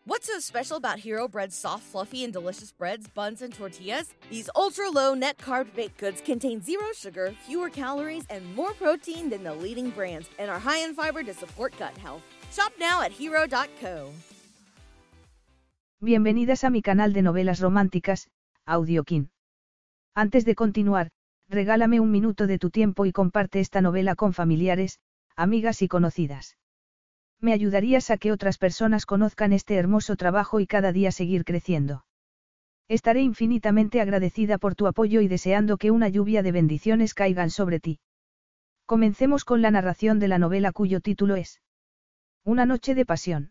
What's so special about Hero Bread's soft, fluffy, and delicious breads, buns, and tortillas? These ultra-low net-carb baked goods contain zero sugar, fewer calories, and more protein than the leading brands, and are high in fiber to support gut health. Shop now at hero.co. Bienvenidas a mi canal de novelas románticas, Audiokin. Antes de continuar, regálame un minuto de tu tiempo y comparte esta novela con familiares, amigas y conocidas. Me ayudarías a que otras personas conozcan este hermoso trabajo y cada día seguir creciendo. Estaré infinitamente agradecida por tu apoyo y deseando que una lluvia de bendiciones caigan sobre ti. Comencemos con la narración de la novela cuyo título es Una noche de pasión.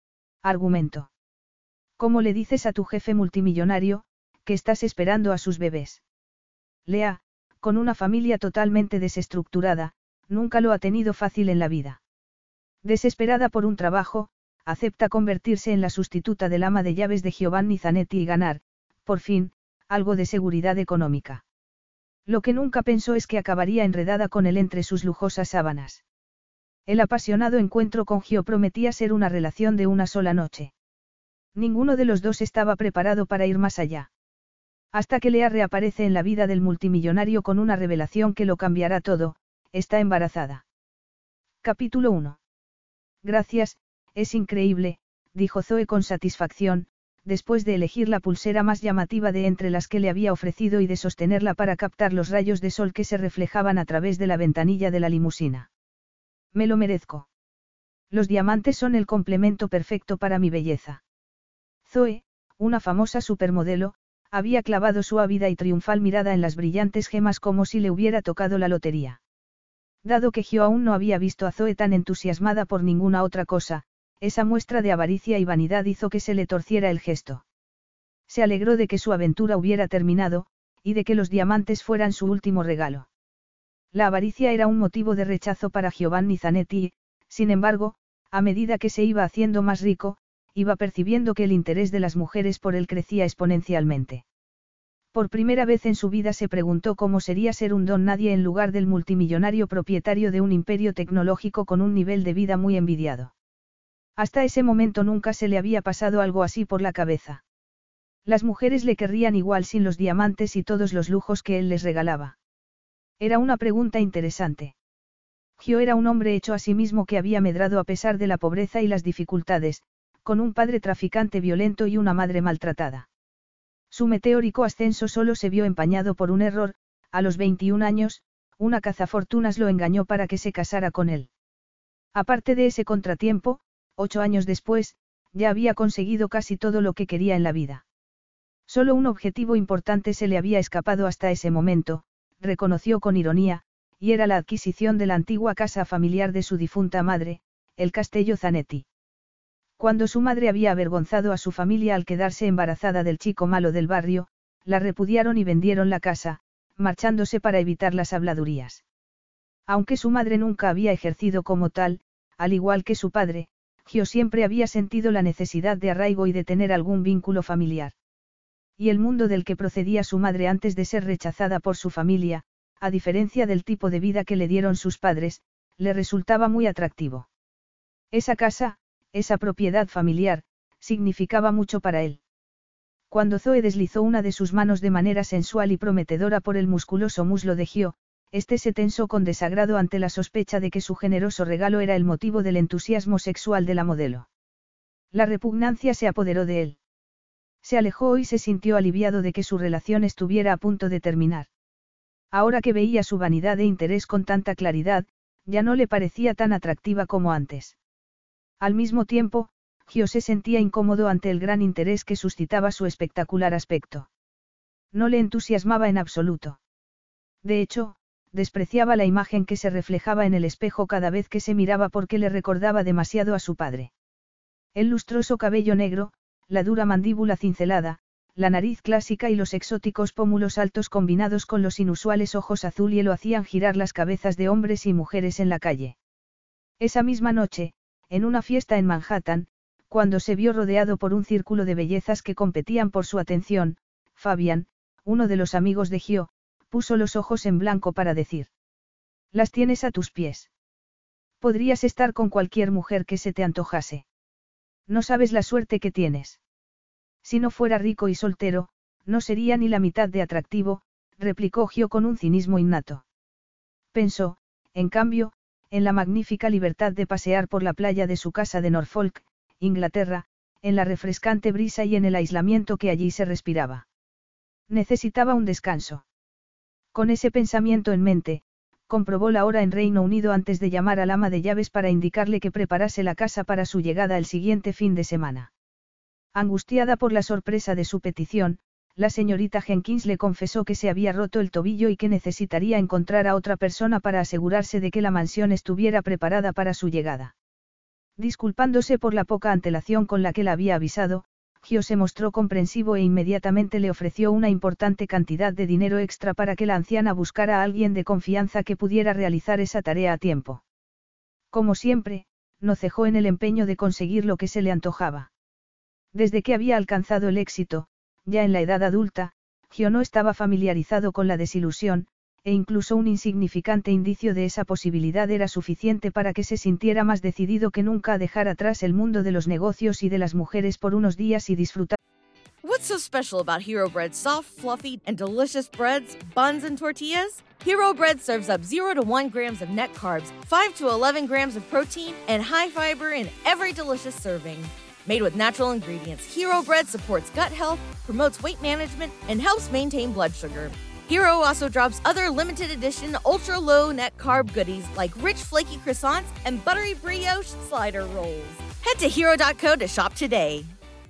Argumento. ¿Cómo le dices a tu jefe multimillonario que estás esperando a sus bebés? Lea, con una familia totalmente desestructurada, nunca lo ha tenido fácil en la vida. Desesperada por un trabajo, acepta convertirse en la sustituta del ama de llaves de Giovanni Zanetti y ganar, por fin, algo de seguridad económica. Lo que nunca pensó es que acabaría enredada con él entre sus lujosas sábanas. El apasionado encuentro con Gio prometía ser una relación de una sola noche. Ninguno de los dos estaba preparado para ir más allá. Hasta que Lea reaparece en la vida del multimillonario con una revelación que lo cambiará todo: está embarazada. Capítulo 1. Gracias, es increíble, dijo Zoe con satisfacción, después de elegir la pulsera más llamativa de entre las que le había ofrecido y de sostenerla para captar los rayos de sol que se reflejaban a través de la ventanilla de la limusina. Me lo merezco. Los diamantes son el complemento perfecto para mi belleza. Zoe, una famosa supermodelo, había clavado su ávida y triunfal mirada en las brillantes gemas como si le hubiera tocado la lotería. Dado que Gio aún no había visto a Zoe tan entusiasmada por ninguna otra cosa, esa muestra de avaricia y vanidad hizo que se le torciera el gesto. Se alegró de que su aventura hubiera terminado, y de que los diamantes fueran su último regalo. La avaricia era un motivo de rechazo para Giovanni Zanetti y, sin embargo, a medida que se iba haciendo más rico, iba percibiendo que el interés de las mujeres por él crecía exponencialmente. Por primera vez en su vida se preguntó cómo sería ser un don nadie en lugar del multimillonario propietario de un imperio tecnológico con un nivel de vida muy envidiado. Hasta ese momento nunca se le había pasado algo así por la cabeza. Las mujeres le querrían igual sin los diamantes y todos los lujos que él les regalaba. Era una pregunta interesante. Gio era un hombre hecho a sí mismo que había medrado a pesar de la pobreza y las dificultades, con un padre traficante violento y una madre maltratada. Su meteórico ascenso solo se vio empañado por un error: a los 21 años, una cazafortunas lo engañó para que se casara con él. Aparte de ese contratiempo, 8 años después, ya había conseguido casi todo lo que quería en la vida. Solo un objetivo importante se le había escapado hasta ese momento, reconoció con ironía, y era la adquisición de la antigua casa familiar de su difunta madre, el Castello Zanetti. Cuando su madre había avergonzado a su familia al quedarse embarazada del chico malo del barrio, la repudiaron y vendieron la casa, marchándose para evitar las habladurías. Aunque su madre nunca había ejercido como tal, al igual que su padre, Gio siempre había sentido la necesidad de arraigo y de tener algún vínculo familiar. Y el mundo del que procedía su madre antes de ser rechazada por su familia, a diferencia del tipo de vida que le dieron sus padres, le resultaba muy atractivo. Esa casa, esa propiedad familiar, significaba mucho para él. Cuando Zoe deslizó una de sus manos de manera sensual y prometedora por el musculoso muslo de Gio, este se tensó con desagrado ante la sospecha de que su generoso regalo era el motivo del entusiasmo sexual de la modelo. La repugnancia se apoderó de él. Se alejó y se sintió aliviado de que su relación estuviera a punto de terminar. Ahora que veía su vanidad e interés con tanta claridad, ya no le parecía tan atractiva como antes. Al mismo tiempo, Gio se sentía incómodo ante el gran interés que suscitaba su espectacular aspecto. No le entusiasmaba en absoluto. De hecho, despreciaba la imagen que se reflejaba en el espejo cada vez que se miraba porque le recordaba demasiado a su padre. El lustroso cabello negro, la dura mandíbula cincelada, la nariz clásica y los exóticos pómulos altos combinados con los inusuales ojos azul y lo hacían girar las cabezas de hombres y mujeres en la calle. Esa misma noche, en una fiesta en Manhattan, cuando se vio rodeado por un círculo de bellezas que competían por su atención, Fabian, uno de los amigos de Gio, puso los ojos en blanco para decir: «Las tienes a tus pies. Podrías estar con cualquier mujer que se te antojase». No sabes la suerte que tienes. Si no fuera rico y soltero, no sería ni la mitad de atractivo, replicó Gio con un cinismo innato. Pensó, en cambio, en la magnífica libertad de pasear por la playa de su casa de Norfolk, Inglaterra, en la refrescante brisa y en el aislamiento que allí se respiraba. Necesitaba un descanso. Con ese pensamiento en mente, comprobó la hora en Reino Unido antes de llamar al ama de llaves para indicarle que preparase la casa para su llegada el siguiente fin de semana. Angustiada por la sorpresa de su petición, la señorita Jenkins le confesó que se había roto el tobillo y que necesitaría encontrar a otra persona para asegurarse de que la mansión estuviera preparada para su llegada. Disculpándose por la poca antelación con la que la había avisado, Gio se mostró comprensivo e inmediatamente le ofreció una importante cantidad de dinero extra para que la anciana buscara a alguien de confianza que pudiera realizar esa tarea a tiempo. Como siempre, no cejó en el empeño de conseguir lo que se le antojaba. Desde que había alcanzado el éxito, ya en la edad adulta, Gio no estaba familiarizado con la desilusión, e incluso un insignificante indicio de esa posibilidad era suficiente para que se sintiera más decidido que nunca a dejar atrás el mundo de los negocios y de las mujeres por unos días y disfrutar. What's so special about Hero Bread's soft, fluffy, and delicious breads, buns, and tortillas? Hero Bread serves up 0 to 1 grams of net carbs, 5 to 11 grams of protein, and high fiber in every delicious serving. Made with natural ingredients, Hero Bread supports gut health, promotes weight management, and helps maintain blood sugar. Hero also drops other limited edition ultra-low net carb goodies like rich flaky croissants and buttery brioche slider rolls. Head to hero.co to shop today.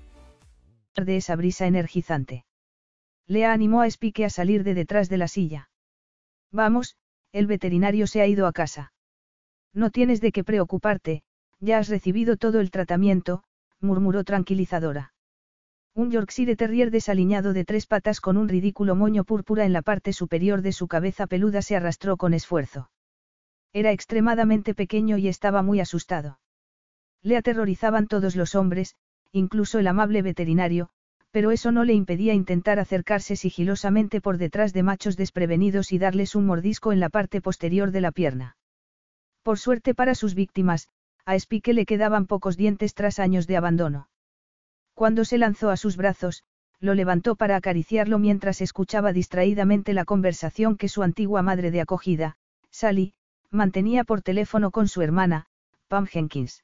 De esa brisa energizante. Lea animó a Spike a salir de detrás de la silla. Vamos, el veterinario se ha ido a casa. No tienes de qué preocuparte, ya has recibido todo el tratamiento, murmuró tranquilizadora. Un Yorkshire Terrier desaliñado de 3 patas con un ridículo moño púrpura en la parte superior de su cabeza peluda se arrastró con esfuerzo. Era extremadamente pequeño y estaba muy asustado. Le aterrorizaban todos los hombres, incluso el amable veterinario, pero eso no le impedía intentar acercarse sigilosamente por detrás de machos desprevenidos y darles un mordisco en la parte posterior de la pierna. Por suerte para sus víctimas, a Spike le quedaban pocos dientes tras años de abandono. Cuando se lanzó a sus brazos, lo levantó para acariciarlo mientras escuchaba distraídamente la conversación que su antigua madre de acogida, Sally, mantenía por teléfono con su hermana, Pam Jenkins.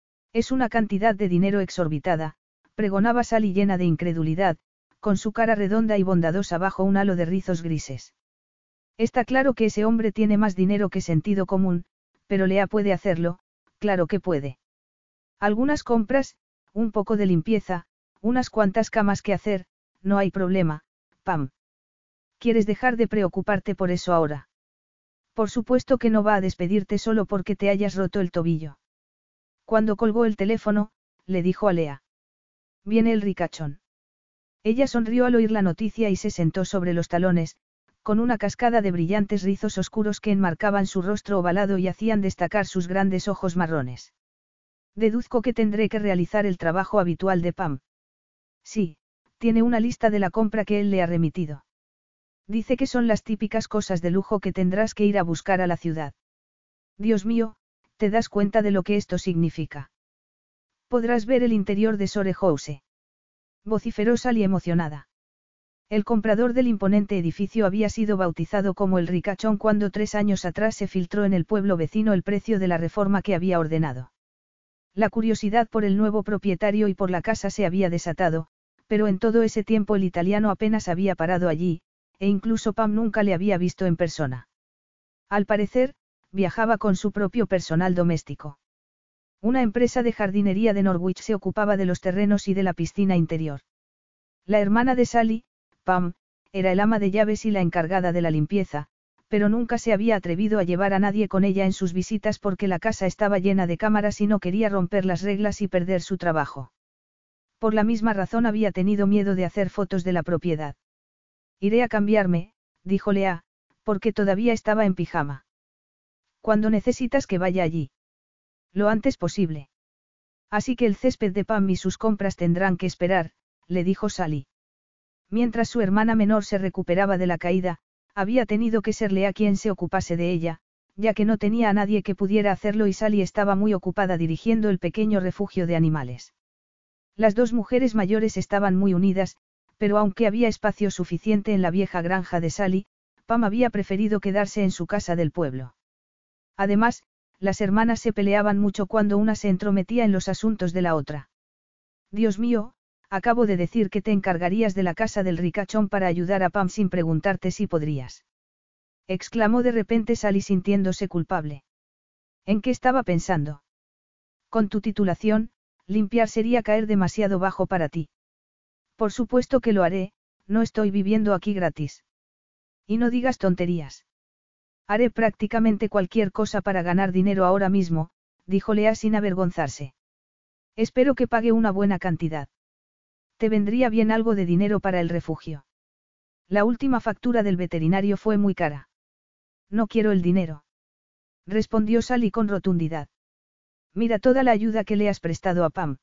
Es una cantidad de dinero exorbitada, pregonaba Sally llena de incredulidad, con su cara redonda y bondadosa bajo un halo de rizos grises. Está claro que ese hombre tiene más dinero que sentido común, pero Lea puede hacerlo, claro que puede. Algunas compras, un poco de limpieza, unas cuantas camas que hacer, no hay problema, Pam. ¿Quieres dejar de preocuparte por eso ahora? Por supuesto que no va a despedirte solo porque te hayas roto el tobillo. Cuando colgó el teléfono, le dijo a Lea. Viene el ricachón. Ella sonrió al oír la noticia y se sentó sobre los talones, con una cascada de brillantes rizos oscuros que enmarcaban su rostro ovalado y hacían destacar sus grandes ojos marrones. Deduzco que tendré que realizar el trabajo habitual de Pam. Sí, tiene una lista de la compra que él le ha remitido. Dice que son las típicas cosas de lujo que tendrás que ir a buscar a la ciudad. Dios mío, ¿te das cuenta de lo que esto significa? Podrás ver el interior de Sore House. Vociferó Sally emocionada. El comprador del imponente edificio había sido bautizado como el ricachón cuando 3 años atrás se filtró en el pueblo vecino el precio de la reforma que había ordenado. La curiosidad por el nuevo propietario y por la casa se había desatado, pero en todo ese tiempo el italiano apenas había parado allí, e incluso Pam nunca le había visto en persona. Al parecer, viajaba con su propio personal doméstico. Una empresa de jardinería de Norwich se ocupaba de los terrenos y de la piscina interior. La hermana de Sally, Pam, era el ama de llaves y la encargada de la limpieza, pero nunca se había atrevido a llevar a nadie con ella en sus visitas porque la casa estaba llena de cámaras y no quería romper las reglas y perder su trabajo. Por la misma razón había tenido miedo de hacer fotos de la propiedad. Iré a cambiarme, dijo Lea, porque todavía estaba en pijama. ¿Cuándo necesitas que vaya allí? Lo antes posible. Así que el césped de Pam y sus compras tendrán que esperar, le dijo Sally. Mientras su hermana menor se recuperaba de la caída, había tenido que ser Lea quien se ocupase de ella, ya que no tenía a nadie que pudiera hacerlo y Sally estaba muy ocupada dirigiendo el pequeño refugio de animales. Las dos mujeres mayores estaban muy unidas, pero aunque había espacio suficiente en la vieja granja de Sally, Pam había preferido quedarse en su casa del pueblo. Además, las hermanas se peleaban mucho cuando una se entrometía en los asuntos de la otra. Dios mío, acabo de decir que te encargarías de la casa del ricachón para ayudar a Pam sin preguntarte si podrías. Exclamó de repente Sally sintiéndose culpable. ¿En qué estaba pensando? Con tu titulación, limpiar sería caer demasiado bajo para ti. Por supuesto que lo haré, no estoy viviendo aquí gratis. Y no digas tonterías. Haré prácticamente cualquier cosa para ganar dinero ahora mismo, dijo Lea sin avergonzarse. Espero que pague una buena cantidad. Te vendría bien algo de dinero para el refugio. La última factura del veterinario fue muy cara. No quiero el dinero. Respondió Sally con rotundidad. Mira toda la ayuda que le has prestado a Pam.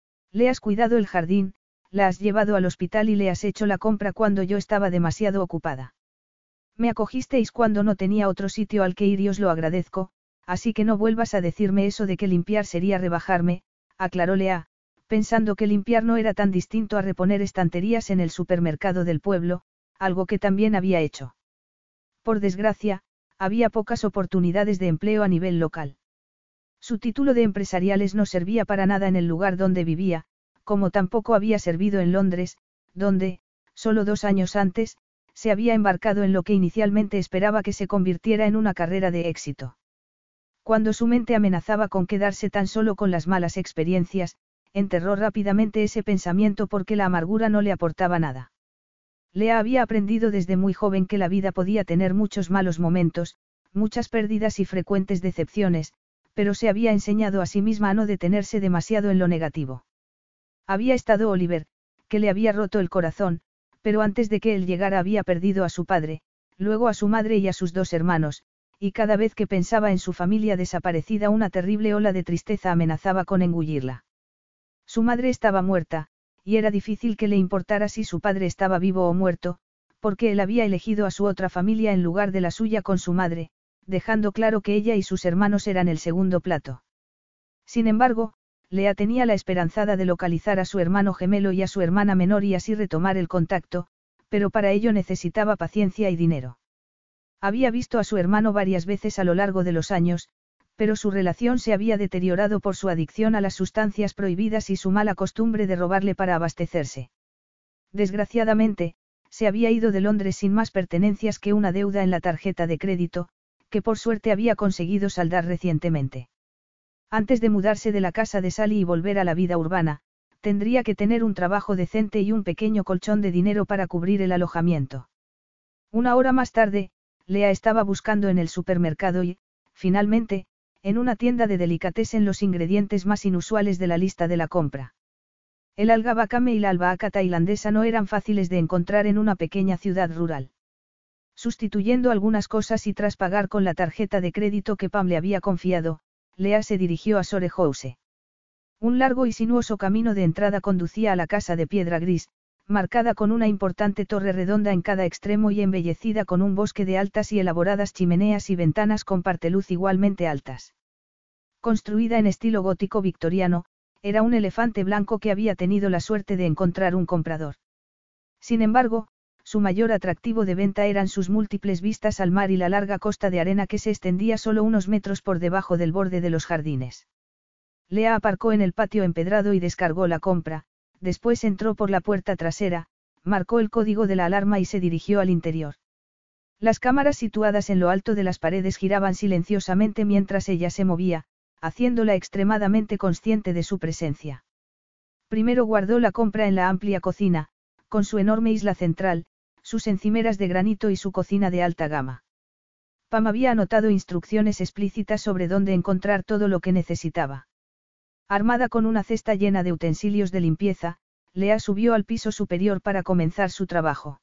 Le has cuidado el jardín, la has llevado al hospital y le has hecho la compra cuando yo estaba demasiado ocupada. Me acogisteis cuando no tenía otro sitio al que ir y os lo agradezco, así que no vuelvas a decirme eso de que limpiar sería rebajarme, aclaró Lea, pensando que limpiar no era tan distinto a reponer estanterías en el supermercado del pueblo, algo que también había hecho. Por desgracia, había pocas oportunidades de empleo a nivel local. Su título de empresariales no servía para nada en el lugar donde vivía, como tampoco había servido en Londres, donde, solo 2 años antes, se había embarcado en lo que inicialmente esperaba que se convirtiera en una carrera de éxito. Cuando su mente amenazaba con quedarse tan solo con las malas experiencias, enterró rápidamente ese pensamiento porque la amargura no le aportaba nada. Lea había aprendido desde muy joven que la vida podía tener muchos malos momentos, muchas pérdidas y frecuentes decepciones, pero se había enseñado a sí misma a no detenerse demasiado en lo negativo. Había estado Oliver, que le había roto el corazón, pero antes de que él llegara había perdido a su padre, luego a su madre y a sus 2 hermanos, y cada vez que pensaba en su familia desaparecida una terrible ola de tristeza amenazaba con engullirla. Su madre estaba muerta, y era difícil que le importara si su padre estaba vivo o muerto, porque él había elegido a su otra familia en lugar de la suya con su madre, dejando claro que ella y sus hermanos eran el segundo plato. Sin embargo, Lea tenía la esperanzada de localizar a su hermano gemelo y a su hermana menor y así retomar el contacto, pero para ello necesitaba paciencia y dinero. Había visto a su hermano varias veces a lo largo de los años, pero su relación se había deteriorado por su adicción a las sustancias prohibidas y su mala costumbre de robarle para abastecerse. Desgraciadamente, se había ido de Londres sin más pertenencias que una deuda en la tarjeta de crédito, que por suerte había conseguido saldar recientemente. Antes de mudarse de la casa de Sally y volver a la vida urbana, tendría que tener un trabajo decente y un pequeño colchón de dinero para cubrir el alojamiento. 1 hora más tarde, Lea estaba buscando en el supermercado y, finalmente, en una tienda de delicatessen los ingredientes más inusuales de la lista de la compra. El alga wakame y la albahaca tailandesa no eran fáciles de encontrar en una pequeña ciudad rural. Sustituyendo algunas cosas y tras pagar con la tarjeta de crédito que Pam le había confiado, Lea se dirigió a Sore House. Un largo y sinuoso camino de entrada conducía a la casa de piedra gris, marcada con una importante torre redonda en cada extremo y embellecida con un bosque de altas y elaboradas chimeneas y ventanas con parteluz igualmente altas. Construida en estilo gótico victoriano, era un elefante blanco que había tenido la suerte de encontrar un comprador. Sin embargo, su mayor atractivo de venta eran sus múltiples vistas al mar y la larga costa de arena que se extendía solo unos metros por debajo del borde de los jardines. Lea aparcó en el patio empedrado y descargó la compra, después entró por la puerta trasera, marcó el código de la alarma y se dirigió al interior. Las cámaras situadas en lo alto de las paredes giraban silenciosamente mientras ella se movía, haciéndola extremadamente consciente de su presencia. Primero guardó la compra en la amplia cocina, con su enorme isla central, sus encimeras de granito y su cocina de alta gama. Pam había anotado instrucciones explícitas sobre dónde encontrar todo lo que necesitaba. Armada con una cesta llena de utensilios de limpieza, Lea subió al piso superior para comenzar su trabajo.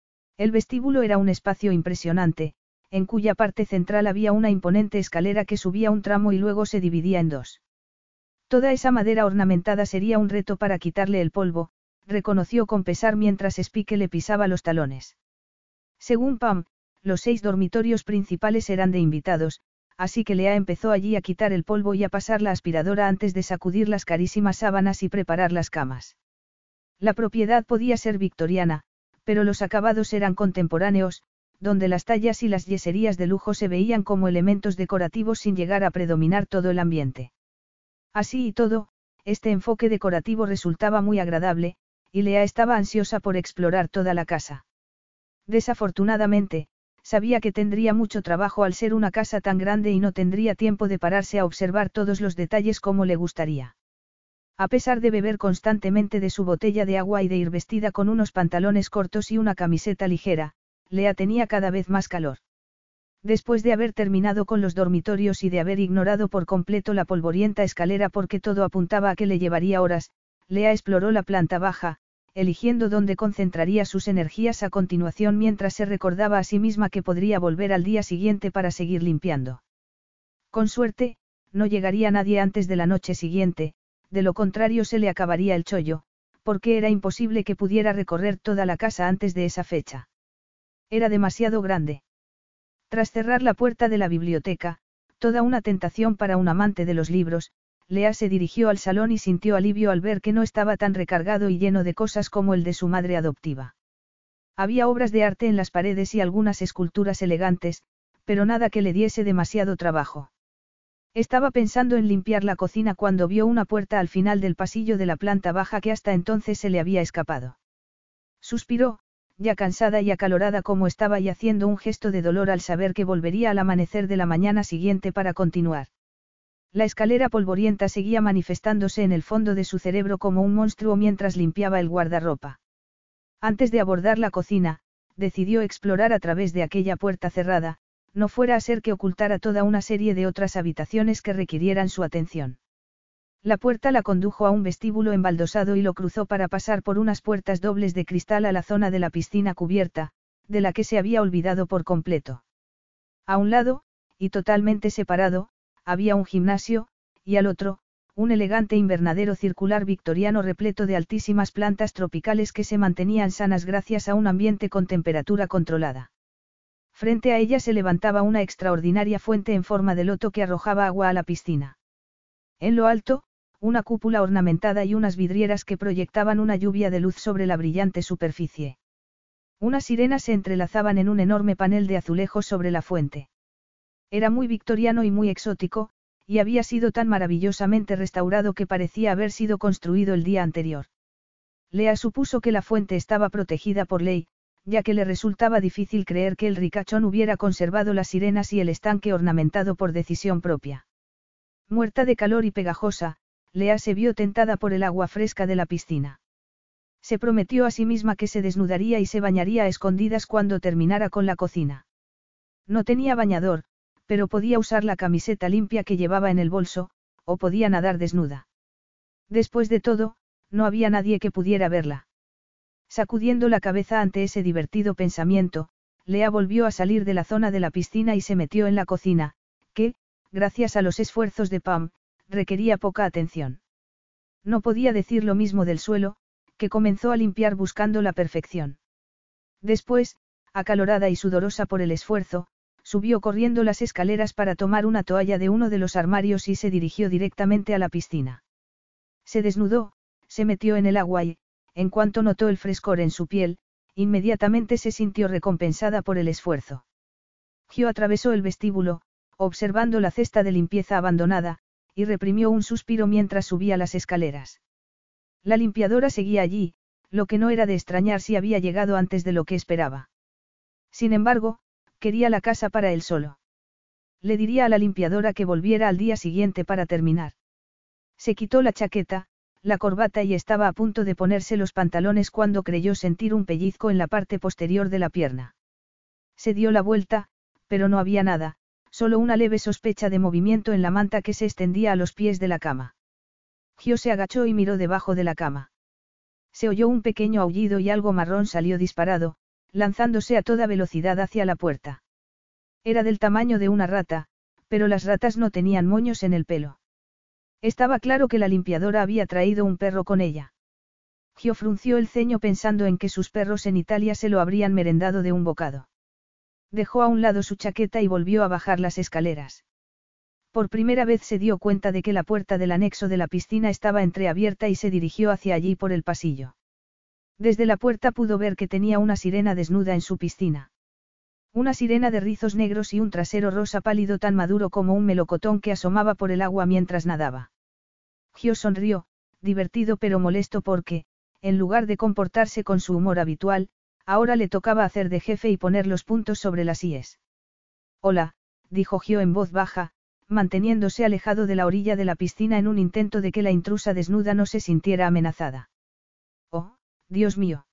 El vestíbulo era un espacio impresionante, en cuya parte central había una imponente escalera que subía un tramo y luego se dividía en 2. Toda esa madera ornamentada sería un reto para quitarle el polvo, reconoció con pesar mientras Spike le pisaba los talones. Según Pam, los 6 dormitorios principales eran de invitados, así que Lea empezó allí a quitar el polvo y a pasar la aspiradora antes de sacudir las carísimas sábanas y preparar las camas. La propiedad podía ser victoriana, pero los acabados eran contemporáneos, donde las tallas y las yeserías de lujo se veían como elementos decorativos sin llegar a predominar todo el ambiente. Así y todo, este enfoque decorativo resultaba muy agradable, y Lea estaba ansiosa por explorar toda la casa. Desafortunadamente, sabía que tendría mucho trabajo al ser una casa tan grande y no tendría tiempo de pararse a observar todos los detalles como le gustaría. A pesar de beber constantemente de su botella de agua y de ir vestida con unos pantalones cortos y una camiseta ligera, Lea tenía cada vez más calor. Después de haber terminado con los dormitorios y de haber ignorado por completo la polvorienta escalera porque todo apuntaba a que le llevaría horas, Lea exploró la planta baja, eligiendo dónde concentraría sus energías a continuación mientras se recordaba a sí misma que podría volver al día siguiente para seguir limpiando. Con suerte, no llegaría nadie antes de la noche siguiente, de lo contrario se le acabaría el chollo, porque era imposible que pudiera recorrer toda la casa antes de esa fecha. Era demasiado grande. Tras cerrar la puerta de la biblioteca, toda una tentación para un amante de los libros, Lea se dirigió al salón y sintió alivio al ver que no estaba tan recargado y lleno de cosas como el de su madre adoptiva. Había obras de arte en las paredes y algunas esculturas elegantes, pero nada que le diese demasiado trabajo. Estaba pensando en limpiar la cocina cuando vio una puerta al final del pasillo de la planta baja que hasta entonces se le había escapado. Suspiró, ya cansada y acalorada como estaba y haciendo un gesto de dolor al saber que volvería al amanecer de la mañana siguiente para continuar. La escalera polvorienta seguía manifestándose en el fondo de su cerebro como un monstruo mientras limpiaba el guardarropa. Antes de abordar la cocina, decidió explorar a través de aquella puerta cerrada, no fuera a ser que ocultara toda una serie de otras habitaciones que requirieran su atención. La puerta la condujo a un vestíbulo embaldosado y lo cruzó para pasar por unas puertas dobles de cristal a la zona de la piscina cubierta, de la que se había olvidado por completo. A un lado, y totalmente separado, había un gimnasio, y al otro, un elegante invernadero circular victoriano repleto de altísimas plantas tropicales que se mantenían sanas gracias a un ambiente con temperatura controlada. Frente a ella se levantaba una extraordinaria fuente en forma de loto que arrojaba agua a la piscina. En lo alto, una cúpula ornamentada y unas vidrieras que proyectaban una lluvia de luz sobre la brillante superficie. Unas sirenas se entrelazaban en un enorme panel de azulejos sobre la fuente. Era muy victoriano y muy exótico, y había sido tan maravillosamente restaurado que parecía haber sido construido el día anterior. Lea supuso que la fuente estaba protegida por ley, ya que le resultaba difícil creer que el ricachón hubiera conservado las sirenas y el estanque ornamentado por decisión propia. Muerta de calor y pegajosa, Lea se vio tentada por el agua fresca de la piscina. Se prometió a sí misma que se desnudaría y se bañaría a escondidas cuando terminara con la cocina. No tenía bañador, pero podía usar la camiseta limpia que llevaba en el bolso, o podía nadar desnuda. Después de todo, no había nadie que pudiera verla. Sacudiendo la cabeza ante ese divertido pensamiento, Lea volvió a salir de la zona de la piscina y se metió en la cocina, que, gracias a los esfuerzos de Pam, requería poca atención. No podía decir lo mismo del suelo, que comenzó a limpiar buscando la perfección. Después, acalorada y sudorosa por el esfuerzo, subió corriendo las escaleras para tomar una toalla de uno de los armarios y se dirigió directamente a la piscina. Se desnudó, se metió en el agua y, en cuanto notó el frescor en su piel, inmediatamente se sintió recompensada por el esfuerzo. Gio atravesó el vestíbulo, observando la cesta de limpieza abandonada, y reprimió un suspiro mientras subía las escaleras. La limpiadora seguía allí, lo que no era de extrañar si había llegado antes de lo que esperaba. Sin embargo, quería la casa para él solo. Le diría a la limpiadora que volviera al día siguiente para terminar. Se quitó la chaqueta, la corbata y estaba a punto de ponerse los pantalones cuando creyó sentir un pellizco en la parte posterior de la pierna. Se dio la vuelta, pero no había nada, solo una leve sospecha de movimiento en la manta que se extendía a los pies de la cama. Gio se agachó y miró debajo de la cama. Se oyó un pequeño aullido y algo marrón salió disparado, lanzándose a toda velocidad hacia la puerta. Era del tamaño de una rata, pero las ratas no tenían moños en el pelo. Estaba claro que la limpiadora había traído un perro con ella. Gio frunció el ceño pensando en que sus perros en Italia se lo habrían merendado de un bocado. Dejó a un lado su chaqueta y volvió a bajar las escaleras. Por primera vez se dio cuenta de que la puerta del anexo de la piscina estaba entreabierta y se dirigió hacia allí por el pasillo. Desde la puerta pudo ver que tenía una sirena desnuda en su piscina. Una sirena de rizos negros y un trasero rosa pálido tan maduro como un melocotón que asomaba por el agua mientras nadaba. Gio sonrió, divertido pero molesto porque, en lugar de comportarse con su humor habitual, ahora le tocaba hacer de jefe y poner los puntos sobre las íes. Hola, dijo Gio en voz baja, manteniéndose alejado de la orilla de la piscina en un intento de que la intrusa desnuda no se sintiera amenazada. Oh, Dios mío.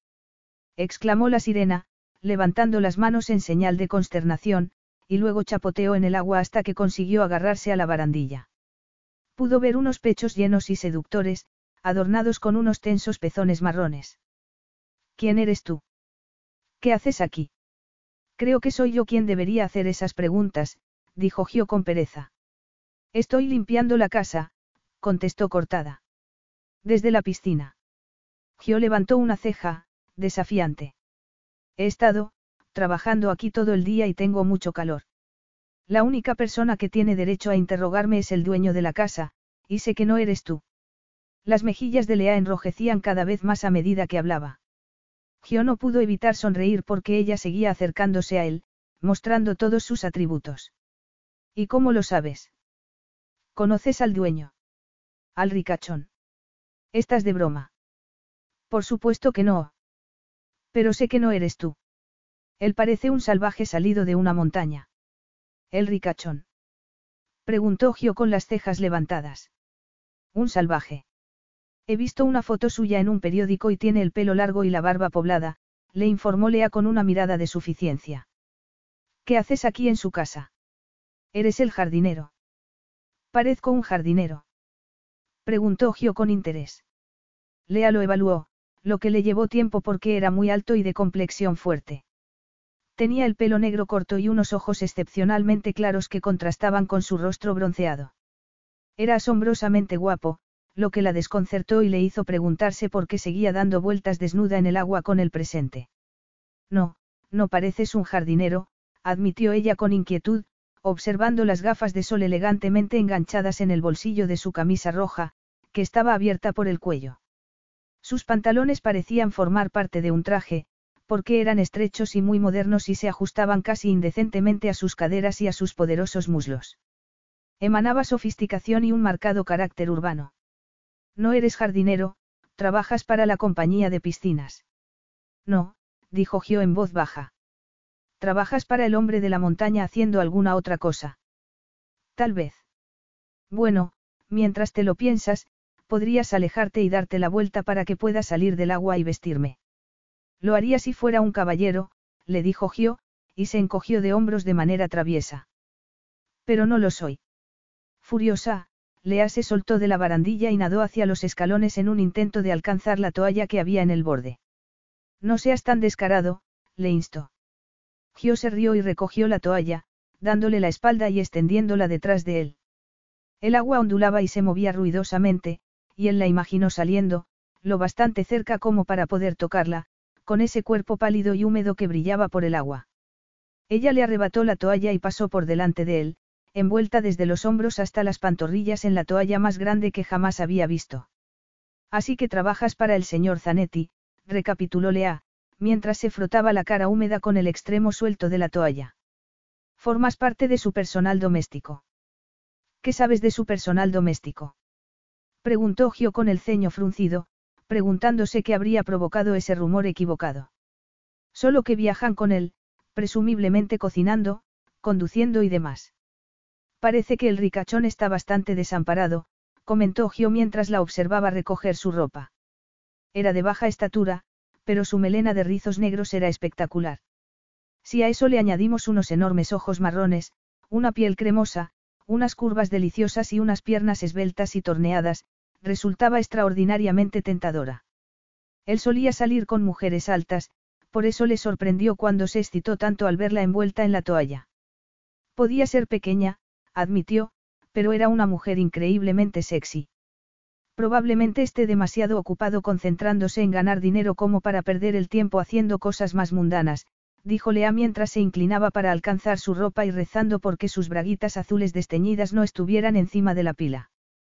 Exclamó la sirena, levantando las manos en señal de consternación, y luego chapoteó en el agua hasta que consiguió agarrarse a la barandilla. Pudo ver unos pechos llenos y seductores, adornados con unos tensos pezones marrones. ¿Quién eres tú? ¿Qué haces aquí? Creo que soy yo quien debería hacer esas preguntas, dijo Gio con pereza. Estoy limpiando la casa, contestó cortada. Desde la piscina. Gio levantó una ceja, desafiante. He estado, trabajando aquí todo el día y tengo mucho calor. La única persona que tiene derecho a interrogarme es el dueño de la casa, y sé que no eres tú. Las mejillas de Lea enrojecían cada vez más a medida que hablaba. Gio no pudo evitar sonreír porque ella seguía acercándose a él, mostrando todos sus atributos. ¿Y cómo lo sabes? ¿Conoces al dueño? Al ricachón. ¿Estás de broma? Por supuesto que no. Pero sé que no eres tú. Él parece un salvaje salido de una montaña. ¿El ricachón? Preguntó Gio con las cejas levantadas. Un salvaje. He visto una foto suya en un periódico y tiene el pelo largo y la barba poblada, le informó Lea con una mirada de suficiencia. ¿Qué haces aquí en su casa? Eres el jardinero. Parezco un jardinero. Preguntó Gio con interés. Lea lo evaluó, lo que le llevó tiempo porque era muy alto y de complexión fuerte. Tenía el pelo negro corto y unos ojos excepcionalmente claros que contrastaban con su rostro bronceado. Era asombrosamente guapo, lo que la desconcertó y le hizo preguntarse por qué seguía dando vueltas desnuda en el agua con el presente. No, no pareces un jardinero, admitió ella con inquietud, observando las gafas de sol elegantemente enganchadas en el bolsillo de su camisa roja, que estaba abierta por el cuello. Sus pantalones parecían formar parte de un traje, porque eran estrechos y muy modernos y se ajustaban casi indecentemente a sus caderas y a sus poderosos muslos. Emanaba sofisticación y un marcado carácter urbano. No eres jardinero, trabajas para la compañía de piscinas. No, dijo Gio en voz baja. Trabajas para el hombre de la montaña haciendo alguna otra cosa. Tal vez. Bueno, mientras te lo piensas, podrías alejarte y darte la vuelta para que pueda salir del agua y vestirme. Lo haría si fuera un caballero, le dijo Gio, y se encogió de hombros de manera traviesa. Pero no lo soy. Furiosa, Lea se soltó de la barandilla y nadó hacia los escalones en un intento de alcanzar la toalla que había en el borde. No seas tan descarado, le instó. Gio se rió y recogió la toalla, dándole la espalda y extendiéndola detrás de él. El agua ondulaba y se movía ruidosamente, y él la imaginó saliendo, lo bastante cerca como para poder tocarla, con ese cuerpo pálido y húmedo que brillaba por el agua. Ella le arrebató la toalla y pasó por delante de él, envuelta desde los hombros hasta las pantorrillas en la toalla más grande que jamás había visto. Así que trabajas para el señor Zanetti, recapituló Lea, mientras se frotaba la cara húmeda con el extremo suelto de la toalla. Formas parte de su personal doméstico. ¿Qué sabes de su personal doméstico? Preguntó Gio con el ceño fruncido, preguntándose qué habría provocado ese rumor equivocado. Solo que viajan con él, presumiblemente cocinando, conduciendo y demás. Parece que el ricachón está bastante desamparado, comentó Gio mientras la observaba recoger su ropa. Era de baja estatura, pero su melena de rizos negros era espectacular. Si a eso le añadimos unos enormes ojos marrones, una piel cremosa, unas curvas deliciosas y unas piernas esbeltas y torneadas, resultaba extraordinariamente tentadora. Él solía salir con mujeres altas, por eso le sorprendió cuando se excitó tanto al verla envuelta en la toalla. Podía ser pequeña, admitió, pero era una mujer increíblemente sexy. Probablemente esté demasiado ocupado concentrándose en ganar dinero como para perder el tiempo haciendo cosas más mundanas, dijo Lea mientras se inclinaba para alcanzar su ropa y rezando porque sus braguitas azules desteñidas no estuvieran encima de la pila.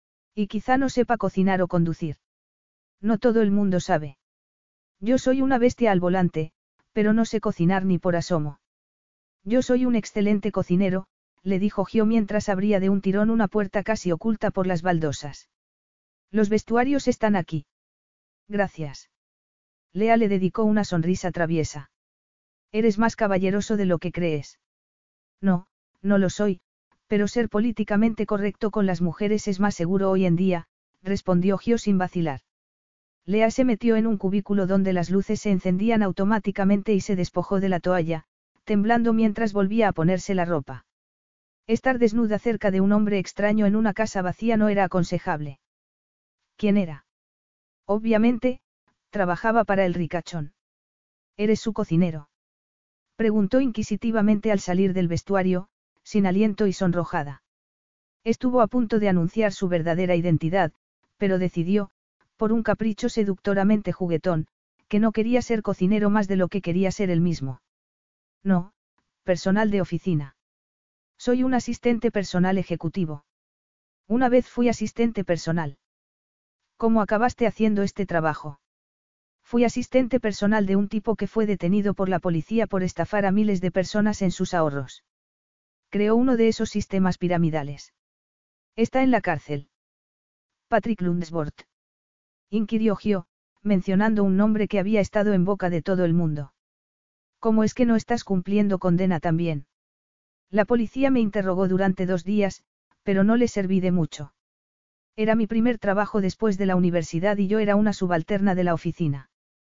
Y quizá no sepa cocinar o conducir. No todo el mundo sabe. Yo soy una bestia al volante, pero no sé cocinar ni por asomo. Yo soy un excelente cocinero, le dijo Gio mientras abría de un tirón una puerta casi oculta por las baldosas. Los vestuarios están aquí. Gracias. Lea le dedicó una sonrisa traviesa. Eres más caballeroso de lo que crees. No, no lo soy, pero ser políticamente correcto con las mujeres es más seguro hoy en día, respondió Gio sin vacilar. Lea se metió en un cubículo donde las luces se encendían automáticamente y se despojó de la toalla, temblando mientras volvía a ponerse la ropa. Estar desnuda cerca de un hombre extraño en una casa vacía no era aconsejable. ¿Quién era? Obviamente, trabajaba para el ricachón. ¿Eres su cocinero? Preguntó inquisitivamente al salir del vestuario, sin aliento y sonrojada. Estuvo a punto de anunciar su verdadera identidad, pero decidió, por un capricho seductoramente juguetón, que no quería ser cocinero más de lo que quería ser él mismo. No, personal de oficina. Soy un asistente personal ejecutivo. Una vez fui asistente personal. ¿Cómo acabaste haciendo este trabajo? Fui asistente personal de un tipo que fue detenido por la policía por estafar a miles de personas en sus ahorros. Creó uno de esos sistemas piramidales. Está en la cárcel. Patrick Lundsworth. Inquirió Gio, mencionando un nombre que había estado en boca de todo el mundo. ¿Cómo es que no estás cumpliendo condena también? La policía me interrogó durante 2 días, pero no le serví de mucho. Era mi primer trabajo después de la universidad y yo era una subalterna de la oficina.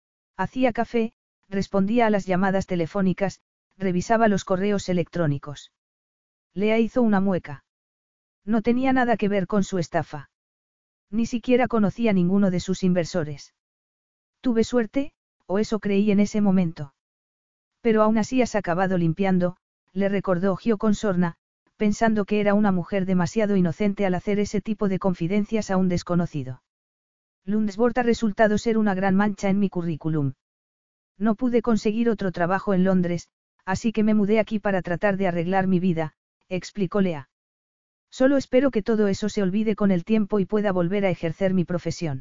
Hacía café, respondía a las llamadas telefónicas, revisaba los correos electrónicos. Lea hizo una mueca. No tenía nada que ver con su estafa. Ni siquiera conocía a ninguno de sus inversores. Tuve suerte, o eso creí en ese momento. Pero aún así has acabado limpiando, le recordó Gio con sorna, pensando que era una mujer demasiado inocente al hacer ese tipo de confidencias a un desconocido. Lundsworth ha resultado ser una gran mancha en mi currículum. No pude conseguir otro trabajo en Londres, así que me mudé aquí para tratar de arreglar mi vida, explicó Lea. Solo espero que todo eso se olvide con el tiempo y pueda volver a ejercer mi profesión.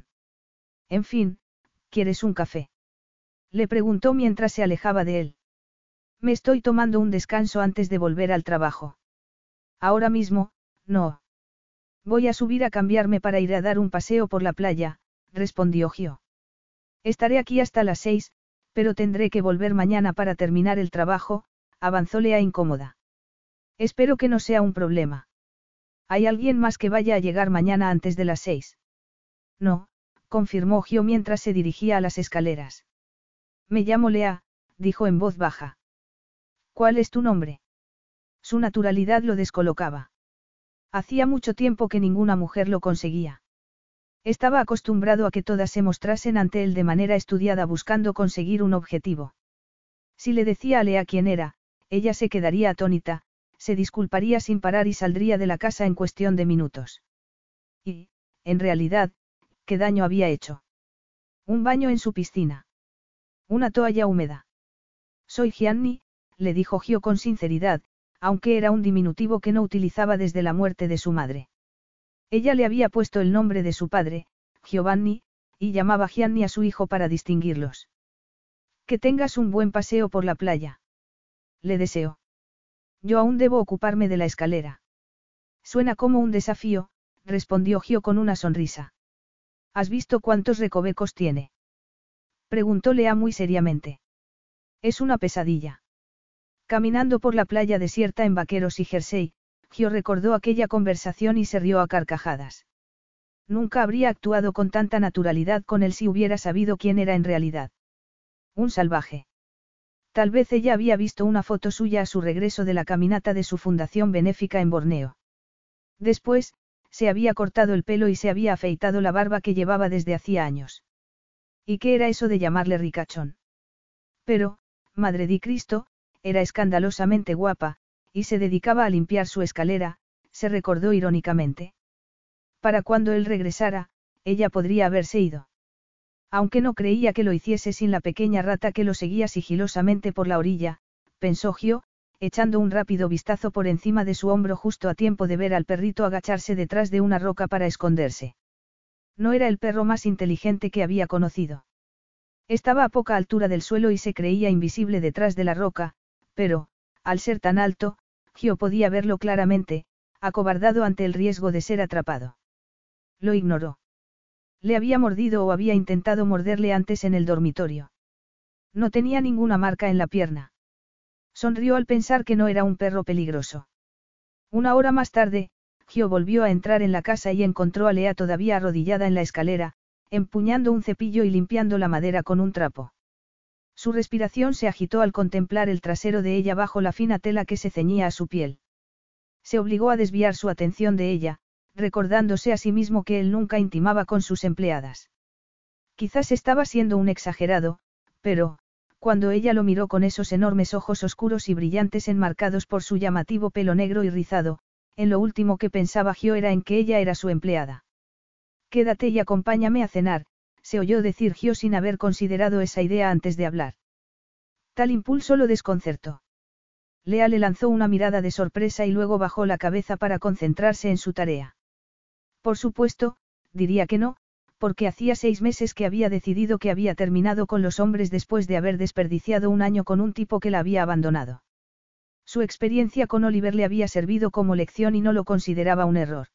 En fin, ¿quieres un café? Le preguntó mientras se alejaba de él. Me estoy tomando un descanso antes de volver al trabajo. Ahora mismo, no. Voy a subir a cambiarme para ir a dar un paseo por la playa, respondió Gio. Estaré aquí hasta las 6, pero tendré que volver mañana para terminar el trabajo, avanzó Lea incómoda. Espero que no sea un problema. ¿Hay alguien más que vaya a llegar mañana antes de las 6? No, confirmó Gio mientras se dirigía a las escaleras. Me llamo Lea, dijo en voz baja. ¿Cuál es tu nombre? Su naturalidad lo descolocaba. Hacía mucho tiempo que ninguna mujer lo conseguía. Estaba acostumbrado a que todas se mostrasen ante él de manera estudiada buscando conseguir un objetivo. Si le decía a Lea quién era, ella se quedaría atónita, se disculparía sin parar y saldría de la casa en cuestión de minutos. Y, en realidad, ¿qué daño había hecho? Un baño en su piscina. Una toalla húmeda. Soy Gianni, le dijo Gio con sinceridad, aunque era un diminutivo que no utilizaba desde la muerte de su madre. Ella le había puesto el nombre de su padre, Giovanni, y llamaba Gianni a su hijo para distinguirlos. Que tengas un buen paseo por la playa. Le deseo. Yo aún debo ocuparme de la escalera. Suena como un desafío, respondió Gio con una sonrisa. ¿Has visto cuántos recovecos tiene? Preguntó Lea muy seriamente. Es una pesadilla. Caminando por la playa desierta en vaqueros y jersey, Gio recordó aquella conversación y se rió a carcajadas. Nunca habría actuado con tanta naturalidad con él si hubiera sabido quién era en realidad. Un salvaje. Tal vez ella había visto una foto suya a su regreso de la caminata de su fundación benéfica en Borneo. Después, se había cortado el pelo y se había afeitado la barba que llevaba desde hacía años. ¿Y qué era eso de llamarle ricachón? Pero, madre di Cristo, era escandalosamente guapa, y se dedicaba a limpiar su escalera, se recordó irónicamente. Para cuando él regresara, ella podría haberse ido. Aunque no creía que lo hiciese sin la pequeña rata que lo seguía sigilosamente por la orilla, pensó Gio, echando un rápido vistazo por encima de su hombro justo a tiempo de ver al perrito agacharse detrás de una roca para esconderse. No era el perro más inteligente que había conocido. Estaba a poca altura del suelo y se creía invisible detrás de la roca, pero, al ser tan alto, Gio podía verlo claramente, acobardado ante el riesgo de ser atrapado. Lo ignoró. Le había mordido o había intentado morderle antes en el dormitorio. No tenía ninguna marca en la pierna. Sonrió al pensar que no era un perro peligroso. Una hora más tarde, Gio volvió a entrar en la casa y encontró a Lea todavía arrodillada en la escalera, empuñando un cepillo y limpiando la madera con un trapo. Su respiración se agitó al contemplar el trasero de ella bajo la fina tela que se ceñía a su piel. Se obligó a desviar su atención de ella, recordándose a sí mismo que él nunca intimaba con sus empleadas. Quizás estaba siendo un exagerado, pero, cuando ella lo miró con esos enormes ojos oscuros y brillantes enmarcados por su llamativo pelo negro y rizado, en lo último que pensaba Gio era en que ella era su empleada. «Quédate y acompáñame a cenar», se oyó decir Gio sin haber considerado esa idea antes de hablar. Tal impulso lo desconcertó. Lea le lanzó una mirada de sorpresa y luego bajó la cabeza para concentrarse en su tarea. Por supuesto, diría que no, porque hacía 6 meses que había decidido que había terminado con los hombres después de haber desperdiciado un año con un tipo que la había abandonado. Su experiencia con Oliver le había servido como lección y no lo consideraba un error.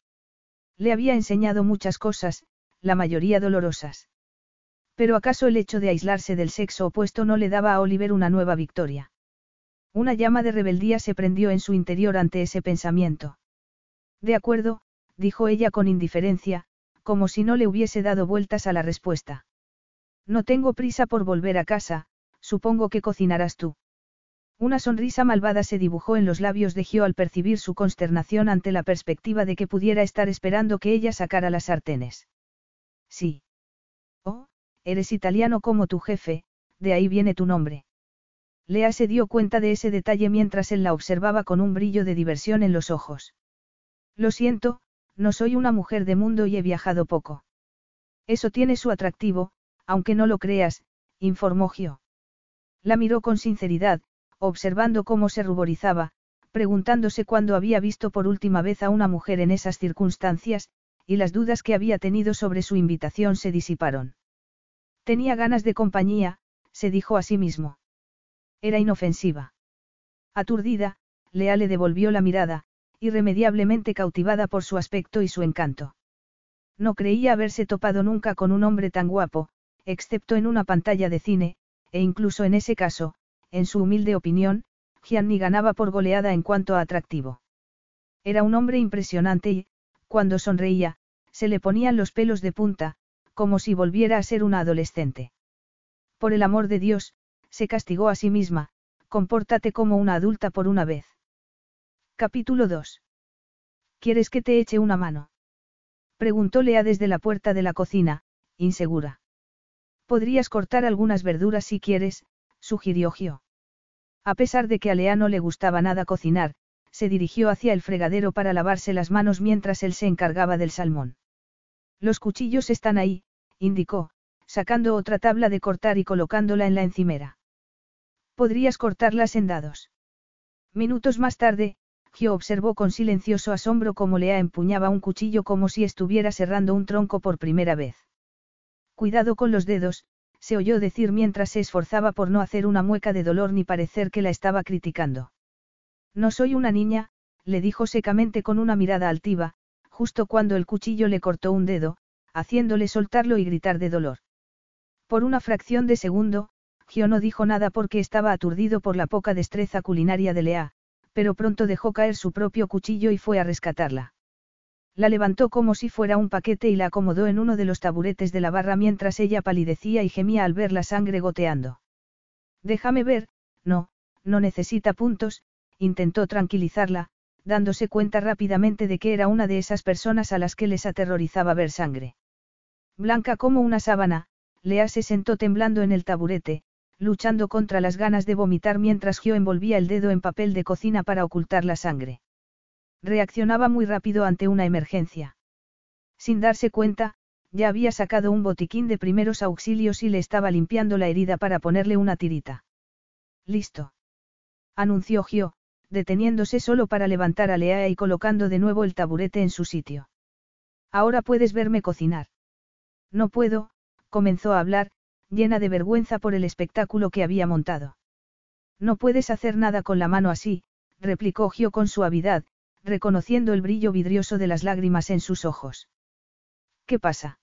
Le había enseñado muchas cosas, la mayoría dolorosas. Pero ¿acaso el hecho de aislarse del sexo opuesto no le daba a Oliver una nueva victoria? Una llama de rebeldía se prendió en su interior ante ese pensamiento. De acuerdo, dijo ella con indiferencia, como si no le hubiese dado vueltas a la respuesta. No tengo prisa por volver a casa, supongo que cocinarás tú. Una sonrisa malvada se dibujó en los labios de Gio al percibir su consternación ante la perspectiva de que pudiera estar esperando que ella sacara las sartenes. Sí. Oh, eres italiano como tu jefe, de ahí viene tu nombre. Lea se dio cuenta de ese detalle mientras él la observaba con un brillo de diversión en los ojos. Lo siento, no soy una mujer de mundo y he viajado poco. Eso tiene su atractivo, aunque no lo creas, informó Gio. La miró con sinceridad, observando cómo se ruborizaba, preguntándose cuándo había visto por última vez a una mujer en esas circunstancias, y las dudas que había tenido sobre su invitación se disiparon. Tenía ganas de compañía, se dijo a sí mismo. Era inofensiva. Aturdida, Lea le devolvió la mirada, irremediablemente cautivada por su aspecto y su encanto. No creía haberse topado nunca con un hombre tan guapo, excepto en una pantalla de cine, e incluso en ese caso, en su humilde opinión, Gianni ganaba por goleada en cuanto a atractivo. Era un hombre impresionante y, cuando sonreía, se le ponían los pelos de punta, como si volviera a ser una adolescente. Por el amor de Dios, se castigó a sí misma, compórtate como una adulta por una vez. Capítulo 2. ¿Quieres que te eche una mano? Preguntó Lea desde la puerta de la cocina, insegura. Podrías cortar algunas verduras si quieres, sugirió Gio. A pesar de que a Lea no le gustaba nada cocinar, se dirigió hacia el fregadero para lavarse las manos mientras él se encargaba del salmón. Los cuchillos están ahí, indicó, sacando otra tabla de cortar y colocándola en la encimera. Podrías cortarlas en dados. Minutos más tarde, Gio observó con silencioso asombro cómo Lea empuñaba un cuchillo como si estuviera serrando un tronco por primera vez. Cuidado con los dedos, se oyó decir mientras se esforzaba por no hacer una mueca de dolor ni parecer que la estaba criticando. No soy una niña, le dijo secamente con una mirada altiva, justo cuando el cuchillo le cortó un dedo, haciéndole soltarlo y gritar de dolor. Por una fracción de segundo, Gio no dijo nada porque estaba aturdido por la poca destreza culinaria de Lea, pero pronto dejó caer su propio cuchillo y fue a rescatarla. La levantó como si fuera un paquete y la acomodó en uno de los taburetes de la barra mientras ella palidecía y gemía al ver la sangre goteando. Déjame ver, no necesita puntos, intentó tranquilizarla, dándose cuenta rápidamente de que era una de esas personas a las que les aterrorizaba ver sangre. Blanca como una sábana, Lea se sentó temblando en el taburete, luchando contra las ganas de vomitar mientras Gio envolvía el dedo en papel de cocina para ocultar la sangre. Reaccionaba muy rápido ante una emergencia. Sin darse cuenta, Ya había sacado un botiquín de primeros auxilios y le estaba limpiando la herida para ponerle una tirita. Listo. Anunció Gio, deteniéndose solo para levantar a Lea y colocando de nuevo el taburete en su sitio. Ahora puedes verme cocinar. No puedo, comenzó a hablar, llena de vergüenza por el espectáculo que había montado. No puedes hacer nada con la mano así, replicó Gio con suavidad, reconociendo el brillo vidrioso de las lágrimas en sus ojos. ¿Qué pasa?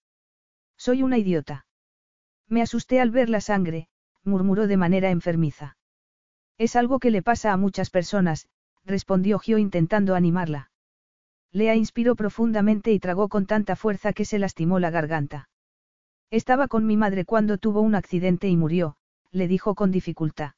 Soy una idiota. Me asusté al ver la sangre, murmuró de manera enfermiza. Es algo que le pasa a muchas personas, respondió Gio intentando animarla. Lea inspiró profundamente y tragó con tanta fuerza que se lastimó la garganta. Estaba con mi madre cuando tuvo un accidente y murió, le dijo con dificultad.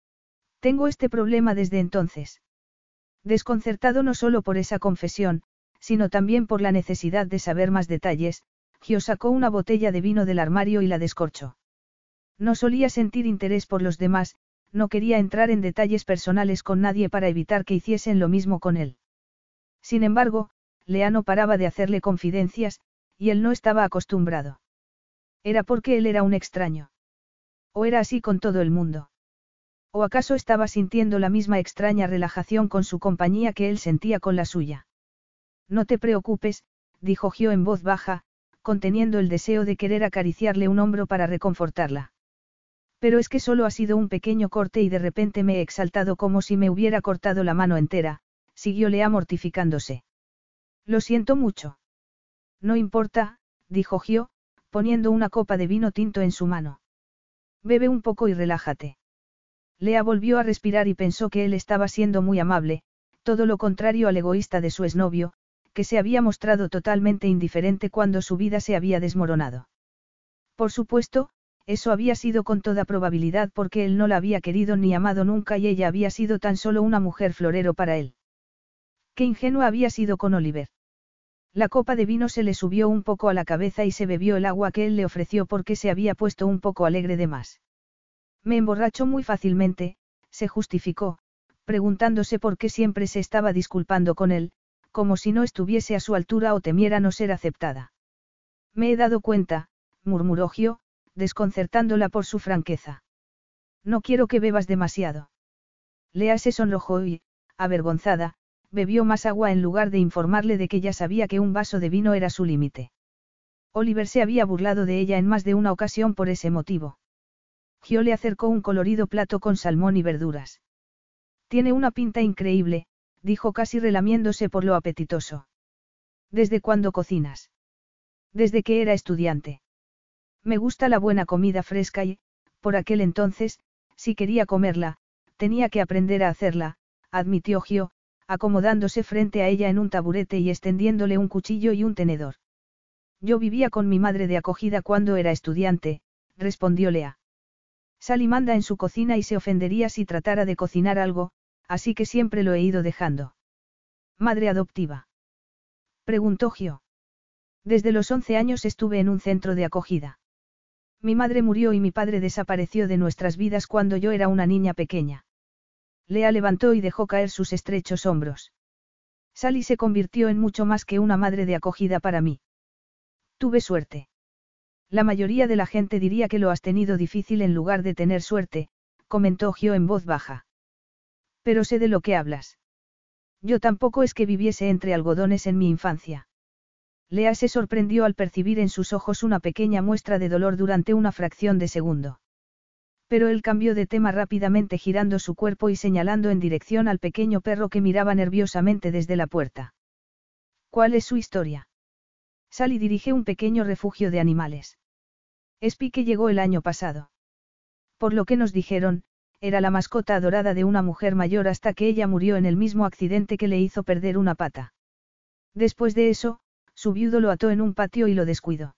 Tengo este problema desde entonces. Desconcertado no solo por esa confesión, sino también por la necesidad de saber más detalles, Gio sacó una botella de vino del armario y la descorchó. No solía sentir interés por los demás, no quería entrar en detalles personales con nadie para evitar que hiciesen lo mismo con él. Sin embargo, Lea no paraba de hacerle confidencias, y él no estaba acostumbrado. ¿Era porque él era un extraño? ¿O era así con todo el mundo? ¿O acaso estaba sintiendo la misma extraña relajación con su compañía que él sentía con la suya? No te preocupes, dijo Gio en voz baja, conteniendo el deseo de querer acariciarle un hombro para reconfortarla. Pero es que solo ha sido un pequeño corte y de repente me he exaltado como si me hubiera cortado la mano entera, siguió Lea mortificándose. Lo siento mucho. No importa, dijo Gio, poniendo una copa de vino tinto en su mano. Bebe un poco y relájate. Lea volvió a respirar y pensó que él estaba siendo muy amable, todo lo contrario al egoísta de su exnovio, que se había mostrado totalmente indiferente cuando su vida se había desmoronado. Por supuesto, eso había sido con toda probabilidad porque él no la había querido ni amado nunca y ella había sido tan solo una mujer florero para él. Qué ingenua había sido con Oliver. La copa de vino se le subió un poco a la cabeza y se bebió el agua que él le ofreció porque se había puesto un poco alegre de más. Me emborracho muy fácilmente, se justificó, preguntándose por qué siempre se estaba disculpando con él, como si no estuviese a su altura o temiera no ser aceptada. Me he dado cuenta, murmuró Gio, desconcertándola por su franqueza. No quiero que bebas demasiado. Lea se sonrojó y, avergonzada, bebió más agua en lugar de informarle de que ya sabía que un vaso de vino era su límite. Oliver se había burlado de ella en más de una ocasión por ese motivo. Gio le acercó un colorido plato con salmón y verduras. Tiene una pinta increíble, dijo casi relamiéndose por lo apetitoso. ¿Desde cuándo cocinas? Desde que era estudiante. Me gusta la buena comida fresca y, por aquel entonces, si quería comerla, tenía que aprender a hacerla, admitió Gio, acomodándose frente a ella en un taburete y extendiéndole un cuchillo y un tenedor. Yo vivía con mi madre de acogida cuando era estudiante, respondió Lea. Sally manda en su cocina y se ofendería si tratara de cocinar algo, así que siempre lo he ido dejando. ¿Madre adoptiva? Preguntó Gio. Desde los 11 años estuve en un centro de acogida. Mi madre murió y mi padre desapareció de nuestras vidas cuando yo era una niña pequeña. Lea levantó y dejó caer sus estrechos hombros. Sally se convirtió en mucho más que una madre de acogida para mí. Tuve suerte. La mayoría de la gente diría que lo has tenido difícil en lugar de tener suerte, comentó Gio en voz baja. Pero sé de lo que hablas. Yo tampoco es que viviese entre algodones en mi infancia. Lea se sorprendió al percibir en sus ojos una pequeña muestra de dolor durante una fracción de segundo. Pero él cambió de tema rápidamente girando su cuerpo y señalando en dirección al pequeño perro que miraba nerviosamente desde la puerta. ¿Cuál es su historia? Sally dirige un pequeño refugio de animales. Spike llegó el año pasado. Por lo que nos dijeron, era la mascota adorada de una mujer mayor hasta que ella murió en el mismo accidente que le hizo perder una pata. Después de eso, su viudo lo ató en un patio y lo descuidó.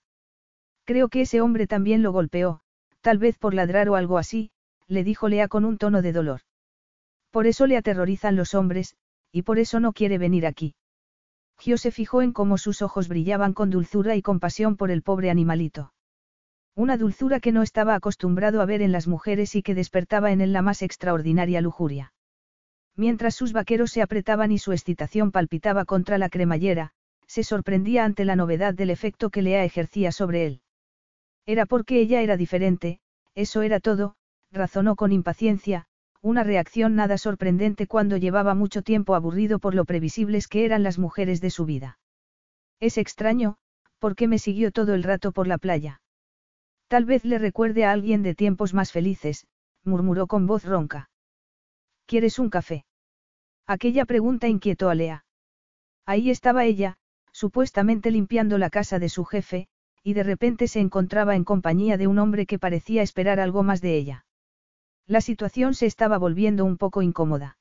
Creo que ese hombre también lo golpeó, tal vez por ladrar o algo así, le dijo Lea con un tono de dolor. Por eso le aterrorizan los hombres, y por eso no quiere venir aquí. Gio se fijó en cómo sus ojos brillaban con dulzura y compasión por el pobre animalito. Una dulzura que no estaba acostumbrado a ver en las mujeres y que despertaba en él la más extraordinaria lujuria. Mientras sus vaqueros se apretaban y su excitación palpitaba contra la cremallera, se sorprendía ante la novedad del efecto que Lea ejercía sobre él. Era porque ella era diferente, eso era todo, razonó con impaciencia, una reacción nada sorprendente cuando llevaba mucho tiempo aburrido por lo previsibles que eran las mujeres de su vida. Es extraño, porque me siguió todo el rato por la playa. Tal vez le recuerde a alguien de tiempos más felices, murmuró con voz ronca. ¿Quieres un café? Aquella pregunta inquietó a Lea. Ahí estaba ella, supuestamente limpiando la casa de su jefe, y de repente se encontraba en compañía de un hombre que parecía esperar algo más de ella. La situación se estaba volviendo un poco incómoda.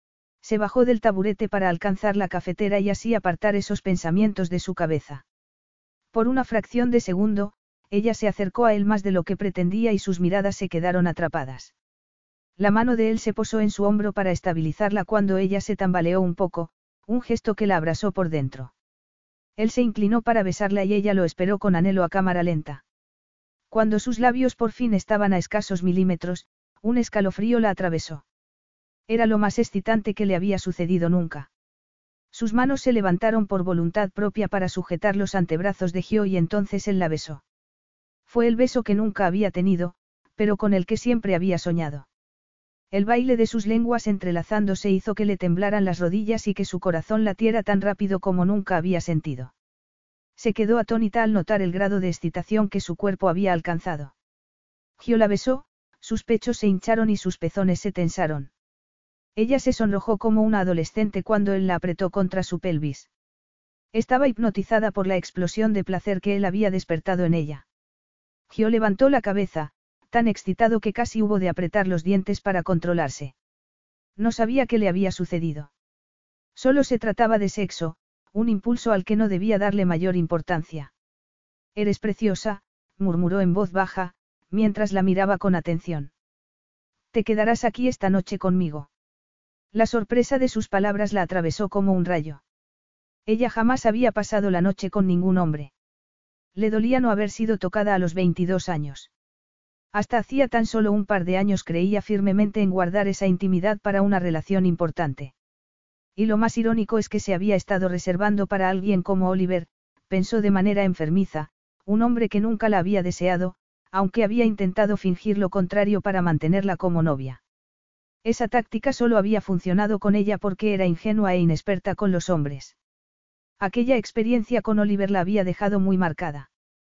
Se bajó del taburete para alcanzar la cafetera y así apartar esos pensamientos de su cabeza. Por una fracción de segundo, ella se acercó a él más de lo que pretendía y sus miradas se quedaron atrapadas. La mano de él se posó en su hombro para estabilizarla cuando ella se tambaleó un poco, un gesto que la abrasó por dentro. Él se inclinó para besarla y ella lo esperó con anhelo a cámara lenta. Cuando sus labios por fin estaban a escasos milímetros, un escalofrío la atravesó. Era lo más excitante que le había sucedido nunca. Sus manos se levantaron por voluntad propia para sujetar los antebrazos de Gio y entonces él la besó. Fue el beso que nunca había tenido, pero con el que siempre había soñado. El baile de sus lenguas entrelazándose hizo que le temblaran las rodillas y que su corazón latiera tan rápido como nunca había sentido. Se quedó atónita al notar el grado de excitación que su cuerpo había alcanzado. Gio la besó, sus pechos se hincharon y sus pezones se tensaron. Ella se sonrojó como una adolescente cuando él la apretó contra su pelvis. Estaba hipnotizada por la explosión de placer que él había despertado en ella. Gio levantó la cabeza, tan excitado que casi hubo de apretar los dientes para controlarse. No sabía qué le había sucedido. Solo se trataba de sexo, un impulso al que no debía darle mayor importancia. Eres preciosa, murmuró en voz baja, mientras la miraba con atención. ¿Te quedarás aquí esta noche conmigo? La sorpresa de sus palabras la atravesó como un rayo. Ella jamás había pasado la noche con ningún hombre. Le dolía no haber sido tocada a los 22 años. Hasta hacía tan solo un par de años creía firmemente en guardar esa intimidad para una relación importante. Y lo más irónico es que se había estado reservando para alguien como Oliver, pensó de manera enfermiza, un hombre que nunca la había deseado, aunque había intentado fingir lo contrario para mantenerla como novia. Esa táctica solo había funcionado con ella porque era ingenua e inexperta con los hombres. Aquella experiencia con Oliver la había dejado muy marcada.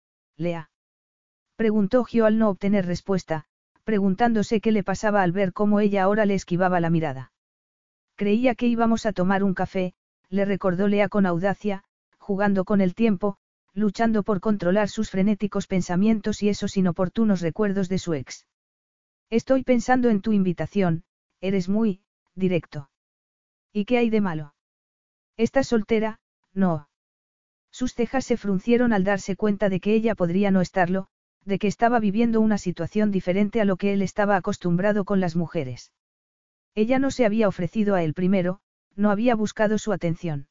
Lea. Preguntó Gio al no obtener respuesta, preguntándose qué le pasaba al ver cómo ella ahora le esquivaba la mirada. Creía que íbamos a tomar un café, le recordó Lea con audacia, jugando con el tiempo, luchando por controlar sus frenéticos pensamientos y esos inoportunos recuerdos de su ex. Estoy pensando en tu invitación, eres muy, directo. ¿Y qué hay de malo? ¿Estás soltera? No. Sus cejas se fruncieron al darse cuenta de que ella podría no estarlo, de que estaba viviendo una situación diferente a lo que él estaba acostumbrado con las mujeres. Ella no se había ofrecido a él primero, no había buscado su atención.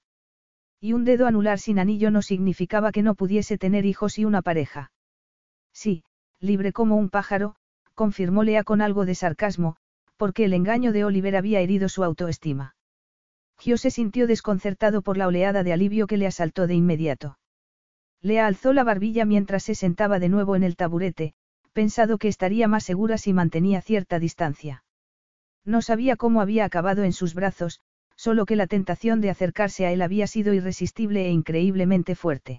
Y un dedo anular sin anillo no significaba que no pudiese tener hijos y una pareja. Sí, libre como un pájaro, confirmó Lea con algo de sarcasmo, porque el engaño de Oliver había herido su autoestima. Gio se sintió desconcertado por la oleada de alivio que le asaltó de inmediato. Lea alzó la barbilla mientras se sentaba de nuevo en el taburete, pensado que estaría más segura si mantenía cierta distancia. No sabía cómo había acabado en sus brazos, solo que la tentación de acercarse a él había sido irresistible e increíblemente fuerte.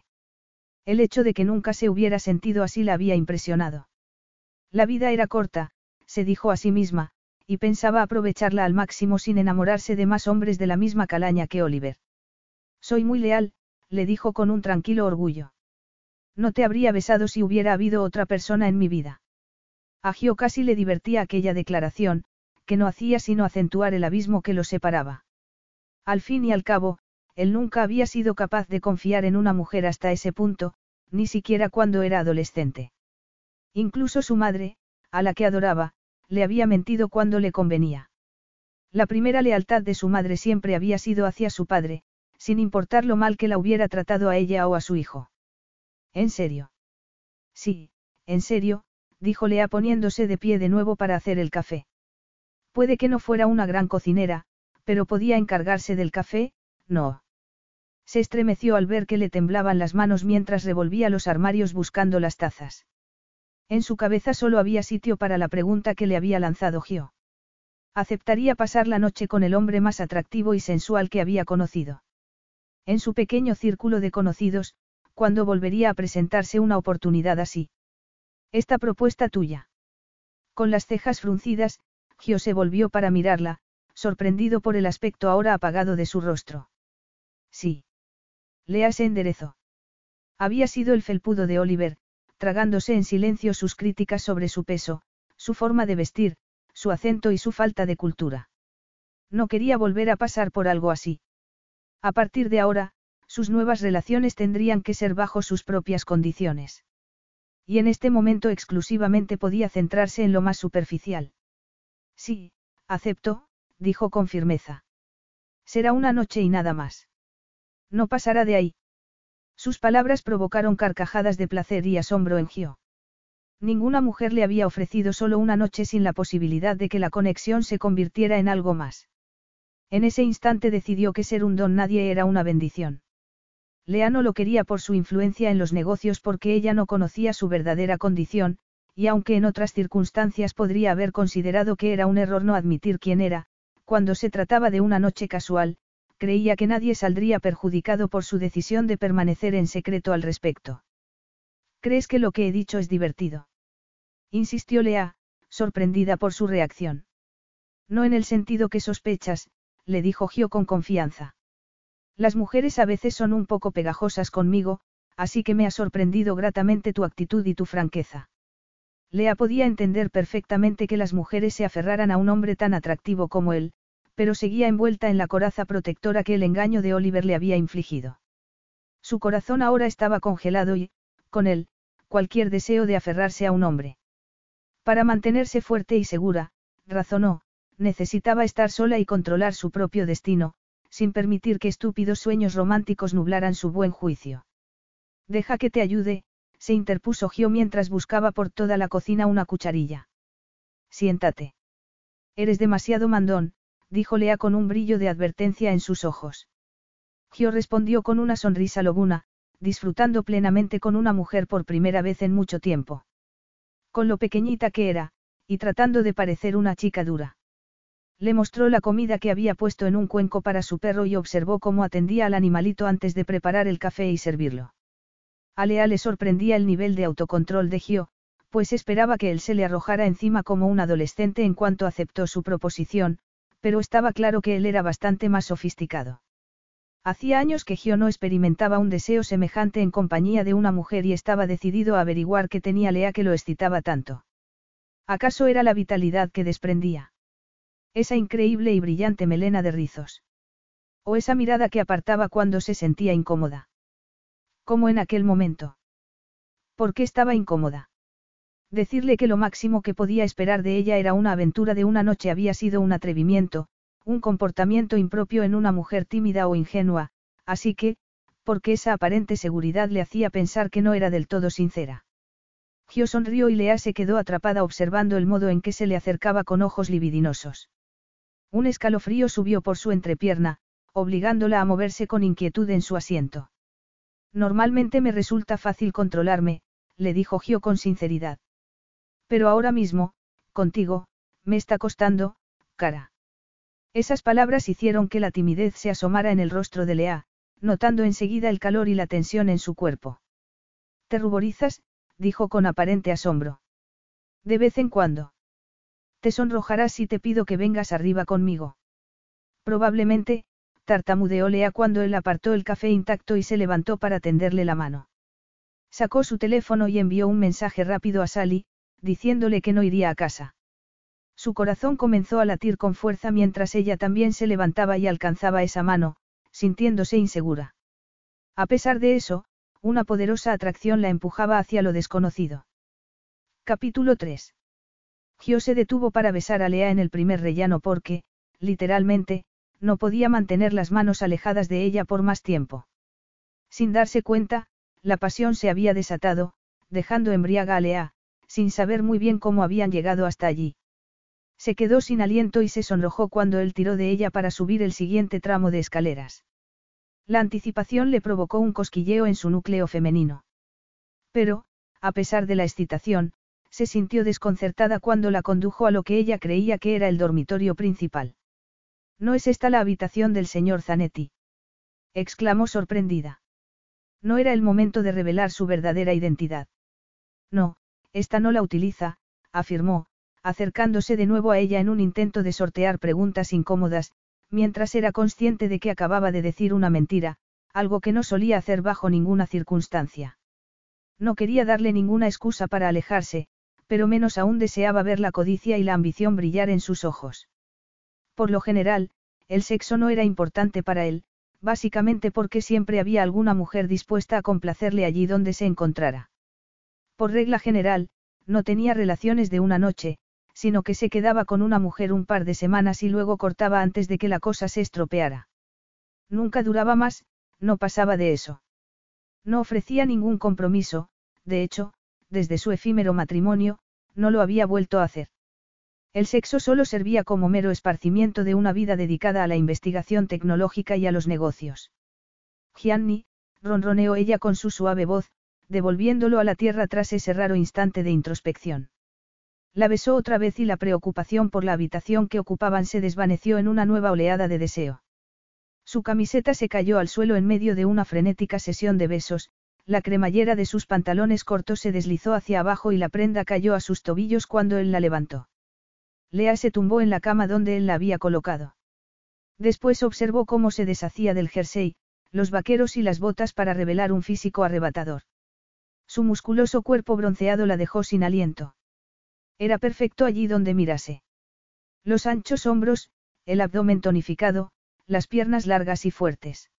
El hecho de que nunca se hubiera sentido así la había impresionado. La vida era corta, se dijo a sí misma, y pensaba aprovecharla al máximo sin enamorarse de más hombres de la misma calaña que Oliver. Soy muy leal, le dijo con un tranquilo orgullo. No te habría besado si hubiera habido otra persona en mi vida. A Gio casi le divertía aquella declaración, que no hacía sino acentuar el abismo que los separaba. Al fin y al cabo, él nunca había sido capaz de confiar en una mujer hasta ese punto, ni siquiera cuando era adolescente. Incluso su madre, a la que adoraba, le había mentido cuando le convenía. La primera lealtad de su madre siempre había sido hacia su padre, sin importar lo mal que la hubiera tratado a ella o a su hijo. ¿En serio? Sí, en serio, dijo Lea poniéndose de pie de nuevo para hacer el café. Puede que no fuera una gran cocinera, pero podía encargarse del café, ¿no? Se estremeció al ver que le temblaban las manos mientras revolvía los armarios buscando las tazas. En su cabeza solo había sitio para la pregunta que le había lanzado Gio. ¿Aceptaría pasar la noche con el hombre más atractivo y sensual que había conocido? En su pequeño círculo de conocidos, ¿cuándo volvería a presentarse una oportunidad así? Esta propuesta tuya. Con las cejas fruncidas, Gio se volvió para mirarla, sorprendido por el aspecto ahora apagado de su rostro. Sí. Lea se enderezó. Había sido el felpudo de Oliver, tragándose en silencio sus críticas sobre su peso, su forma de vestir, su acento y su falta de cultura. No quería volver a pasar por algo así. A partir de ahora, sus nuevas relaciones tendrían que ser bajo sus propias condiciones. Y en este momento exclusivamente podía centrarse en lo más superficial. Sí, acepto, dijo con firmeza. Será una noche y nada más. No pasará de ahí. Sus palabras provocaron carcajadas de placer y asombro en Gio. Ninguna mujer le había ofrecido solo una noche sin la posibilidad de que la conexión se convirtiera en algo más. En ese instante decidió que ser un don nadie era una bendición. Lea no lo quería por su influencia en los negocios porque ella no conocía su verdadera condición, y aunque en otras circunstancias podría haber considerado que era un error no admitir quién era, cuando se trataba de una noche casual, creía que nadie saldría perjudicado por su decisión de permanecer en secreto al respecto. ¿Crees que lo que he dicho es divertido? Insistió Lea, sorprendida por su reacción. No en el sentido que sospechas, le dijo Gio con confianza. Las mujeres a veces son un poco pegajosas conmigo, así que me ha sorprendido gratamente tu actitud y tu franqueza. Lea podía entender perfectamente que las mujeres se aferraran a un hombre tan atractivo como él, pero seguía envuelta en la coraza protectora que el engaño de Oliver le había infligido. Su corazón ahora estaba congelado y, con él, cualquier deseo de aferrarse a un hombre. Para mantenerse fuerte y segura, razonó, necesitaba estar sola y controlar su propio destino, sin permitir que estúpidos sueños románticos nublaran su buen juicio. Deja que te ayude, se interpuso Gio mientras buscaba por toda la cocina una cucharilla. Siéntate. Eres demasiado mandón, dijo Lea con un brillo de advertencia en sus ojos. Gio respondió con una sonrisa lobuna, disfrutando plenamente con una mujer por primera vez en mucho tiempo. Con lo pequeñita que era, y tratando de parecer una chica dura. Le mostró la comida que había puesto en un cuenco para su perro y observó cómo atendía al animalito antes de preparar el café y servirlo. A Lea le sorprendía el nivel de autocontrol de Gio, pues esperaba que él se le arrojara encima como un adolescente en cuanto aceptó su proposición, pero estaba claro que él era bastante más sofisticado. Hacía años que Gio no experimentaba un deseo semejante en compañía de una mujer y estaba decidido a averiguar qué tenía Lea que lo excitaba tanto. ¿Acaso era la vitalidad que desprendía? Esa increíble y brillante melena de rizos. O esa mirada que apartaba cuando se sentía incómoda. Como en aquel momento. ¿Por qué estaba incómoda? Decirle que lo máximo que podía esperar de ella era una aventura de una noche había sido un atrevimiento, un comportamiento impropio en una mujer tímida o ingenua, así que, porque esa aparente seguridad le hacía pensar que no era del todo sincera. Gio sonrió y Lea se quedó atrapada observando el modo en que se le acercaba con ojos libidinosos. Un escalofrío subió por su entrepierna, obligándola a moverse con inquietud en su asiento. Normalmente me resulta fácil controlarme, le dijo Gio con sinceridad. Pero ahora mismo, contigo, me está costando, cara. Esas palabras hicieron que la timidez se asomara en el rostro de Lea, notando enseguida el calor y la tensión en su cuerpo. ¿Te ruborizas?, dijo con aparente asombro. De vez en cuando. Te sonrojarás si te pido que vengas arriba conmigo. Probablemente, tartamudeó Lea cuando él apartó el café intacto y se levantó para tenderle la mano. Sacó su teléfono y envió un mensaje rápido a Sally, diciéndole que no iría a casa. Su corazón comenzó a latir con fuerza mientras ella también se levantaba y alcanzaba esa mano, sintiéndose insegura. A pesar de eso, una poderosa atracción la empujaba hacia lo desconocido. Capítulo 3. Gio se detuvo para besar a Lea en el primer rellano porque, literalmente, no podía mantener las manos alejadas de ella por más tiempo. Sin darse cuenta, la pasión se había desatado, dejando embriaga a Lea, sin saber muy bien cómo habían llegado hasta allí. Se quedó sin aliento y se sonrojó cuando él tiró de ella para subir el siguiente tramo de escaleras. La anticipación le provocó un cosquilleo en su núcleo femenino. Pero, a pesar de la excitación, se sintió desconcertada cuando la condujo a lo que ella creía que era el dormitorio principal. ¿No es esta la habitación del señor Zanetti?, exclamó sorprendida. No era el momento de revelar su verdadera identidad. No, esta no la utiliza, afirmó, acercándose de nuevo a ella en un intento de sortear preguntas incómodas, mientras era consciente de que acababa de decir una mentira, algo que no solía hacer bajo ninguna circunstancia. No quería darle ninguna excusa para alejarse, pero menos aún deseaba ver la codicia y la ambición brillar en sus ojos. Por lo general, el sexo no era importante para él, básicamente porque siempre había alguna mujer dispuesta a complacerle allí donde se encontrara. Por regla general, no tenía relaciones de una noche, sino que se quedaba con una mujer un par de semanas y luego cortaba antes de que la cosa se estropeara. Nunca duraba más, no pasaba de eso. No ofrecía ningún compromiso, de hecho, desde su efímero matrimonio, no lo había vuelto a hacer. El sexo solo servía como mero esparcimiento de una vida dedicada a la investigación tecnológica y a los negocios. Gianni, ronroneó ella con su suave voz, devolviéndolo a la tierra tras ese raro instante de introspección. La besó otra vez y la preocupación por la habitación que ocupaban se desvaneció en una nueva oleada de deseo. Su camiseta se cayó al suelo en medio de una frenética sesión de besos, la cremallera de sus pantalones cortos se deslizó hacia abajo y la prenda cayó a sus tobillos cuando él la levantó. Lea se tumbó en la cama donde él la había colocado. Después observó cómo se deshacía del jersey, los vaqueros y las botas para revelar un físico arrebatador. Su musculoso cuerpo bronceado la dejó sin aliento. Era perfecto allí donde mirase. Los anchos hombros, el abdomen tonificado, las piernas largas y fuertes.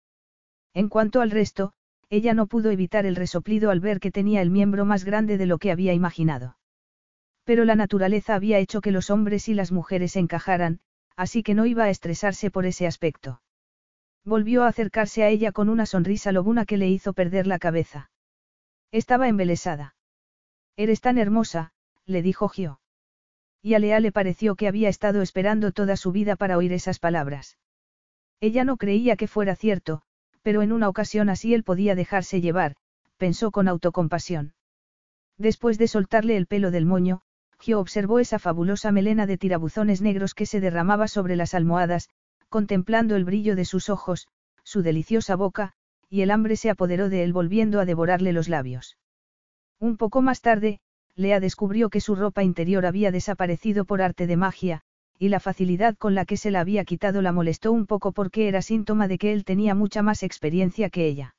En cuanto al resto, ella no pudo evitar el resoplido al ver que tenía el miembro más grande de lo que había imaginado. Pero la naturaleza había hecho que los hombres y las mujeres encajaran, así que no iba a estresarse por ese aspecto. Volvió a acercarse a ella con una sonrisa lobuna que le hizo perder la cabeza. Estaba embelesada. Eres tan hermosa, le dijo Gio. Y a Lea le pareció que había estado esperando toda su vida para oír esas palabras. Ella no creía que fuera cierto, pero en una ocasión así él podía dejarse llevar, pensó con autocompasión. Después de soltarle el pelo del moño, Gio observó esa fabulosa melena de tirabuzones negros que se derramaba sobre las almohadas, contemplando el brillo de sus ojos, su deliciosa boca, y el hambre se apoderó de él volviendo a devorarle los labios. Un poco más tarde, Lea descubrió que su ropa interior había desaparecido por arte de magia, y la facilidad con la que se la había quitado la molestó un poco porque era síntoma de que él tenía mucha más experiencia que ella.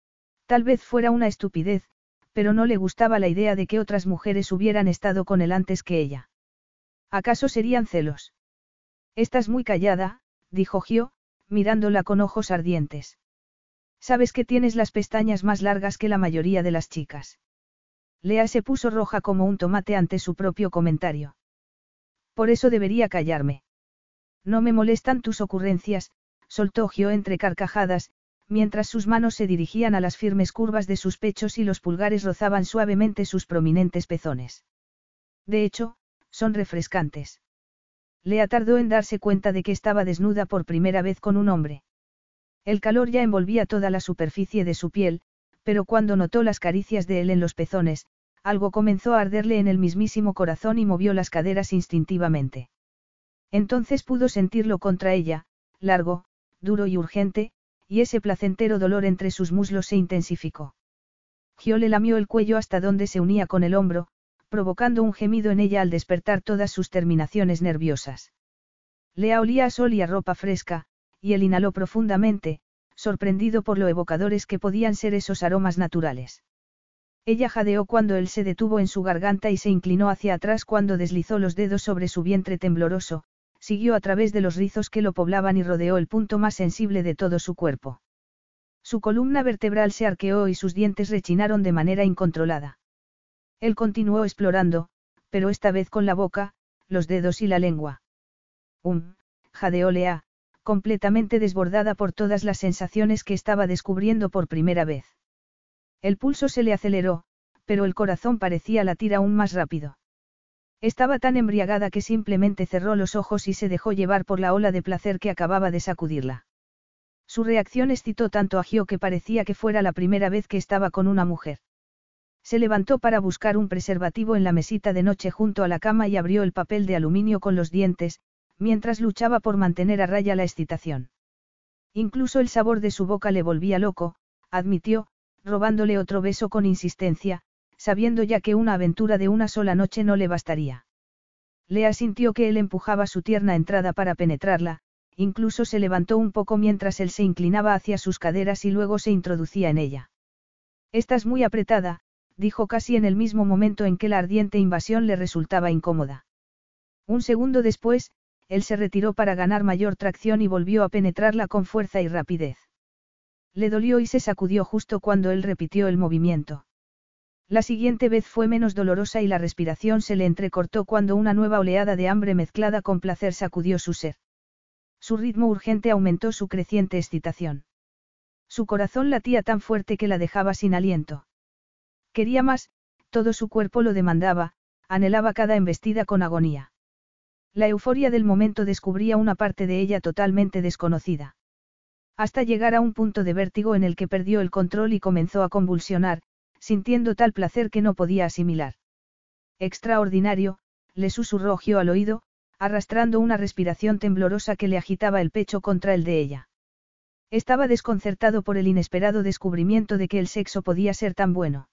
Tal vez fuera una estupidez, pero no le gustaba la idea de que otras mujeres hubieran estado con él antes que ella. ¿Acaso serían celos? Estás muy callada, dijo Gio, mirándola con ojos ardientes. Sabes que tienes las pestañas más largas que la mayoría de las chicas. Lea se puso roja como un tomate ante su propio comentario. Por eso debería callarme. No me molestan tus ocurrencias, soltó Gio entre carcajadas, mientras sus manos se dirigían a las firmes curvas de sus pechos y los pulgares rozaban suavemente sus prominentes pezones. De hecho, son refrescantes. Lea tardó en darse cuenta de que estaba desnuda por primera vez con un hombre. El calor ya envolvía toda la superficie de su piel, pero cuando notó las caricias de él en los pezones, algo comenzó a arderle en el mismísimo corazón y movió las caderas instintivamente. Entonces pudo sentirlo contra ella, largo, duro y urgente, y ese placentero dolor entre sus muslos se intensificó. Gio le lamió el cuello hasta donde se unía con el hombro, provocando un gemido en ella al despertar todas sus terminaciones nerviosas. Lea olía a sol y a ropa fresca, y él inhaló profundamente, sorprendido por lo evocadores que podían ser esos aromas naturales. Ella jadeó cuando él se detuvo en su garganta y se inclinó hacia atrás cuando deslizó los dedos sobre su vientre tembloroso, siguió a través de los rizos que lo poblaban y rodeó el punto más sensible de todo su cuerpo. Su columna vertebral se arqueó y sus dientes rechinaron de manera incontrolada. Él continuó explorando, pero esta vez con la boca, los dedos y la lengua. Jadeó Lea, completamente desbordada por todas las sensaciones que estaba descubriendo por primera vez. El pulso se le aceleró, pero el corazón parecía latir aún más rápido. Estaba tan embriagada que simplemente cerró los ojos y se dejó llevar por la ola de placer que acababa de sacudirla. Su reacción excitó tanto a Gio que parecía que fuera la primera vez que estaba con una mujer. Se levantó para buscar un preservativo en la mesita de noche junto a la cama y abrió el papel de aluminio con los dientes, mientras luchaba por mantener a raya la excitación. Incluso el sabor de su boca le volvía loco, admitió, robándole otro beso con insistencia, sabiendo ya que una aventura de una sola noche no le bastaría. Lea sintió que él empujaba su tierna entrada para penetrarla, incluso se levantó un poco mientras él se inclinaba hacia sus caderas y luego se introducía en ella. «Estás muy apretada», dijo casi en el mismo momento en que la ardiente invasión le resultaba incómoda. Un segundo después, él se retiró para ganar mayor tracción y volvió a penetrarla con fuerza y rapidez. Le dolió y se sacudió justo cuando él repitió el movimiento. La siguiente vez fue menos dolorosa y la respiración se le entrecortó cuando una nueva oleada de hambre mezclada con placer sacudió su ser. Su ritmo urgente aumentó su creciente excitación. Su corazón latía tan fuerte que la dejaba sin aliento. Quería más, todo su cuerpo lo demandaba, anhelaba cada embestida con agonía. La euforia del momento descubría una parte de ella totalmente desconocida. Hasta llegar a un punto de vértigo en el que perdió el control y comenzó a convulsionar, sintiendo tal placer que no podía asimilar. «Extraordinario», le susurró Gio al oído, arrastrando una respiración temblorosa que le agitaba el pecho contra el de ella. Estaba desconcertado por el inesperado descubrimiento de que el sexo podía ser tan bueno.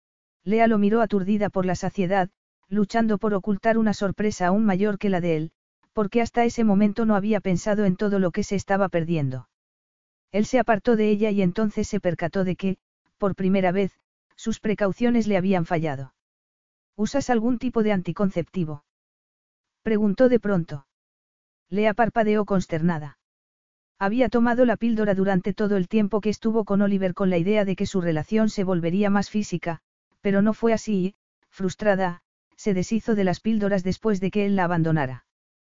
Lea lo miró aturdida por la saciedad, luchando por ocultar una sorpresa aún mayor que la de él, porque hasta ese momento no había pensado en todo lo que se estaba perdiendo. Él se apartó de ella y entonces se percató de que, por primera vez, sus precauciones le habían fallado. ¿Usas algún tipo de anticonceptivo?, preguntó de pronto. Lea parpadeó consternada. Había tomado la píldora durante todo el tiempo que estuvo con Oliver con la idea de que su relación se volvería más física, pero no fue así y, frustrada, se deshizo de las píldoras después de que él la abandonara.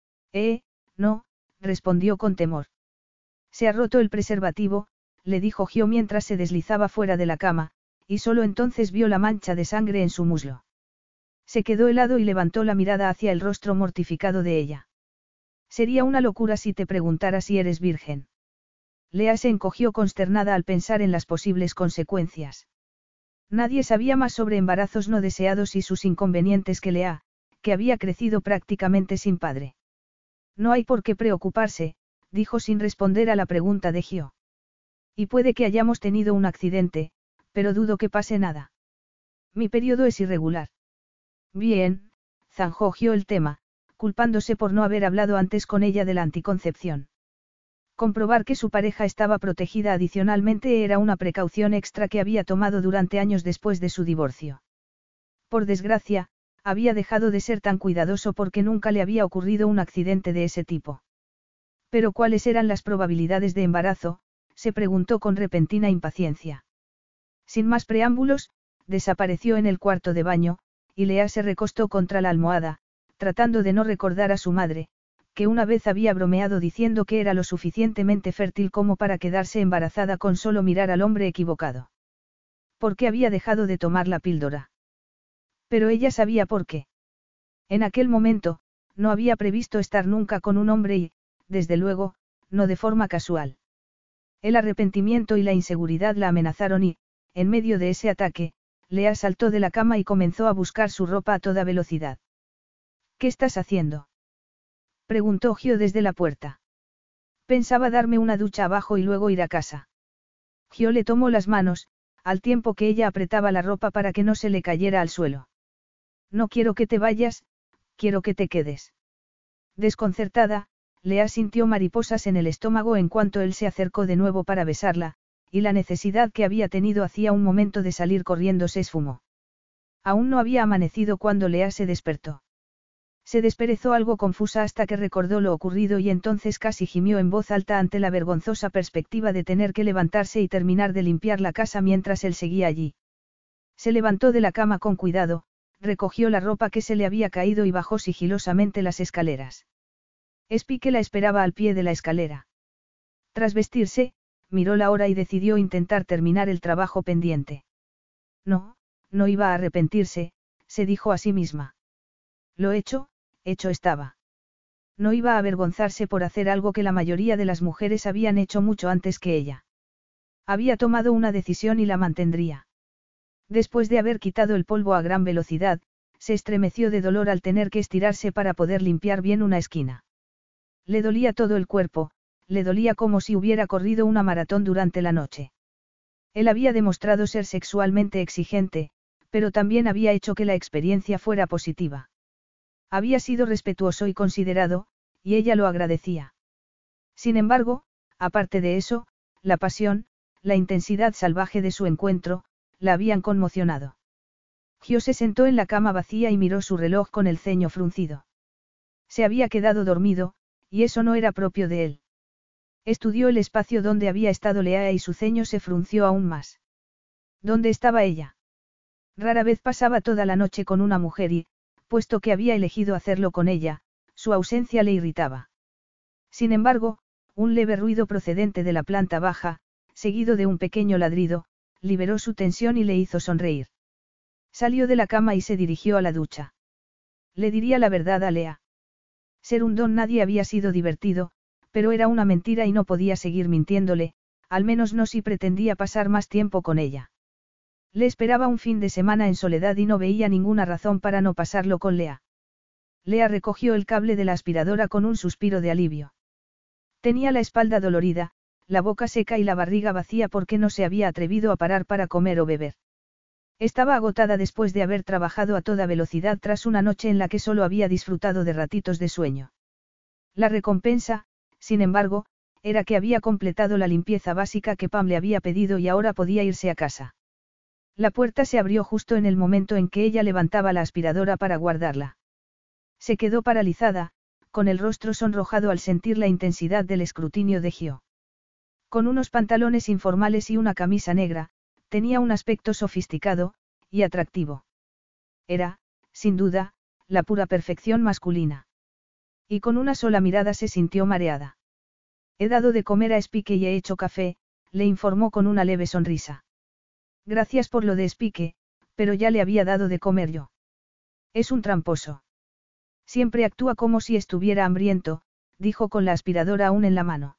No, respondió con temor. Se ha roto el preservativo, le dijo Gio mientras se deslizaba fuera de la cama, y solo entonces vio la mancha de sangre en su muslo. Se quedó helado y levantó la mirada hacia el rostro mortificado de ella. Sería una locura si te preguntara si eres virgen. Lea se encogió consternada al pensar en las posibles consecuencias. Nadie sabía más sobre embarazos no deseados y sus inconvenientes que Lea, que había crecido prácticamente sin padre. No hay por qué preocuparse, dijo sin responder a la pregunta de Gio. Y puede que hayamos tenido un accidente, pero dudo que pase nada. Mi periodo es irregular. Bien, zanjó Gio el tema, culpándose por no haber hablado antes con ella de la anticoncepción. Comprobar que su pareja estaba protegida adicionalmente era una precaución extra que había tomado durante años después de su divorcio. Por desgracia, había dejado de ser tan cuidadoso porque nunca le había ocurrido un accidente de ese tipo. Pero ¿cuáles eran las probabilidades de embarazo?, se preguntó con repentina impaciencia. Sin más preámbulos, desapareció en el cuarto de baño, y Lea se recostó contra la almohada, tratando de no recordar a su madre, que una vez había bromeado diciendo que era lo suficientemente fértil como para quedarse embarazada con solo mirar al hombre equivocado. ¿Por qué había dejado de tomar la píldora? Pero ella sabía por qué. En aquel momento, no había previsto estar nunca con un hombre y, desde luego, no de forma casual. El arrepentimiento y la inseguridad la amenazaron y, en medio de ese ataque, Lea saltó de la cama y comenzó a buscar su ropa a toda velocidad. ¿Qué estás haciendo?, preguntó Gio desde la puerta. Pensaba darme una ducha abajo y luego ir a casa. Gio le tomó las manos, al tiempo que ella apretaba la ropa para que no se le cayera al suelo. No quiero que te vayas, quiero que te quedes. Desconcertada, Lea sintió mariposas en el estómago en cuanto él se acercó de nuevo para besarla, y la necesidad que había tenido hacía un momento de salir corriendo se esfumó. Aún no había amanecido cuando Lea se despertó. Se desperezó algo confusa hasta que recordó lo ocurrido y entonces casi gimió en voz alta ante la vergonzosa perspectiva de tener que levantarse y terminar de limpiar la casa mientras él seguía allí. Se levantó de la cama con cuidado, recogió la ropa que se le había caído y bajó sigilosamente las escaleras. Spique la esperaba al pie de la escalera. Tras vestirse, miró la hora y decidió intentar terminar el trabajo pendiente. No iba a arrepentirse, se dijo a sí misma. Lo hecho estaba. No iba a avergonzarse por hacer algo que la mayoría de las mujeres habían hecho mucho antes que ella. Había tomado una decisión y la mantendría. Después de haber quitado el polvo a gran velocidad, se estremeció de dolor al tener que estirarse para poder limpiar bien una esquina. Le dolía todo el cuerpo, le dolía como si hubiera corrido una maratón durante la noche. Él había demostrado ser sexualmente exigente, pero también había hecho que la experiencia fuera positiva. Había sido respetuoso y considerado, y ella lo agradecía. Sin embargo, aparte de eso, la pasión, la intensidad salvaje de su encuentro, la habían conmocionado. Gio se sentó en la cama vacía y miró su reloj con el ceño fruncido. Se había quedado dormido, y eso no era propio de él. Estudió el espacio donde había estado Lea y su ceño se frunció aún más. ¿Dónde estaba ella? Rara vez pasaba toda la noche con una mujer y, puesto que había elegido hacerlo con ella, su ausencia le irritaba. Sin embargo, un leve ruido procedente de la planta baja, seguido de un pequeño ladrido, liberó su tensión y le hizo sonreír. Salió de la cama y se dirigió a la ducha. Le diría la verdad a Lea. Ser un don nadie había sido divertido, pero era una mentira y no podía seguir mintiéndole, al menos no si pretendía pasar más tiempo con ella. Le esperaba un fin de semana en soledad y no veía ninguna razón para no pasarlo con Lea. Lea recogió el cable de la aspiradora con un suspiro de alivio. Tenía la espalda dolorida, la boca seca y la barriga vacía porque no se había atrevido a parar para comer o beber. Estaba agotada después de haber trabajado a toda velocidad tras una noche en la que solo había disfrutado de ratitos de sueño. La recompensa, sin embargo, era que había completado la limpieza básica que Pam le había pedido y ahora podía irse a casa. La puerta se abrió justo en el momento en que ella levantaba la aspiradora para guardarla. Se quedó paralizada, con el rostro sonrojado al sentir la intensidad del escrutinio de Gio. Con unos pantalones informales y una camisa negra, tenía un aspecto sofisticado, y atractivo. Era, sin duda, la pura perfección masculina. Y con una sola mirada se sintió mareada. He dado de comer a Spike y he hecho café, le informó con una leve sonrisa. Gracias por lo de Spike, pero ya le había dado de comer yo. Es un tramposo. Siempre actúa como si estuviera hambriento, dijo con la aspiradora aún en la mano.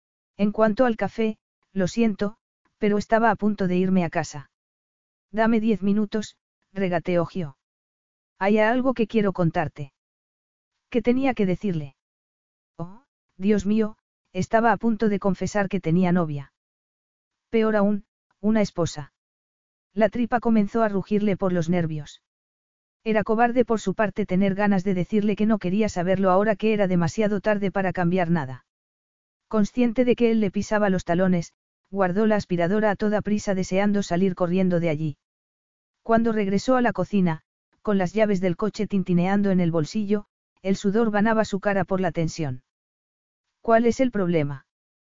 En cuanto al café, lo siento, pero estaba a punto de irme a casa. Dame 10 minutos, regateó Gio. Hay algo que quiero contarte. ¿Qué tenía que decirle? Oh, Dios mío, estaba a punto de confesar que tenía novia. Peor aún, una esposa. La tripa comenzó a rugirle por los nervios. Era cobarde por su parte tener ganas de decirle que no quería saberlo ahora que era demasiado tarde para cambiar nada. Consciente de que él le pisaba los talones, guardó la aspiradora a toda prisa deseando salir corriendo de allí. Cuando regresó a la cocina, con las llaves del coche tintineando en el bolsillo, el sudor banaba su cara por la tensión. ¿Cuál es el problema?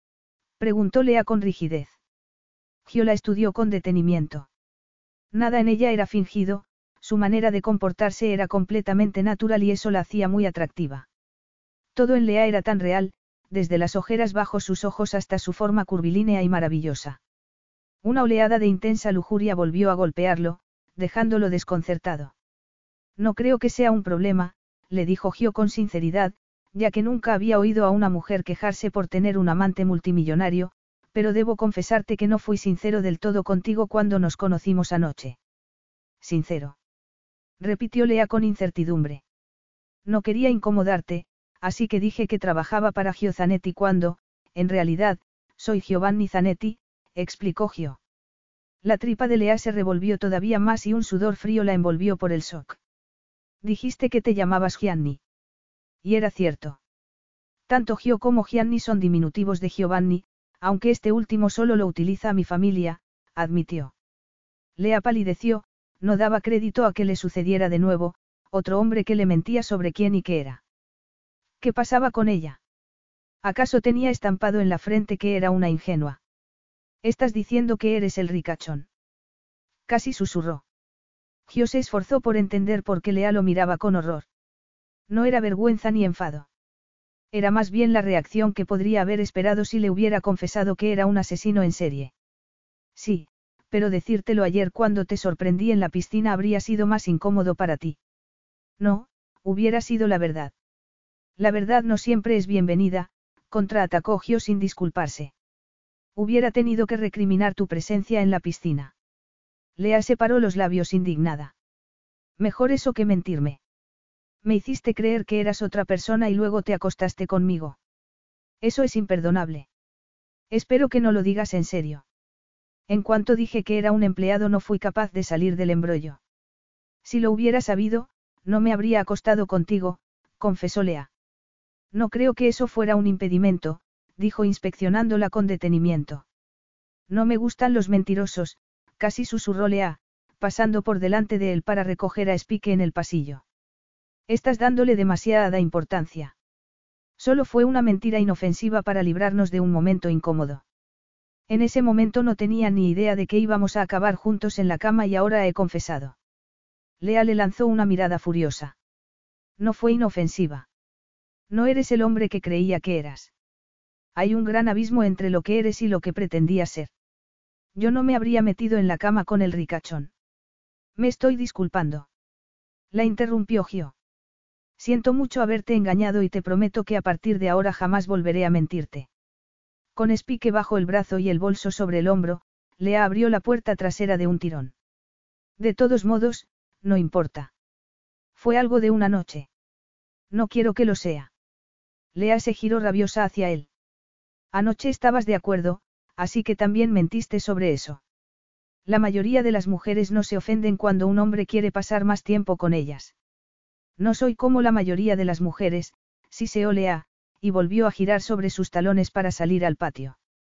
Preguntó Lea con rigidez. Gio la estudió con detenimiento. Nada en ella era fingido, su manera de comportarse era completamente natural y eso la hacía muy atractiva. Todo en Lea era tan real, desde las ojeras bajo sus ojos hasta su forma curvilínea y maravillosa. Una oleada de intensa lujuria volvió a golpearlo, dejándolo desconcertado. No creo que sea un problema, le dijo Gio con sinceridad, ya que nunca había oído a una mujer quejarse por tener un amante multimillonario, pero debo confesarte que no fui sincero del todo contigo cuando nos conocimos anoche. ¿Sincero? Repitió Lea con incertidumbre. No quería incomodarte, así que dije que trabajaba para Gio Zanetti cuando, en realidad, soy Giovanni Zanetti, explicó Gio. La tripa de Lea se revolvió todavía más y un sudor frío la envolvió por el shock. Dijiste que te llamabas Gianni. Y era cierto. Tanto Gio como Gianni son diminutivos de Giovanni, aunque este último solo lo utiliza mi familia, admitió. Lea palideció, no daba crédito a que le sucediera de nuevo, otro hombre que le mentía sobre quién y qué era. ¿Qué pasaba con ella? ¿Acaso tenía estampado en la frente que era una ingenua? ¿Estás diciendo que eres el ricachón? Casi susurró. Gio se esforzó por entender por qué Lea lo miraba con horror. No era vergüenza ni enfado. Era más bien la reacción que podría haber esperado si le hubiera confesado que era un asesino en serie. Sí, pero decírtelo ayer cuando te sorprendí en la piscina habría sido más incómodo para ti. No, hubiera sido la verdad. La verdad no siempre es bienvenida, contraatacó Gio sin disculparse. Hubiera tenido que recriminar tu presencia en la piscina. Lea separó los labios indignada. Mejor eso que mentirme. Me hiciste creer que eras otra persona y luego te acostaste conmigo. Eso es imperdonable. Espero que no lo digas en serio. En cuanto dije que era un empleado no fui capaz de salir del embrollo. Si lo hubiera sabido, no me habría acostado contigo, confesó Lea. No creo que eso fuera un impedimento, dijo inspeccionándola con detenimiento. No me gustan los mentirosos, casi susurró Lea, pasando por delante de él para recoger a Spike en el pasillo. Estás dándole demasiada importancia. Solo fue una mentira inofensiva para librarnos de un momento incómodo. En ese momento no tenía ni idea de que íbamos a acabar juntos en la cama y ahora he confesado. Lea le lanzó una mirada furiosa. No fue inofensiva. No eres el hombre que creía que eras. Hay un gran abismo entre lo que eres y lo que pretendías ser. Yo no me habría metido en la cama con el ricachón. Me estoy disculpando. La interrumpió Gio. Siento mucho haberte engañado y te prometo que a partir de ahora jamás volveré a mentirte. Con Spike bajo el brazo y el bolso sobre el hombro, Lea abrió la puerta trasera de un tirón. De todos modos, no importa. Fue algo de una noche. No quiero que lo sea. Lea se giró rabiosa hacia él. Anoche estabas de acuerdo, así que también mentiste sobre eso. La mayoría de las mujeres no se ofenden cuando un hombre quiere pasar más tiempo con ellas. No soy como la mayoría de las mujeres, siseó Lea, y volvió a girar sobre sus talones para salir al patio.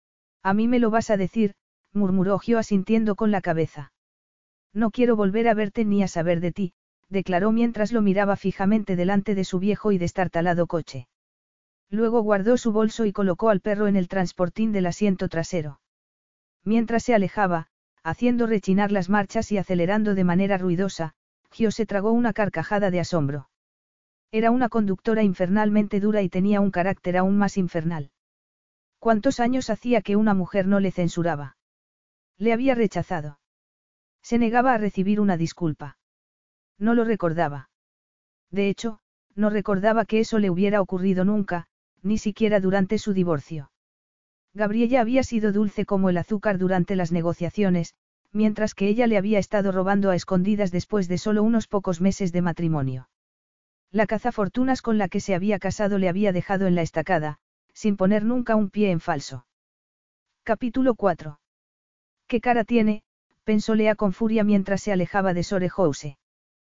A mí me lo vas a decir, murmuró Gio asintiendo con la cabeza. No quiero volver a verte ni a saber de ti, declaró mientras lo miraba fijamente delante de su viejo y destartalado coche. Luego guardó su bolso y colocó al perro en el transportín del asiento trasero. Mientras se alejaba, haciendo rechinar las marchas y acelerando de manera ruidosa, Gio se tragó una carcajada de asombro. Era una conductora infernalmente dura y tenía un carácter aún más infernal. ¿Cuántos años hacía que una mujer no le censuraba? Le había rechazado. Se negaba a recibir una disculpa. No lo recordaba. De hecho, no recordaba que eso le hubiera ocurrido nunca, ni siquiera durante su divorcio. Gabriella había sido dulce como el azúcar durante las negociaciones, mientras que ella le había estado robando a escondidas después de solo unos pocos meses de matrimonio. La cazafortunas con la que se había casado le había dejado en la estacada, sin poner nunca un pie en falso. Capítulo 4. ¿Qué cara tiene?, pensó Lea con furia mientras se alejaba de Sore House.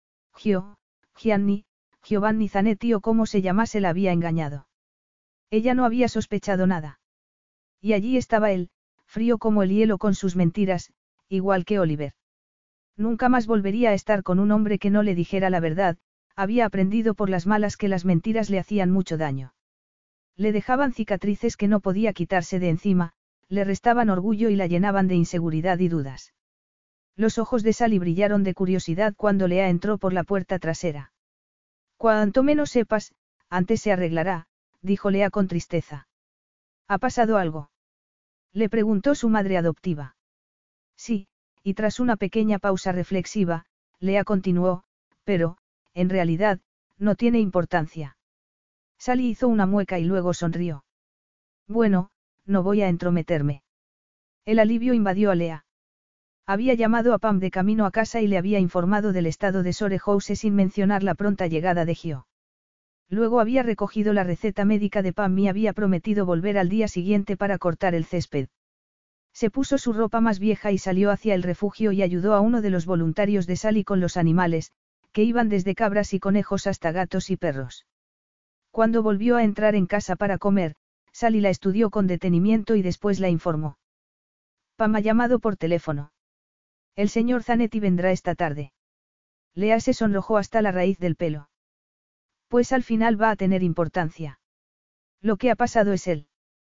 Giovanni Zanetti o como se llamase la había engañado. Ella no había sospechado nada. Y allí estaba él, frío como el hielo con sus mentiras, igual que Oliver. Nunca más volvería a estar con un hombre que no le dijera la verdad, había aprendido por las malas que las mentiras le hacían mucho daño. Le dejaban cicatrices que no podía quitarse de encima, le restaban orgullo y la llenaban de inseguridad y dudas. Los ojos de Sally brillaron de curiosidad cuando Lea entró por la puerta trasera. Cuanto menos sepas, antes se arreglará, dijo Lea con tristeza. ¿Ha pasado algo?, le preguntó su madre adoptiva. Sí, y tras una pequeña pausa reflexiva, Lea continuó, pero, en realidad, no tiene importancia. Sally hizo una mueca y luego sonrió. Bueno, no voy a entrometerme. El alivio invadió a Lea. Había llamado a Pam de camino a casa y le había informado del estado de Sore House sin mencionar la pronta llegada de Gio. Luego había recogido la receta médica de Pam y había prometido volver al día siguiente para cortar el césped. Se puso su ropa más vieja y salió hacia el refugio y ayudó a uno de los voluntarios de Sally con los animales, que iban desde cabras y conejos hasta gatos y perros. Cuando volvió a entrar en casa para comer, Sally la estudió con detenimiento y después la informó. Pam ha llamado por teléfono. El señor Zanetti vendrá esta tarde. Lea se sonrojó hasta la raíz del pelo. Pues al final va a tener importancia. Lo que ha pasado es él.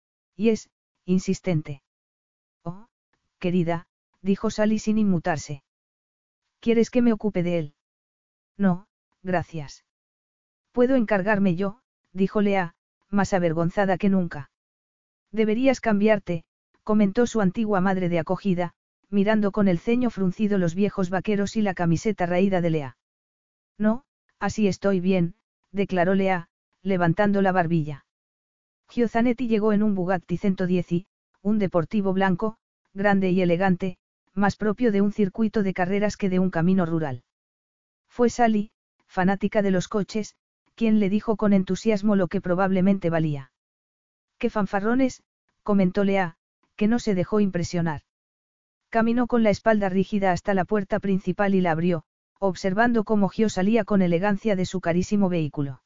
Y es, insistente. Oh, querida, dijo Sally sin inmutarse. ¿Quieres que me ocupe de él? No, gracias. Puedo encargarme yo, dijo Lea, más avergonzada que nunca. Deberías cambiarte, comentó su antigua madre de acogida, mirando con el ceño fruncido los viejos vaqueros y la camiseta raída de Lea. No, así estoy bien, declaró Lea, levantando la barbilla. Gio Zanetti llegó en un Bugatti 110, un deportivo blanco, grande y elegante, más propio de un circuito de carreras que de un camino rural. Fue Sally, fanática de los coches, quien le dijo con entusiasmo lo que probablemente valía. «¡Qué fanfarrones!», comentó Lea, que no se dejó impresionar. Caminó con la espalda rígida hasta la puerta principal y la abrió, observando cómo Gio salía con elegancia de su carísimo vehículo.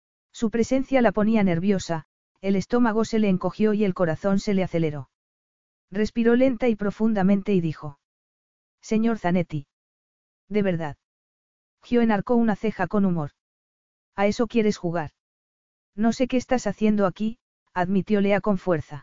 Su presencia la ponía nerviosa, el estómago se le encogió y el corazón se le aceleró. Respiró lenta y profundamente y dijo: «Señor Zanetti. ¿De verdad?». Gio enarcó una ceja con humor. «¿A eso quieres jugar?». «No sé qué estás haciendo aquí», admitió Lea con fuerza.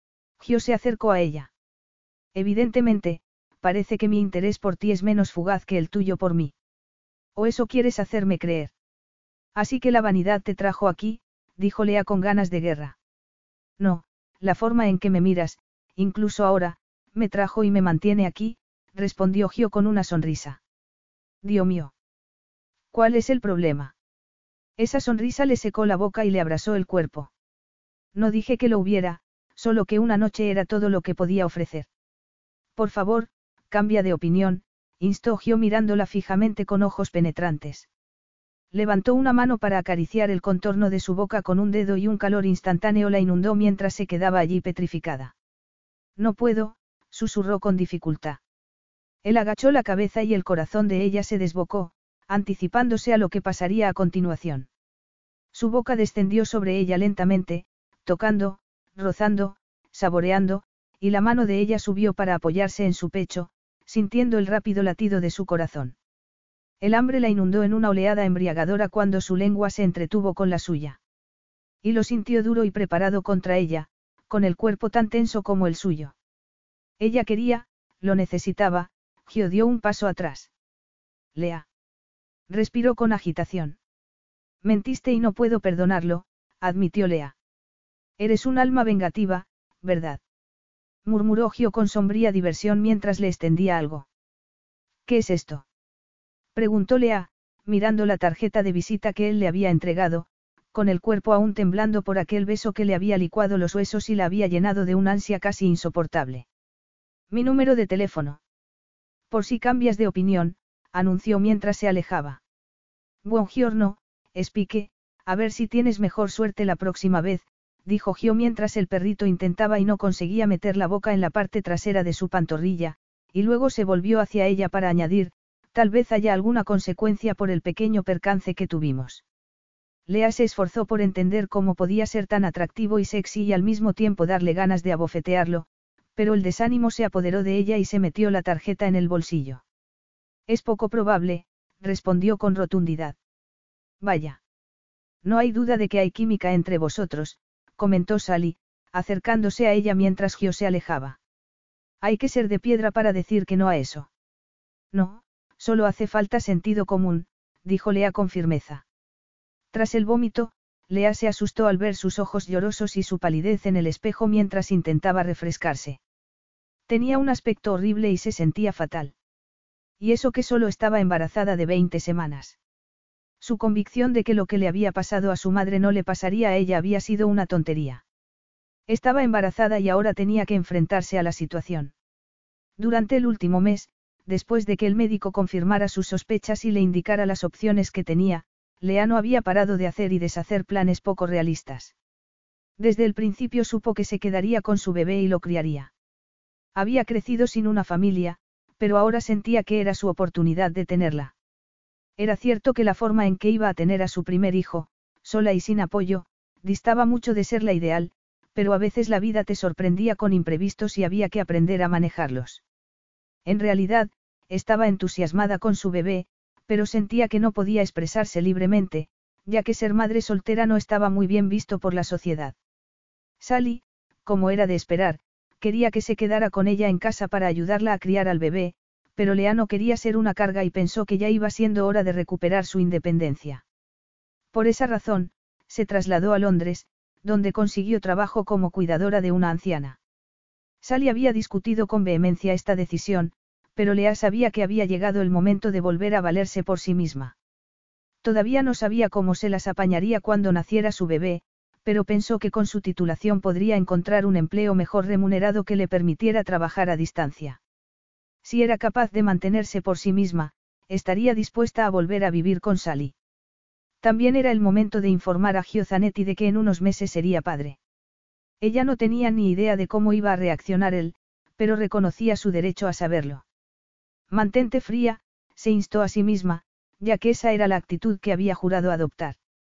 Gio se acercó a ella. «Evidentemente, parece que mi interés por ti es menos fugaz que el tuyo por mí. ¿O eso quieres hacerme creer?». «Así que la vanidad te trajo aquí», dijo Lea con ganas de guerra. «No, la forma en que me miras, incluso ahora, me trajo y me mantiene aquí», respondió Gio con una sonrisa. «Dios mío. ¿Cuál es el problema?». Esa sonrisa le secó la boca y le abrasó el cuerpo. «No dije que lo hubiera, solo que una noche era todo lo que podía ofrecer». «Por favor, cambia de opinión», instó Gio mirándola fijamente con ojos penetrantes. Levantó una mano para acariciar el contorno de su boca con un dedo y un calor instantáneo la inundó mientras se quedaba allí petrificada. «No puedo», susurró con dificultad. Él agachó la cabeza y el corazón de ella se desbocó, anticipándose a lo que pasaría a continuación. Su boca descendió sobre ella lentamente, tocando, rozando, saboreando, y la mano de ella subió para apoyarse en su pecho, sintiendo el rápido latido de su corazón. El hambre la inundó en una oleada embriagadora cuando su lengua se entretuvo con la suya. Y lo sintió duro y preparado contra ella, con el cuerpo tan tenso como el suyo. Ella quería, lo necesitaba. Gio dio un paso atrás. «Lea». Respiró con agitación. «Mentiste y no puedo perdonarlo», admitió Lea. «Eres un alma vengativa, ¿verdad?», murmuró Gio con sombría diversión mientras le extendía algo. «¿Qué es esto?», preguntó Lea, mirando la tarjeta de visita que él le había entregado, con el cuerpo aún temblando por aquel beso que le había licuado los huesos y la había llenado de un ansia casi insoportable. «Mi número de teléfono. Por si cambias de opinión», anunció mientras se alejaba. «Buongiorno, Spike, a ver si tienes mejor suerte la próxima vez», dijo Gio mientras el perrito intentaba y no conseguía meter la boca en la parte trasera de su pantorrilla, y luego se volvió hacia ella para añadir: «Tal vez haya alguna consecuencia por el pequeño percance que tuvimos». Lea se esforzó por entender cómo podía ser tan atractivo y sexy y al mismo tiempo darle ganas de abofetearlo, pero el desánimo se apoderó de ella y se metió la tarjeta en el bolsillo. «Es poco probable», respondió con rotundidad. «Vaya. No hay duda de que hay química entre vosotros», comentó Sally, acercándose a ella mientras Gio se alejaba. «Hay que ser de piedra para decir que no a eso». «No, solo hace falta sentido común», dijo Lea con firmeza. Tras el vómito, Lea se asustó al ver sus ojos llorosos y su palidez en el espejo mientras intentaba refrescarse. Tenía un aspecto horrible y se sentía fatal. Y eso que solo estaba embarazada de 20 semanas. Su convicción de que lo que le había pasado a su madre no le pasaría a ella había sido una tontería. Estaba embarazada y ahora tenía que enfrentarse a la situación. Durante el último mes, después de que el médico confirmara sus sospechas y le indicara las opciones que tenía, Lea no había parado de hacer y deshacer planes poco realistas. Desde el principio supo que se quedaría con su bebé y lo criaría. Había crecido sin una familia, pero ahora sentía que era su oportunidad de tenerla. Era cierto que la forma en que iba a tener a su primer hijo, sola y sin apoyo, distaba mucho de ser la ideal, pero a veces la vida te sorprendía con imprevistos y había que aprender a manejarlos. En realidad, estaba entusiasmada con su bebé, pero sentía que no podía expresarse libremente, ya que ser madre soltera no estaba muy bien visto por la sociedad. Sally, como era de esperar, quería que se quedara con ella en casa para ayudarla a criar al bebé, pero Lea no quería ser una carga y pensó que ya iba siendo hora de recuperar su independencia. Por esa razón, se trasladó a Londres, donde consiguió trabajo como cuidadora de una anciana. Sally había discutido con vehemencia esta decisión, pero Lea sabía que había llegado el momento de volver a valerse por sí misma. Todavía no sabía cómo se las apañaría cuando naciera su bebé, pero pensó que con su titulación podría encontrar un empleo mejor remunerado que le permitiera trabajar a distancia. Si era capaz de mantenerse por sí misma, estaría dispuesta a volver a vivir con Sally. También era el momento de informar a Gio Zanetti de que en unos meses sería padre. Ella no tenía ni idea de cómo iba a reaccionar él, pero reconocía su derecho a saberlo. Mantente fría, se instó a sí misma, ya que esa era la actitud que había jurado adoptar.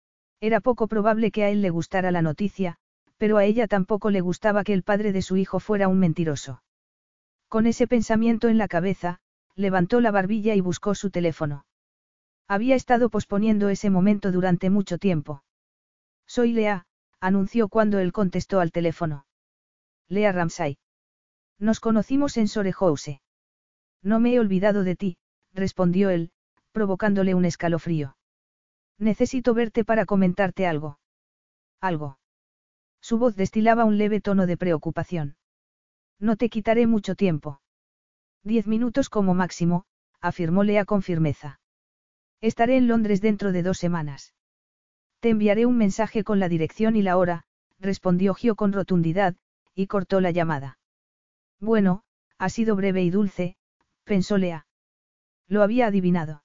Era poco probable que a él le gustara la noticia, pero a ella tampoco le gustaba que el padre de su hijo fuera un mentiroso. Con ese pensamiento en la cabeza, levantó la barbilla y buscó su teléfono. Había estado posponiendo ese momento durante mucho tiempo. Soy Lea, anunció cuando él contestó al teléfono. Lea Ramsay. Nos conocimos en Sorehouse. No me he olvidado de ti, respondió él, provocándole un escalofrío. Necesito verte para comentarte algo. ¿Algo? Su voz destilaba un leve tono de preocupación. No te quitaré mucho tiempo. 10 minutos como máximo, afirmó Lea con firmeza. Estaré en Londres dentro de 2 semanas. Te enviaré un mensaje con la dirección y la hora, respondió Gio con rotundidad, y cortó la llamada. Bueno, ha sido breve y dulce, pensó Lea. Lo había adivinado.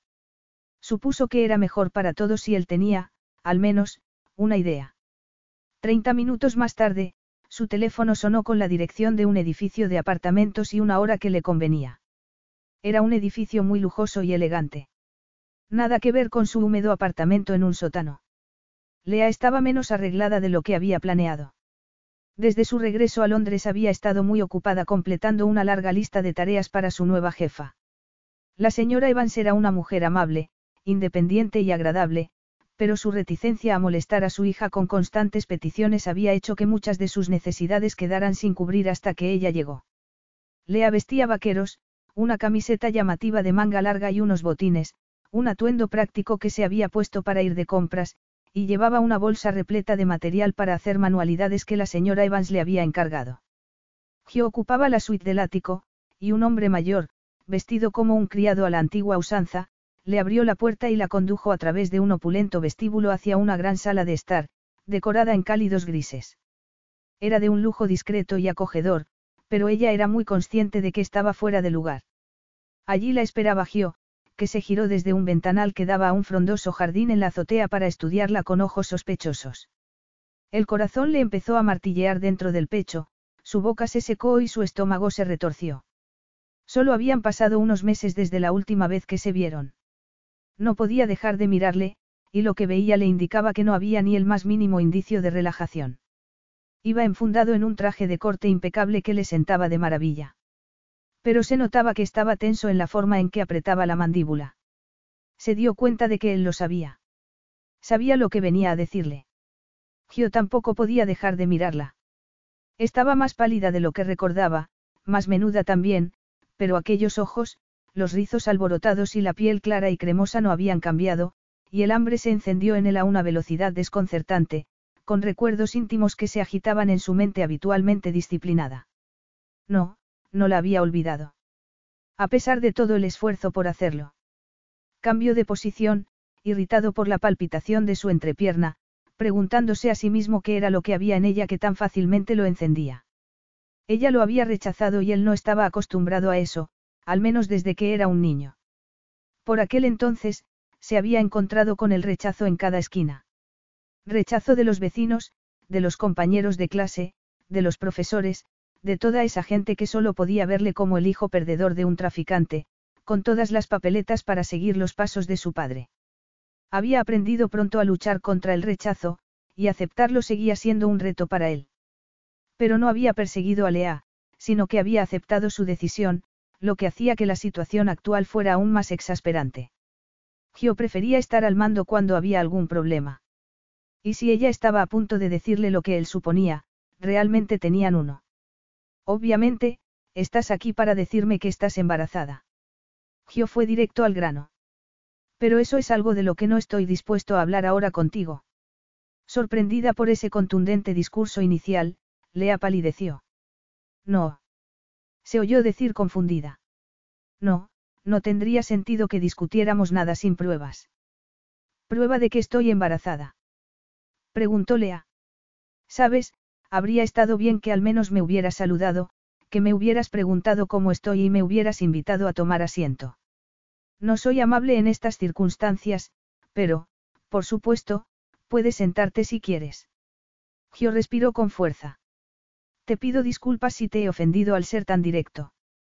Supuso que era mejor para todos si él tenía, al menos, una idea. 30 minutos más tarde, su teléfono sonó con la dirección de un edificio de apartamentos y una hora que le convenía. Era un edificio muy lujoso y elegante. Nada que ver con su húmedo apartamento en un sótano. Lea estaba menos arreglada de lo que había planeado. Desde su regreso a Londres había estado muy ocupada completando una larga lista de tareas para su nueva jefa. La señora Evans era una mujer amable, independiente y agradable, pero su reticencia a molestar a su hija con constantes peticiones había hecho que muchas de sus necesidades quedaran sin cubrir hasta que ella llegó. Lea vestía vaqueros, una camiseta llamativa de manga larga y unos botines, un atuendo práctico que se había puesto para ir de compras, y llevaba una bolsa repleta de material para hacer manualidades que la señora Evans le había encargado. Gio ocupaba la suite del ático, y un hombre mayor, vestido como un criado a la antigua usanza, le abrió la puerta y la condujo a través de un opulento vestíbulo hacia una gran sala de estar, decorada en cálidos grises. Era de un lujo discreto y acogedor, pero ella era muy consciente de que estaba fuera de lugar. Allí la esperaba Gio, que se giró desde un ventanal que daba a un frondoso jardín en la azotea para estudiarla con ojos sospechosos. El corazón le empezó a martillear dentro del pecho, su boca se secó y su estómago se retorció. Solo habían pasado unos meses desde la última vez que se vieron. No podía dejar de mirarle, y lo que veía le indicaba que no había ni el más mínimo indicio de relajación. Iba enfundado en un traje de corte impecable que le sentaba de maravilla. Pero se notaba que estaba tenso en la forma en que apretaba la mandíbula. Se dio cuenta de que él lo sabía. Sabía lo que venía a decirle. Gio tampoco podía dejar de mirarla. Estaba más pálida de lo que recordaba, más menuda también, pero aquellos ojos, los rizos alborotados y la piel clara y cremosa no habían cambiado, y el hambre se encendió en él a una velocidad desconcertante, con recuerdos íntimos que se agitaban en su mente habitualmente disciplinada. No, no la había olvidado. A pesar de todo el esfuerzo por hacerlo. Cambió de posición, irritado por la palpitación de su entrepierna, preguntándose a sí mismo qué era lo que había en ella que tan fácilmente lo encendía. Ella lo había rechazado y él no estaba acostumbrado a eso, al menos desde que era un niño. Por aquel entonces, se había encontrado con el rechazo en cada esquina. Rechazo de los vecinos, de los compañeros de clase, de los profesores, de toda esa gente que solo podía verle como el hijo perdedor de un traficante, con todas las papeletas para seguir los pasos de su padre. Había aprendido pronto a luchar contra el rechazo, y aceptarlo seguía siendo un reto para él. Pero no había perseguido a Lea, sino que había aceptado su decisión, lo que hacía que la situación actual fuera aún más exasperante. Gio prefería estar al mando cuando había algún problema. Y si ella estaba a punto de decirle lo que él suponía, realmente tenían uno. Obviamente, estás aquí para decirme que estás embarazada. Gio fue directo al grano. Pero eso es algo de lo que no estoy dispuesto a hablar ahora contigo. Sorprendida por ese contundente discurso inicial, Lea palideció. No. Se oyó decir confundida. No, no tendría sentido que discutiéramos nada sin pruebas. ¿Prueba de que estoy embarazada? Preguntó Lea. Sabes, habría estado bien que al menos me hubieras saludado, que me hubieras preguntado cómo estoy y me hubieras invitado a tomar asiento. No soy amable en estas circunstancias, pero, por supuesto, puedes sentarte si quieres. Gio respiró con fuerza. Te pido disculpas si te he ofendido al ser tan directo.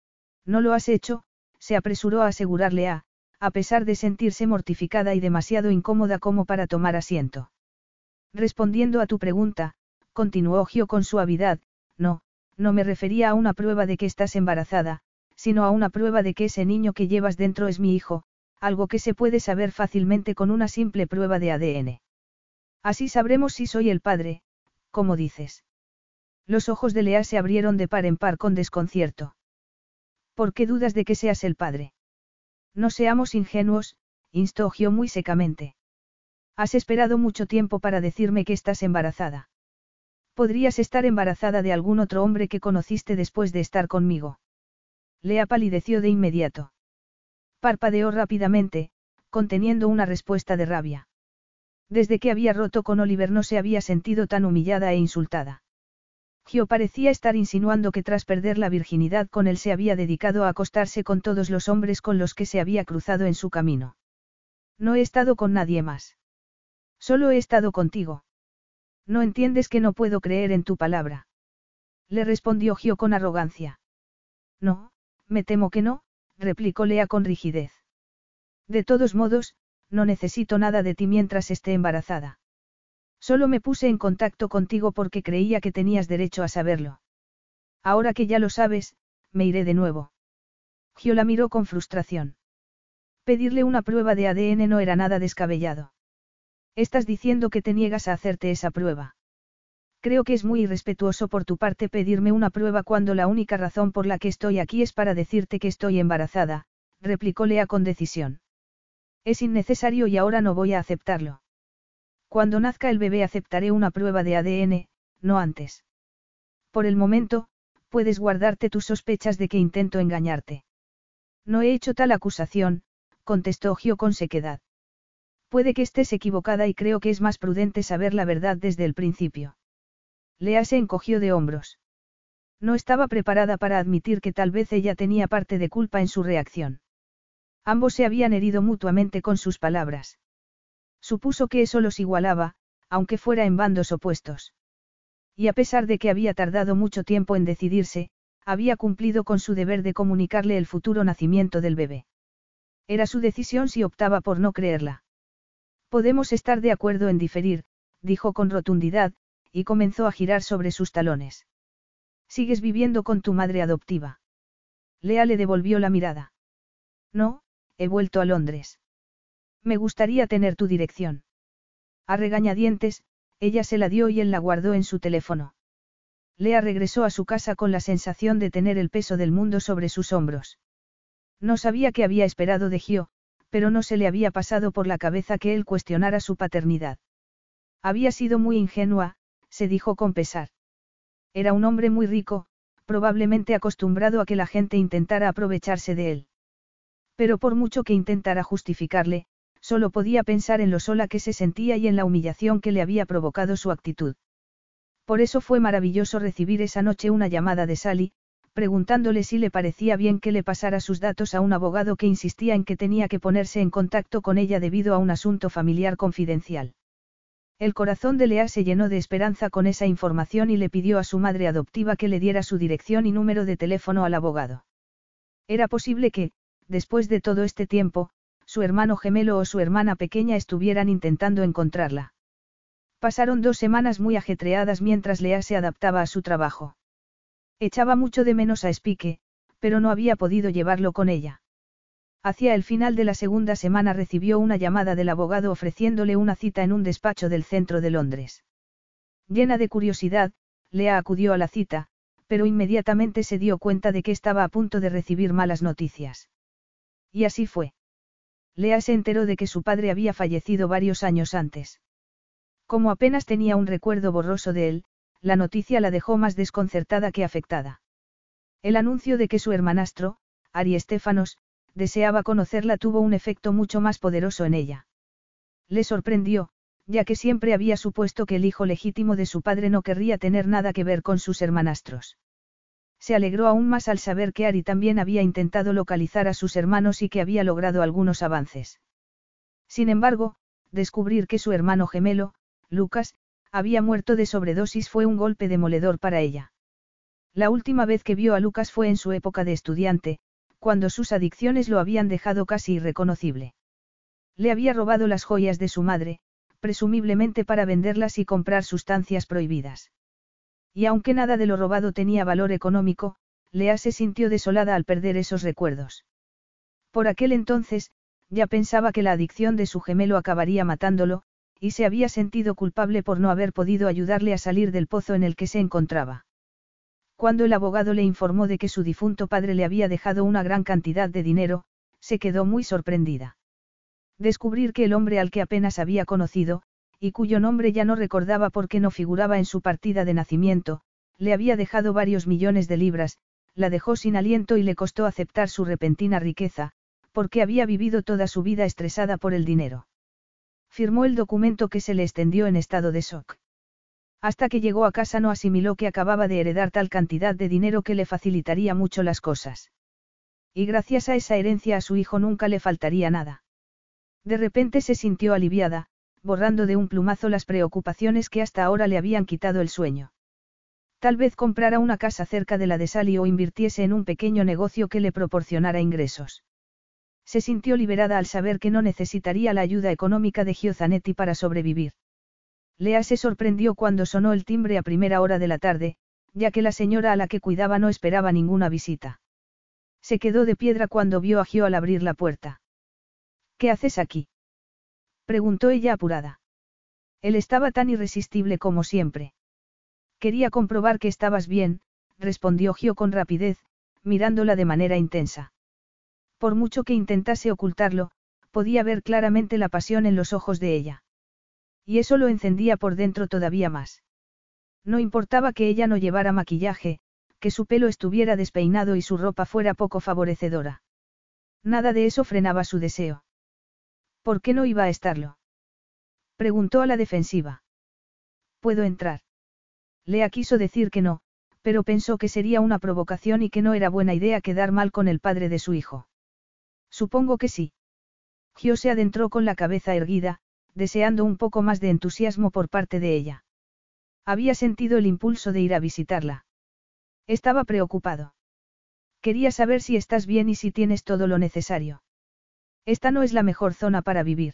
No lo has hecho, se apresuró a asegurarle a pesar de sentirse mortificada y demasiado incómoda como para tomar asiento. Respondiendo a tu pregunta, continuó Gio con suavidad, no me refería a una prueba de que estás embarazada, sino a una prueba de que ese niño que llevas dentro es mi hijo, algo que se puede saber fácilmente con una simple prueba de ADN. Así sabremos si soy el padre, como dices. Los ojos de Lea se abrieron de par en par con desconcierto. ¿Por qué dudas de que seas el padre? No seamos ingenuos, instó Gio muy secamente. Has esperado mucho tiempo para decirme que estás embarazada. Podrías estar embarazada de algún otro hombre que conociste después de estar conmigo. Lea palideció de inmediato. Parpadeó rápidamente, conteniendo una respuesta de rabia. Desde que había roto con Oliver no se había sentido tan humillada e insultada. Gio parecía estar insinuando que tras perder la virginidad con él se había dedicado a acostarse con todos los hombres con los que se había cruzado en su camino. No he estado con nadie más. Solo he estado contigo. No entiendes que no puedo creer en tu palabra. Le respondió Gio con arrogancia. No, me temo que no, replicó Lea con rigidez. De todos modos, no necesito nada de ti mientras esté embarazada. Solo me puse en contacto contigo porque creía que tenías derecho a saberlo. Ahora que ya lo sabes, me iré de nuevo. Gio la miró con frustración. Pedirle una prueba de ADN no era nada descabellado. Estás diciendo que te niegas a hacerte esa prueba. Creo que es muy irrespetuoso por tu parte pedirme una prueba cuando la única razón por la que estoy aquí es para decirte que estoy embarazada, replicó Lea con decisión. Es innecesario y ahora no voy a aceptarlo. Cuando nazca el bebé aceptaré una prueba de ADN, no antes. Por el momento, puedes guardarte tus sospechas de que intento engañarte. No he hecho tal acusación, contestó Gio con sequedad. Puede que estés equivocada y creo que es más prudente saber la verdad desde el principio. Lea se encogió de hombros. No estaba preparada para admitir que tal vez ella tenía parte de culpa en su reacción. Ambos se habían herido mutuamente con sus palabras. Supuso que eso los igualaba, aunque fuera en bandos opuestos. Y a pesar de que había tardado mucho tiempo en decidirse, había cumplido con su deber de comunicarle el futuro nacimiento del bebé. Era su decisión si optaba por no creerla. Podemos estar de acuerdo en diferir, dijo con rotundidad, y comenzó a girar sobre sus talones. ¿Sigues viviendo con tu madre adoptiva? Lea le devolvió la mirada. No, he vuelto a Londres. Me gustaría tener tu dirección. A regañadientes, ella se la dio y él la guardó en su teléfono. Lea regresó a su casa con la sensación de tener el peso del mundo sobre sus hombros. No sabía qué había esperado de Gio, pero no se le había pasado por la cabeza que él cuestionara su paternidad. Había sido muy ingenua, se dijo con pesar. Era un hombre muy rico, probablemente acostumbrado a que la gente intentara aprovecharse de él. Pero por mucho que intentara justificarle, solo podía pensar en lo sola que se sentía y en la humillación que le había provocado su actitud. Por eso fue maravilloso recibir esa noche una llamada de Sally, preguntándole si le parecía bien que le pasara sus datos a un abogado que insistía en que tenía que ponerse en contacto con ella debido a un asunto familiar confidencial. El corazón de Lea se llenó de esperanza con esa información y le pidió a su madre adoptiva que le diera su dirección y número de teléfono al abogado. Era posible que, después de todo este tiempo, su hermano gemelo o su hermana pequeña estuvieran intentando encontrarla. Pasaron 2 semanas muy ajetreadas mientras Lea se adaptaba a su trabajo. Echaba mucho de menos a Spike, pero no había podido llevarlo con ella. Hacia el final de la segunda semana recibió una llamada del abogado ofreciéndole una cita en un despacho del centro de Londres. Llena de curiosidad, Lea acudió a la cita, pero inmediatamente se dio cuenta de que estaba a punto de recibir malas noticias. Y así fue. Lea se enteró de que su padre había fallecido varios años antes. Como apenas tenía un recuerdo borroso de él, la noticia la dejó más desconcertada que afectada. El anuncio de que su hermanastro, Ari Stefanos, deseaba conocerla tuvo un efecto mucho más poderoso en ella. Le sorprendió, ya que siempre había supuesto que el hijo legítimo de su padre no querría tener nada que ver con sus hermanastros. Se alegró aún más al saber que Ari también había intentado localizar a sus hermanos y que había logrado algunos avances. Sin embargo, descubrir que su hermano gemelo, Lucas, había muerto de sobredosis fue un golpe demoledor para ella. La última vez que vio a Lucas fue en su época de estudiante, cuando sus adicciones lo habían dejado casi irreconocible. Le había robado las joyas de su madre, presumiblemente para venderlas y comprar sustancias prohibidas. Y aunque nada de lo robado tenía valor económico, Lea se sintió desolada al perder esos recuerdos. Por aquel entonces, ya pensaba que la adicción de su gemelo acabaría matándolo, y se había sentido culpable por no haber podido ayudarle a salir del pozo en el que se encontraba. Cuando el abogado le informó de que su difunto padre le había dejado una gran cantidad de dinero, se quedó muy sorprendida. Descubrir que el hombre al que apenas había conocido, y cuyo nombre ya no recordaba porque no figuraba en su partida de nacimiento, le había dejado varios millones de libras, la dejó sin aliento y le costó aceptar su repentina riqueza, porque había vivido toda su vida estresada por el dinero. Firmó el documento que se le extendió en estado de shock. Hasta que llegó a casa no asimiló que acababa de heredar tal cantidad de dinero que le facilitaría mucho las cosas. Y gracias a esa herencia a su hijo nunca le faltaría nada. De repente se sintió aliviada, borrando de un plumazo las preocupaciones que hasta ahora le habían quitado el sueño. Tal vez comprara una casa cerca de la de Sally o invirtiese en un pequeño negocio que le proporcionara ingresos. Se sintió liberada al saber que no necesitaría la ayuda económica de Gio Zanetti para sobrevivir. Lea se sorprendió cuando sonó el timbre a primera hora de la tarde, ya que la señora a la que cuidaba no esperaba ninguna visita. Se quedó de piedra cuando vio a Gio al abrir la puerta. ¿Qué haces aquí?, preguntó ella apurada. Él estaba tan irresistible como siempre. Quería comprobar que estabas bien, respondió Gio con rapidez, mirándola de manera intensa. Por mucho que intentase ocultarlo, podía ver claramente la pasión en los ojos de ella. Y eso lo encendía por dentro todavía más. No importaba que ella no llevara maquillaje, que su pelo estuviera despeinado y su ropa fuera poco favorecedora. Nada de eso frenaba su deseo. ¿Por qué no iba a estarlo?, preguntó a la defensiva. ¿Puedo entrar? Lea quiso decir que no, pero pensó que sería una provocación y que no era buena idea quedar mal con el padre de su hijo. Supongo que sí. Gio se adentró con la cabeza erguida, deseando un poco más de entusiasmo por parte de ella. Había sentido el impulso de ir a visitarla. Estaba preocupado. Quería saber si estás bien y si tienes todo lo necesario. Esta no es la mejor zona para vivir.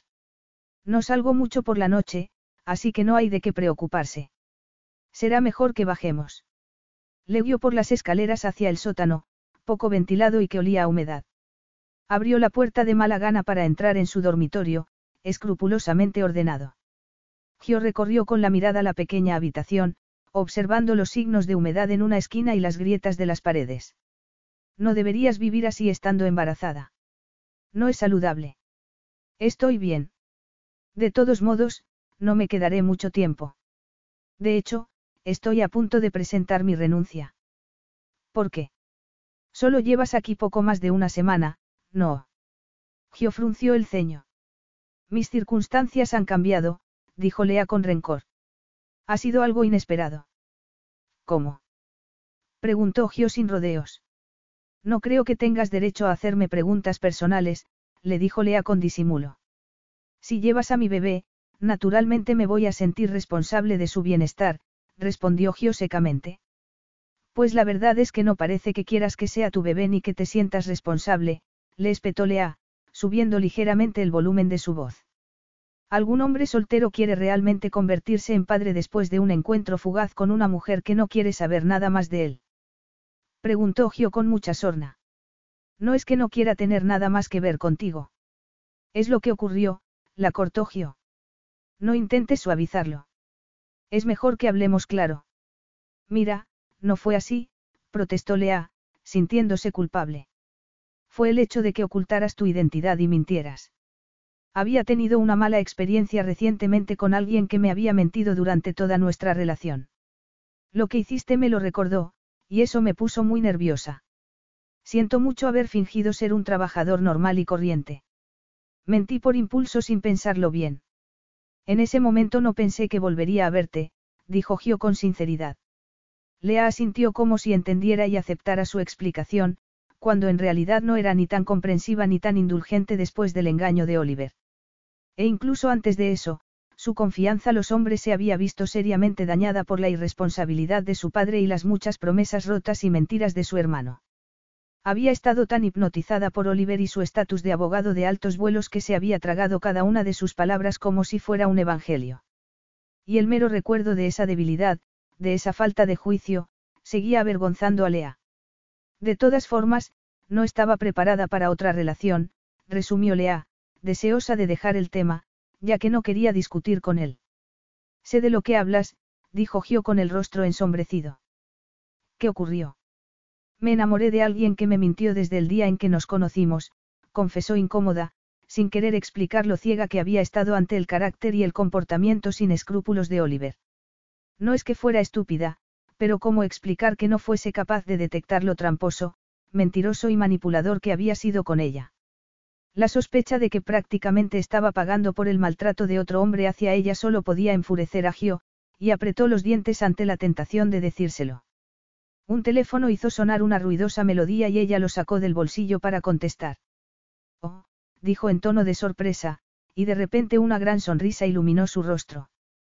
No salgo mucho por la noche, así que no hay de qué preocuparse. Será mejor que bajemos. Le guió por las escaleras hacia el sótano, poco ventilado y que olía a humedad. Abrió la puerta de mala gana para entrar en su dormitorio, escrupulosamente ordenado. Gio recorrió con la mirada la pequeña habitación, observando los signos de humedad en una esquina y las grietas de las paredes. No deberías vivir así estando embarazada. No es saludable. Estoy bien. De todos modos, no me quedaré mucho tiempo. De hecho, estoy a punto de presentar mi renuncia. ¿Por qué? Solo llevas aquí poco más de una semana, ¿no? Gio frunció el ceño. Mis circunstancias han cambiado, dijo Lea con rencor. Ha sido algo inesperado. ¿Cómo?, preguntó Gio sin rodeos. No creo que tengas derecho a hacerme preguntas personales, le dijo Lea con disimulo. Si llevas a mi bebé, naturalmente me voy a sentir responsable de su bienestar, respondió Gio secamente. Pues la verdad es que no parece que quieras que sea tu bebé ni que te sientas responsable, le espetó Lea, subiendo ligeramente el volumen de su voz. ¿Algún hombre soltero quiere realmente convertirse en padre después de un encuentro fugaz con una mujer que no quiere saber nada más de él?, preguntó Gio con mucha sorna. No es que no quiera tener nada más que ver contigo. Es lo que ocurrió, la cortó Gio. No intentes suavizarlo. Es mejor que hablemos claro. Mira, no fue así, protestó Lea, sintiéndose culpable. Fue el hecho de que ocultaras tu identidad y mintieras. Había tenido una mala experiencia recientemente con alguien que me había mentido durante toda nuestra relación. Lo que hiciste me lo recordó, y eso me puso muy nerviosa. Siento mucho haber fingido ser un trabajador normal y corriente. Mentí por impulso sin pensarlo bien. En ese momento no pensé que volvería a verte, dijo Gio con sinceridad. Lea asintió como si entendiera y aceptara su explicación, cuando en realidad no era ni tan comprensiva ni tan indulgente después del engaño de Oliver. E incluso antes de eso, su confianza en los hombres se había visto seriamente dañada por la irresponsabilidad de su padre y las muchas promesas rotas y mentiras de su hermano. Había estado tan hipnotizada por Oliver y su estatus de abogado de altos vuelos que se había tragado cada una de sus palabras como si fuera un evangelio. Y el mero recuerdo de esa debilidad, de esa falta de juicio, seguía avergonzando a Lea. De todas formas, no estaba preparada para otra relación, resumió Lea, deseosa de dejar el tema, ya que no quería discutir con él. Sé de lo que hablas, dijo Gio con el rostro ensombrecido. ¿Qué ocurrió? Me enamoré de alguien que me mintió desde el día en que nos conocimos, confesó incómoda, sin querer explicar lo ciega que había estado ante el carácter y el comportamiento sin escrúpulos de Oliver. No es que fuera estúpida, pero cómo explicar que no fuese capaz de detectar lo tramposo, mentiroso y manipulador que había sido con ella. La sospecha de que prácticamente estaba pagando por el maltrato de otro hombre hacia ella solo podía enfurecer a Gio, y apretó los dientes ante la tentación de decírselo. Un teléfono hizo sonar una ruidosa melodía y ella lo sacó del bolsillo para contestar. Oh, dijo en tono de sorpresa, y de repente una gran sonrisa iluminó su rostro.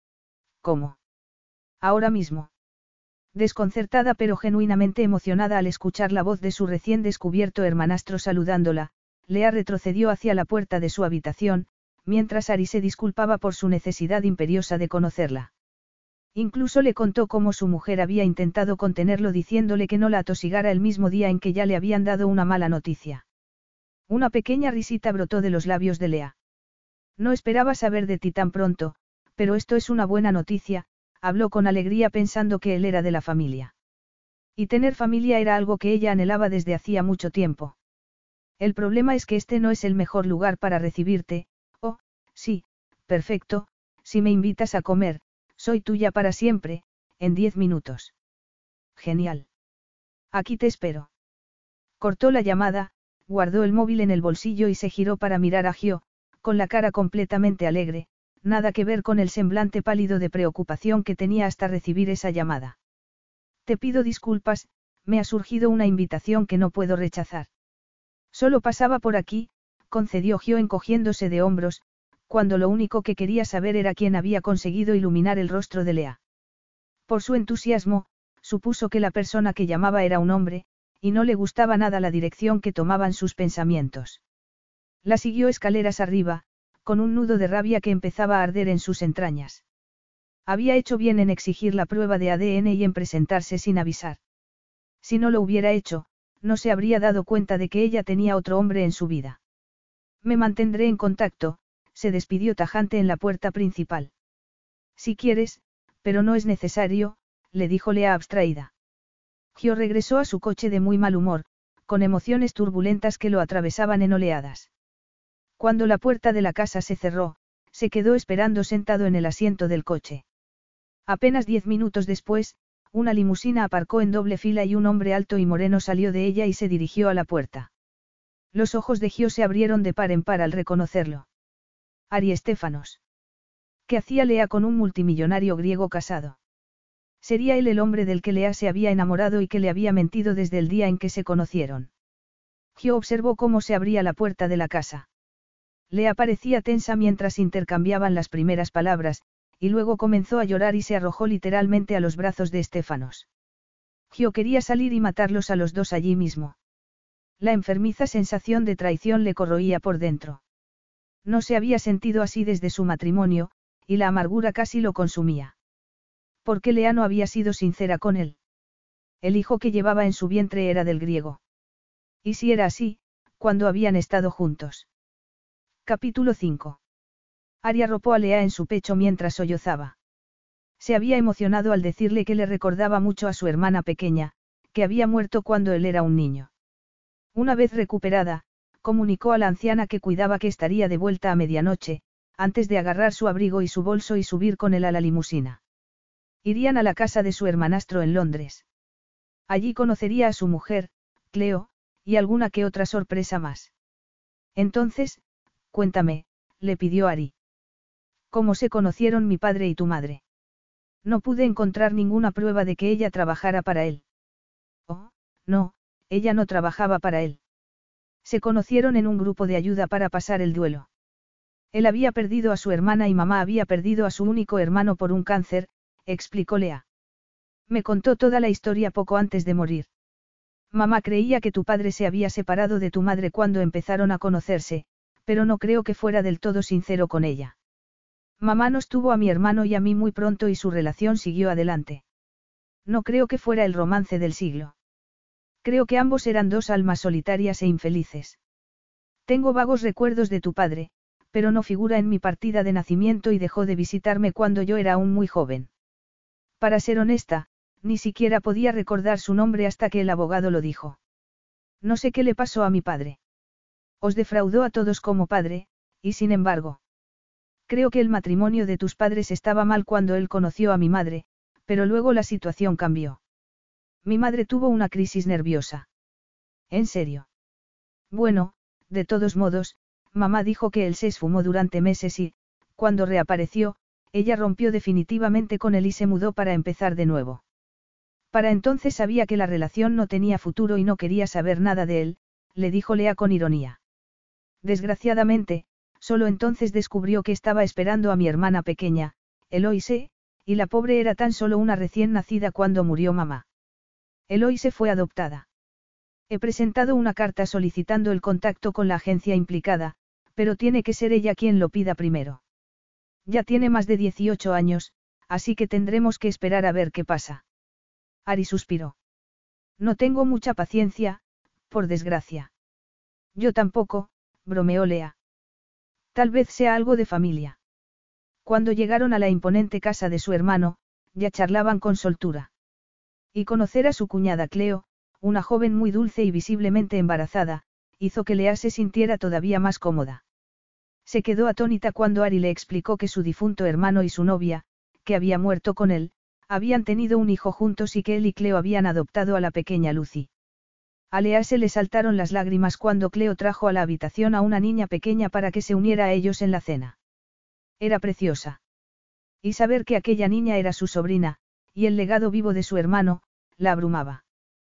¿Cómo? Ahora mismo. Desconcertada pero genuinamente emocionada al escuchar la voz de su recién descubierto hermanastro saludándola, Lea retrocedió hacia la puerta de su habitación, mientras Ari se disculpaba por su necesidad imperiosa de conocerla. Incluso le contó cómo su mujer había intentado contenerlo diciéndole que no la atosigara el mismo día en que ya le habían dado una mala noticia. Una pequeña risita brotó de los labios de Lea. No esperaba saber de ti tan pronto, pero esto es una buena noticia, habló con alegría pensando que él era de la familia. Y tener familia era algo que ella anhelaba desde hacía mucho tiempo. El problema es que este no es el mejor lugar para recibirte. Oh, sí, perfecto, si me invitas a comer, soy tuya para siempre, en 10 minutos. Genial. Aquí te espero. Cortó la llamada, guardó el móvil en el bolsillo y se giró para mirar a Gio, con la cara completamente alegre, nada que ver con el semblante pálido de preocupación que tenía hasta recibir esa llamada. Te pido disculpas, me ha surgido una invitación que no puedo rechazar. Solo pasaba por aquí, concedió Gio encogiéndose de hombros, cuando lo único que quería saber era quién había conseguido iluminar el rostro de Lea. Por su entusiasmo, supuso que la persona que llamaba era un hombre, y no le gustaba nada la dirección que tomaban sus pensamientos. La siguió escaleras arriba, con un nudo de rabia que empezaba a arder en sus entrañas. Había hecho bien en exigir la prueba de ADN y en presentarse sin avisar. Si no lo hubiera hecho, no se habría dado cuenta de que ella tenía otro hombre en su vida. Me mantendré en contacto, se despidió tajante en la puerta principal. Si quieres, pero no es necesario, le dijo Lea abstraída. Gio regresó a su coche de muy mal humor, con emociones turbulentas que lo atravesaban en oleadas. Cuando la puerta de la casa se cerró, se quedó esperando sentado en el asiento del coche. Apenas 10 minutos después, una limusina aparcó en doble fila y un hombre alto y moreno salió de ella y se dirigió a la puerta. Los ojos de Gio se abrieron de par en par al reconocerlo. Ari Stéfanos. ¿Qué hacía Lea con un multimillonario griego casado? Sería él el hombre del que Lea se había enamorado y que le había mentido desde el día en que se conocieron. Gio observó cómo se abría la puerta de la casa. Lea parecía tensa mientras intercambiaban las primeras palabras, y luego comenzó a llorar y se arrojó literalmente a los brazos de Stéfanos. Gio quería salir y matarlos a los dos allí mismo. La enfermiza sensación de traición le corroía por dentro. No se había sentido así desde su matrimonio, y la amargura casi lo consumía. ¿Por qué Lea no había sido sincera con él? El hijo que llevaba en su vientre era del griego. Y si era así, ¿cuándo habían estado juntos? Capítulo 5. Ari arropó a Lea en su pecho mientras sollozaba. Se había emocionado al decirle que le recordaba mucho a su hermana pequeña, que había muerto cuando él era un niño. Una vez recuperada, comunicó a la anciana que cuidaba que estaría de vuelta a medianoche, antes de agarrar su abrigo y su bolso y subir con él a la limusina. Irían a la casa de su hermanastro en Londres. Allí conocería a su mujer, Cleo, y alguna que otra sorpresa más. Entonces, cuéntame, le pidió Ari. ¿Cómo se conocieron mi padre y tu madre? No pude encontrar ninguna prueba de que ella trabajara para él. Oh, no, ella no trabajaba para él. Se conocieron en un grupo de ayuda para pasar el duelo. Él había perdido a su hermana y mamá había perdido a su único hermano por un cáncer, explicó Lea. Me contó toda la historia poco antes de morir. Mamá creía que tu padre se había separado de tu madre cuando empezaron a conocerse, pero no creo que fuera del todo sincero con ella. Mamá nos tuvo a mi hermano y a mí muy pronto y su relación siguió adelante. No creo que fuera el romance del siglo. Creo que ambos eran dos almas solitarias e infelices. Tengo vagos recuerdos de tu padre, pero no figura en mi partida de nacimiento y dejó de visitarme cuando yo era aún muy joven. Para ser honesta, ni siquiera podía recordar su nombre hasta que el abogado lo dijo. No sé qué le pasó a mi padre. Os defraudó a todos como padre, y sin embargo. Creo que el matrimonio de tus padres estaba mal cuando él conoció a mi madre, pero luego la situación cambió. Mi madre tuvo una crisis nerviosa. ¿En serio? Bueno, de todos modos, mamá dijo que él se esfumó durante meses y, cuando reapareció, ella rompió definitivamente con él y se mudó para empezar de nuevo. Para entonces sabía que la relación no tenía futuro y no quería saber nada de él, le dijo Lea con ironía. Desgraciadamente, solo entonces descubrió que estaba esperando a mi hermana pequeña, Eloise, y la pobre era tan solo una recién nacida cuando murió mamá. Eloise fue adoptada. He presentado una carta solicitando el contacto con la agencia implicada, pero tiene que ser ella quien lo pida primero. Ya tiene más de 18 años, así que tendremos que esperar a ver qué pasa. Ari suspiró. No tengo mucha paciencia, por desgracia. Yo tampoco, bromeó Lea. Tal vez sea algo de familia. Cuando llegaron a la imponente casa de su hermano, ya charlaban con soltura. Y conocer a su cuñada Cleo, una joven muy dulce y visiblemente embarazada, hizo que Lea se sintiera todavía más cómoda. Se quedó atónita cuando Ari le explicó que su difunto hermano y su novia, que había muerto con él, habían tenido un hijo juntos y que él y Cleo habían adoptado a la pequeña Lucy. A Lea se le saltaron las lágrimas cuando Cleo trajo a la habitación a una niña pequeña para que se uniera a ellos en la cena. Era preciosa. Y saber que aquella niña era su sobrina, y el legado vivo de su hermano, la abrumaba.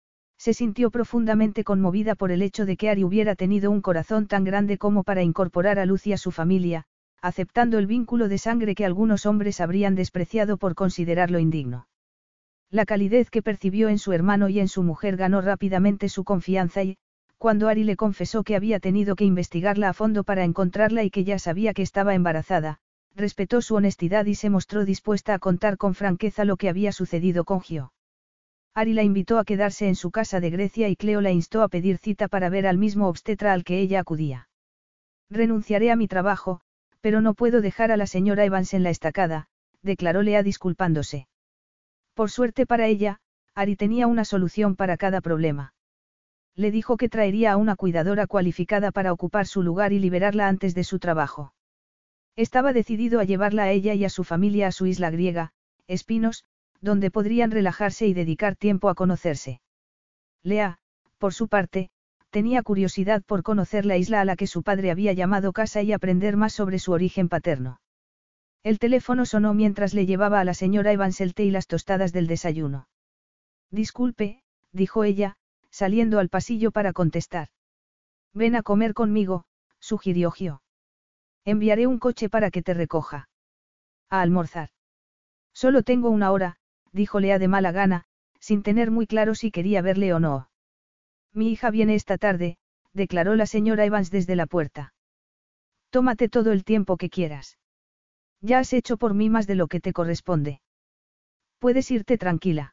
Se sintió profundamente conmovida por el hecho de que Ari hubiera tenido un corazón tan grande como para incorporar a Lucy a su familia, aceptando el vínculo de sangre que algunos hombres habrían despreciado por considerarlo indigno. La calidez que percibió en su hermano y en su mujer ganó rápidamente su confianza y, cuando Ari le confesó que había tenido que investigarla a fondo para encontrarla y que ya sabía que estaba embarazada, respetó su honestidad y se mostró dispuesta a contar con franqueza lo que había sucedido con Gio. Ari la invitó a quedarse en su casa de Grecia y Cleo la instó a pedir cita para ver al mismo obstetra al que ella acudía. Renunciaré a mi trabajo, pero no puedo dejar a la señora Evans en la estacada, declaró Lea disculpándose. Por suerte para ella, Ari tenía una solución para cada problema. Le dijo que traería a una cuidadora cualificada para ocupar su lugar y liberarla antes de su trabajo. Estaba decidido a llevarla a ella y a su familia a su isla griega, Espinos, donde podrían relajarse y dedicar tiempo a conocerse. Lea, por su parte, tenía curiosidad por conocer la isla a la que su padre había llamado casa y aprender más sobre su origen paterno. El teléfono sonó mientras le llevaba a la señora Evans el té y las tostadas del desayuno. Disculpe, dijo ella, saliendo al pasillo para contestar. Ven a comer conmigo, sugirió Gio. Enviaré un coche para que te recoja. A almorzar. Solo tengo una hora, dijo Lea de mala gana, sin tener muy claro si quería verle o no. Mi hija viene esta tarde, declaró la señora Evans desde la puerta. Tómate todo el tiempo que quieras. Ya has hecho por mí más de lo que te corresponde. Puedes irte tranquila.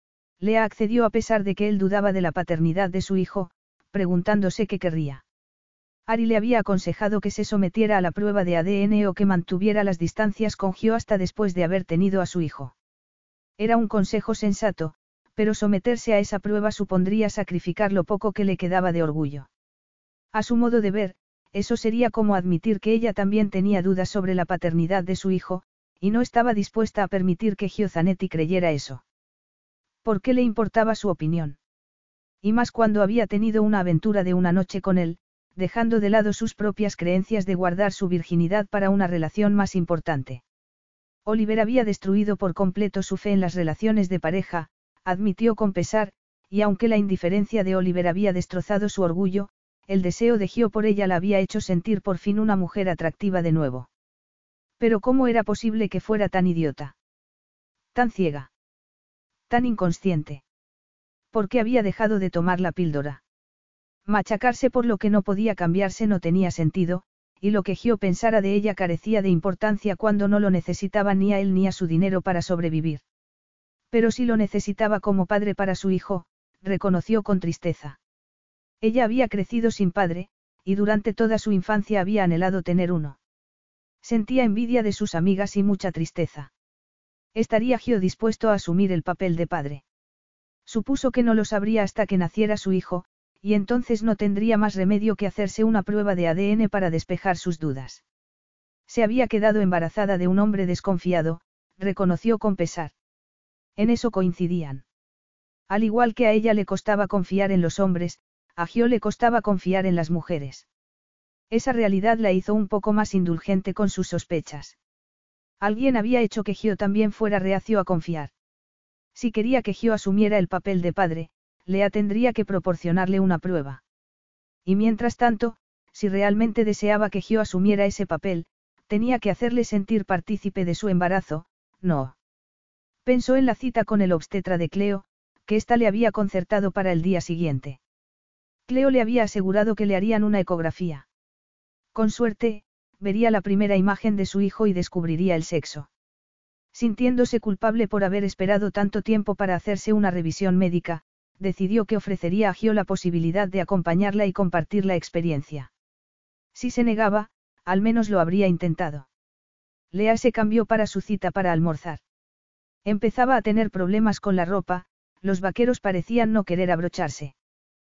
Lea accedió a pesar de que él dudaba de la paternidad de su hijo, preguntándose qué querría. Ari le había aconsejado que se sometiera a la prueba de ADN o que mantuviera las distancias con Gio hasta después de haber tenido a su hijo. Era un consejo sensato, pero someterse a esa prueba supondría sacrificar lo poco que le quedaba de orgullo. A su modo de ver, eso sería como admitir que ella también tenía dudas sobre la paternidad de su hijo, y no estaba dispuesta a permitir que Gio Zanetti creyera eso. ¿Por qué le importaba su opinión? Y más cuando había tenido una aventura de una noche con él, dejando de lado sus propias creencias de guardar su virginidad para una relación más importante. Oliver había destruido por completo su fe en las relaciones de pareja, admitió con pesar, y aunque la indiferencia de Oliver había destrozado su orgullo, el deseo de Gio por ella la había hecho sentir por fin una mujer atractiva de nuevo. Pero ¿cómo era posible que fuera tan idiota? Tan ciega. Tan inconsciente. ¿Por qué había dejado de tomar la píldora? Machacarse por lo que no podía cambiarse no tenía sentido, y lo que Gio pensara de ella carecía de importancia cuando no lo necesitaba ni a él ni a su dinero para sobrevivir. Pero sí lo necesitaba como padre para su hijo, reconoció con tristeza. Ella había crecido sin padre, y durante toda su infancia había anhelado tener uno. Sentía envidia de sus amigas y mucha tristeza. ¿Estaría Gio dispuesto a asumir el papel de padre? Supuso que no lo sabría hasta que naciera su hijo, y entonces no tendría más remedio que hacerse una prueba de ADN para despejar sus dudas. Se había quedado embarazada de un hombre desconfiado, reconoció con pesar. En eso coincidían. Al igual que a ella le costaba confiar en los hombres, a Gio le costaba confiar en las mujeres. Esa realidad la hizo un poco más indulgente con sus sospechas. Alguien había hecho que Gio también fuera reacio a confiar. Si quería que Gio asumiera el papel de padre, Lea tendría que proporcionarle una prueba. Y mientras tanto, si realmente deseaba que Gio asumiera ese papel, tenía que hacerle sentir partícipe de su embarazo, no. Pensó en la cita con el obstetra de Cleo, que ésta le había concertado para el día siguiente. Cleo le había asegurado que le harían una ecografía. Con suerte, vería la primera imagen de su hijo y descubriría el sexo. Sintiéndose culpable por haber esperado tanto tiempo para hacerse una revisión médica, decidió que ofrecería a Gio la posibilidad de acompañarla y compartir la experiencia. Si se negaba, al menos lo habría intentado. Lea se cambió para su cita para almorzar. Empezaba a tener problemas con la ropa, los vaqueros parecían no querer abrocharse.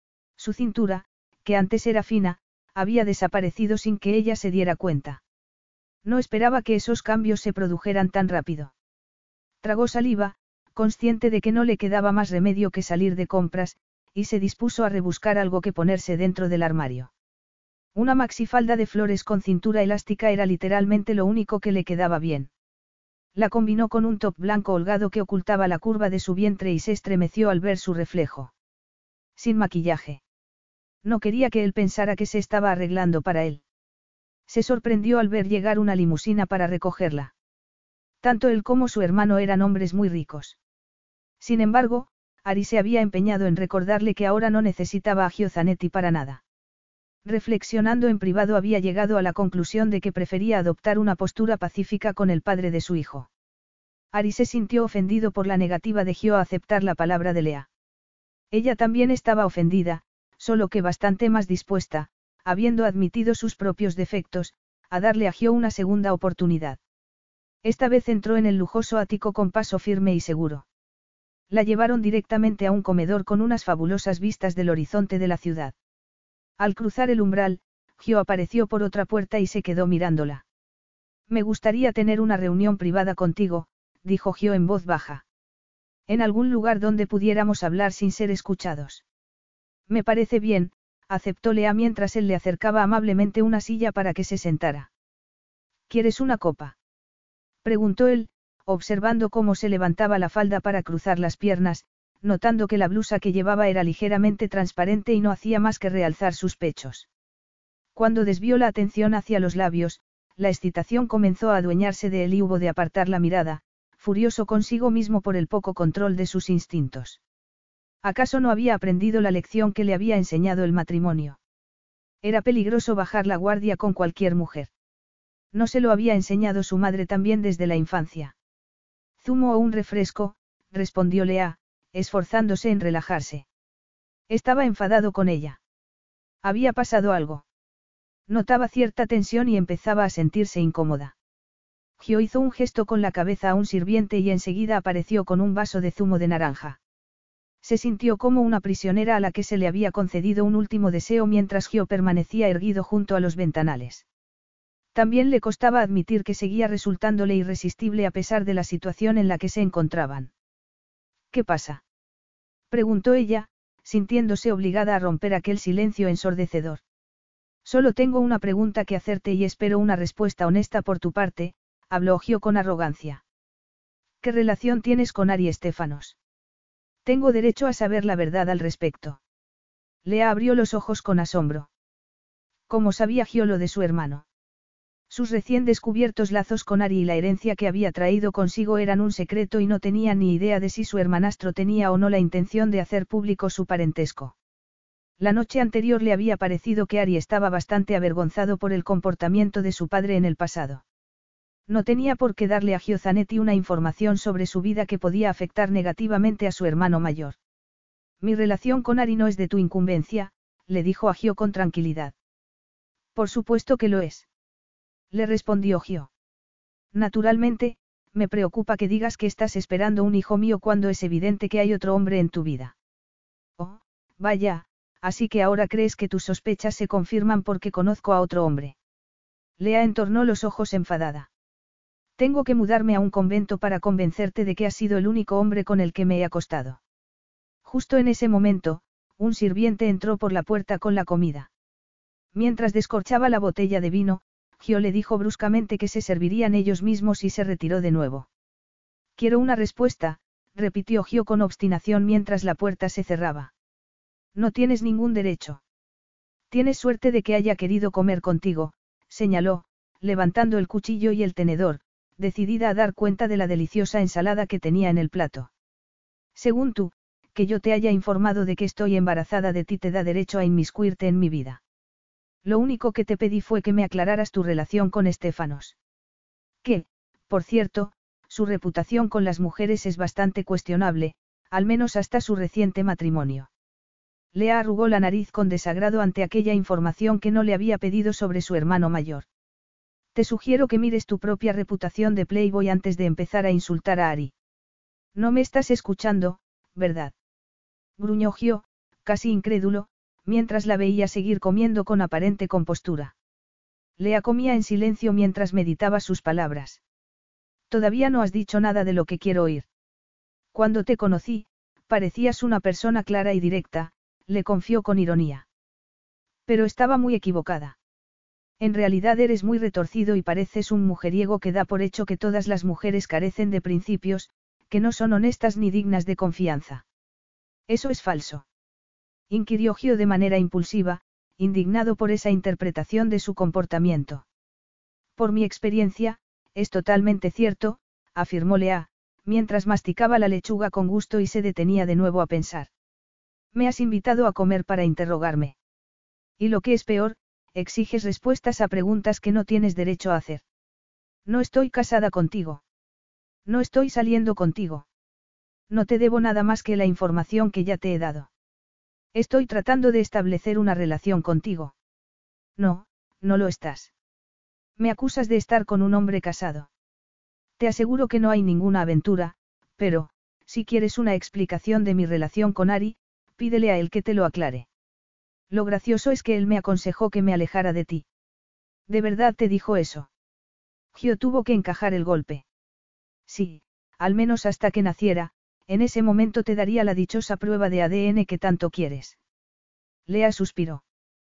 Su cintura, que antes era fina, había desaparecido sin que ella se diera cuenta. No esperaba que esos cambios se produjeran tan rápido. Tragó saliva, consciente de que no le quedaba más remedio que salir de compras, y se dispuso a rebuscar algo que ponerse dentro del armario. Una maxifalda de flores con cintura elástica era literalmente lo único que le quedaba bien. La combinó con un top blanco holgado que ocultaba la curva de su vientre y se estremeció al ver su reflejo. Sin maquillaje. No quería que él pensara que se estaba arreglando para él. Se sorprendió al ver llegar una limusina para recogerla. Tanto él como su hermano eran hombres muy ricos. Sin embargo, Ari se había empeñado en recordarle que ahora no necesitaba a Gio Zanetti para nada. Reflexionando en privado había llegado a la conclusión de que prefería adoptar una postura pacífica con el padre de su hijo. Ari se sintió ofendido por la negativa de Gio a aceptar la palabra de Lea. Ella también estaba ofendida, solo que bastante más dispuesta, habiendo admitido sus propios defectos, a darle a Gio una segunda oportunidad. Esta vez entró en el lujoso ático con paso firme y seguro. La llevaron directamente a un comedor con unas fabulosas vistas del horizonte de la ciudad. Al cruzar el umbral, Gio apareció por otra puerta y se quedó mirándola. Me gustaría tener una reunión privada contigo, dijo Gio en voz baja. En algún lugar donde pudiéramos hablar sin ser escuchados. Me parece bien, aceptó Lea mientras él le acercaba amablemente una silla para que se sentara. ¿Quieres una copa?, preguntó él, observando cómo se levantaba la falda para cruzar las piernas, notando que la blusa que llevaba era ligeramente transparente y no hacía más que realzar sus pechos. Cuando desvió la atención hacia los labios, la excitación comenzó a adueñarse de él y hubo de apartar la mirada, furioso consigo mismo por el poco control de sus instintos. ¿Acaso no había aprendido la lección que le había enseñado el matrimonio? Era peligroso bajar la guardia con cualquier mujer. No se lo había enseñado su madre también desde la infancia. ¿Zumo o un refresco?, respondió Lea, esforzándose en relajarse. Estaba enfadado con ella. Había pasado algo. Notaba cierta tensión y empezaba a sentirse incómoda. Gio hizo un gesto con la cabeza a un sirviente y enseguida apareció con un vaso de zumo de naranja. Se sintió como una prisionera a la que se le había concedido un último deseo mientras Gio permanecía erguido junto a los ventanales. También le costaba admitir que seguía resultándole irresistible a pesar de la situación en la que se encontraban. ¿Qué pasa?, preguntó ella, sintiéndose obligada a romper aquel silencio ensordecedor. Solo tengo una pregunta que hacerte y espero una respuesta honesta por tu parte, habló Gio con arrogancia. ¿Qué relación tienes con Ari Estéfanos? Tengo derecho a saber la verdad al respecto. Lea abrió los ojos con asombro. ¿Cómo sabía Gio lo de su hermano? Sus recién descubiertos lazos con Ari y la herencia que había traído consigo eran un secreto y no tenía ni idea de si su hermanastro tenía o no la intención de hacer público su parentesco. La noche anterior le había parecido que Ari estaba bastante avergonzado por el comportamiento de su padre en el pasado. No tenía por qué darle a Gio Zanetti una información sobre su vida que podía afectar negativamente a su hermano mayor. Mi relación con Ari no es de tu incumbencia, le dijo a Gio con tranquilidad. Por supuesto que lo es. Le respondió Gio. Naturalmente, me preocupa que digas que estás esperando un hijo mío cuando es evidente que hay otro hombre en tu vida. Oh, vaya, así que ahora crees que tus sospechas se confirman porque conozco a otro hombre. Lea entornó los ojos enfadada. Tengo que mudarme a un convento para convencerte de que has sido el único hombre con el que me he acostado. Justo en ese momento, un sirviente entró por la puerta con la comida. Mientras descorchaba la botella de vino, Gio le dijo bruscamente que se servirían ellos mismos y se retiró de nuevo. Quiero una respuesta, repitió Gio con obstinación mientras la puerta se cerraba. No tienes ningún derecho. Tienes suerte de que haya querido comer contigo, señaló, levantando el cuchillo y el tenedor, decidida a dar cuenta de la deliciosa ensalada que tenía en el plato. Según tú, que yo te haya informado de que estoy embarazada de ti te da derecho a inmiscuirte en mi vida. Lo único que te pedí fue que me aclararas tu relación con Estéfanos. Que, por cierto, su reputación con las mujeres es bastante cuestionable, al menos hasta su reciente matrimonio. Lea arrugó la nariz con desagrado ante aquella información que no le había pedido sobre su hermano mayor. Te sugiero que mires tu propia reputación de Playboy antes de empezar a insultar a Ari. No me estás escuchando, ¿verdad? Gruñó Gio, casi incrédulo, mientras la veía seguir comiendo con aparente compostura. Lea comía en silencio mientras meditaba sus palabras. Todavía no has dicho nada de lo que quiero oír. Cuando te conocí, parecías una persona clara y directa, le confió con ironía. Pero estaba muy equivocada. En realidad eres muy retorcido y pareces un mujeriego que da por hecho que todas las mujeres carecen de principios, que no son honestas ni dignas de confianza. Eso es falso. Inquirió Gio de manera impulsiva, indignado por esa interpretación de su comportamiento. Por mi experiencia, es totalmente cierto, afirmó Lea, mientras masticaba la lechuga con gusto y se detenía de nuevo a pensar. Me has invitado a comer para interrogarme. Y lo que es peor, exiges respuestas a preguntas que no tienes derecho a hacer. No estoy casada contigo. No estoy saliendo contigo. No te debo nada más que la información que ya te he dado. Estoy tratando de establecer una relación contigo. No, no lo estás. Me acusas de estar con un hombre casado. Te aseguro que no hay ninguna aventura, pero, si quieres una explicación de mi relación con Ari, pídele a él que te lo aclare. Lo gracioso es que él me aconsejó que me alejara de ti. ¿De verdad te dijo eso? Gio tuvo que encajar el golpe. Sí, al menos hasta que naciera, en ese momento te daría la dichosa prueba de ADN que tanto quieres. Lea suspiró.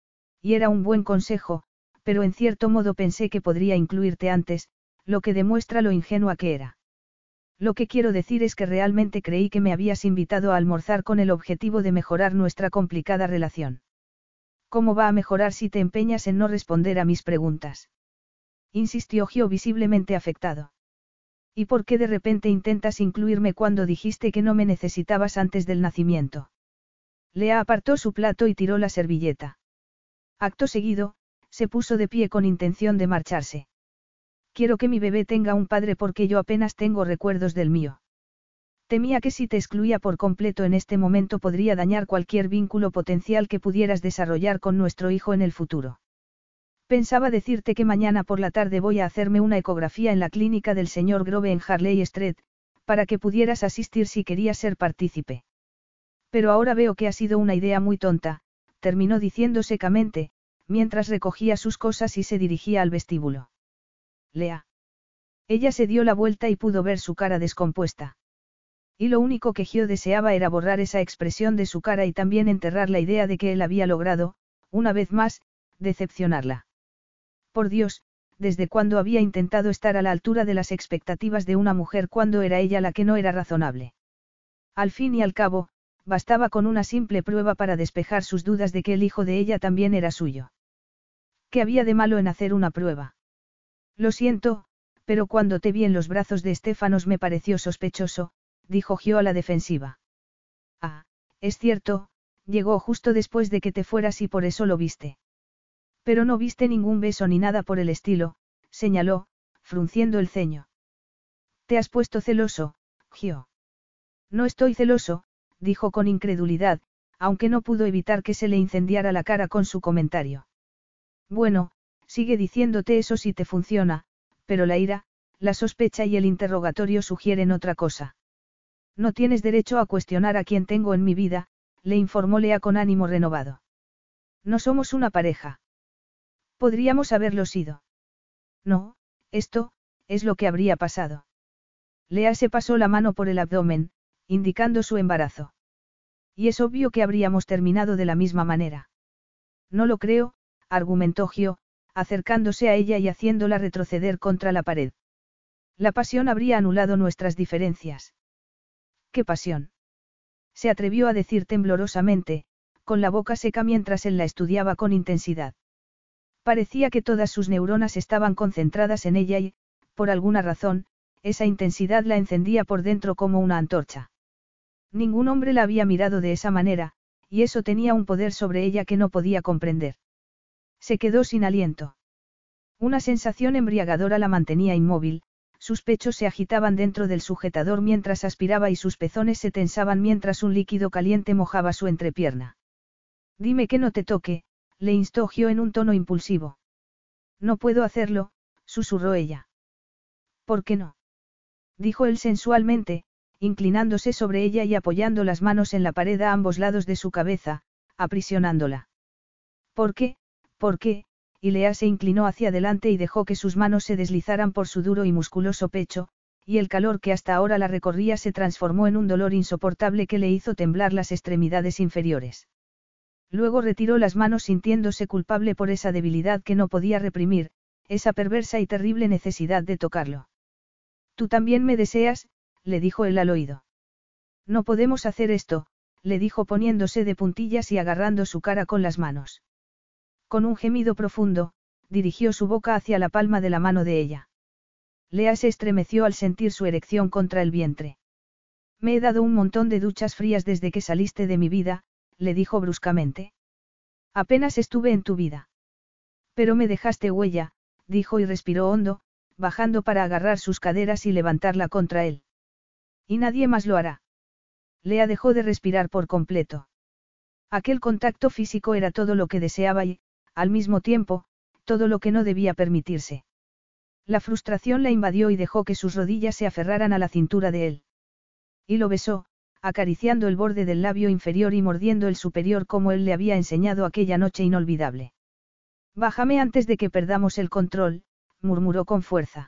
Y era un buen consejo, pero en cierto modo pensé que podría incluirte antes, lo que demuestra lo ingenua que era. Lo que quiero decir es que realmente creí que me habías invitado a almorzar con el objetivo de mejorar nuestra complicada relación. ¿Cómo va a mejorar si te empeñas en no responder a mis preguntas? Insistió Gio visiblemente afectado. ¿Y por qué de repente intentas incluirme cuando dijiste que no me necesitabas antes del nacimiento? Lea apartó su plato y tiró la servilleta. Acto seguido, se puso de pie con intención de marcharse. Quiero que mi bebé tenga un padre porque yo apenas tengo recuerdos del mío. Temía que si te excluía por completo en este momento podría dañar cualquier vínculo potencial que pudieras desarrollar con nuestro hijo en el futuro. Pensaba decirte que mañana por la tarde voy a hacerme una ecografía en la clínica del señor Grove en Harley Street, para que pudieras asistir si querías ser partícipe. Pero ahora veo que ha sido una idea muy tonta, terminó diciendo secamente, mientras recogía sus cosas y se dirigía al vestíbulo. Lea. Ella se dio la vuelta y pudo ver su cara descompuesta. Y lo único que Gio deseaba era borrar esa expresión de su cara y también enterrar la idea de que él había logrado, una vez más, decepcionarla. Por Dios, ¿desde cuándo había intentado estar a la altura de las expectativas de una mujer cuando era ella la que no era razonable? Al fin y al cabo, bastaba con una simple prueba para despejar sus dudas de que el hijo de ella también era suyo. ¿Qué había de malo en hacer una prueba? Lo siento, pero cuando te vi en los brazos de Estéfanos me pareció sospechoso, dijo Gio a la defensiva. Ah, es cierto, llegó justo después de que te fueras y por eso lo viste. Pero no viste ningún beso ni nada por el estilo, señaló, frunciendo el ceño. ¿Te has puesto celoso, Gio? No estoy celoso, dijo con incredulidad, aunque no pudo evitar que se le incendiara la cara con su comentario. Bueno, sigue diciéndote eso si te funciona, pero la ira, la sospecha y el interrogatorio sugieren otra cosa. No tienes derecho a cuestionar a quien tengo en mi vida, le informó Lea con ánimo renovado. No somos una pareja. Podríamos haberlo sido. No, esto, es lo que habría pasado. Lea se pasó la mano por el abdomen, indicando su embarazo. Y es obvio que habríamos terminado de la misma manera. No lo creo, argumentó Gio, acercándose a ella y haciéndola retroceder contra la pared. La pasión habría anulado nuestras diferencias. ¿Qué pasión? Se atrevió a decir temblorosamente, con la boca seca mientras él la estudiaba con intensidad. Parecía que todas sus neuronas estaban concentradas en ella y, por alguna razón, esa intensidad la encendía por dentro como una antorcha. Ningún hombre la había mirado de esa manera, y eso tenía un poder sobre ella que no podía comprender. Se quedó sin aliento. Una sensación embriagadora la mantenía inmóvil, sus pechos se agitaban dentro del sujetador mientras aspiraba y sus pezones se tensaban mientras un líquido caliente mojaba su entrepierna. Dime que no te toque, le instó Gio en un tono impulsivo. No puedo hacerlo, susurró ella. ¿Por qué no? Dijo él sensualmente, inclinándose sobre ella y apoyando las manos en la pared a ambos lados de su cabeza, aprisionándola. ¿Por qué? ¿Por qué? Y Lea se inclinó hacia adelante y dejó que sus manos se deslizaran por su duro y musculoso pecho, y el calor que hasta ahora la recorría se transformó en un dolor insoportable que le hizo temblar las extremidades inferiores. Luego retiró las manos sintiéndose culpable por esa debilidad que no podía reprimir, esa perversa y terrible necesidad de tocarlo. Tú también me deseas, le dijo él al oído. No podemos hacer esto, le dijo poniéndose de puntillas y agarrando su cara con las manos. Con un gemido profundo, dirigió su boca hacia la palma de la mano de ella. Lea se estremeció al sentir su erección contra el vientre. Me he dado un montón de duchas frías desde que saliste de mi vida, le dijo bruscamente. Apenas estuve en tu vida. Pero me dejaste huella, dijo y respiró hondo, bajando para agarrar sus caderas y levantarla contra él. Y nadie más lo hará. Lea dejó de respirar por completo. Aquel contacto físico era todo lo que deseaba y, al mismo tiempo, todo lo que no debía permitirse. La frustración la invadió y dejó que sus rodillas se aferraran a la cintura de él. Y lo besó, acariciando el borde del labio inferior y mordiendo el superior como él le había enseñado aquella noche inolvidable. Bájame antes de que perdamos el control, murmuró con fuerza.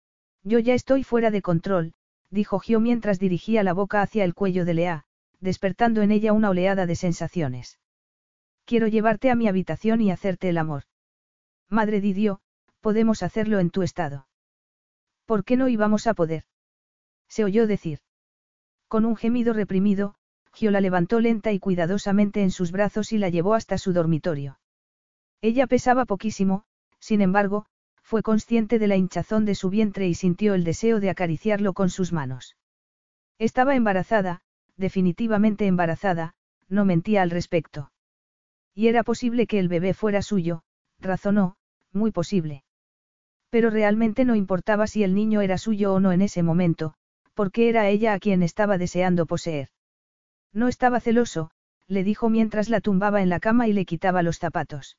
Yo ya estoy fuera de control, dijo Gio mientras dirigía la boca hacia el cuello de Lea, despertando en ella una oleada de sensaciones. Quiero llevarte a mi habitación y hacerte el amor. Madre de Dios, podemos hacerlo en tu estado. ¿Por qué no íbamos a poder? Se oyó decir. Con un gemido reprimido, Gio la levantó lenta y cuidadosamente en sus brazos y la llevó hasta su dormitorio. Ella pesaba poquísimo, sin embargo, fue consciente de la hinchazón de su vientre y sintió el deseo de acariciarlo con sus manos. Estaba embarazada, definitivamente embarazada, no mentía al respecto. Y era posible que el bebé fuera suyo, razonó, muy posible. Pero realmente no importaba si el niño era suyo o no en ese momento, porque era ella a quien estaba deseando poseer. No estaba celoso, le dijo mientras la tumbaba en la cama y le quitaba los zapatos.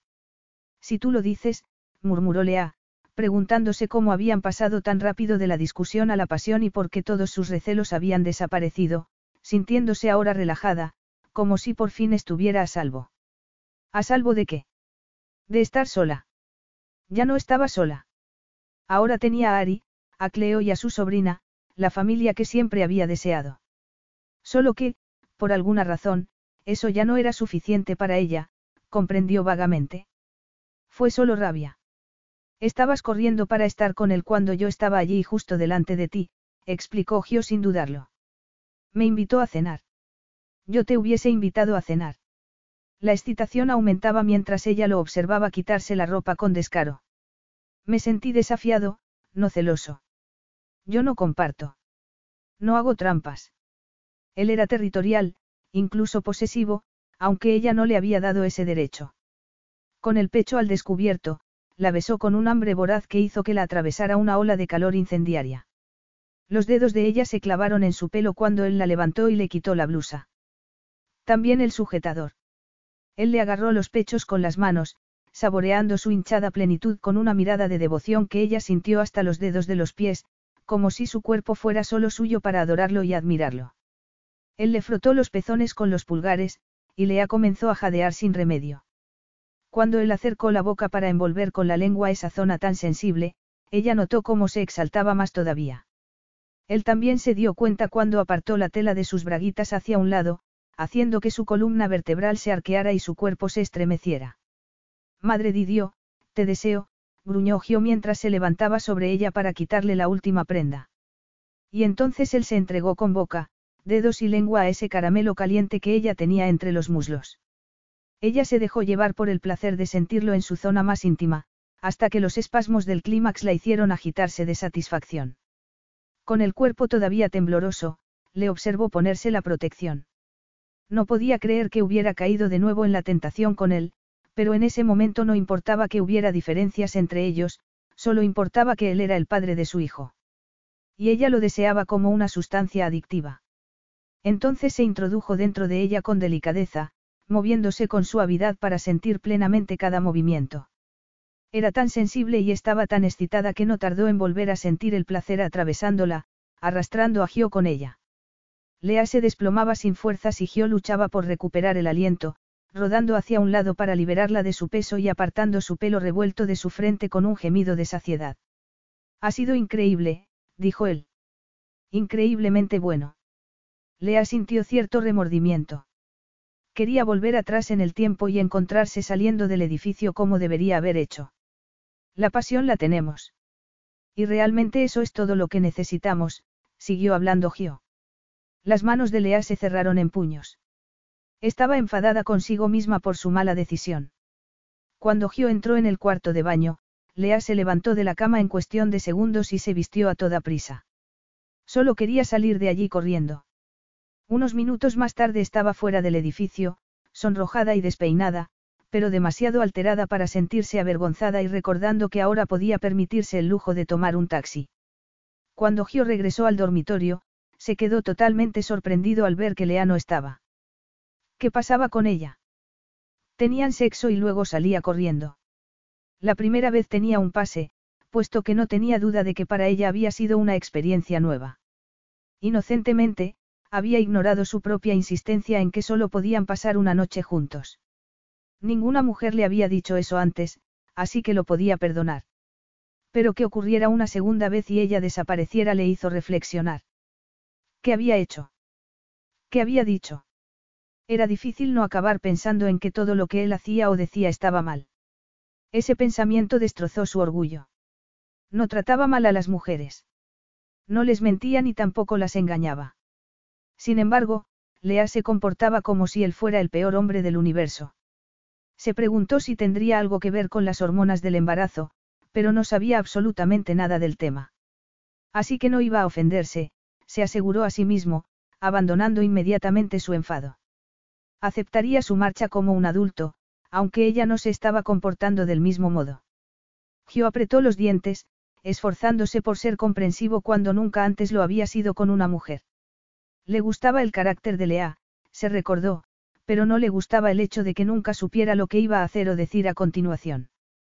Si tú lo dices, murmuró Lea, preguntándose cómo habían pasado tan rápido de la discusión a la pasión y por qué todos sus recelos habían desaparecido, sintiéndose ahora relajada, como si por fin estuviera a salvo. ¿A salvo de qué? De estar sola. Ya no estaba sola. Ahora tenía a Ari, a Cleo y a su sobrina, la familia que siempre había deseado. Solo que, por alguna razón, eso ya no era suficiente para ella, comprendió vagamente. Fue solo rabia. Estabas corriendo para estar con él cuando yo estaba allí justo delante de ti, explicó Gio sin dudarlo. Me invitó a cenar. Yo te hubiese invitado a cenar. La excitación aumentaba mientras ella lo observaba quitarse la ropa con descaro. Me sentí desafiado, no celoso. Yo no comparto. No hago trampas. Él era territorial, incluso posesivo, aunque ella no le había dado ese derecho. Con el pecho al descubierto, la besó con un hambre voraz que hizo que la atravesara una ola de calor incendiaria. Los dedos de ella se clavaron en su pelo cuando él la levantó y le quitó la blusa. También el sujetador. Él le agarró los pechos con las manos, saboreando su hinchada plenitud con una mirada de devoción que ella sintió hasta los dedos de los pies, como si su cuerpo fuera solo suyo para adorarlo y admirarlo. Él le frotó los pezones con los pulgares, y Lea comenzó a jadear sin remedio. Cuando él acercó la boca para envolver con la lengua esa zona tan sensible, ella notó cómo se exaltaba más todavía. Él también se dio cuenta cuando apartó la tela de sus braguitas hacia un lado, haciendo que su columna vertebral se arqueara y su cuerpo se estremeciera. Madre di Dio, te deseo, gruñó Gio mientras se levantaba sobre ella para quitarle la última prenda. Y entonces él se entregó con boca, dedos y lengua a ese caramelo caliente que ella tenía entre los muslos. Ella se dejó llevar por el placer de sentirlo en su zona más íntima, hasta que los espasmos del clímax la hicieron agitarse de satisfacción. Con el cuerpo todavía tembloroso, le observó ponerse la protección. No podía creer que hubiera caído de nuevo en la tentación con él, pero en ese momento no importaba que hubiera diferencias entre ellos, solo importaba que él era el padre de su hijo. Y ella lo deseaba como una sustancia adictiva. Entonces se introdujo dentro de ella con delicadeza, moviéndose con suavidad para sentir plenamente cada movimiento. Era tan sensible y estaba tan excitada que no tardó en volver a sentir el placer atravesándola, arrastrando a Gio con ella. Lea se desplomaba sin fuerzas y Gio luchaba por recuperar el aliento, rodando hacia un lado para liberarla de su peso y apartando su pelo revuelto de su frente con un gemido de saciedad. Ha sido increíble, dijo él. Increíblemente bueno. Lea sintió cierto remordimiento. Quería volver atrás en el tiempo y encontrarse saliendo del edificio como debería haber hecho. La pasión la tenemos. Y realmente eso es todo lo que necesitamos, siguió hablando Gio. Las manos de Lea se cerraron en puños. Estaba enfadada consigo misma por su mala decisión. Cuando Gio entró en el cuarto de baño, Lea se levantó de la cama en cuestión de segundos y se vistió a toda prisa. Solo quería salir de allí corriendo. Unos minutos más tarde estaba fuera del edificio, sonrojada y despeinada, pero demasiado alterada para sentirse avergonzada y recordando que ahora podía permitirse el lujo de tomar un taxi. Cuando Gio regresó al dormitorio, se quedó totalmente sorprendido al ver que Lea no estaba. ¿Qué pasaba con ella? Tenían sexo y luego salía corriendo. La primera vez tenía un pase, puesto que no tenía duda de que para ella había sido una experiencia nueva. Inocentemente, había ignorado su propia insistencia en que solo podían pasar una noche juntos. Ninguna mujer le había dicho eso antes, así que lo podía perdonar. Pero que ocurriera una segunda vez y ella desapareciera le hizo reflexionar. ¿Qué había hecho? ¿Qué había dicho? Era difícil no acabar pensando en que todo lo que él hacía o decía estaba mal. Ese pensamiento destrozó su orgullo. No trataba mal a las mujeres. No les mentía ni tampoco las engañaba. Sin embargo, Lea se comportaba como si él fuera el peor hombre del universo. Se preguntó si tendría algo que ver con las hormonas del embarazo, pero no sabía absolutamente nada del tema. Así que no iba a ofenderse, se aseguró a sí mismo, abandonando inmediatamente su enfado. Aceptaría su marcha como un adulto, aunque ella no se estaba comportando del mismo modo. Gio apretó los dientes, esforzándose por ser comprensivo cuando nunca antes lo había sido con una mujer. Le gustaba el carácter de Lea, se recordó, pero no le gustaba el hecho de que nunca supiera lo que iba a hacer o decir a continuación.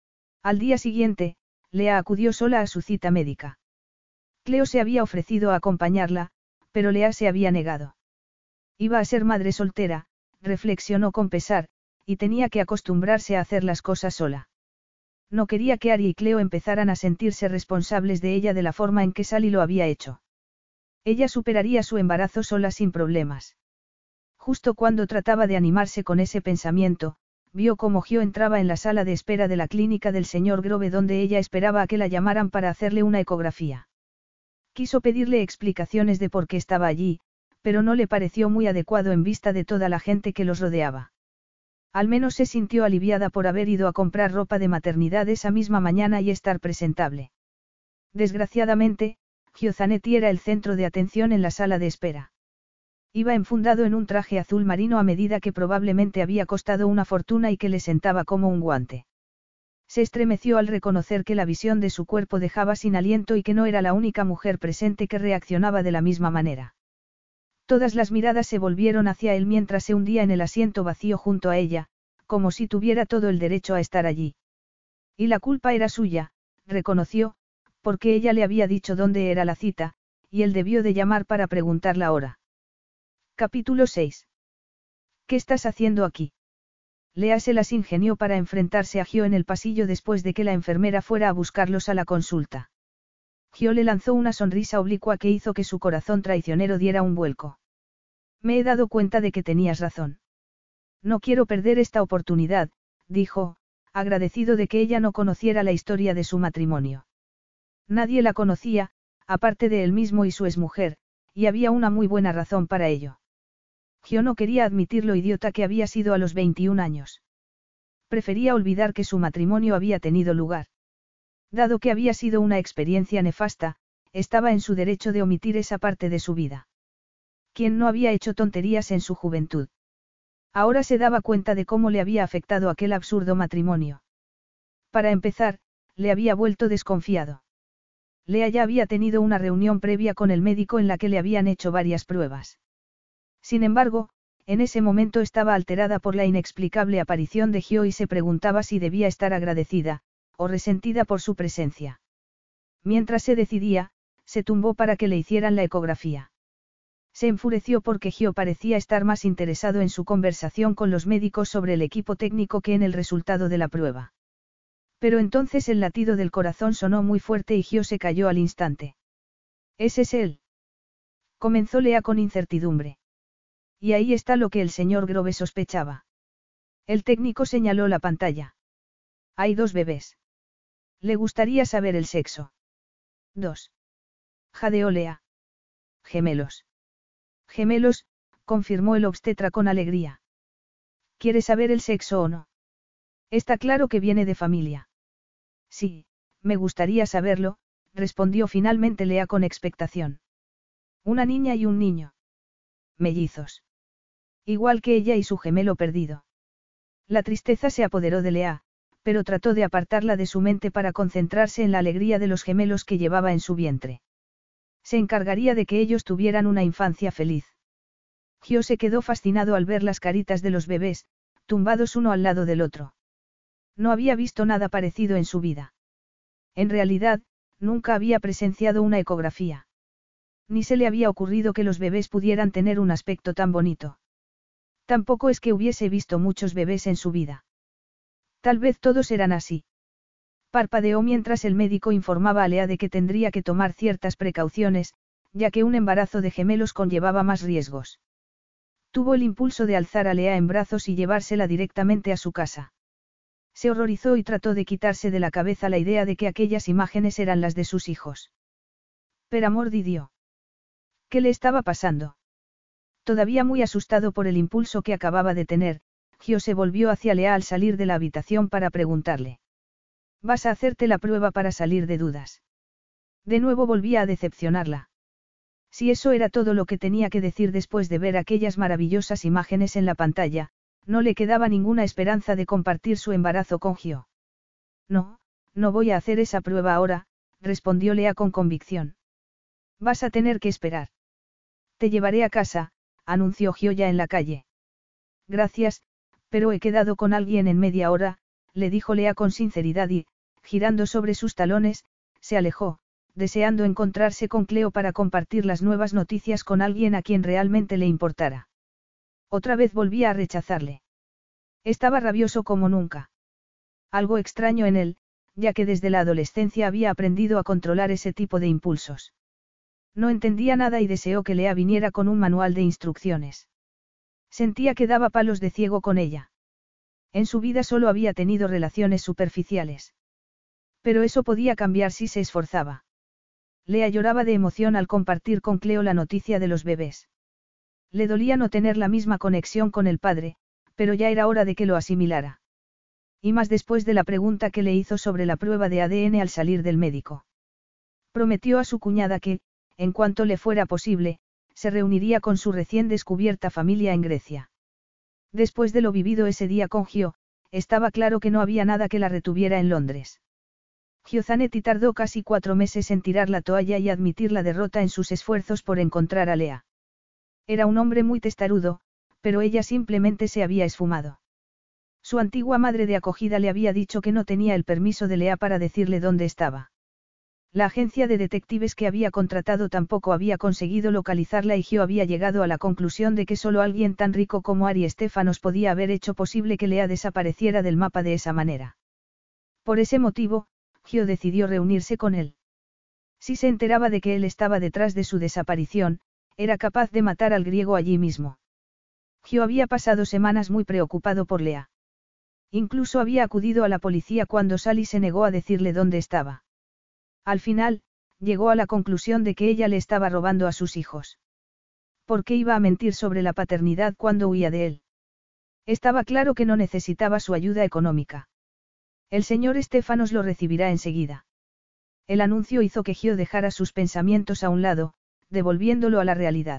Al día siguiente, Lea acudió sola a su cita médica. Cleo se había ofrecido a acompañarla, pero Lea se había negado. Iba a ser madre soltera, reflexionó con pesar, y tenía que acostumbrarse a hacer las cosas sola. No quería que Ari y Cleo empezaran a sentirse responsables de ella de la forma en que Sally lo había hecho. Ella superaría su embarazo sola sin problemas. Justo cuando trataba de animarse con ese pensamiento, vio cómo Gio entraba en la sala de espera de la clínica del señor Grove donde ella esperaba a que la llamaran para hacerle una ecografía. Quiso pedirle explicaciones de por qué estaba allí, pero no le pareció muy adecuado en vista de toda la gente que los rodeaba. Al menos se sintió aliviada por haber ido a comprar ropa de maternidad esa misma mañana y estar presentable. Desgraciadamente, Gio Zanetti era el centro de atención en la sala de espera. Iba enfundado en un traje azul marino a medida que probablemente había costado una fortuna y que le sentaba como un guante. Se estremeció al reconocer que la visión de su cuerpo dejaba sin aliento y que no era la única mujer presente que reaccionaba de la misma manera. Todas las miradas se volvieron hacia él mientras se hundía en el asiento vacío junto a ella, como si tuviera todo el derecho a estar allí. Y la culpa era suya, reconoció, porque ella le había dicho dónde era la cita, y él debió de llamar para preguntar la hora. Capítulo 6. ¿Qué estás haciendo aquí? Lea se las ingenió para enfrentarse a Gio en el pasillo después de que la enfermera fuera a buscarlos a la consulta. Gio le lanzó una sonrisa oblicua que hizo que su corazón traicionero diera un vuelco. Me he dado cuenta de que tenías razón. No quiero perder esta oportunidad, dijo, agradecido de que ella no conociera la historia de su matrimonio. Nadie la conocía, aparte de él mismo y su exmujer, y había una muy buena razón para ello. Gio no quería admitir lo idiota que había sido a los 21 años. Prefería olvidar que su matrimonio había tenido lugar. Dado que había sido una experiencia nefasta, estaba en su derecho de omitir esa parte de su vida. ¿Quién no había hecho tonterías en su juventud? Ahora se daba cuenta de cómo le había afectado aquel absurdo matrimonio. Para empezar, le había vuelto desconfiado. Lea ya había tenido una reunión previa con el médico en la que le habían hecho varias pruebas. Sin embargo, en ese momento estaba alterada por la inexplicable aparición de Gio y se preguntaba si debía estar agradecida, o resentida por su presencia. Mientras se decidía, se tumbó para que le hicieran la ecografía. Se enfureció porque Gio parecía estar más interesado en su conversación con los médicos sobre el equipo técnico que en el resultado de la prueba. Pero entonces el latido del corazón sonó muy fuerte y Gio se cayó al instante. ¿Ese es él? Comenzó Lea con incertidumbre. Y ahí está lo que el señor Grove sospechaba. El técnico señaló la pantalla. Hay 2 bebés. Le gustaría saber el sexo. 2. Jadeó Lea. Gemelos. Gemelos, confirmó el obstetra con alegría. ¿Quiere saber el sexo o no? Está claro que viene de familia. Sí, me gustaría saberlo, respondió finalmente Lea con expectación. Una niña y un niño. Mellizos. Igual que ella y su gemelo perdido. La tristeza se apoderó de Lea, pero trató de apartarla de su mente para concentrarse en la alegría de los gemelos que llevaba en su vientre. Se encargaría de que ellos tuvieran una infancia feliz. Gio se quedó fascinado al ver las caritas de los bebés, tumbados uno al lado del otro. No había visto nada parecido en su vida. En realidad, nunca había presenciado una ecografía. Ni se le había ocurrido que los bebés pudieran tener un aspecto tan bonito. Tampoco es que hubiese visto muchos bebés en su vida. Tal vez todos eran así. Parpadeó mientras el médico informaba a Lea de que tendría que tomar ciertas precauciones, ya que un embarazo de gemelos conllevaba más riesgos. Tuvo el impulso de alzar a Lea en brazos y llevársela directamente a su casa. Se horrorizó y trató de quitarse de la cabeza la idea de que aquellas imágenes eran las de sus hijos. Per amor di Dio. ¿Qué le estaba pasando? Todavía muy asustado por el impulso que acababa de tener, Gio se volvió hacia Lea al salir de la habitación para preguntarle. ¿Vas a hacerte la prueba para salir de dudas? De nuevo volvía a decepcionarla. Si eso era todo lo que tenía que decir después de ver aquellas maravillosas imágenes en la pantalla, no le quedaba ninguna esperanza de compartir su embarazo con Gio. No, no voy a hacer esa prueba ahora, respondió Lea con convicción. Vas a tener que esperar. Te llevaré a casa, anunció Gio ya en la calle. Gracias, pero he quedado con alguien en media hora, le dijo Lea con sinceridad y, girando sobre sus talones, se alejó, deseando encontrarse con Cleo para compartir las nuevas noticias con alguien a quien realmente le importara. Otra vez volvía a rechazarle. Estaba rabioso como nunca. Algo extraño en él, ya que desde la adolescencia había aprendido a controlar ese tipo de impulsos. No entendía nada y deseó que Lea viniera con un manual de instrucciones. Sentía que daba palos de ciego con ella. En su vida solo había tenido relaciones superficiales. Pero eso podía cambiar si se esforzaba. Lea lloraba de emoción al compartir con Cleo la noticia de los bebés. Le dolía no tener la misma conexión con el padre, pero ya era hora de que lo asimilara. Y más después de la pregunta que le hizo sobre la prueba de ADN al salir del médico. Prometió a su cuñada que, en cuanto le fuera posible, se reuniría con su recién descubierta familia en Grecia. Después de lo vivido ese día con Gio, estaba claro que no había nada que la retuviera en Londres. Gio Zanetti tardó casi 4 meses en tirar la toalla y admitir la derrota en sus esfuerzos por encontrar a Lea. Era un hombre muy testarudo, pero ella simplemente se había esfumado. Su antigua madre de acogida le había dicho que no tenía el permiso de Lea para decirle dónde estaba. La agencia de detectives que había contratado tampoco había conseguido localizarla y Gio había llegado a la conclusión de que solo alguien tan rico como Ari Stefanos podía haber hecho posible que Lea desapareciera del mapa de esa manera. Por ese motivo, Gio decidió reunirse con él. Si se enteraba de que él estaba detrás de su desaparición, era capaz de matar al griego allí mismo. Gio había pasado semanas muy preocupado por Lea. Incluso había acudido a la policía cuando Sally se negó a decirle dónde estaba. Al final, llegó a la conclusión de que ella le estaba robando a sus hijos. ¿Por qué iba a mentir sobre la paternidad cuando huía de él? Estaba claro que no necesitaba su ayuda económica. El señor Stefanos lo recibirá enseguida. El anuncio hizo que Gio dejara sus pensamientos a un lado, devolviéndolo a la realidad.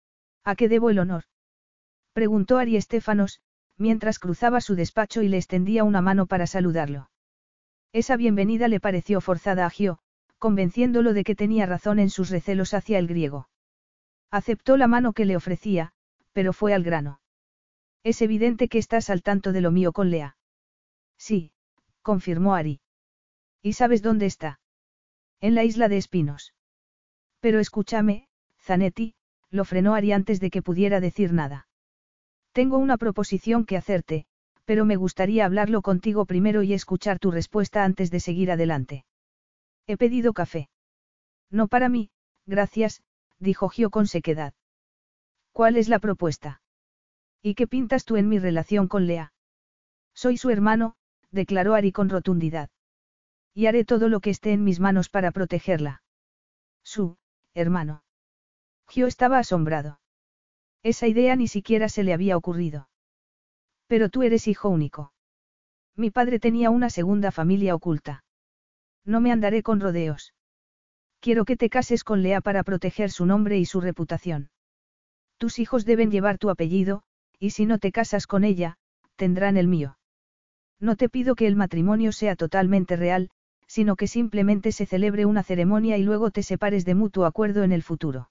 ¿A qué debo el honor?, preguntó Ari Stefanos, mientras cruzaba su despacho y le extendía una mano para saludarlo. Esa bienvenida le pareció forzada a Gio, convenciéndolo de que tenía razón en sus recelos hacia el griego. Aceptó la mano que le ofrecía, pero fue al grano. Es evidente que estás al tanto de lo mío con Lea. Sí, confirmó Ari. ¿Y sabes dónde está? En la isla de Espinos. Pero escúchame, Zanetti, lo frenó Ari antes de que pudiera decir nada. Tengo una proposición que hacerte, pero me gustaría hablarlo contigo primero y escuchar tu respuesta antes de seguir adelante. He pedido café. No para mí, gracias, dijo Gio con sequedad. ¿Cuál es la propuesta? ¿Y qué pintas tú en mi relación con Lea? Soy su hermano, declaró Ari con rotundidad. Y haré todo lo que esté en mis manos para protegerla. Su hermano. Gio estaba asombrado. Esa idea ni siquiera se le había ocurrido. Pero tú eres hijo único. Mi padre tenía una segunda familia oculta. No me andaré con rodeos. Quiero que te cases con Lea para proteger su nombre y su reputación. Tus hijos deben llevar tu apellido, y si no te casas con ella, tendrán el mío. No te pido que el matrimonio sea totalmente real, sino que simplemente se celebre una ceremonia y luego te separes de mutuo acuerdo en el futuro.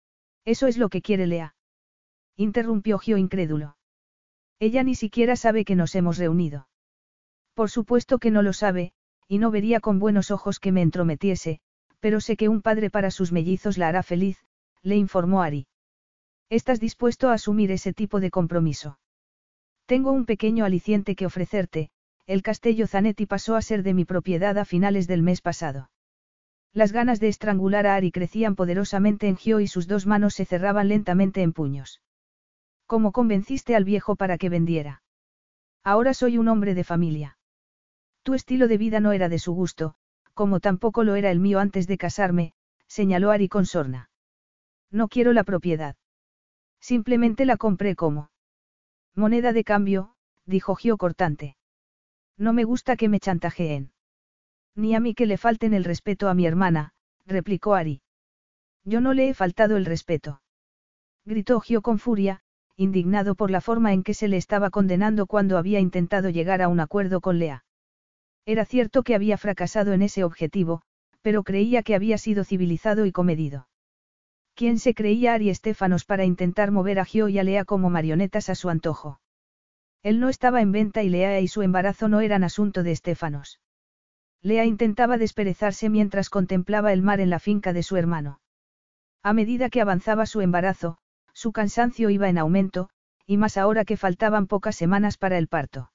Eso es lo que quiere Lea. Interrumpió Gio incrédulo. Ella ni siquiera sabe que nos hemos reunido. Por supuesto que no lo sabe, y no vería con buenos ojos que me entrometiese, pero sé que un padre para sus mellizos la hará feliz, le informó Ari. ¿Estás dispuesto a asumir ese tipo de compromiso? Tengo un pequeño aliciente que ofrecerte, el Castello Zanetti pasó a ser de mi propiedad a finales del mes pasado. Las ganas de estrangular a Ari crecían poderosamente en Gio y sus 2 manos se cerraban lentamente en puños. ¿Cómo convenciste al viejo para que vendiera? Ahora soy un hombre de familia. Tu estilo de vida no era de su gusto, como tampoco lo era el mío antes de casarme, señaló Ari con sorna. No quiero la propiedad. Simplemente la compré como moneda de cambio, dijo Gio cortante. No me gusta que me chantajeen. Ni a mí que le falten el respeto a mi hermana, replicó Ari. Yo no le he faltado el respeto. Gritó Gio con furia, indignado por la forma en que se le estaba condenando cuando había intentado llegar a un acuerdo con Lea. Era cierto que había fracasado en ese objetivo, pero creía que había sido civilizado y comedido. ¿Quién se creía Ari Stefanos para intentar mover a Gio y a Lea como marionetas a su antojo? Él no estaba en venta y Lea y su embarazo no eran asunto de Stefanos. Lea intentaba desperezarse mientras contemplaba el mar en la finca de su hermano. A medida que avanzaba su embarazo, su cansancio iba en aumento, y más ahora que faltaban pocas semanas para el parto.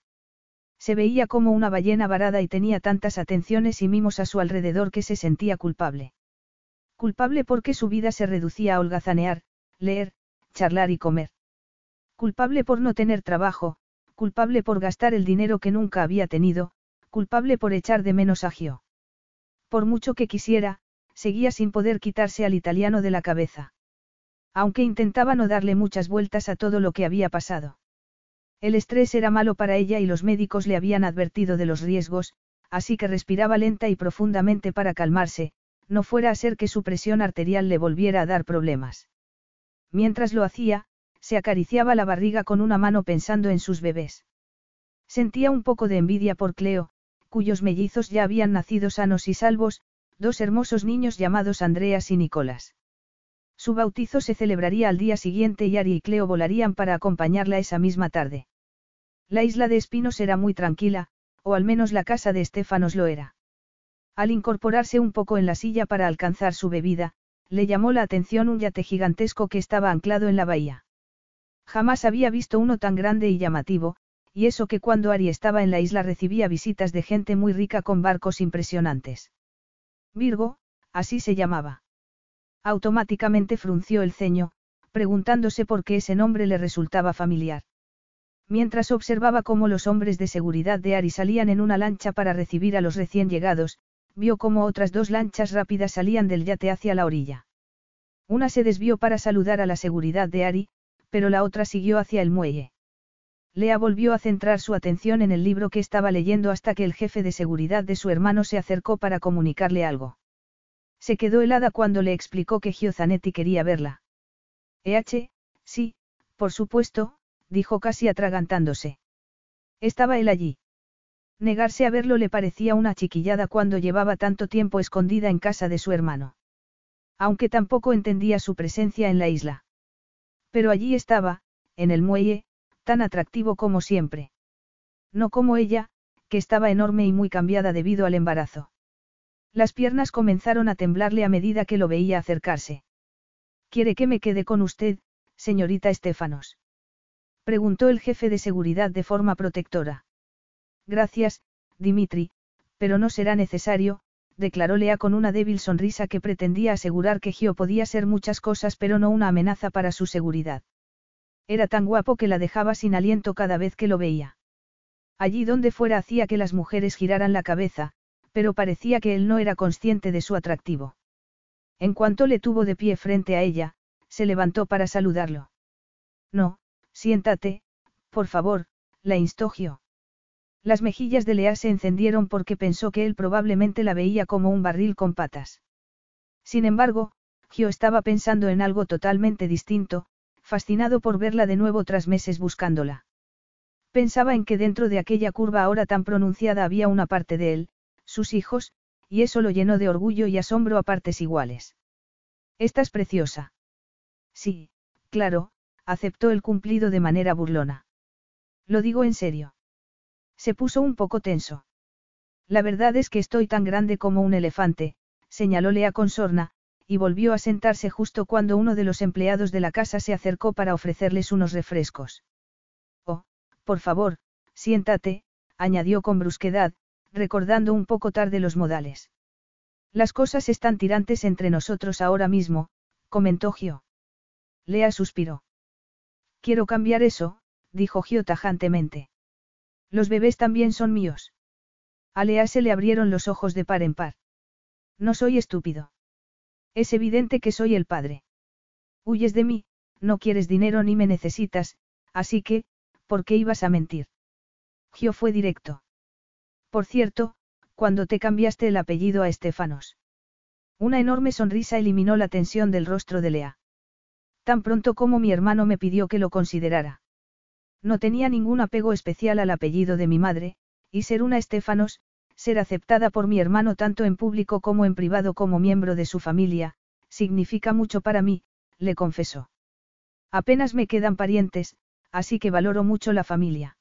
Se veía como una ballena varada y tenía tantas atenciones y mimos a su alrededor que se sentía culpable. Culpable porque su vida se reducía a holgazanear, leer, charlar y comer. Culpable por no tener trabajo, culpable por gastar el dinero que nunca había tenido, culpable por echar de menos a Gio. Por mucho que quisiera, seguía sin poder quitarse al italiano de la cabeza. Aunque intentaba no darle muchas vueltas a todo lo que había pasado. El estrés era malo para ella y los médicos le habían advertido de los riesgos, así que respiraba lenta y profundamente para calmarse, no fuera a ser que su presión arterial le volviera a dar problemas. Mientras lo hacía, se acariciaba la barriga con una mano pensando en sus bebés. Sentía un poco de envidia por Cleo, cuyos mellizos ya habían nacido sanos y salvos, dos hermosos niños llamados Andreas y Nicolás. Su bautizo se celebraría al día siguiente y Ari y Cleo volarían para acompañarla esa misma tarde. La isla de Espinos era muy tranquila, o al menos la casa de Estéfanos lo era. Al incorporarse un poco en la silla para alcanzar su bebida, le llamó la atención un yate gigantesco que estaba anclado en la bahía. Jamás había visto uno tan grande y llamativo, y eso que cuando Ari estaba en la isla recibía visitas de gente muy rica con barcos impresionantes. Virgo, así se llamaba. Automáticamente frunció el ceño, preguntándose por qué ese nombre le resultaba familiar. Mientras observaba cómo los hombres de seguridad de Ari salían en una lancha para recibir a los recién llegados, vio cómo otras dos lanchas rápidas salían del yate hacia la orilla. Una se desvió para saludar a la seguridad de Ari, pero la otra siguió hacia el muelle. Lea volvió a centrar su atención en el libro que estaba leyendo hasta que el jefe de seguridad de su hermano se acercó para comunicarle algo. Se quedó helada cuando le explicó que Gio Zanetti quería verla. Sí, por supuesto, dijo casi atragantándose. ¿Estaba él allí? Negarse a verlo le parecía una chiquillada cuando llevaba tanto tiempo escondida en casa de su hermano. Aunque tampoco entendía su presencia en la isla. Pero allí estaba, en el muelle, tan atractivo como siempre. No como ella, que estaba enorme y muy cambiada debido al embarazo. Las piernas comenzaron a temblarle a medida que lo veía acercarse. ¿Quiere que me quede con usted, señorita Estéfanos? Preguntó el jefe de seguridad de forma protectora. Gracias, Dimitri, pero no será necesario, declaró Lea con una débil sonrisa que pretendía asegurar que Gio podía ser muchas cosas pero no una amenaza para su seguridad. Era tan guapo que la dejaba sin aliento cada vez que lo veía. Allí donde fuera hacía que las mujeres giraran la cabeza, pero parecía que él no era consciente de su atractivo. En cuanto le tuvo de pie frente a ella, se levantó para saludarlo. No, siéntate, por favor, la instó Gio. Las mejillas de Lea se encendieron porque pensó que él probablemente la veía como un barril con patas. Sin embargo, Gio estaba pensando en algo totalmente distinto, fascinado por verla de nuevo tras meses buscándola. Pensaba en que dentro de aquella curva ahora tan pronunciada había una parte de él, sus hijos, y eso lo llenó de orgullo y asombro a partes iguales. «Estás preciosa». «Sí, claro», aceptó el cumplido de manera burlona. «Lo digo en serio». Se puso un poco tenso. «La verdad es que estoy tan grande como un elefante», señaló Lea con sorna, y volvió a sentarse justo cuando uno de los empleados de la casa se acercó para ofrecerles unos refrescos. «Oh, por favor, siéntate», añadió con brusquedad, recordando un poco tarde los modales. «Las cosas están tirantes entre nosotros ahora mismo», comentó Gio. Lea suspiró. «Quiero cambiar eso», dijo Gio tajantemente. «Los bebés también son míos». A Lea se le abrieron los ojos de par en par. «No soy estúpido. Es evidente que soy el padre. Huyes de mí, no quieres dinero ni me necesitas, así que, ¿por qué ibas a mentir?» Gio fue directo. «Por cierto, ¿cuándo te cambiaste el apellido a Estéfanos?» Una enorme sonrisa eliminó la tensión del rostro de Lea. «Tan pronto como mi hermano me pidió que lo considerara. No tenía ningún apego especial al apellido de mi madre, y ser una Estéfanos, ser aceptada por mi hermano tanto en público como en privado como miembro de su familia, significa mucho para mí», le confesó. «Apenas me quedan parientes, así que valoro mucho la familia».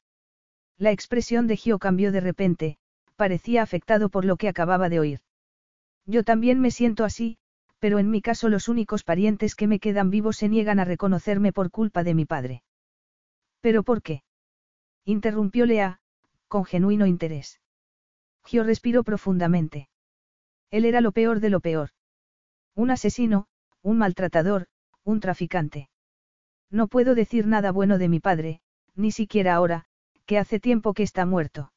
La expresión de Gio cambió de repente, parecía afectado por lo que acababa de oír. «Yo también me siento así, pero en mi caso los únicos parientes que me quedan vivos se niegan a reconocerme por culpa de mi padre». «¿Pero por qué?», interrumpió Lea, con genuino interés. Gio respiró profundamente. Él era lo peor de lo peor. Un asesino, un maltratador, un traficante. «No puedo decir nada bueno de mi padre, ni siquiera ahora, que hace tiempo que está muerto.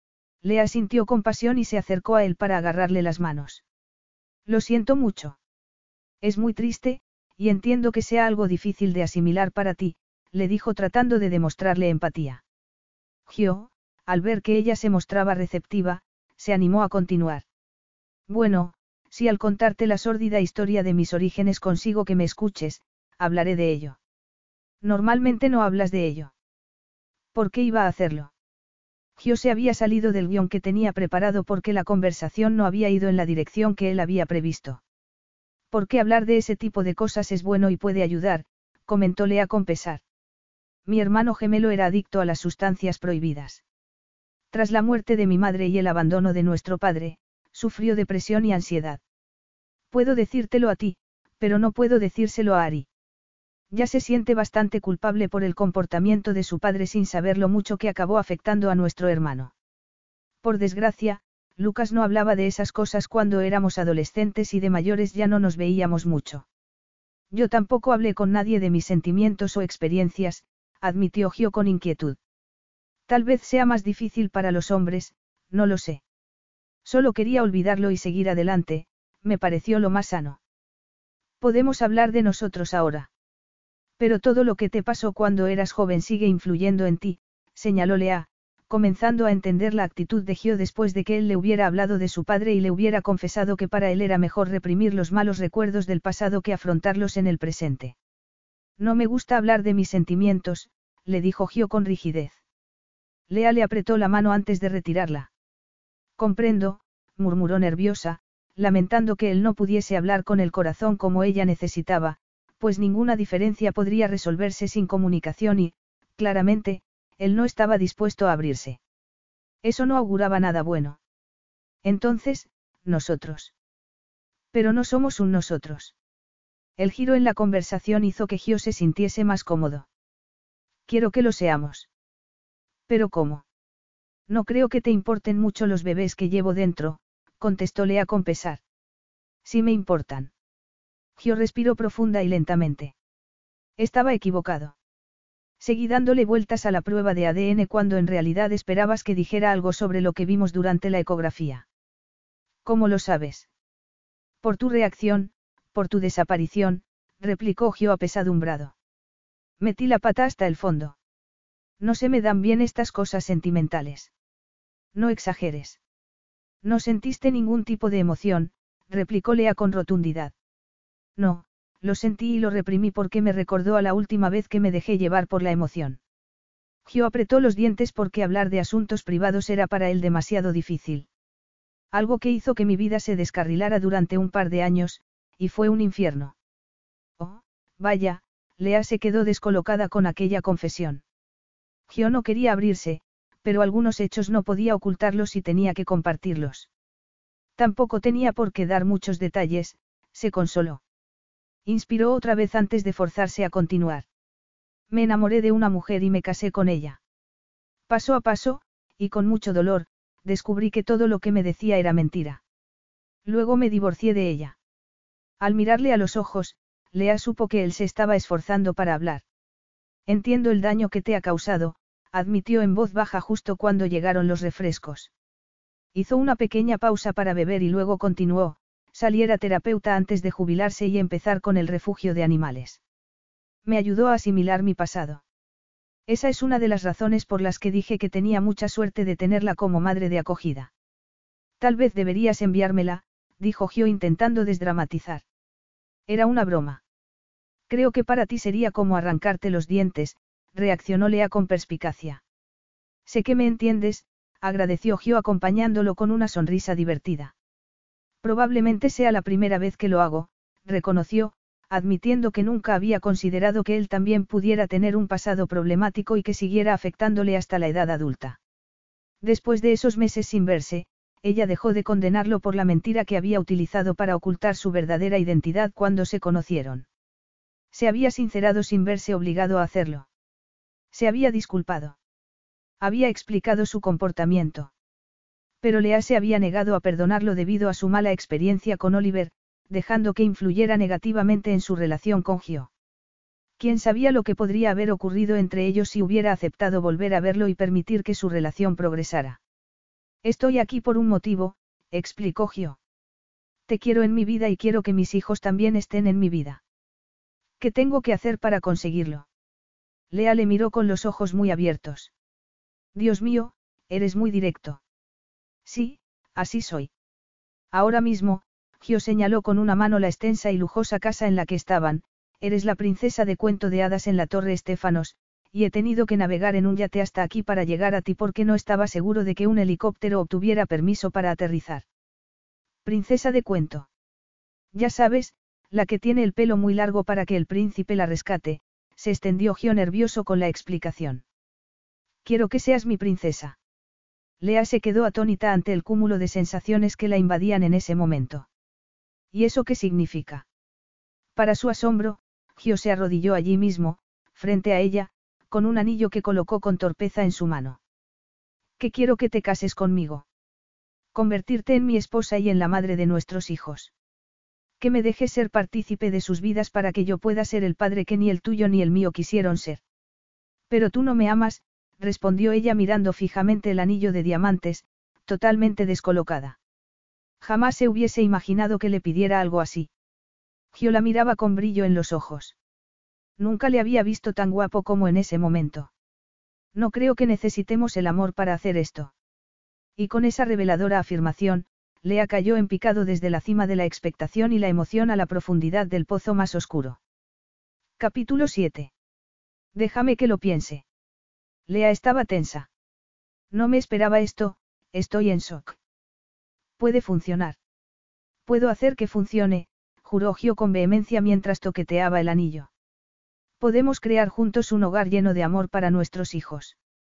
Lea sintió compasión y se acercó a él para agarrarle las manos. Lo siento mucho. Es muy triste, y entiendo que sea algo difícil de asimilar para ti, le dijo tratando de demostrarle empatía. Gio, al ver que ella se mostraba receptiva, se animó a continuar. Bueno, si al contarte la sórdida historia de mis orígenes consigo que me escuches, hablaré de ello. Normalmente no hablas de ello. ¿Por qué iba a hacerlo? Gio se había salido del guión que tenía preparado porque la conversación no había ido en la dirección que él había previsto. Porque hablar de ese tipo de cosas es bueno y puede ayudar, comentó Lea con pesar. Mi hermano gemelo era adicto a las sustancias prohibidas. Tras la muerte de mi madre y el abandono de nuestro padre, sufrió depresión y ansiedad. Puedo decírtelo a ti, pero no puedo decírselo a Ari. Ya se siente bastante culpable por el comportamiento de su padre sin saber lo mucho que acabó afectando a nuestro hermano. Por desgracia, Lucas no hablaba de esas cosas cuando éramos adolescentes y de mayores ya no nos veíamos mucho. Yo tampoco hablé con nadie de mis sentimientos o experiencias, admitió Gio con inquietud. Tal vez sea más difícil para los hombres, no lo sé. Solo quería olvidarlo y seguir adelante, me pareció lo más sano. Podemos hablar de nosotros ahora. Pero todo lo que te pasó cuando eras joven sigue influyendo en ti, señaló Lea, comenzando a entender la actitud de Gio después de que él le hubiera hablado de su padre y le hubiera confesado que para él era mejor reprimir los malos recuerdos del pasado que afrontarlos en el presente. No me gusta hablar de mis sentimientos, le dijo Gio con rigidez. Lea le apretó la mano antes de retirarla. Comprendo, murmuró nerviosa, lamentando que él no pudiese hablar con el corazón como ella necesitaba, pues ninguna diferencia podría resolverse sin comunicación y, claramente, él no estaba dispuesto a abrirse. Eso no auguraba nada bueno. Entonces, nosotros. Pero no somos un nosotros. El giro en la conversación hizo que Gio se sintiese más cómodo. Quiero que lo seamos. ¿Pero cómo? No creo que te importen mucho los bebés que llevo dentro, contestó Lea con pesar. Sí me importan. Gio respiró profunda y lentamente. Estaba equivocado. Seguí dándole vueltas a la prueba de ADN cuando en realidad esperabas que dijera algo sobre lo que vimos durante la ecografía. ¿Cómo lo sabes? Por tu reacción, por tu desaparición, replicó Gio apesadumbrado. Metí la pata hasta el fondo. No se me dan bien estas cosas sentimentales. No exageres. No sentiste ningún tipo de emoción, replicó Lea con rotundidad. No, lo sentí y lo reprimí porque me recordó a la última vez que me dejé llevar por la emoción. Gio apretó los dientes porque hablar de asuntos privados era para él demasiado difícil. Algo que hizo que mi vida se descarrilara durante un par de años, y fue un infierno. Oh, vaya, Lea se quedó descolocada con aquella confesión. Gio no quería abrirse, pero algunos hechos no podía ocultarlos y tenía que compartirlos. Tampoco tenía por qué dar muchos detalles, se consoló. Inspiró otra vez antes de forzarse a continuar. Me enamoré de una mujer y me casé con ella. Paso a paso, y con mucho dolor, descubrí que todo lo que me decía era mentira. Luego me divorcié de ella. Al mirarle a los ojos, Lea supo que él se estaba esforzando para hablar. Entiendo el daño que te ha causado, admitió en voz baja justo cuando llegaron los refrescos. Hizo una pequeña pausa para beber y luego continuó, saliera terapeuta antes de jubilarse y empezar con el refugio de animales. Me ayudó a asimilar mi pasado. Esa es una de las razones por las que dije que tenía mucha suerte de tenerla como madre de acogida. Tal vez deberías enviármela, dijo Gio intentando desdramatizar. Era una broma. Creo que para ti sería como arrancarte los dientes, reaccionó Lea con perspicacia. Sé que me entiendes, agradeció Gio acompañándolo con una sonrisa divertida. Probablemente sea la primera vez que lo hago, reconoció, admitiendo que nunca había considerado que él también pudiera tener un pasado problemático y que siguiera afectándole hasta la edad adulta. Después de esos meses sin verse, ella dejó de condenarlo por la mentira que había utilizado para ocultar su verdadera identidad cuando se conocieron. Se había sincerado sin verse obligado a hacerlo. Se había disculpado. Había explicado su comportamiento. Pero Lea se había negado a perdonarlo debido a su mala experiencia con Oliver, dejando que influyera negativamente en su relación con Gio. Quién sabía lo que podría haber ocurrido entre ellos si hubiera aceptado volver a verlo y permitir que su relación progresara. Estoy aquí por un motivo, explicó Gio. Te quiero en mi vida y quiero que mis hijos también estén en mi vida. ¿Qué tengo que hacer para conseguirlo? Lea le miró con los ojos muy abiertos. Dios mío, eres muy directo. Sí, así soy. Ahora mismo, Gio señaló con una mano la extensa y lujosa casa en la que estaban, eres la princesa de cuento de hadas en la Torre Estéfanos, y he tenido que navegar en un yate hasta aquí para llegar a ti porque no estaba seguro de que un helicóptero obtuviera permiso para aterrizar. Princesa de cuento. Ya sabes, la que tiene el pelo muy largo para que el príncipe la rescate, se extendió Gio nervioso con la explicación. Quiero que seas mi princesa. Lea se quedó atónita ante el cúmulo de sensaciones que la invadían en ese momento. ¿Y eso qué significa? Para su asombro, Gio se arrodilló allí mismo, frente a ella, con un anillo que colocó con torpeza en su mano. Que quiero que te cases conmigo. Convertirte en mi esposa y en la madre de nuestros hijos. Que me dejes ser partícipe de sus vidas para que yo pueda ser el padre que ni el tuyo ni el mío quisieron ser. Pero tú no me amas, respondió ella mirando fijamente el anillo de diamantes, totalmente descolocada. Jamás se hubiese imaginado que le pidiera algo así. Gio la miraba con brillo en los ojos. Nunca le había visto tan guapo como en ese momento. No creo que necesitemos el amor para hacer esto. Y con esa reveladora afirmación, Lea cayó en picado desde la cima de la expectación y la emoción a la profundidad del pozo más oscuro. Capítulo 7. Déjame que lo piense. Lea estaba tensa. No me esperaba esto, estoy en shock. Puede funcionar. Puedo hacer que funcione, juró Gio con vehemencia mientras toqueteaba el anillo. Podemos crear juntos un hogar lleno de amor para nuestros hijos.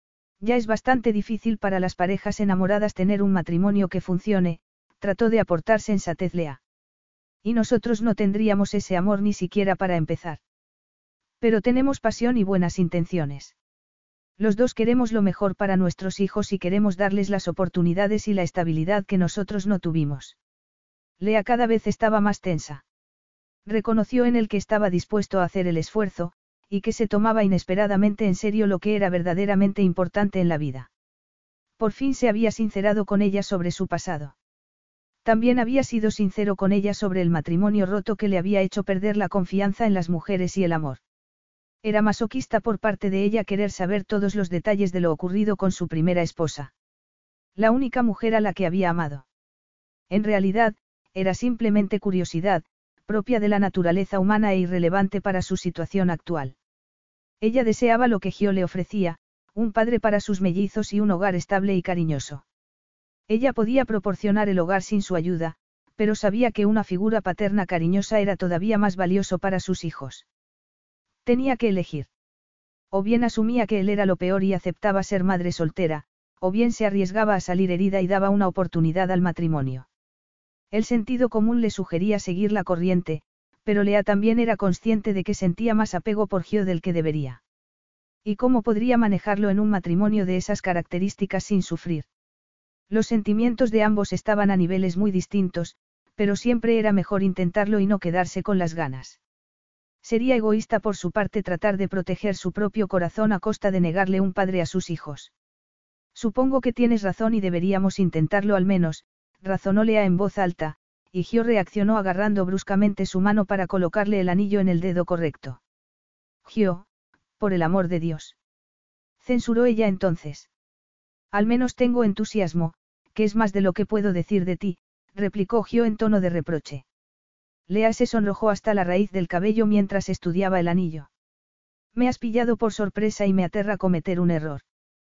Ya es bastante difícil para las parejas enamoradas tener un matrimonio que funcione, trató de aportar sensatez Lea. Y nosotros no tendríamos ese amor ni siquiera para empezar. Pero tenemos pasión y buenas intenciones. Los dos queremos lo mejor para nuestros hijos y queremos darles las oportunidades y la estabilidad que nosotros no tuvimos. Lea cada vez estaba más tensa. Reconoció en él que estaba dispuesto a hacer el esfuerzo, y que se tomaba inesperadamente en serio lo que era verdaderamente importante en la vida. Por fin se había sincerado con ella sobre su pasado. También había sido sincero con ella sobre el matrimonio roto que le había hecho perder la confianza en las mujeres y el amor. Era masoquista por parte de ella querer saber todos los detalles de lo ocurrido con su primera esposa. La única mujer a la que había amado. En realidad, era simplemente curiosidad, propia de la naturaleza humana e irrelevante para su situación actual. Ella deseaba lo que Gio le ofrecía, un padre para sus mellizos y un hogar estable y cariñoso. Ella podía proporcionar el hogar sin su ayuda, pero sabía que una figura paterna cariñosa era todavía más valioso para sus hijos. Tenía que elegir. O bien asumía que él era lo peor y aceptaba ser madre soltera, o bien se arriesgaba a salir herida y daba una oportunidad al matrimonio. El sentido común le sugería seguir la corriente, pero Lea también era consciente de que sentía más apego por Gio del que debería. ¿Y cómo podría manejarlo en un matrimonio de esas características sin sufrir? Los sentimientos de ambos estaban a niveles muy distintos, pero siempre era mejor intentarlo y no quedarse con las ganas. Sería egoísta por su parte tratar de proteger su propio corazón a costa de negarle un padre a sus hijos. Supongo que tienes razón y deberíamos intentarlo al menos, razonó Lea en voz alta, y Gio reaccionó agarrando bruscamente su mano para colocarle el anillo en el dedo correcto. Gio, por el amor de Dios. Censuró ella entonces. Al menos tengo entusiasmo, que es más de lo que puedo decir de ti, replicó Gio en tono de reproche. Lea se sonrojó hasta la raíz del cabello mientras estudiaba el anillo. Me has pillado por sorpresa y me aterra cometer un error.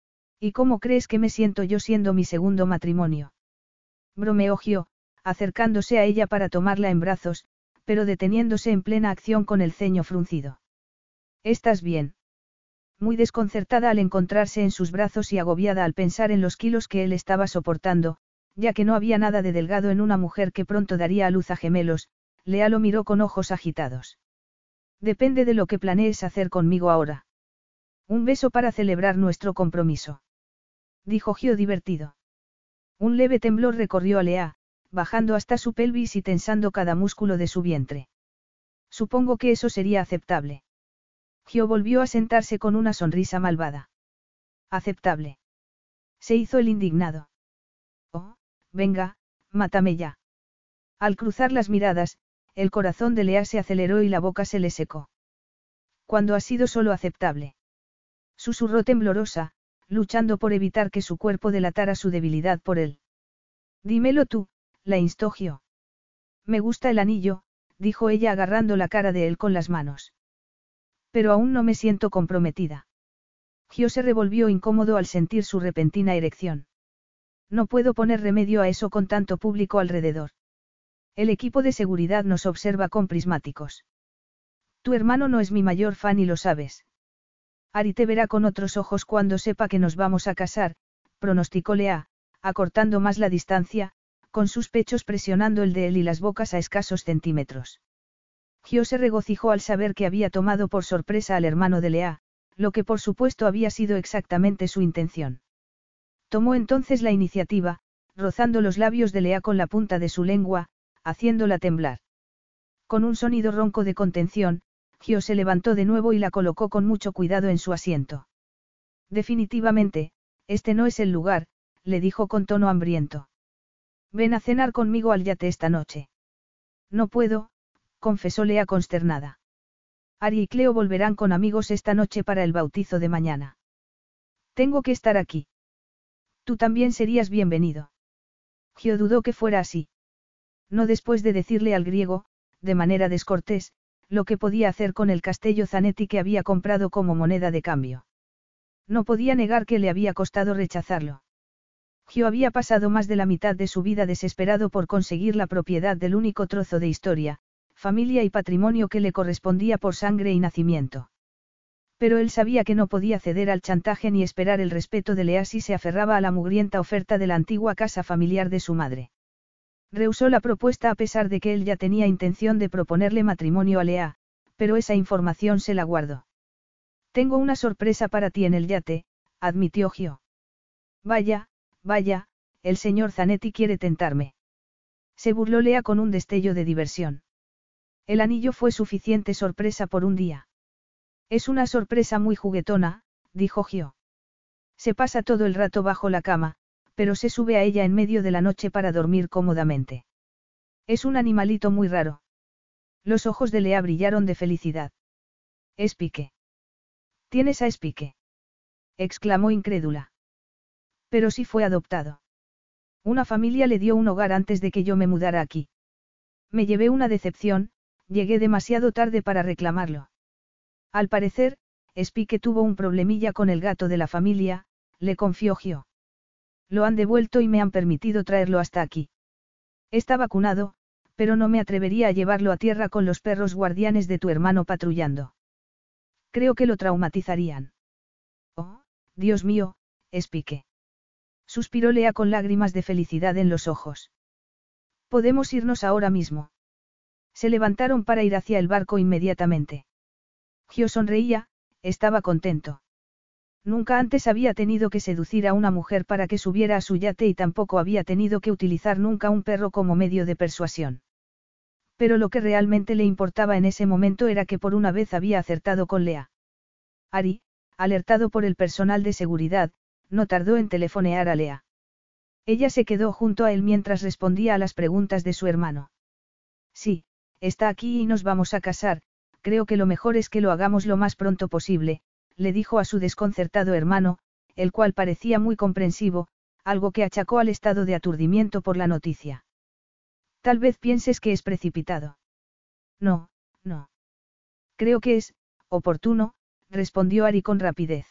¿Y cómo crees que me siento yo siendo mi segundo matrimonio? Bromeó Gio, acercándose a ella para tomarla en brazos, pero deteniéndose en plena acción con el ceño fruncido. ¿Estás bien? Muy desconcertada al encontrarse en sus brazos y agobiada al pensar en los kilos que él estaba soportando, ya que no había nada de delgado en una mujer que pronto daría a luz a gemelos, Lea lo miró con ojos agitados. Depende de lo que planees hacer conmigo ahora. Un beso para celebrar nuestro compromiso. Dijo Gio divertido. Un leve temblor recorrió a Lea, bajando hasta su pelvis y tensando cada músculo de su vientre. Supongo que eso sería aceptable. Gio volvió a sentarse con una sonrisa malvada. Aceptable. Se hizo el indignado. Oh, venga, mátame ya. Al cruzar las miradas, el corazón de Lea se aceleró y la boca se le secó. ¿Cuándo ha sido solo aceptable? Susurró temblorosa, luchando por evitar que su cuerpo delatara su debilidad por él. Dímelo tú, la instó Gio. Me gusta el anillo, dijo ella agarrando la cara de él con las manos. Pero aún no me siento comprometida. Gio se revolvió incómodo al sentir su repentina erección. No puedo poner remedio a eso con tanto público alrededor. El equipo de seguridad nos observa con prismáticos. Tu hermano no es mi mayor fan y lo sabes. Ari te verá con otros ojos cuando sepa que nos vamos a casar, pronosticó Lea, acortando más la distancia, con sus pechos presionando el de él y las bocas a escasos centímetros. Gio se regocijó al saber que había tomado por sorpresa al hermano de Lea, lo que por supuesto había sido exactamente su intención. Tomó entonces la iniciativa, rozando los labios de Lea con la punta de su lengua, haciéndola temblar. Con un sonido ronco de contención, Gio se levantó de nuevo y la colocó con mucho cuidado en su asiento. Definitivamente, este no es el lugar, le dijo con tono hambriento. Ven a cenar conmigo al yate esta noche. No puedo, confesó Lea consternada. Ari y Cleo volverán con amigos esta noche para el bautizo de mañana. Tengo que estar aquí. Tú también serías bienvenido. Gio dudó que fuera así. No después de decirle al griego, de manera descortés, lo que podía hacer con el Castello Zanetti que había comprado como moneda de cambio. No podía negar que le había costado rechazarlo. Gio había pasado más de la mitad de su vida desesperado por conseguir la propiedad del único trozo de historia, familia y patrimonio que le correspondía por sangre y nacimiento. Pero él sabía que no podía ceder al chantaje ni esperar el respeto de Lea si se aferraba a la mugrienta oferta de la antigua casa familiar de su madre. Rehusó la propuesta a pesar de que él ya tenía intención de proponerle matrimonio a Lea, pero esa información se la guardó. Tengo una sorpresa para ti en el yate, admitió Gio. Vaya, el señor Zanetti quiere tentarme. Se burló Lea con un destello de diversión. El anillo fue suficiente sorpresa por un día. Es una sorpresa muy juguetona, dijo Gio. Se pasa todo el rato bajo la cama, pero se sube a ella en medio de la noche para dormir cómodamente. Es un animalito muy raro. Los ojos de Lea brillaron de felicidad. Spike. ¿Tienes a Spike? Exclamó incrédula. Pero sí fue adoptado. Una familia le dio un hogar antes de que yo me mudara aquí. Me llevé una decepción, llegué demasiado tarde para reclamarlo. Al parecer, Spike tuvo un problemilla con el gato de la familia, le confió Gio. Lo han devuelto y me han permitido traerlo hasta aquí. Está vacunado, pero no me atrevería a llevarlo a tierra con los perros guardianes de tu hermano patrullando. Creo que lo traumatizarían. Oh, Dios mío, Spike. Suspiró Lea con lágrimas de felicidad en los ojos. Podemos irnos ahora mismo. Se levantaron para ir hacia el barco inmediatamente. Gio sonreía, estaba contento. Nunca antes había tenido que seducir a una mujer para que subiera a su yate y tampoco había tenido que utilizar nunca un perro como medio de persuasión. Pero lo que realmente le importaba en ese momento era que por una vez había acertado con Lea. Ari, alertado por el personal de seguridad, no tardó en telefonear a Lea. Ella se quedó junto a él mientras respondía a las preguntas de su hermano. Sí, está aquí y nos vamos a casar, creo que lo mejor es que lo hagamos lo más pronto posible, le dijo a su desconcertado hermano, el cual parecía muy comprensivo, algo que achacó al estado de aturdimiento por la noticia. Tal vez pienses que es precipitado. No, no. Creo que es, oportuno, respondió Ari con rapidez.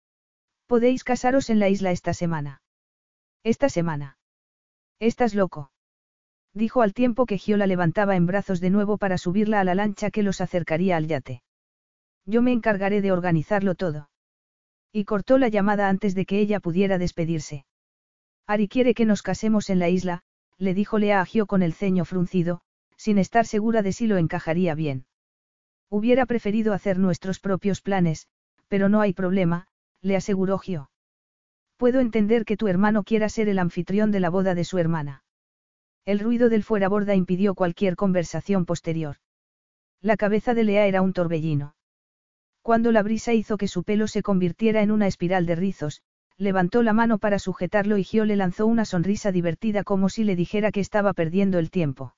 Podéis casaros en la isla esta semana. ¿Esta semana? ¿Estás loco? Dijo al tiempo que Gio la levantaba en brazos de nuevo para subirla a la lancha que los acercaría al yate. Yo me encargaré de organizarlo todo. Y cortó la llamada antes de que ella pudiera despedirse. Ari quiere que nos casemos en la isla, le dijo Lea a Gio con el ceño fruncido, sin estar segura de si lo encajaría bien. Hubiera preferido hacer nuestros propios planes, pero no hay problema, le aseguró Gio. Puedo entender que tu hermano quiera ser el anfitrión de la boda de su hermana. El ruido del fueraborda impidió cualquier conversación posterior. La cabeza de Lea era un torbellino. Cuando la brisa hizo que su pelo se convirtiera en una espiral de rizos, levantó la mano para sujetarlo y Gio le lanzó una sonrisa divertida como si le dijera que estaba perdiendo el tiempo.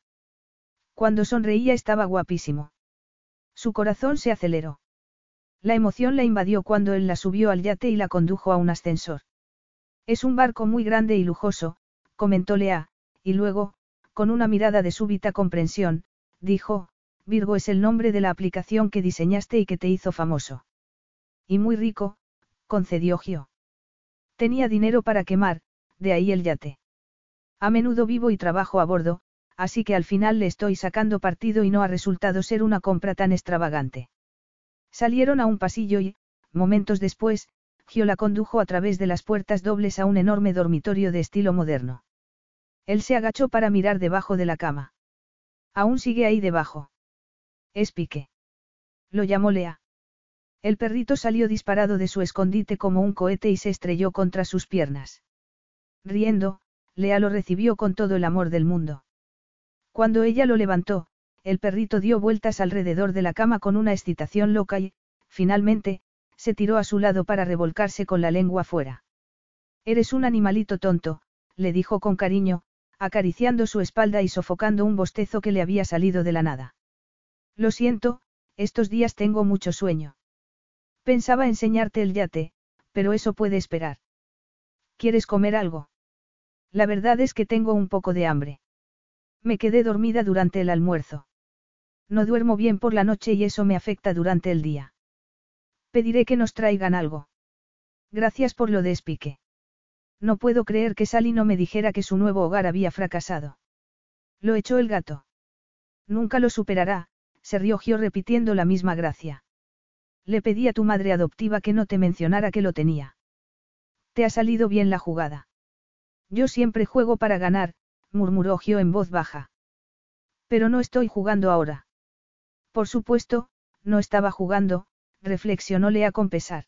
Cuando sonreía estaba guapísimo. Su corazón se aceleró. La emoción la invadió cuando él la subió al yate y la condujo a un ascensor. Es un barco muy grande y lujoso, comentó Lea, y luego, con una mirada de súbita comprensión, dijo, Virgo es el nombre de la aplicación que diseñaste y que te hizo famoso. Y muy rico, concedió Gio. Tenía dinero para quemar, de ahí el yate. A menudo vivo y trabajo a bordo, así que al final le estoy sacando partido y no ha resultado ser una compra tan extravagante. Salieron a un pasillo y, momentos después, Gio la condujo a través de las puertas dobles a un enorme dormitorio de estilo moderno. Él se agachó para mirar debajo de la cama. Aún sigue ahí debajo. Es Pique. Lo llamó Lea. El perrito salió disparado de su escondite como un cohete y se estrelló contra sus piernas. Riendo, Lea lo recibió con todo el amor del mundo. Cuando ella lo levantó, el perrito dio vueltas alrededor de la cama con una excitación loca y, finalmente, se tiró a su lado para revolcarse con la lengua fuera. Eres un animalito tonto, le dijo con cariño, acariciando su espalda y sofocando un bostezo que le había salido de la nada. Lo siento, estos días tengo mucho sueño. Pensaba enseñarte el yate, pero eso puede esperar. ¿Quieres comer algo? La verdad es que tengo un poco de hambre. Me quedé dormida durante el almuerzo. No duermo bien por la noche y eso me afecta durante el día. Pediré que nos traigan algo. Gracias por lo de Spike. No puedo creer que Sally no me dijera que su nuevo hogar había fracasado. Lo echó el gato. Nunca lo superará, se rió Gio repitiendo la misma gracia. Le pedí a tu madre adoptiva que no te mencionara que lo tenía. Te ha salido bien la jugada. Yo siempre juego para ganar, murmuró Gio en voz baja. Pero no estoy jugando ahora. Por supuesto, no estaba jugando, reflexionó Lea con pesar.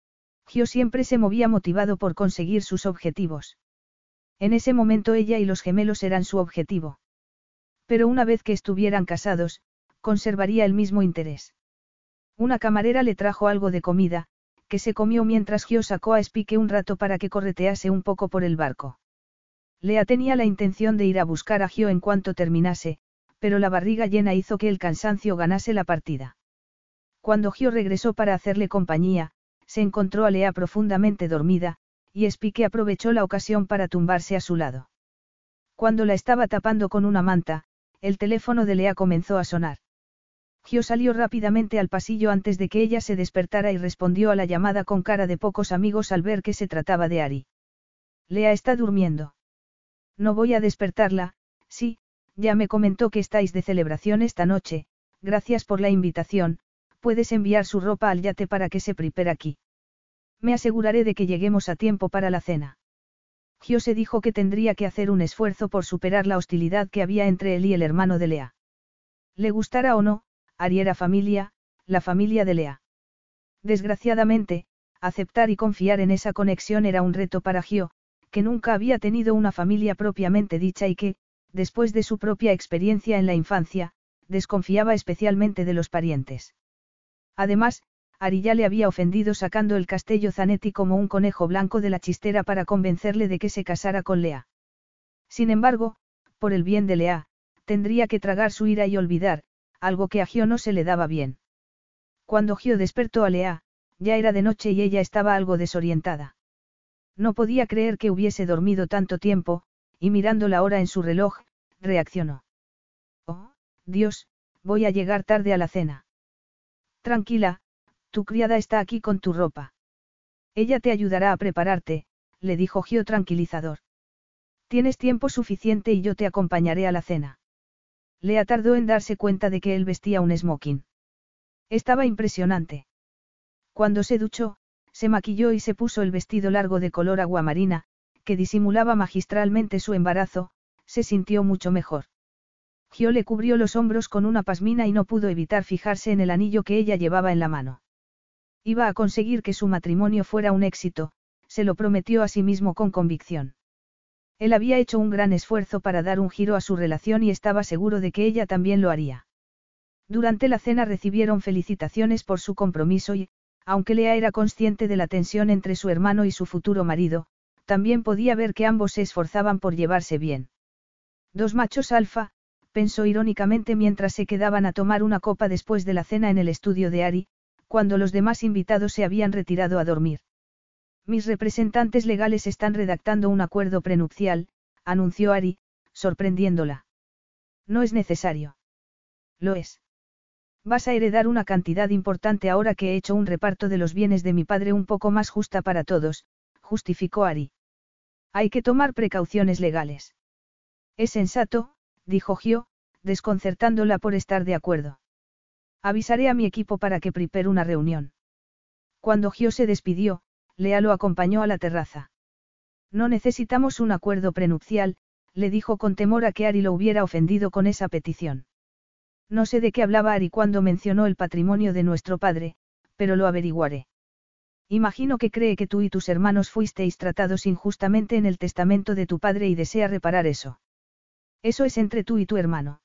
Gio siempre se movía motivado por conseguir sus objetivos. En ese momento ella y los gemelos eran su objetivo. Pero una vez que estuvieran casados, conservaría el mismo interés. Una camarera le trajo algo de comida, que se comió mientras Gio sacó a Spike un rato para que corretease un poco por el barco. Lea tenía la intención de ir a buscar a Gio en cuanto terminase, pero la barriga llena hizo que el cansancio ganase la partida. Cuando Gio regresó para hacerle compañía, se encontró a Lea profundamente dormida, y Spike aprovechó la ocasión para tumbarse a su lado. Cuando la estaba tapando con una manta, el teléfono de Lea comenzó a sonar. Gio salió rápidamente al pasillo antes de que ella se despertara y respondió a la llamada con cara de pocos amigos al ver que se trataba de Ari. Lea está durmiendo. No voy a despertarla, sí, ya me comentó que estáis de celebración esta noche, gracias por la invitación, puedes enviar su ropa al yate para que se prepare aquí. Me aseguraré de que lleguemos a tiempo para la cena. Gio se dijo que tendría que hacer un esfuerzo por superar la hostilidad que había entre él y el hermano de Lea. Le gustara o no, Ari era familia, la familia de Lea. Desgraciadamente, aceptar y confiar en esa conexión era un reto para Gio, que nunca había tenido una familia propiamente dicha y que, después de su propia experiencia en la infancia, desconfiaba especialmente de los parientes. Además, Ari ya le había ofendido sacando el Castello Zanetti como un conejo blanco de la chistera para convencerle de que se casara con Lea. Sin embargo, por el bien de Lea, tendría que tragar su ira y olvidar, algo que a Gio no se le daba bien. Cuando Gio despertó a Lea, ya era de noche y ella estaba algo desorientada. No podía creer que hubiese dormido tanto tiempo, y mirando la hora en su reloj, reaccionó. Oh, Dios, voy a llegar tarde a la cena. Tranquila, tu criada está aquí con tu ropa. Ella te ayudará a prepararte, le dijo Gio tranquilizador. Tienes tiempo suficiente y yo te acompañaré a la cena. Lea tardó en darse cuenta de que él vestía un smoking. Estaba impresionante. Cuando se duchó, se maquilló y se puso el vestido largo de color aguamarina, que disimulaba magistralmente su embarazo, se sintió mucho mejor. Gio le cubrió los hombros con una pasmina y no pudo evitar fijarse en el anillo que ella llevaba en la mano. Iba a conseguir que su matrimonio fuera un éxito, se lo prometió a sí mismo con convicción. Él había hecho un gran esfuerzo para dar un giro a su relación y estaba seguro de que ella también lo haría. Durante la cena recibieron felicitaciones por su compromiso y, aunque Lea era consciente de la tensión entre su hermano y su futuro marido, también podía ver que ambos se esforzaban por llevarse bien. Dos machos alfa, pensó irónicamente mientras se quedaban a tomar una copa después de la cena en el estudio de Ari, cuando los demás invitados se habían retirado a dormir. Mis representantes legales están redactando un acuerdo prenupcial, anunció Ari, sorprendiéndola. No es necesario. Lo es. Vas a heredar una cantidad importante ahora que he hecho un reparto de los bienes de mi padre un poco más justa para todos, justificó Ari. Hay que tomar precauciones legales. Es sensato, dijo Gio, desconcertándola por estar de acuerdo. Avisaré a mi equipo para que prepare una reunión. Cuando Gio se despidió, Lea lo acompañó a la terraza. No necesitamos un acuerdo prenupcial, le dijo con temor a que Ari lo hubiera ofendido con esa petición. No sé de qué hablaba Ari cuando mencionó el patrimonio de nuestro padre, pero lo averiguaré. Imagino que cree que tú y tus hermanos fuisteis tratados injustamente en el testamento de tu padre y desea reparar eso. Eso es entre tú y tu hermano.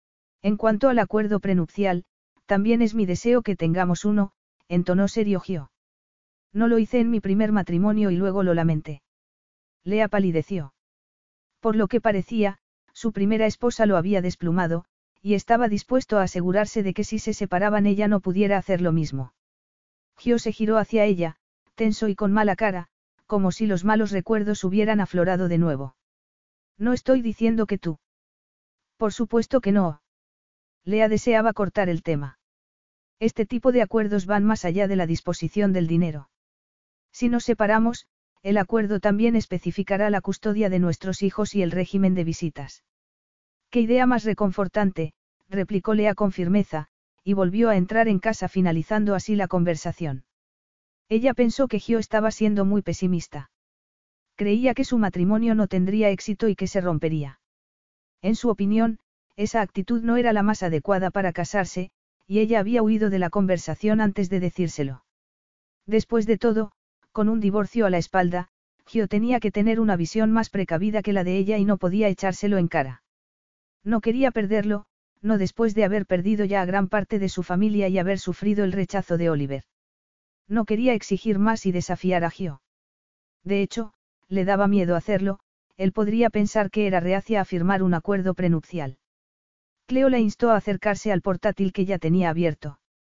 En cuanto al acuerdo prenupcial, también es mi deseo que tengamos uno, entonó serio Gio. No lo hice en mi primer matrimonio y luego lo lamenté. Lea palideció. Por lo que parecía, su primera esposa lo había desplumado, y estaba dispuesto a asegurarse de que si se separaban ella no pudiera hacer lo mismo. Gio se giró hacia ella, tenso y con mala cara, como si los malos recuerdos hubieran aflorado de nuevo. No estoy diciendo que tú. Por supuesto que no. Lea deseaba cortar el tema. Este tipo de acuerdos van más allá de la disposición del dinero. Si nos separamos, el acuerdo también especificará la custodia de nuestros hijos y el régimen de visitas. «Qué idea más reconfortante», replicó Lea con firmeza, y volvió a entrar en casa finalizando así la conversación. Ella pensó que Gio estaba siendo muy pesimista. Creía que su matrimonio no tendría éxito y que se rompería. En su opinión, esa actitud no era la más adecuada para casarse, y ella había huido de la conversación antes de decírselo. Después de todo, con un divorcio a la espalda, Gio tenía que tener una visión más precavida que la de ella y no podía echárselo en cara. No quería perderlo, no después de haber perdido ya a gran parte de su familia y haber sufrido el rechazo de Oliver. No quería exigir más y desafiar a Gio. De hecho, le daba miedo hacerlo, él podría pensar que era reacia a firmar un acuerdo prenupcial. Cleo la instó a acercarse al portátil que ya tenía abierto.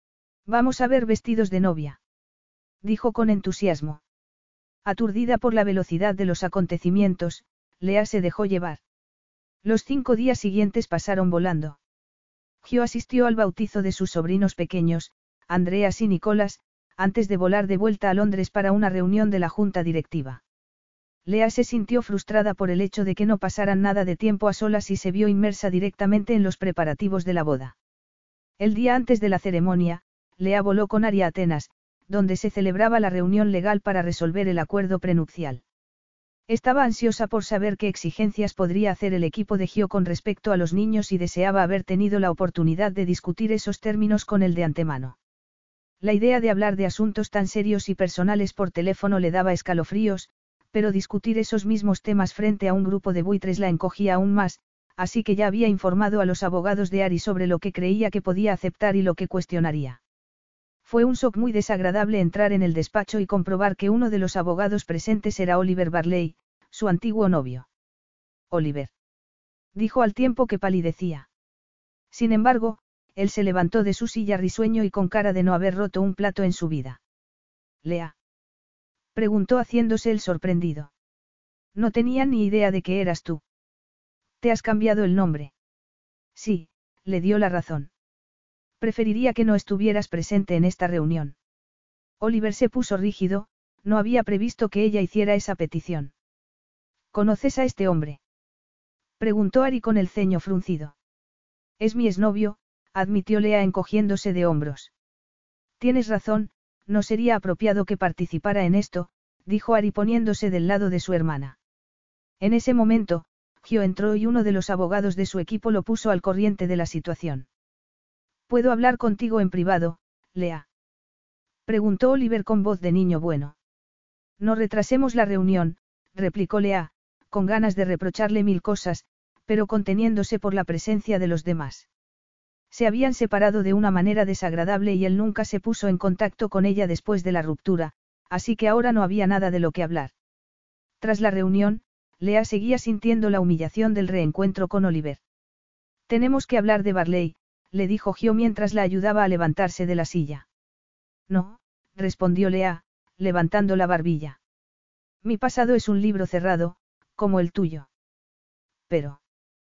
Vamos a ver vestidos de novia. Dijo con entusiasmo. Aturdida por la velocidad de los acontecimientos, Lea se dejó llevar. Los 5 días siguientes pasaron volando. Gio asistió al bautizo de sus sobrinos pequeños, Andreas y Nicolás, antes de volar de vuelta a Londres para una reunión de la junta directiva. Lea se sintió frustrada por el hecho de que no pasaran nada de tiempo a solas y se vio inmersa directamente en los preparativos de la boda. El día antes de la ceremonia, Lea voló con Ari a Atenas, donde se celebraba la reunión legal para resolver el acuerdo prenupcial. Estaba ansiosa por saber qué exigencias podría hacer el equipo de Gio con respecto a los niños y deseaba haber tenido la oportunidad de discutir esos términos con él de antemano. La idea de hablar de asuntos tan serios y personales por teléfono le daba escalofríos, pero discutir esos mismos temas frente a un grupo de buitres la encogía aún más, así que ya había informado a los abogados de Ari sobre lo que creía que podía aceptar y lo que cuestionaría. Fue un shock muy desagradable entrar en el despacho y comprobar que uno de los abogados presentes era Oliver Barley, su antiguo novio. Oliver. Dijo al tiempo que palidecía. Sin embargo, él se levantó de su silla risueño y con cara de no haber roto un plato en su vida. Lea. Preguntó haciéndose el sorprendido. No tenía ni idea de que eras tú. ¿Te has cambiado el nombre? Sí, le dio la razón. Preferiría que no estuvieras presente en esta reunión. Oliver se puso rígido, no había previsto que ella hiciera esa petición. ¿Conoces a este hombre? Preguntó Ari con el ceño fruncido. Es mi exnovio, admitió Lea encogiéndose de hombros. Tienes razón, no sería apropiado que participara en esto, dijo Ari poniéndose del lado de su hermana. En ese momento, Gio entró y uno de los abogados de su equipo lo puso al corriente de la situación. ¿Puedo hablar contigo en privado, Lea? Preguntó Oliver con voz de niño bueno. No retrasemos la reunión, replicó Lea, con ganas de reprocharle 1000 cosas, pero conteniéndose por la presencia de los demás. Se habían separado de una manera desagradable y él nunca se puso en contacto con ella después de la ruptura, así que ahora no había nada de lo que hablar. Tras la reunión, Lea seguía sintiendo la humillación del reencuentro con Oliver. Tenemos que hablar de Barley, le dijo Gio mientras la ayudaba a levantarse de la silla. No, respondió Lea, levantando la barbilla. Mi pasado es un libro cerrado, como el tuyo. Pero.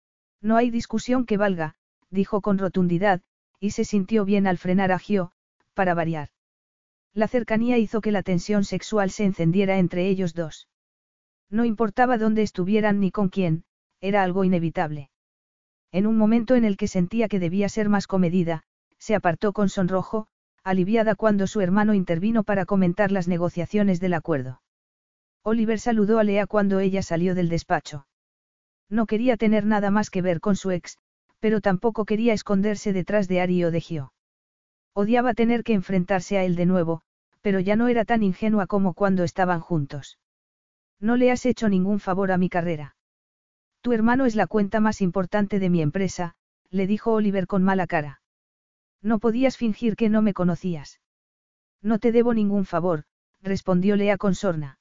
No hay discusión que valga, dijo con rotundidad, y se sintió bien al frenar a Gio, para variar. La cercanía hizo que la tensión sexual se encendiera entre ellos dos. No importaba dónde estuvieran ni con quién, era algo inevitable. En un momento en el que sentía que debía ser más comedida, se apartó con sonrojo, aliviada cuando su hermano intervino para comentar las negociaciones del acuerdo. Oliver saludó a Lea cuando ella salió del despacho. No quería tener nada más que ver con su ex, pero tampoco quería esconderse detrás de Ari o de Gio. Odiaba tener que enfrentarse a él de nuevo, pero ya no era tan ingenua como cuando estaban juntos. No le has hecho ningún favor a mi carrera. Tu hermano es la cuenta más importante de mi empresa, le dijo Oliver con mala cara. No podías fingir que no me conocías. No te debo ningún favor, respondió Lea con sorna.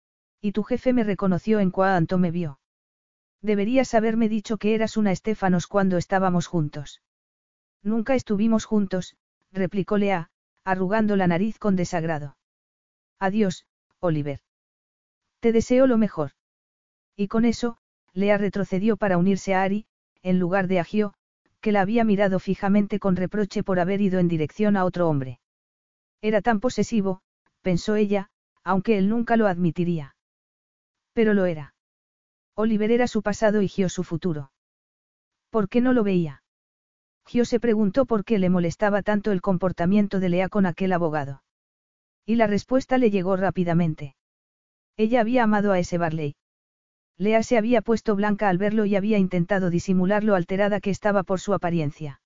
Y tu jefe me reconoció en cuanto me vio. Deberías haberme dicho que eras una Estéfanos cuando estábamos juntos. Nunca estuvimos juntos, replicó Lea, arrugando la nariz con desagrado. Adiós, Oliver. Te deseo lo mejor. Y con eso, Lea retrocedió para unirse a Ari, en lugar de a Gio, que la había mirado fijamente con reproche por haber ido en dirección a otro hombre. Era tan posesivo, pensó ella, aunque él nunca lo admitiría. Pero lo era. Oliver era su pasado y Gio su futuro. ¿Por qué no lo veía? Gio se preguntó por qué le molestaba tanto el comportamiento de Lea con aquel abogado. Y la respuesta le llegó rápidamente. Ella había amado a ese Barley. Lea se había puesto blanca al verlo y había intentado disimular lo alterada que estaba por su apariencia.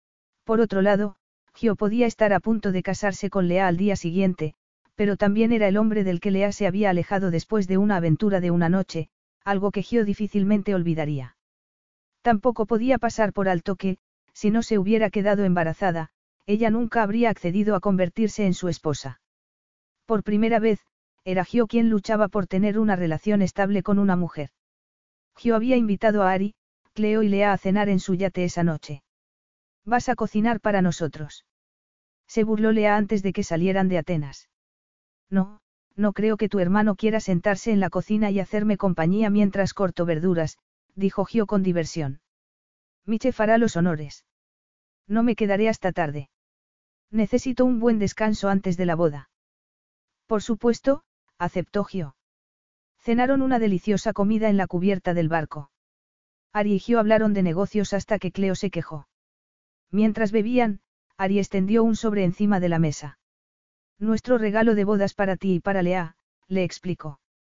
Por otro lado, Gio podía estar a punto de casarse con Lea al día siguiente, pero también era el hombre del que Lea se había alejado después de una aventura de una noche, algo que Gio difícilmente olvidaría. Tampoco podía pasar por alto que, si no se hubiera quedado embarazada, ella nunca habría accedido a convertirse en su esposa. Por primera vez, era Gio quien luchaba por tener una relación estable con una mujer. Gio había invitado a Ari, Cleo y Lea a cenar en su yate esa noche. ¿Vas a cocinar para nosotros? Se burló Lea antes de que salieran de Atenas. No, no creo que tu hermano quiera sentarse en la cocina y hacerme compañía mientras corto verduras, dijo Gio con diversión. Mi chef hará los honores. No me quedaré hasta tarde. Necesito un buen descanso antes de la boda. Por supuesto, aceptó Gio. Cenaron una deliciosa comida en la cubierta del barco. Ari y Gio hablaron de negocios hasta que Cleo se quejó. Mientras bebían, Ari extendió un sobre encima de la mesa. Nuestro regalo de bodas para ti y para Lea, le explicó.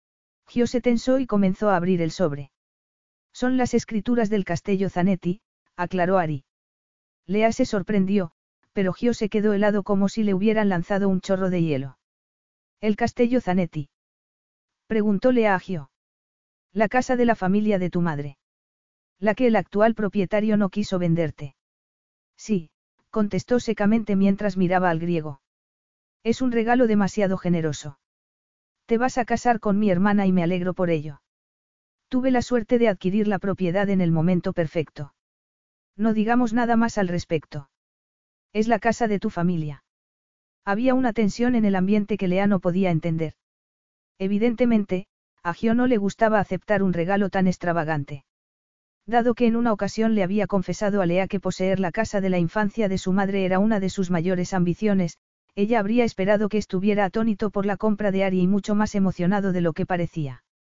Gio se tensó y comenzó a abrir el sobre. Son las escrituras del Castello Zanetti, aclaró Ari. Lea se sorprendió, pero Gio se quedó helado como si le hubieran lanzado un chorro de hielo. ¿El Castello Zanetti? Preguntó Lea a Gio. La casa de la familia de tu madre. La que el actual propietario no quiso venderte. Sí, contestó secamente mientras miraba al griego. Es un regalo demasiado generoso. Te vas a casar con mi hermana y me alegro por ello. Tuve la suerte de adquirir la propiedad en el momento perfecto. No digamos nada más al respecto. Es la casa de tu familia. Había una tensión en el ambiente que Lea no podía entender. Evidentemente, a Gio no le gustaba aceptar un regalo tan extravagante. Dado que en una ocasión le había confesado a Lea que poseer la casa de la infancia de su madre era una de sus mayores ambiciones, ella habría esperado que estuviera atónito por la compra de Ari y mucho más emocionado de lo que parecía.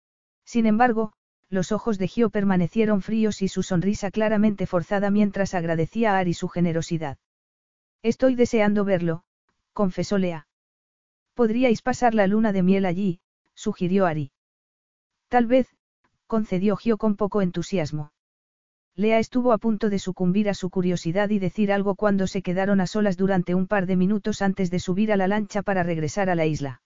Sin embargo, los ojos de Gio permanecieron fríos y su sonrisa claramente forzada mientras agradecía a Ari su generosidad. Estoy deseando verlo, confesó Lea. Podríais pasar la luna de miel allí, sugirió Ari. Tal vez, concedió Gio con poco entusiasmo. Lea estuvo a punto de sucumbir a su curiosidad y decir algo cuando se quedaron a solas durante un par de minutos antes de subir a la lancha para regresar a la isla.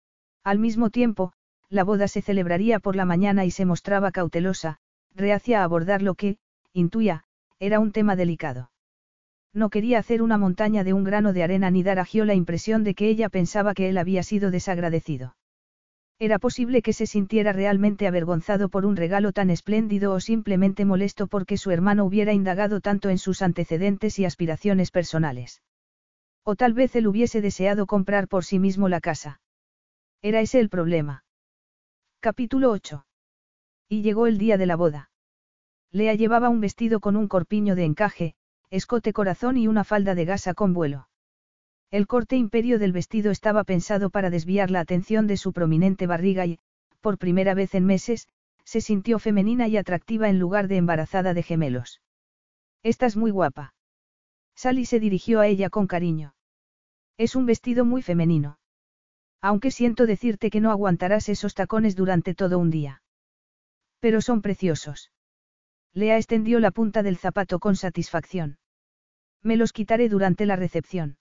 Al mismo tiempo, la boda se celebraría por la mañana y se mostraba cautelosa, reacia a abordar lo que, intuía, era un tema delicado. No quería hacer una montaña de un grano de arena ni dar a Gio la impresión de que ella pensaba que él había sido desagradecido. Era posible que se sintiera realmente avergonzado por un regalo tan espléndido o simplemente molesto porque su hermano hubiera indagado tanto en sus antecedentes y aspiraciones personales. O tal vez él hubiese deseado comprar por sí mismo la casa. Era ese el problema. Capítulo 8. Y llegó el día de la boda. Lea llevaba un vestido con un corpiño de encaje, escote corazón y una falda de gasa con vuelo. El corte imperio del vestido estaba pensado para desviar la atención de su prominente barriga y, por primera vez en meses, se sintió femenina y atractiva en lugar de embarazada de gemelos. «Estás muy guapa». Sally se dirigió a ella con cariño. «Es un vestido muy femenino. Aunque siento decirte que no aguantarás esos tacones durante todo un día. Pero son preciosos». Lea extendió la punta del zapato con satisfacción. «Me los quitaré durante la recepción».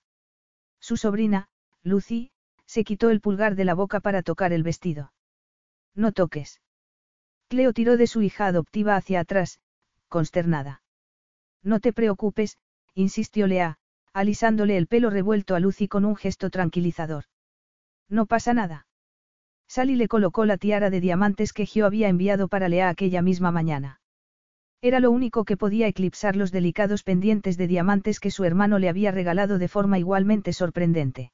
Su sobrina, Lucy, se quitó el pulgar de la boca para tocar el vestido. «No toques». Cleo tiró de su hija adoptiva hacia atrás, consternada. «No te preocupes», insistió Lea, alisándole el pelo revuelto a Lucy con un gesto tranquilizador. «No pasa nada». Sally le colocó la tiara de diamantes que Gio había enviado para Lea aquella misma mañana. Era lo único que podía eclipsar los delicados pendientes de diamantes que su hermano le había regalado de forma igualmente sorprendente.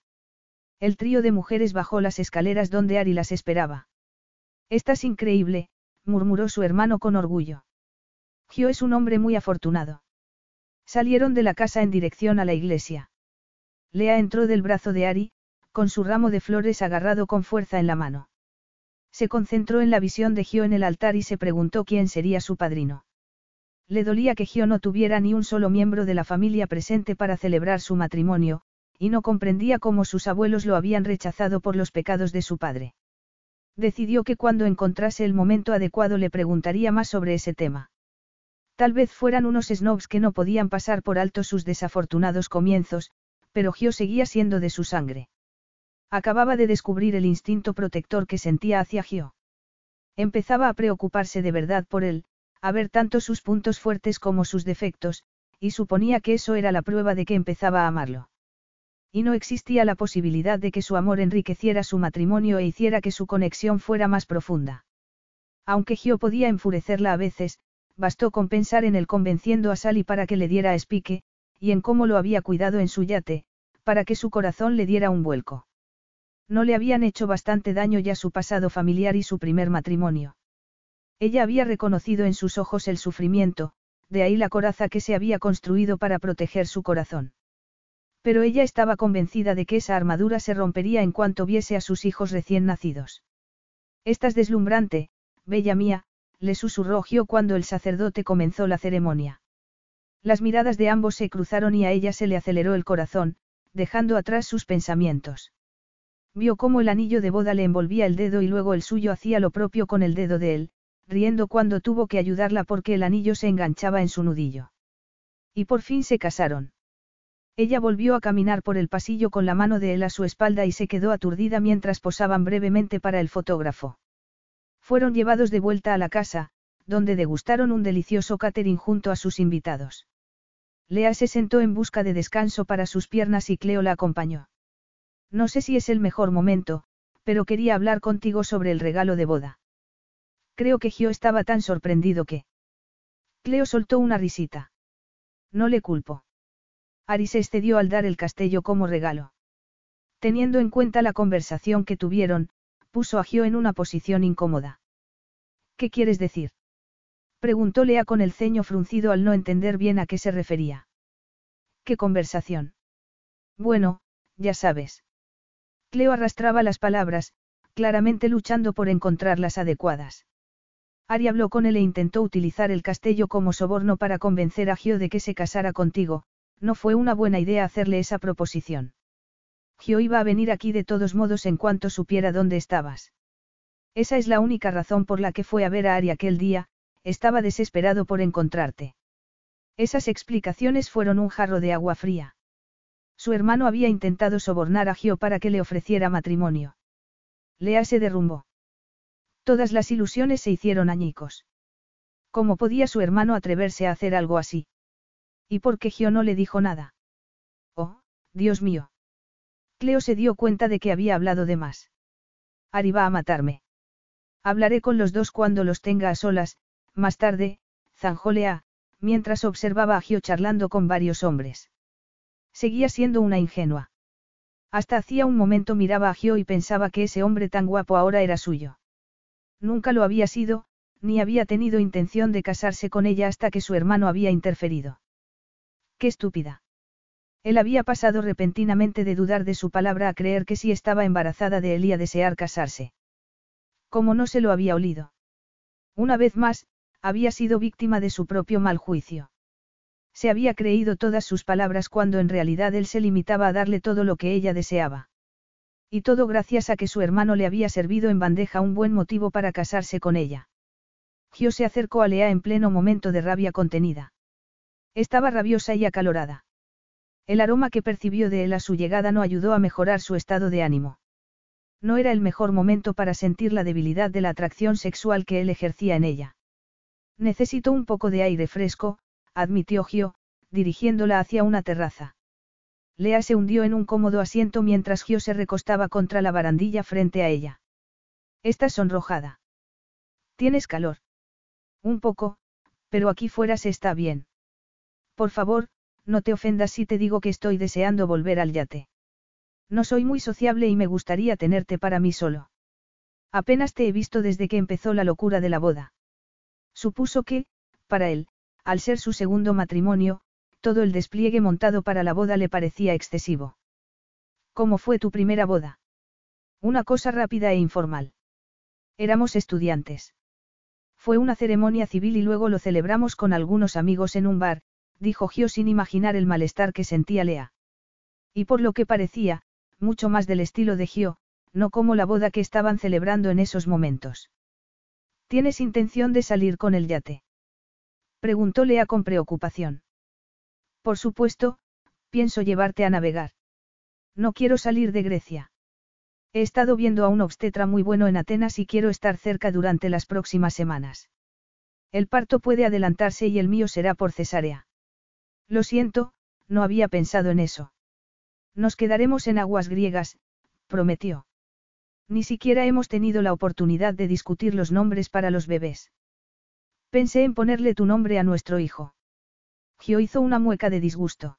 El trío de mujeres bajó las escaleras donde Ari las esperaba. «Estás increíble», murmuró su hermano con orgullo. «Gio es un hombre muy afortunado». Salieron de la casa en dirección a la iglesia. Lea entró del brazo de Ari, con su ramo de flores agarrado con fuerza en la mano. Se concentró en la visión de Gio en el altar y se preguntó quién sería su padrino. Le dolía que Gio no tuviera ni un solo miembro de la familia presente para celebrar su matrimonio, y no comprendía cómo sus abuelos lo habían rechazado por los pecados de su padre. Decidió que cuando encontrase el momento adecuado le preguntaría más sobre ese tema. Tal vez fueran unos snobs que no podían pasar por alto sus desafortunados comienzos, pero Gio seguía siendo de su sangre. Acababa de descubrir el instinto protector que sentía hacia Gio. Empezaba a preocuparse de verdad por él, a ver tanto sus puntos fuertes como sus defectos, y suponía que eso era la prueba de que empezaba a amarlo. Y no existía la posibilidad de que su amor enriqueciera su matrimonio e hiciera que su conexión fuera más profunda. Aunque Gio podía enfurecerla a veces, bastó con pensar en él convenciendo a Sally para que le diera espique, y en cómo lo había cuidado en su yate, para que su corazón le diera un vuelco. No le habían hecho bastante daño ya su pasado familiar y su primer matrimonio. Ella había reconocido en sus ojos el sufrimiento, de ahí la coraza que se había construido para proteger su corazón. Pero ella estaba convencida de que esa armadura se rompería en cuanto viese a sus hijos recién nacidos. «Estás deslumbrante, bella mía», le susurró Gio cuando el sacerdote comenzó la ceremonia. Las miradas de ambos se cruzaron y a ella se le aceleró el corazón, dejando atrás sus pensamientos. Vio cómo el anillo de boda le envolvía el dedo y luego el suyo hacía lo propio con el dedo de él, riendo cuando tuvo que ayudarla porque el anillo se enganchaba en su nudillo. Y por fin se casaron. Ella volvió a caminar por el pasillo con la mano de él a su espalda y se quedó aturdida mientras posaban brevemente para el fotógrafo. Fueron llevados de vuelta a la casa, donde degustaron un delicioso catering junto a sus invitados. Lea se sentó en busca de descanso para sus piernas y Cleo la acompañó. «No sé si es el mejor momento, pero quería hablar contigo sobre el regalo de boda». Creo que Gio estaba tan sorprendido que... Cleo soltó una risita. «No le culpo». Ari se excedió al dar el castillo como regalo. Teniendo en cuenta la conversación que tuvieron, puso a Gio en una posición incómoda. «¿Qué quieres decir?», preguntó Lea con el ceño fruncido al no entender bien a qué se refería. «¿Qué conversación?». «Bueno, ya sabes». Cleo arrastraba las palabras, claramente luchando por encontrarlas adecuadas. Ari habló con él e intentó utilizar el castillo como soborno para convencer a Gio de que se casara contigo. No fue una buena idea hacerle esa proposición. Gio iba a venir aquí de todos modos en cuanto supiera dónde estabas. Esa es la única razón por la que fue a ver a Ari aquel día, estaba desesperado por encontrarte. Esas explicaciones fueron un jarro de agua fría. Su hermano había intentado sobornar a Gio para que le ofreciera matrimonio. Lea se derrumbó. Todas las ilusiones se hicieron añicos. ¿Cómo podía su hermano atreverse a hacer algo así? ¿Y por qué Gio no le dijo nada? Oh, Dios mío. Cleo se dio cuenta de que había hablado de más. Ari va a matarme. Hablaré con los dos cuando los tenga a solas, más tarde, zanjó Lea, mientras observaba a Gio charlando con varios hombres. Seguía siendo una ingenua. Hasta hacía un momento miraba a Gio y pensaba que ese hombre tan guapo ahora era suyo. Nunca lo había sido, ni había tenido intención de casarse con ella hasta que su hermano había interferido. ¡Qué estúpida! Él había pasado repentinamente de dudar de su palabra a creer que sí estaba embarazada de él y a desear casarse. ¿Cómo no se lo había olido? Una vez más, había sido víctima de su propio mal juicio. Se había creído todas sus palabras cuando en realidad él se limitaba a darle todo lo que ella deseaba. Y todo gracias a que su hermano le había servido en bandeja un buen motivo para casarse con ella. Gio se acercó a Lea en pleno momento de rabia contenida. Estaba rabiosa y acalorada. El aroma que percibió de él a su llegada no ayudó a mejorar su estado de ánimo. No era el mejor momento para sentir la debilidad de la atracción sexual que él ejercía en ella. Necesito un poco de aire fresco, admitió Gio, dirigiéndola hacia una terraza. Lea se hundió en un cómodo asiento mientras Gio se recostaba contra la barandilla frente a ella. Estás sonrojada. ¿Tienes calor? Un poco, pero aquí fuera se está bien. Por favor, no te ofendas si te digo que estoy deseando volver al yate. No soy muy sociable y me gustaría tenerte para mí solo. Apenas te he visto desde que empezó la locura de la boda. Supuso que, para él, al ser su segundo matrimonio, todo el despliegue montado para la boda le parecía excesivo. ¿Cómo fue tu primera boda? Una cosa rápida e informal. Éramos estudiantes. Fue una ceremonia civil y luego lo celebramos con algunos amigos en un bar, dijo Gio sin imaginar el malestar que sentía Lea. Y por lo que parecía, mucho más del estilo de Gio, no como la boda que estaban celebrando en esos momentos. ¿Tienes intención de salir con el yate? Preguntó Lea con preocupación. Por supuesto, pienso llevarte a navegar. No quiero salir de Grecia. He estado viendo a un obstetra muy bueno en Atenas y quiero estar cerca durante las próximas semanas. El parto puede adelantarse y el mío será por cesárea. Lo siento, no había pensado en eso. Nos quedaremos en aguas griegas, prometió. Ni siquiera hemos tenido la oportunidad de discutir los nombres para los bebés. Pensé en ponerle tu nombre a nuestro hijo. Gio hizo una mueca de disgusto.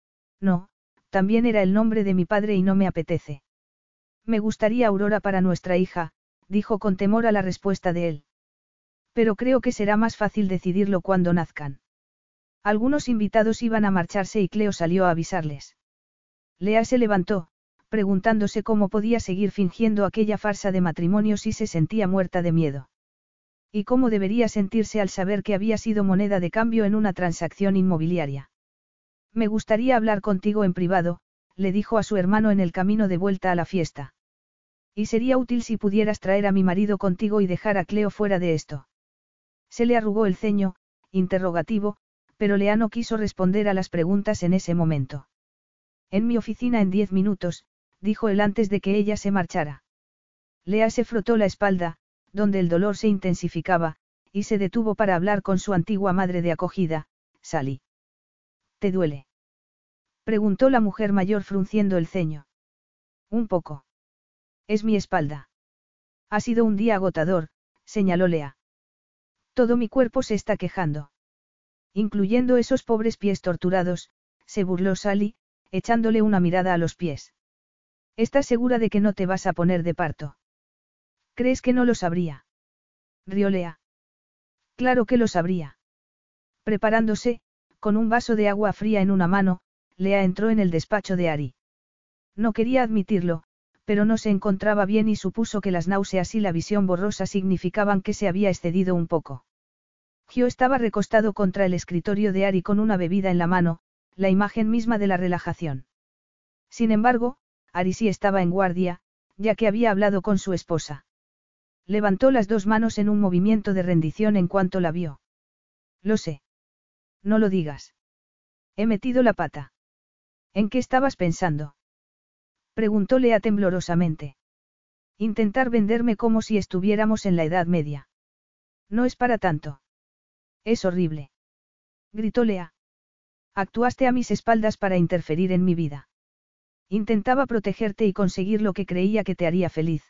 No, también era el nombre de mi padre y no me apetece. Me gustaría Aurora para nuestra hija, dijo con temor a la respuesta de él. Pero creo que será más fácil decidirlo cuando nazcan. Algunos invitados iban a marcharse y Cleo salió a avisarles. Lea se levantó, preguntándose cómo podía seguir fingiendo aquella farsa de matrimonio si se sentía muerta de miedo. Y cómo debería sentirse al saber que había sido moneda de cambio en una transacción inmobiliaria. Me gustaría hablar contigo en privado, le dijo a su hermano en el camino de vuelta a la fiesta. Y sería útil si pudieras traer a mi marido contigo y dejar a Cleo fuera de esto. Se le arrugó el ceño, interrogativo, pero Lea no quiso responder a las preguntas en ese momento. En mi oficina en 10 minutos, dijo él antes de que ella se marchara. Lea se frotó la espalda, donde el dolor se intensificaba, y se detuvo para hablar con su antigua madre de acogida, Sally. ¿Te duele? Preguntó la mujer mayor frunciendo el ceño. Un poco. Es mi espalda. Ha sido un día agotador, señaló Lea. Todo mi cuerpo se está quejando. Incluyendo esos pobres pies torturados, se burló Sally, echándole una mirada a los pies. ¿Estás segura de que no te vas a poner de parto? ¿Crees que no lo sabría? Rió Lea. Claro que lo sabría. Preparándose, con un vaso de agua fría en una mano, Lea entró en el despacho de Ari. No quería admitirlo, pero no se encontraba bien y supuso que las náuseas y la visión borrosa significaban que se había excedido un poco. Gio estaba recostado contra el escritorio de Ari con una bebida en la mano, la imagen misma de la relajación. Sin embargo, Ari sí estaba en guardia, ya que había hablado con su esposa. Levantó las dos manos en un movimiento de rendición en cuanto la vio. Lo sé. No lo digas. He metido la pata. ¿En qué estabas pensando? Preguntó Lea temblorosamente. Intentar venderme como si estuviéramos en la Edad Media. No es para tanto. Es horrible. Gritó Lea. Actuaste a mis espaldas para interferir en mi vida. Intentaba protegerte y conseguir lo que creía que te haría feliz.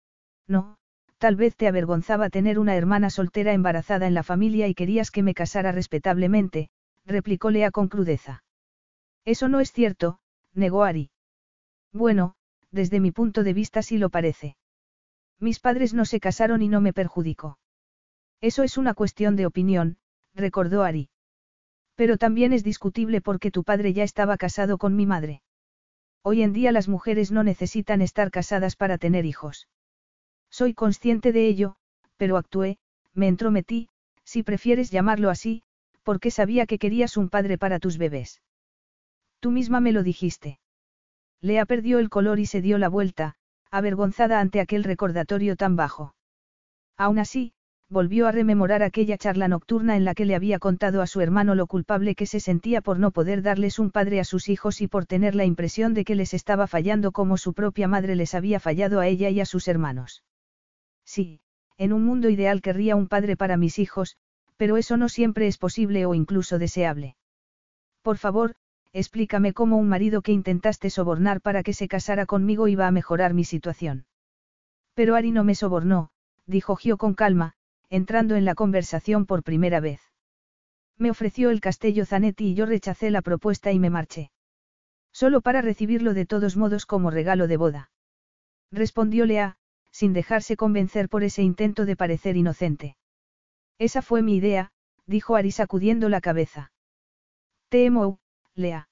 No, tal vez te avergonzaba tener una hermana soltera embarazada en la familia y querías que me casara respetablemente, replicó Lea con crudeza. Eso no es cierto, negó Ari. Bueno, desde mi punto de vista sí lo parece. Mis padres no se casaron y no me perjudicó. Eso es una cuestión de opinión, recordó Ari. Pero también es discutible porque tu padre ya estaba casado con mi madre. Hoy en día las mujeres no necesitan estar casadas para tener hijos. Soy consciente de ello, pero actué, me entrometí, si prefieres llamarlo así, porque sabía que querías un padre para tus bebés. Tú misma me lo dijiste. Lea perdió el color y se dio la vuelta, avergonzada ante aquel recordatorio tan bajo. Aún así, volvió a rememorar aquella charla nocturna en la que le había contado a su hermano lo culpable que se sentía por no poder darles un padre a sus hijos y por tener la impresión de que les estaba fallando como su propia madre les había fallado a ella y a sus hermanos. Sí, en un mundo ideal querría un padre para mis hijos, pero eso no siempre es posible o incluso deseable. Por favor, explícame cómo un marido que intentaste sobornar para que se casara conmigo iba a mejorar mi situación. Pero Ari no me sobornó, dijo Gio con calma, entrando en la conversación por primera vez. Me ofreció el Castello Zanetti y yo rechacé la propuesta y me marché. Solo para recibirlo de todos modos como regalo de boda. Respondió Lea, sin dejarse convencer por ese intento de parecer inocente. Esa fue mi idea, dijo Ari sacudiendo la cabeza. Te amo, Lea.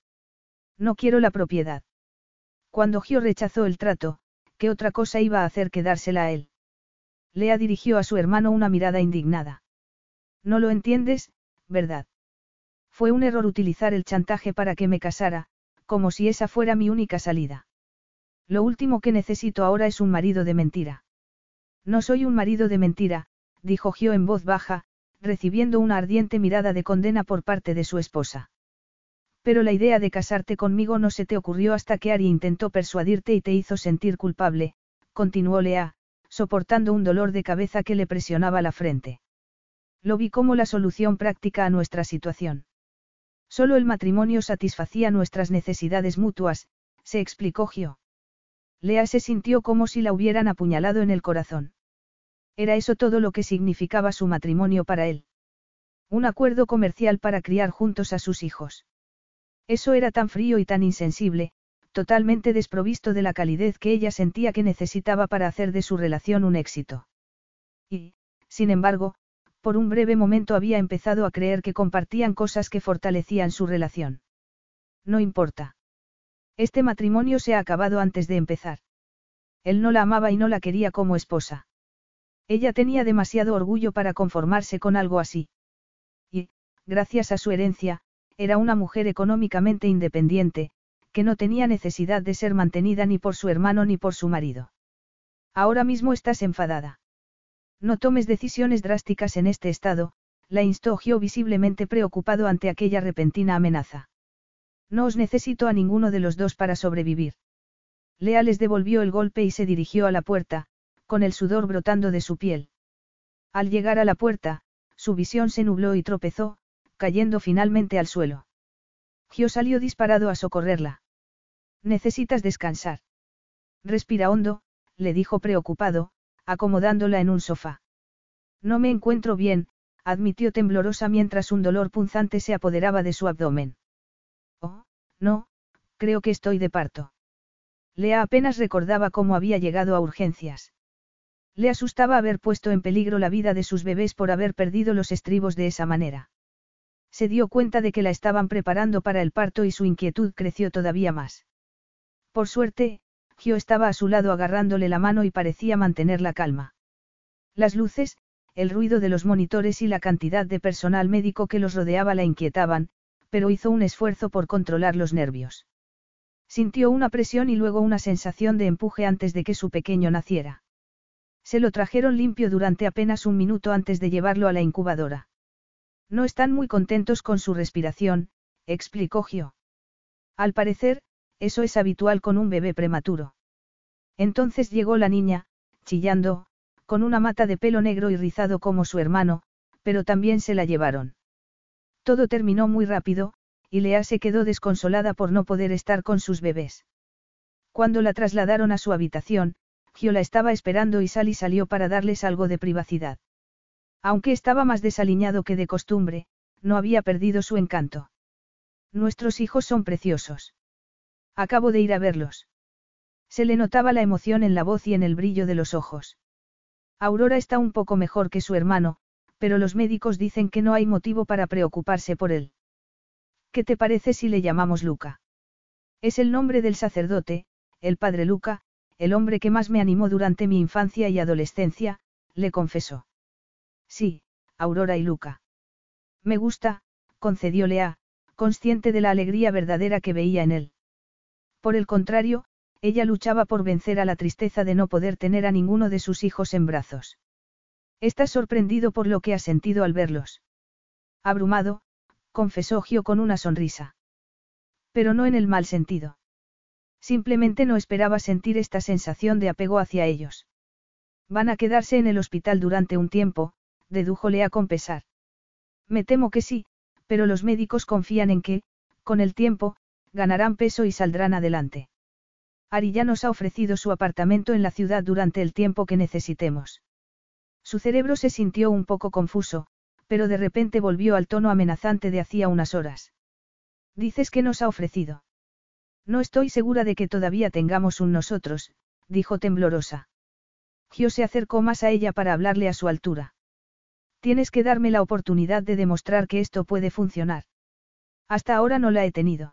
No quiero la propiedad. Cuando Gio rechazó el trato, ¿qué otra cosa iba a hacer que dársela a él? Lea dirigió a su hermano una mirada indignada. No lo entiendes, ¿verdad? Fue un error utilizar el chantaje para que me casara, como si esa fuera mi única salida. Lo último que necesito ahora es un marido de mentira. No soy un marido de mentira, dijo Gio en voz baja, recibiendo una ardiente mirada de condena por parte de su esposa. Pero la idea de casarte conmigo no se te ocurrió hasta que Ari intentó persuadirte y te hizo sentir culpable, continuó Lea, soportando un dolor de cabeza que le presionaba la frente. Lo vi como la solución práctica a nuestra situación. Solo el matrimonio satisfacía nuestras necesidades mutuas, se explicó Gio. Lea se sintió como si la hubieran apuñalado en el corazón. Era eso todo lo que significaba su matrimonio para él. Un acuerdo comercial para criar juntos a sus hijos. Eso era tan frío y tan insensible, totalmente desprovisto de la calidez que ella sentía que necesitaba para hacer de su relación un éxito. Y, sin embargo, por un breve momento había empezado a creer que compartían cosas que fortalecían su relación. No importa. Este matrimonio se ha acabado antes de empezar. Él no la amaba y no la quería como esposa. Ella tenía demasiado orgullo para conformarse con algo así. Y, gracias a su herencia, era una mujer económicamente independiente, que no tenía necesidad de ser mantenida ni por su hermano ni por su marido. Ahora mismo estás enfadada. No tomes decisiones drásticas en este estado, la instó Gio visiblemente preocupado ante aquella repentina amenaza. No os necesito a ninguno de los dos para sobrevivir. Lea les devolvió el golpe y se dirigió a la puerta, con el sudor brotando de su piel. Al llegar a la puerta, su visión se nubló y tropezó, cayendo finalmente al suelo. Gio salió disparado a socorrerla. Necesitas descansar. Respira hondo, le dijo preocupado, acomodándola en un sofá. No me encuentro bien, admitió temblorosa mientras un dolor punzante se apoderaba de su abdomen. Oh, no, creo que estoy de parto. Lea apenas recordaba cómo había llegado a urgencias. Le asustaba haber puesto en peligro la vida de sus bebés por haber perdido los estribos de esa manera. Se dio cuenta de que la estaban preparando para el parto y su inquietud creció todavía más. Por suerte, Gio estaba a su lado agarrándole la mano y parecía mantener la calma. Las luces, el ruido de los monitores y la cantidad de personal médico que los rodeaba la inquietaban, pero hizo un esfuerzo por controlar los nervios. Sintió una presión y luego una sensación de empuje antes de que su pequeño naciera. Se lo trajeron limpio durante apenas un minuto antes de llevarlo a la incubadora. No están muy contentos con su respiración, explicó Gio. Al parecer, eso es habitual con un bebé prematuro. Entonces llegó la niña, chillando, con una mata de pelo negro y rizado como su hermano, pero también se la llevaron. Todo terminó muy rápido, y Lea se quedó desconsolada por no poder estar con sus bebés. Cuando la trasladaron a su habitación, Gio la estaba esperando y Sally salió para darles algo de privacidad. Aunque estaba más desaliñado que de costumbre, no había perdido su encanto. Nuestros hijos son preciosos. Acabo de ir a verlos. Se le notaba la emoción en la voz y en el brillo de los ojos. Aurora está un poco mejor que su hermano, pero los médicos dicen que no hay motivo para preocuparse por él. ¿Qué te parece si le llamamos Luca? Es el nombre del sacerdote, el padre Luca, el hombre que más me animó durante mi infancia y adolescencia, le confesó. Sí, Aurora y Luca. Me gusta, concedió Lea, consciente de la alegría verdadera que veía en él. Por el contrario, ella luchaba por vencer a la tristeza de no poder tener a ninguno de sus hijos en brazos. ¿Estás sorprendido por lo que has sentido al verlos? Abrumado, confesó Gio con una sonrisa. Pero no en el mal sentido. Simplemente no esperaba sentir esta sensación de apego hacia ellos. Van a quedarse en el hospital durante un tiempo, dedujo Lea con pesar. Me temo que sí, pero los médicos confían en que, con el tiempo, ganarán peso y saldrán adelante. Ari ya nos ha ofrecido su apartamento en la ciudad durante el tiempo que necesitemos. Su cerebro se sintió un poco confuso, pero de repente volvió al tono amenazante de hacía unas horas. ¿Dices que nos ha ofrecido? No estoy segura de que todavía tengamos un nosotros, dijo temblorosa. Gio se acercó más a ella para hablarle a su altura. Tienes que darme la oportunidad de demostrar que esto puede funcionar. Hasta ahora no la he tenido.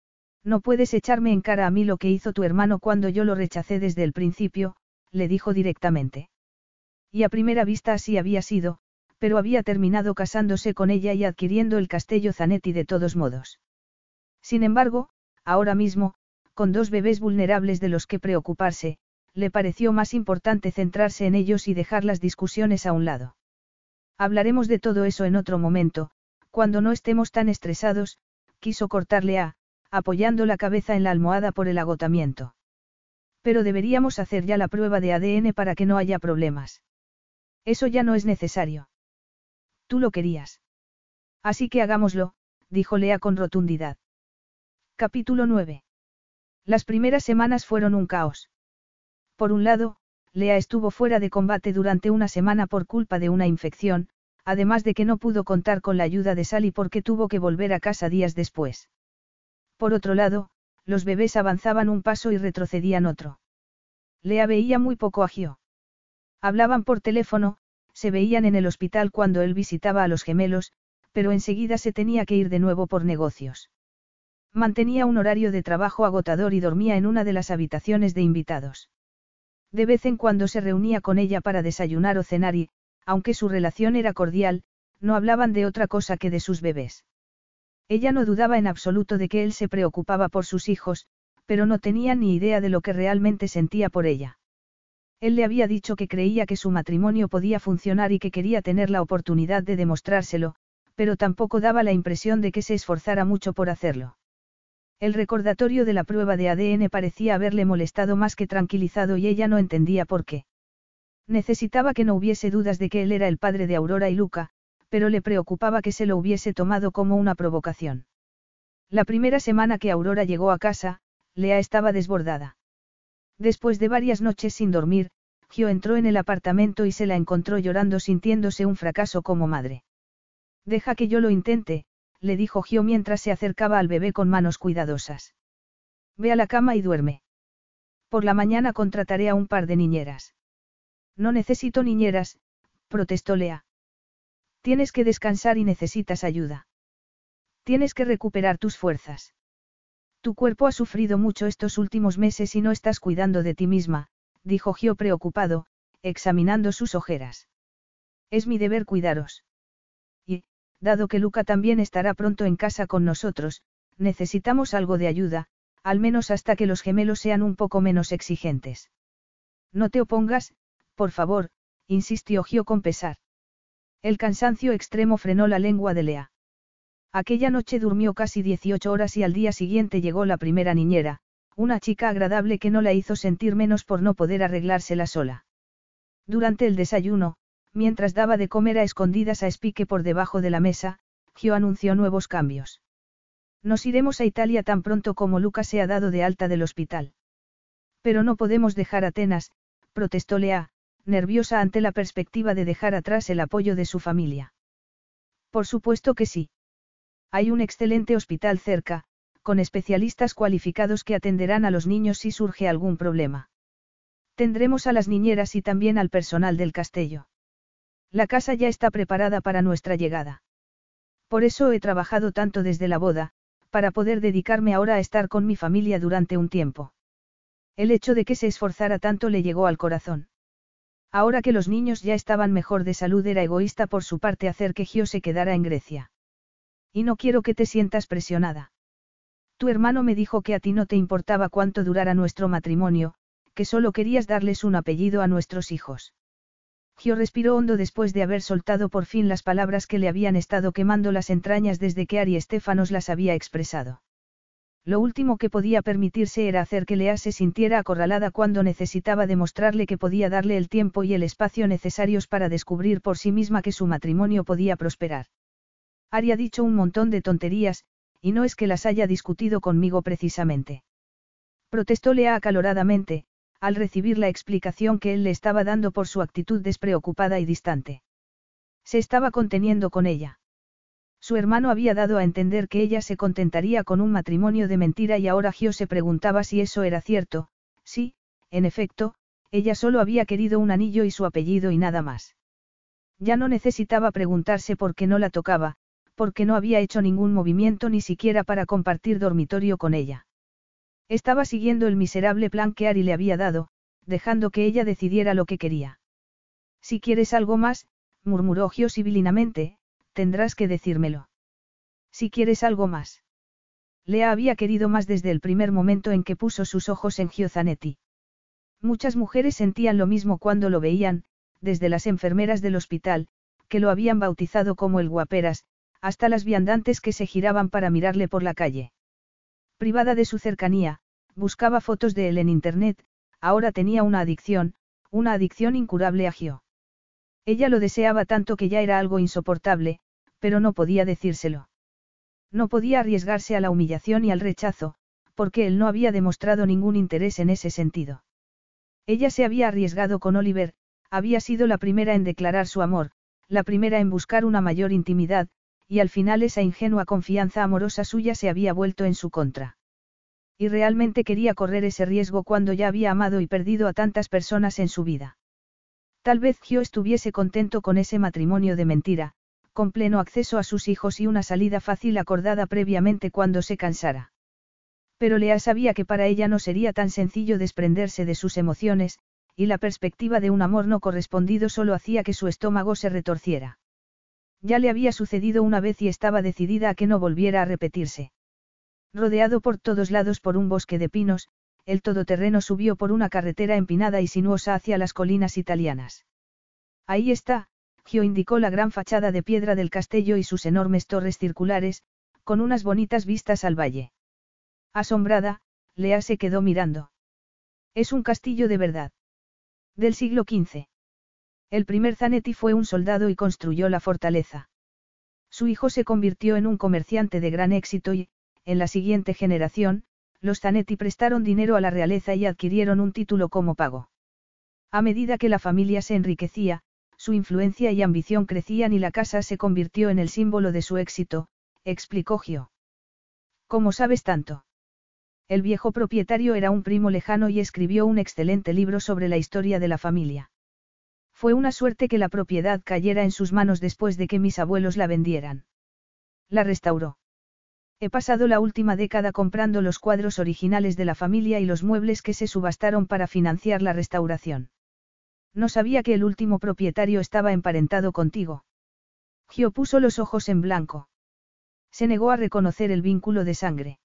No puedes echarme en cara a mí lo que hizo tu hermano cuando yo lo rechacé desde el principio, le dijo directamente. Y a primera vista así había sido, pero había terminado casándose con ella y adquiriendo el Castello Zanetti de todos modos. Sin embargo, ahora mismo, con dos bebés vulnerables de los que preocuparse, le pareció más importante centrarse en ellos y dejar las discusiones a un lado. Hablaremos de todo eso en otro momento, cuando no estemos tan estresados, quiso cortarle apoyando la cabeza en la almohada por el agotamiento. Pero deberíamos hacer ya la prueba de ADN para que no haya problemas. Eso ya no es necesario. Tú lo querías. Así que hagámoslo, dijo Lea con rotundidad. Capítulo 9. Las primeras semanas fueron un caos. Por un lado, Lea estuvo fuera de combate durante una semana por culpa de una infección, además de que no pudo contar con la ayuda de Sally porque tuvo que volver a casa días después. Por otro lado, los bebés avanzaban un paso y retrocedían otro. Lea veía muy poco a Gio. Hablaban por teléfono, se veían en el hospital cuando él visitaba a los gemelos, pero enseguida se tenía que ir de nuevo por negocios. Mantenía un horario de trabajo agotador y dormía en una de las habitaciones de invitados. De vez en cuando se reunía con ella para desayunar o cenar y, aunque su relación era cordial, no hablaban de otra cosa que de sus bebés. Ella no dudaba en absoluto de que él se preocupaba por sus hijos, pero no tenía ni idea de lo que realmente sentía por ella. Él le había dicho que creía que su matrimonio podía funcionar y que quería tener la oportunidad de demostrárselo, pero tampoco daba la impresión de que se esforzara mucho por hacerlo. El recordatorio de la prueba de ADN parecía haberle molestado más que tranquilizado y ella no entendía por qué. Necesitaba que no hubiese dudas de que él era el padre de Aurora y Luca, pero le preocupaba que se lo hubiese tomado como una provocación. La primera semana que Aurora llegó a casa, Lea estaba desbordada. Después de varias noches sin dormir, Gio entró en el apartamento y se la encontró llorando sintiéndose un fracaso como madre. Deja que yo lo intente, le dijo Gio mientras se acercaba al bebé con manos cuidadosas. Ve a la cama y duerme. Por la mañana contrataré a un par de niñeras. No necesito niñeras, protestó Lea. Tienes que descansar y necesitas ayuda. Tienes que recuperar tus fuerzas. Tu cuerpo ha sufrido mucho estos últimos meses y no estás cuidando de ti misma, dijo Gio preocupado, examinando sus ojeras. Es mi deber cuidaros. Y, dado que Luca también estará pronto en casa con nosotros, necesitamos algo de ayuda, al menos hasta que los gemelos sean un poco menos exigentes. No te opongas, por favor, insistió Gio con pesar. El cansancio extremo frenó la lengua de Lea. Aquella noche durmió casi 18 horas y al día siguiente llegó la primera niñera, una chica agradable que no la hizo sentir menos por no poder arreglársela sola. Durante el desayuno, mientras daba de comer a escondidas a Spike por debajo de la mesa, Gio anunció nuevos cambios. Nos iremos a Italia tan pronto como Lucas se ha dado de alta del hospital. Pero no podemos dejar Atenas, protestó Lea, nerviosa ante la perspectiva de dejar atrás el apoyo de su familia. Por supuesto que sí. Hay un excelente hospital cerca, con especialistas cualificados que atenderán a los niños si surge algún problema. Tendremos a las niñeras y también al personal del castillo. La casa ya está preparada para nuestra llegada. Por eso he trabajado tanto desde la boda, para poder dedicarme ahora a estar con mi familia durante un tiempo. El hecho de que se esforzara tanto le llegó al corazón. Ahora que los niños ya estaban mejor de salud era egoísta por su parte hacer que Gio se quedara en Grecia. Y no quiero que te sientas presionada. Tu hermano me dijo que a ti no te importaba cuánto durara nuestro matrimonio, que solo querías darles un apellido a nuestros hijos. Gio respiró hondo después de haber soltado por fin las palabras que le habían estado quemando las entrañas desde que Ari Estéfanos las había expresado. Lo último que podía permitirse era hacer que Lea se sintiera acorralada cuando necesitaba demostrarle que podía darle el tiempo y el espacio necesarios para descubrir por sí misma que su matrimonio podía prosperar. Ari ha dicho un montón de tonterías, y no es que las haya discutido conmigo precisamente. Protestó Lea acaloradamente, al recibir la explicación que él le estaba dando por su actitud despreocupada y distante. Se estaba conteniendo con ella. Su hermano había dado a entender que ella se contentaría con un matrimonio de mentira y ahora Gio se preguntaba si eso era cierto. Sí, en efecto, ella solo había querido un anillo y su apellido y nada más. Ya no necesitaba preguntarse por qué no la tocaba, porque no había hecho ningún movimiento ni siquiera para compartir dormitorio con ella. Estaba siguiendo el miserable plan que Ari le había dado, dejando que ella decidiera lo que quería. Si quieres algo más, murmuró Gio sibilinamente, tendrás que decírmelo. Si quieres algo más. Lea había querido más desde el primer momento en que puso sus ojos en Gio Zanetti. Muchas mujeres sentían lo mismo cuando lo veían, desde las enfermeras del hospital, que lo habían bautizado como el guaperas, hasta las viandantes que se giraban para mirarle por la calle. Privada de su cercanía, buscaba fotos de él en internet, ahora tenía una adicción incurable a Gio. Ella lo deseaba tanto que ya era algo insoportable, pero no podía decírselo. No podía arriesgarse a la humillación y al rechazo, porque él no había demostrado ningún interés en ese sentido. Ella se había arriesgado con Oliver, había sido la primera en declarar su amor, la primera en buscar una mayor intimidad, y al final esa ingenua confianza amorosa suya se había vuelto en su contra. Y realmente quería correr ese riesgo cuando ya había amado y perdido a tantas personas en su vida. Tal vez Gio estuviese contento con ese matrimonio de mentira, con pleno acceso a sus hijos y una salida fácil acordada previamente cuando se cansara. Pero Lea sabía que para ella no sería tan sencillo desprenderse de sus emociones, y la perspectiva de un amor no correspondido solo hacía que su estómago se retorciera. Ya le había sucedido una vez y estaba decidida a que no volviera a repetirse. Rodeado por todos lados por un bosque de pinos, el todoterreno subió por una carretera empinada y sinuosa hacia las colinas italianas. Ahí está, Gio indicó la gran fachada de piedra del castillo y sus enormes torres circulares, con unas bonitas vistas al valle. Asombrada, Lea se quedó mirando. Es un castillo de verdad. Del siglo XV. El primer Zanetti fue un soldado y construyó la fortaleza. Su hijo se convirtió en un comerciante de gran éxito y, en la siguiente generación, los Zanetti prestaron dinero a la realeza y adquirieron un título como pago. A medida que la familia se enriquecía, su influencia y ambición crecían y la casa se convirtió en el símbolo de su éxito, explicó Gio. ¿Cómo sabes tanto? El viejo propietario era un primo lejano y escribió un excelente libro sobre la historia de la familia. Fue una suerte que la propiedad cayera en sus manos después de que mis abuelos la vendieran. La restauró. He pasado la última década comprando los cuadros originales de la familia y los muebles que se subastaron para financiar la restauración. No sabía que el último propietario estaba emparentado contigo. Gio puso los ojos en blanco. Se negó a reconocer el vínculo de sangre.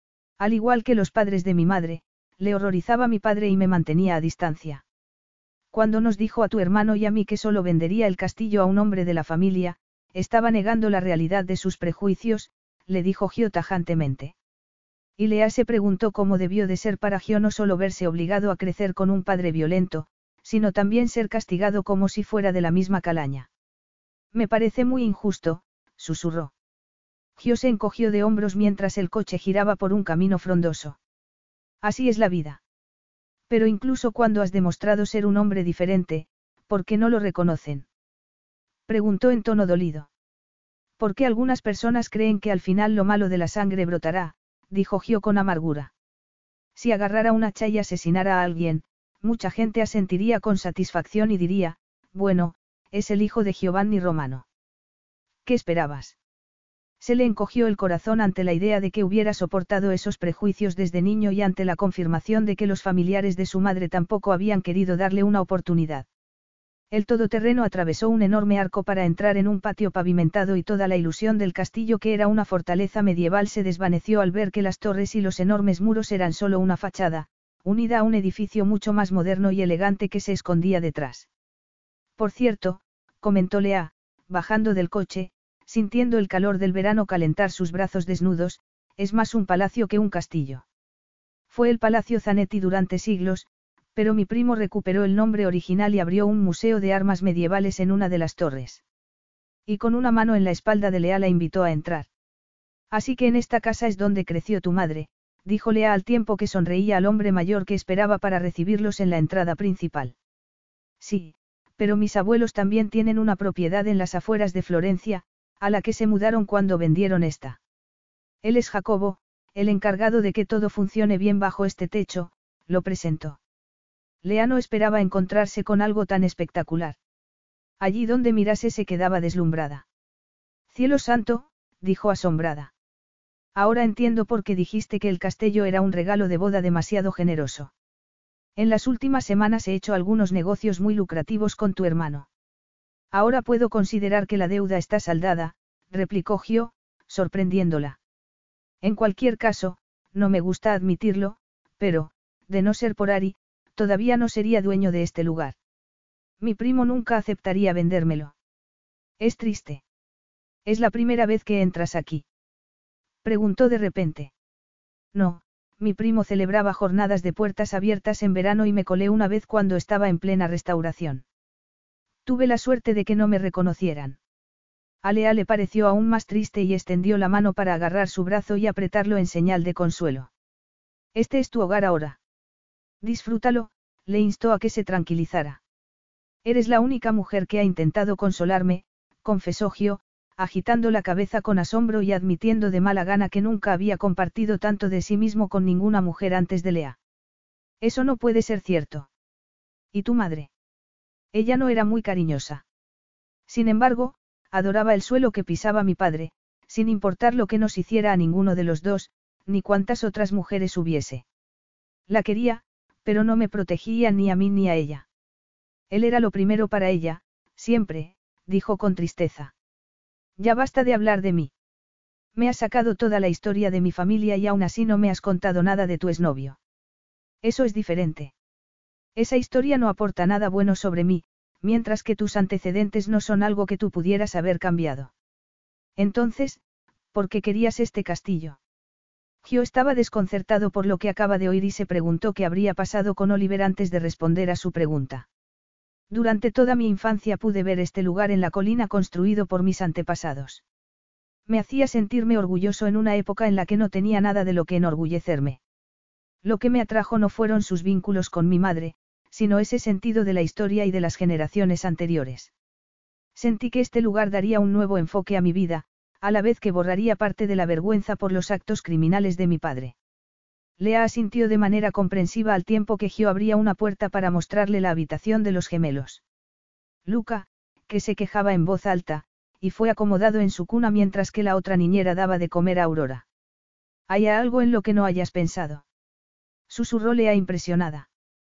Al igual que los padres de mi madre, le horrorizaba a mi padre y me mantenía a distancia. Cuando nos dijo a tu hermano y a mí que solo vendería el castillo a un hombre de la familia, estaba negando la realidad de sus prejuicios, le dijo Gio tajantemente. Y Lea se preguntó cómo debió de ser para Gio no solo verse obligado a crecer con un padre violento, sino también ser castigado como si fuera de la misma calaña. Me parece muy injusto, susurró. Gio se encogió de hombros mientras el coche giraba por un camino frondoso. Así es la vida. Pero incluso cuando has demostrado ser un hombre diferente, ¿por qué no lo reconocen? Preguntó en tono dolido. Porque algunas personas creen que al final lo malo de la sangre brotará, dijo Gio con amargura. Si agarrara un hacha y asesinara a alguien, mucha gente asentiría con satisfacción y diría, bueno, es el hijo de Giovanni Romano. ¿Qué esperabas? Se le encogió el corazón ante la idea de que hubiera soportado esos prejuicios desde niño y ante la confirmación de que los familiares de su madre tampoco habían querido darle una oportunidad. El todoterreno atravesó un enorme arco para entrar en un patio pavimentado y toda la ilusión del castillo que era una fortaleza medieval se desvaneció al ver que las torres y los enormes muros eran solo una fachada, unida a un edificio mucho más moderno y elegante que se escondía detrás. Por cierto, comentó Lea, bajando del coche, sintiendo el calor del verano calentar sus brazos desnudos, es más un palacio que un castillo. Fue el Palacio Zanetti durante siglos, pero mi primo recuperó el nombre original y abrió un museo de armas medievales en una de las torres. Y con una mano en la espalda de Lea la invitó a entrar. Así que en esta casa es donde creció tu madre, dijo Lea al tiempo que sonreía al hombre mayor que esperaba para recibirlos en la entrada principal. Sí, pero mis abuelos también tienen una propiedad en las afueras de Florencia, a la que se mudaron cuando vendieron esta. Él es Jacobo, el encargado de que todo funcione bien bajo este techo, lo presentó. Lea no esperaba encontrarse con algo tan espectacular. Allí donde mirase se quedaba deslumbrada. Cielo santo, dijo asombrada. Ahora entiendo por qué dijiste que el castillo era un regalo de boda demasiado generoso. En las últimas semanas he hecho algunos negocios muy lucrativos con tu hermano. Ahora puedo considerar que la deuda está saldada, replicó Gio, sorprendiéndola. En cualquier caso, no me gusta admitirlo, pero, de no ser por Ari, todavía no sería dueño de este lugar. Mi primo nunca aceptaría vendérmelo. Es triste. ¿Es la primera vez que entras aquí? Preguntó de repente. No, mi primo celebraba jornadas de puertas abiertas en verano y me colé una vez cuando estaba en plena restauración. Tuve la suerte de que no me reconocieran. A Lea le pareció aún más triste y extendió la mano para agarrar su brazo y apretarlo en señal de consuelo. Este es tu hogar ahora. Disfrútalo, le instó a que se tranquilizara. Eres la única mujer que ha intentado consolarme, confesó Gio, agitando la cabeza con asombro y admitiendo de mala gana que nunca había compartido tanto de sí mismo con ninguna mujer antes de Lea. Eso no puede ser cierto. ¿Y tu madre? Ella no era muy cariñosa. Sin embargo, adoraba el suelo que pisaba mi padre, sin importar lo que nos hiciera a ninguno de los dos, ni cuántas otras mujeres hubiese. La quería, pero no me protegía ni a mí ni a ella. Él era lo primero para ella, siempre, dijo con tristeza. Ya basta de hablar de mí. Me has sacado toda la historia de mi familia y aún así no me has contado nada de tu exnovio. Eso es diferente. Esa historia no aporta nada bueno sobre mí, mientras que tus antecedentes no son algo que tú pudieras haber cambiado. Entonces, ¿por qué querías este castillo? Gio estaba desconcertado por lo que acaba de oír y se preguntó qué habría pasado con Oliver antes de responder a su pregunta. Durante toda mi infancia pude ver este lugar en la colina construido por mis antepasados. Me hacía sentirme orgulloso en una época en la que no tenía nada de lo que enorgullecerme. Lo que me atrajo no fueron sus vínculos con mi madre, sino ese sentido de la historia y de las generaciones anteriores. Sentí que este lugar daría un nuevo enfoque a mi vida, a la vez que borraría parte de la vergüenza por los actos criminales de mi padre. Lea asintió de manera comprensiva al tiempo que Gio abría una puerta para mostrarle la habitación de los gemelos. Luca, que se quejaba en voz alta, y fue acomodado en su cuna mientras que la otra niñera daba de comer a Aurora. ¿Hay algo en lo que no hayas pensado? Susurró Lea impresionada.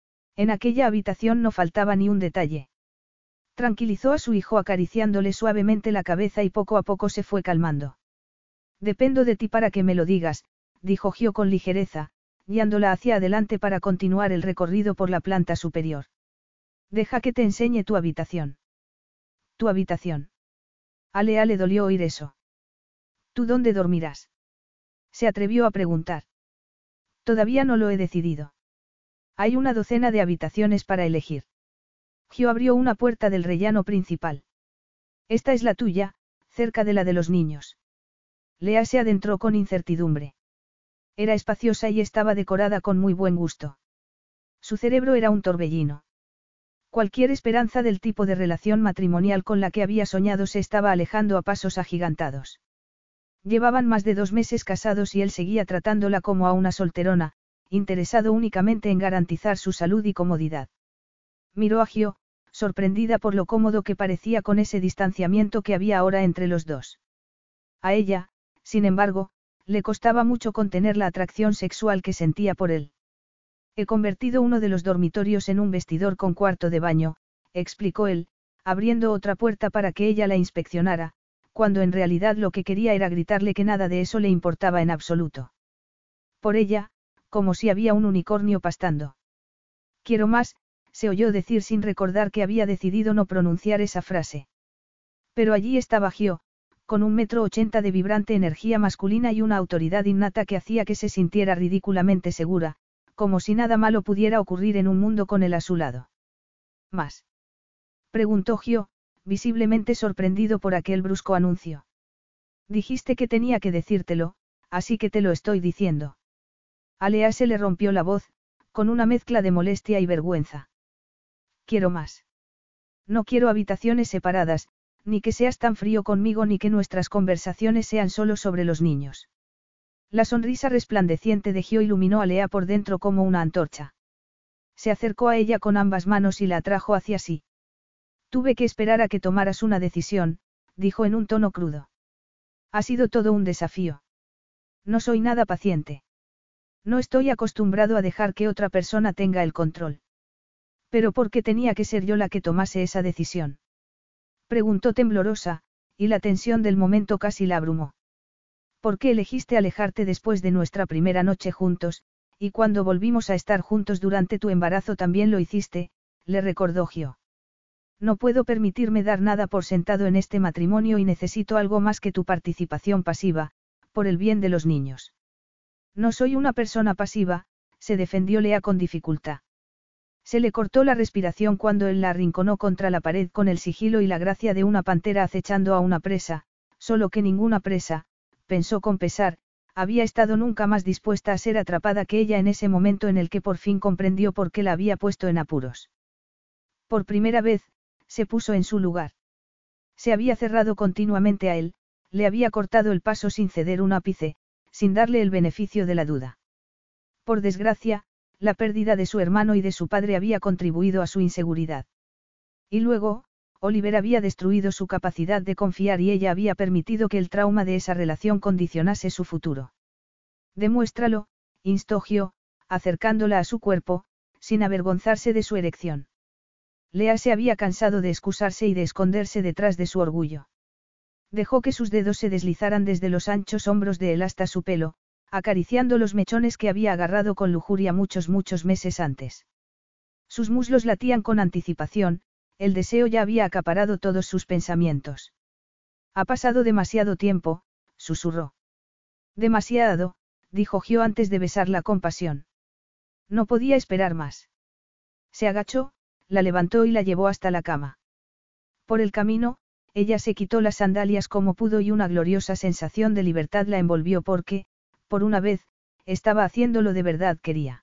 En aquella habitación no faltaba ni un detalle. Tranquilizó a su hijo acariciándole suavemente la cabeza y poco a poco se fue calmando. Dependo de ti para que me lo digas, dijo Gio con ligereza, guiándola hacia adelante para continuar el recorrido por la planta superior. Deja que te enseñe tu habitación. ¿Tu habitación? A Lea le dolió oír eso. ¿Tú dónde dormirás? Se atrevió a preguntar. Todavía no lo he decidido. Hay una docena de habitaciones para elegir. Gio abrió una puerta del rellano principal. Esta es la tuya, cerca de la de los niños. Lea se adentró con incertidumbre. Era espaciosa y estaba decorada con muy buen gusto. Su cerebro era un torbellino. Cualquier esperanza del tipo de relación matrimonial con la que había soñado se estaba alejando a pasos agigantados. Llevaban más de 2 meses casados y él seguía tratándola como a una solterona, interesado únicamente en garantizar su salud y comodidad. Miró a Gio, sorprendida por lo cómodo que parecía con ese distanciamiento que había ahora entre los dos. A ella, sin embargo, le costaba mucho contener la atracción sexual que sentía por él. He convertido uno de los dormitorios en un vestidor con cuarto de baño, explicó él, abriendo otra puerta para que ella la inspeccionara, cuando en realidad lo que quería era gritarle que nada de eso le importaba en absoluto. Por ella, como si había un unicornio pastando. Quiero más, se oyó decir sin recordar que había decidido no pronunciar esa frase. Pero allí estaba Gio, con 1,80 m de vibrante energía masculina y una autoridad innata que hacía que se sintiera ridículamente segura, como si nada malo pudiera ocurrir en un mundo con él a su lado. ¿Más? Preguntó Gio, visiblemente sorprendido por aquel brusco anuncio. Dijiste que tenía que decírtelo, así que te lo estoy diciendo. A Lea se le rompió la voz, con una mezcla de molestia y vergüenza. Quiero más. No quiero habitaciones separadas, ni que seas tan frío conmigo ni que nuestras conversaciones sean solo sobre los niños. La sonrisa resplandeciente de Gio iluminó a Lea por dentro como una antorcha. Se acercó a ella con ambas manos y la atrajo hacia sí. Tuve que esperar a que tomaras una decisión, dijo en un tono crudo. Ha sido todo un desafío. No soy nada paciente. No estoy acostumbrado a dejar que otra persona tenga el control. ¿Pero por qué tenía que ser yo la que tomase esa decisión? Preguntó temblorosa, y la tensión del momento casi la abrumó. ¿Por qué elegiste alejarte después de nuestra primera noche juntos, y cuando volvimos a estar juntos durante tu embarazo también lo hiciste?, le recordó Gio. No puedo permitirme dar nada por sentado en este matrimonio y necesito algo más que tu participación pasiva, por el bien de los niños. No soy una persona pasiva, se defendió Lea con dificultad. Se le cortó la respiración cuando él la arrinconó contra la pared con el sigilo y la gracia de una pantera acechando a una presa, solo que ninguna presa, pensó con pesar, había estado nunca más dispuesta a ser atrapada que ella en ese momento en el que por fin comprendió por qué la había puesto en apuros. Por primera vez, se puso en su lugar. Se había cerrado continuamente a él, le había cortado el paso sin ceder un ápice, sin darle el beneficio de la duda. Por desgracia, la pérdida de su hermano y de su padre había contribuido a su inseguridad. Y luego, Oliver había destruido su capacidad de confiar y ella había permitido que el trauma de esa relación condicionase su futuro. Demuéstralo, instó Gio, acercándola a su cuerpo, sin avergonzarse de su erección. Lea se había cansado de excusarse y de esconderse detrás de su orgullo. Dejó que sus dedos se deslizaran desde los anchos hombros de él hasta su pelo, acariciando los mechones que había agarrado con lujuria muchos meses antes. Sus muslos latían con anticipación, el deseo ya había acaparado todos sus pensamientos. Ha pasado demasiado tiempo, susurró. Demasiado, dijo Gio antes de besarla con pasión. No podía esperar más. Se agachó, la levantó y la llevó hasta la cama. Por el camino, ella se quitó las sandalias como pudo y una gloriosa sensación de libertad la envolvió porque, por una vez, estaba haciendo lo de verdad quería.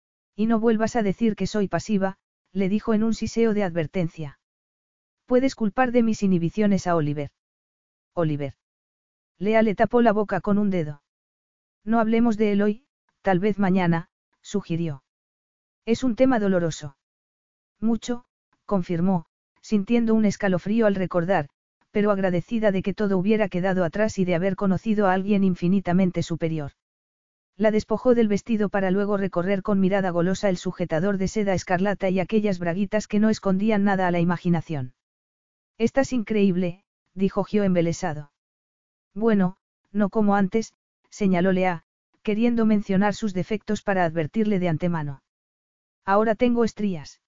Y no vuelvas a decir que soy pasiva, le dijo en un siseo de advertencia. Puedes culpar de mis inhibiciones a Oliver. Oliver. Lea le tapó la boca con un dedo. No hablemos de él hoy, tal vez mañana, sugirió. Es un tema doloroso. Mucho, confirmó, sintiendo un escalofrío al recordar, pero agradecida de que todo hubiera quedado atrás y de haber conocido a alguien infinitamente superior. La despojó del vestido para luego recorrer con mirada golosa el sujetador de seda escarlata y aquellas braguitas que no escondían nada a la imaginación. Estás increíble, dijo Gio embelesado. Bueno, no como antes, señaló Lea, queriendo mencionar sus defectos para advertirle de antemano. Ahora tengo estrías.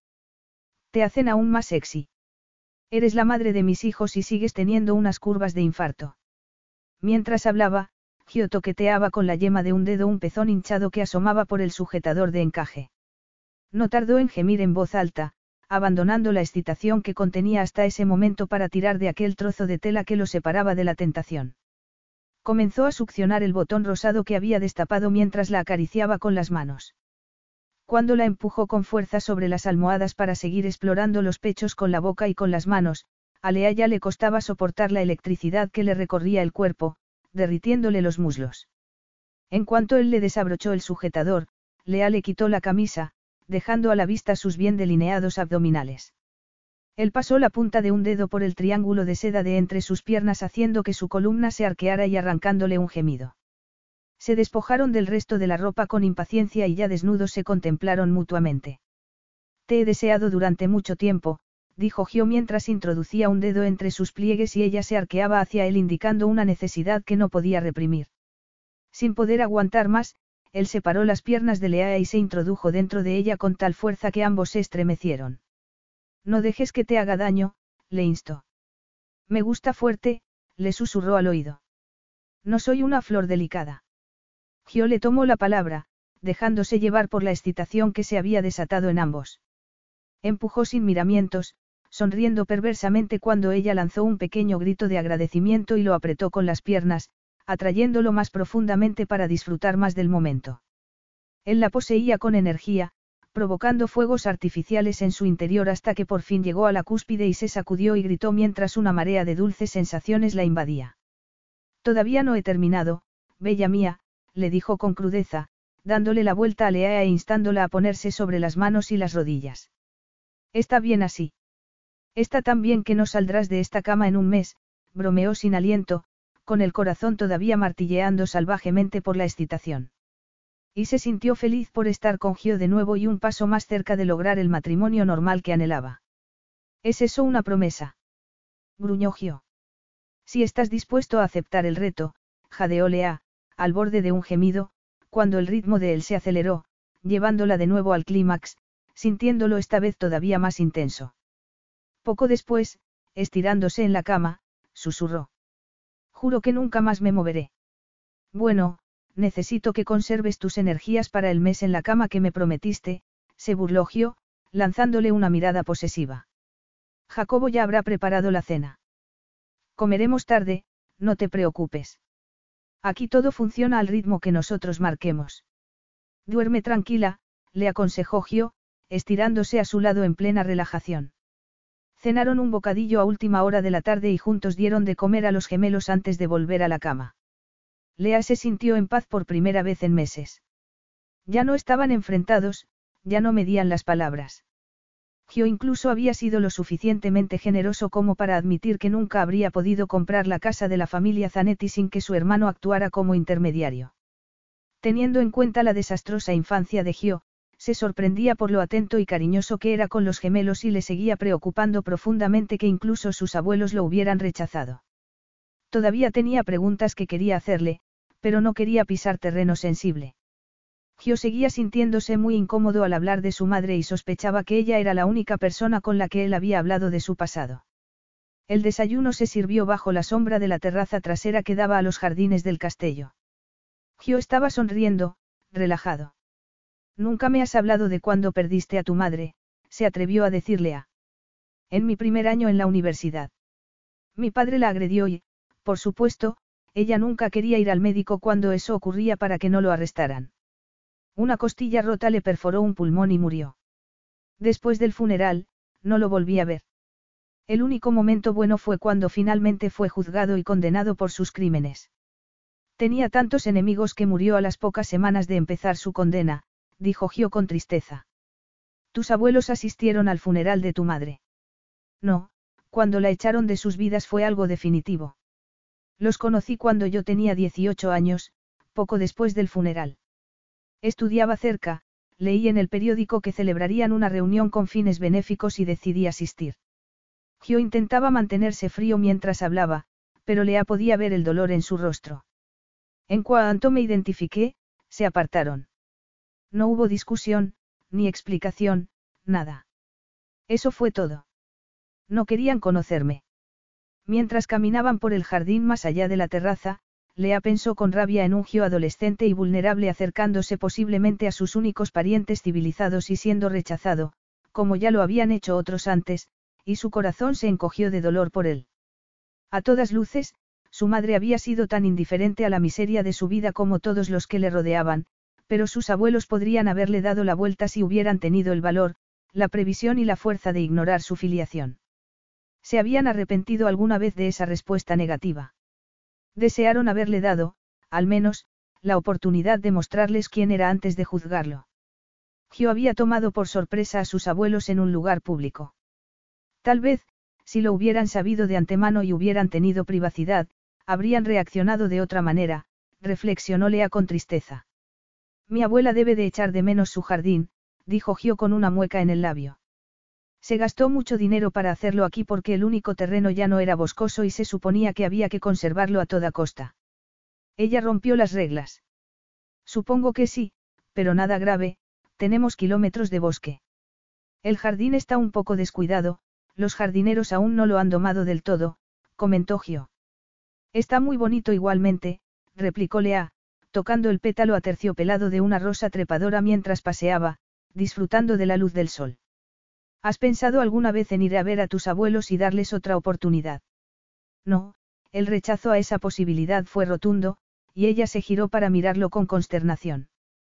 Te hacen aún más sexy. Eres la madre de mis hijos y sigues teniendo unas curvas de infarto. Mientras hablaba, Gio toqueteaba con la yema de un dedo un pezón hinchado que asomaba por el sujetador de encaje. No tardó en gemir en voz alta, abandonando la excitación que contenía hasta ese momento para tirar de aquel trozo de tela que lo separaba de la tentación. Comenzó a succionar el botón rosado que había destapado mientras la acariciaba con las manos. Cuando la empujó con fuerza sobre las almohadas para seguir explorando los pechos con la boca y con las manos, a Lea ya le costaba soportar la electricidad que le recorría el cuerpo, derritiéndole los muslos. En cuanto él le desabrochó el sujetador, Lea le quitó la camisa, dejando a la vista sus bien delineados abdominales. Él pasó la punta de un dedo por el triángulo de seda de entre sus piernas haciendo que su columna se arqueara y arrancándole un gemido. Se despojaron del resto de la ropa con impaciencia y ya desnudos se contemplaron mutuamente. Te he deseado durante mucho tiempo, dijo Gio mientras introducía un dedo entre sus pliegues y ella se arqueaba hacia él indicando una necesidad que no podía reprimir. Sin poder aguantar más, él separó las piernas de Lea y se introdujo dentro de ella con tal fuerza que ambos se estremecieron. No dejes que te haga daño, le instó. Me gusta fuerte, le susurró al oído. No soy una flor delicada. Gio le tomó la palabra, dejándose llevar por la excitación que se había desatado en ambos. Empujó sin miramientos, sonriendo perversamente cuando ella lanzó un pequeño grito de agradecimiento y lo apretó con las piernas, atrayéndolo más profundamente para disfrutar más del momento. Él la poseía con energía, provocando fuegos artificiales en su interior hasta que por fin llegó a la cúspide y se sacudió y gritó mientras una marea de dulces sensaciones la invadía. Todavía no he terminado, bella mía, le dijo con crudeza, dándole la vuelta a Lea e instándola a ponerse sobre las manos y las rodillas. Está bien así. Está tan bien que no saldrás de esta cama en un mes, bromeó sin aliento, con el corazón todavía martilleando salvajemente por la excitación. Y se sintió feliz por estar con Gio de nuevo y un paso más cerca de lograr el matrimonio normal que anhelaba. ¿Es eso una promesa? Gruñó Gio. Si estás dispuesto a aceptar el reto, jadeó Lea, al borde de un gemido, cuando el ritmo de él se aceleró, llevándola de nuevo al clímax, sintiéndolo esta vez todavía más intenso. Poco después, estirándose en la cama, susurró. Juro que nunca más me moveré. Bueno, necesito que conserves tus energías para el mes en la cama que me prometiste, se burló Gio, lanzándole una mirada posesiva. Jacobo ya habrá preparado la cena. Comeremos tarde, no te preocupes. Aquí todo funciona al ritmo que nosotros marquemos. Duerme tranquila, le aconsejó Gio, estirándose a su lado en plena relajación. Cenaron un bocadillo a última hora de la tarde y juntos dieron de comer a los gemelos antes de volver a la cama. Lea se sintió en paz por primera vez en meses. Ya no estaban enfrentados, ya no medían las palabras. Gio incluso había sido lo suficientemente generoso como para admitir que nunca habría podido comprar la casa de la familia Zanetti sin que su hermano actuara como intermediario. Teniendo en cuenta la desastrosa infancia de Gio, se sorprendía por lo atento y cariñoso que era con los gemelos y le seguía preocupando profundamente que incluso sus abuelos lo hubieran rechazado. Todavía tenía preguntas que quería hacerle, pero no quería pisar terreno sensible. Gio seguía sintiéndose muy incómodo al hablar de su madre y sospechaba que ella era la única persona con la que él había hablado de su pasado. El desayuno se sirvió bajo la sombra de la terraza trasera que daba a los jardines del castillo. Gio estaba sonriendo, relajado. Nunca me has hablado de cuándo perdiste a tu madre, se atrevió a decirle a. En mi primer año en la universidad. Mi padre la agredió y, por supuesto, ella nunca quería ir al médico cuando eso ocurría para que no lo arrestaran. Una costilla rota le perforó un pulmón y murió. Después del funeral, no lo volví a ver. El único momento bueno fue cuando finalmente fue juzgado y condenado por sus crímenes. Tenía tantos enemigos que murió a las pocas semanas de empezar su condena, dijo Gio con tristeza. ¿Tus abuelos asistieron al funeral de tu madre? No, cuando la echaron de sus vidas fue algo definitivo. Los conocí cuando yo tenía 18 años, poco después del funeral. Estudiaba cerca, leí en el periódico que celebrarían una reunión con fines benéficos y decidí asistir. Gio intentaba mantenerse frío mientras hablaba, pero Lea podía ver el dolor en su rostro. En cuanto me identifiqué, se apartaron. No hubo discusión, ni explicación, nada. Eso fue todo. No querían conocerme. Mientras caminaban por el jardín más allá de la terraza, Lea pensó con rabia en un Gio adolescente y vulnerable acercándose posiblemente a sus únicos parientes civilizados y siendo rechazado, como ya lo habían hecho otros antes, y su corazón se encogió de dolor por él. A todas luces, Su madre había sido tan indiferente a la miseria de su vida como todos los que le rodeaban, pero sus abuelos podrían haberle dado la vuelta si hubieran tenido el valor, la previsión y la fuerza de ignorar su filiación. ¿Se habían arrepentido alguna vez de esa respuesta negativa? Desearon haberle dado, al menos, la oportunidad de mostrarles quién era antes de juzgarlo. Gio había tomado por sorpresa a sus abuelos en un lugar público. Tal vez, si lo hubieran sabido de antemano y hubieran tenido privacidad, habrían reaccionado de otra manera, reflexionó Lea con tristeza. Mi abuela debe de echar de menos su jardín, dijo Gio con una mueca en el labio. Se gastó mucho dinero para hacerlo aquí porque el único terreno ya no era boscoso y se suponía que había que conservarlo a toda costa. Ella rompió las reglas. Supongo que sí, pero nada grave, tenemos kilómetros de bosque. El jardín está un poco descuidado, los jardineros aún no lo han domado del todo, comentó Gio. Está muy bonito igualmente, replicó Lea, tocando el pétalo aterciopelado de una rosa trepadora mientras paseaba, disfrutando de la luz del sol. ¿Has pensado alguna vez en ir a ver a tus abuelos y darles otra oportunidad? No, el rechazo a esa posibilidad fue rotundo, y ella se giró para mirarlo con consternación.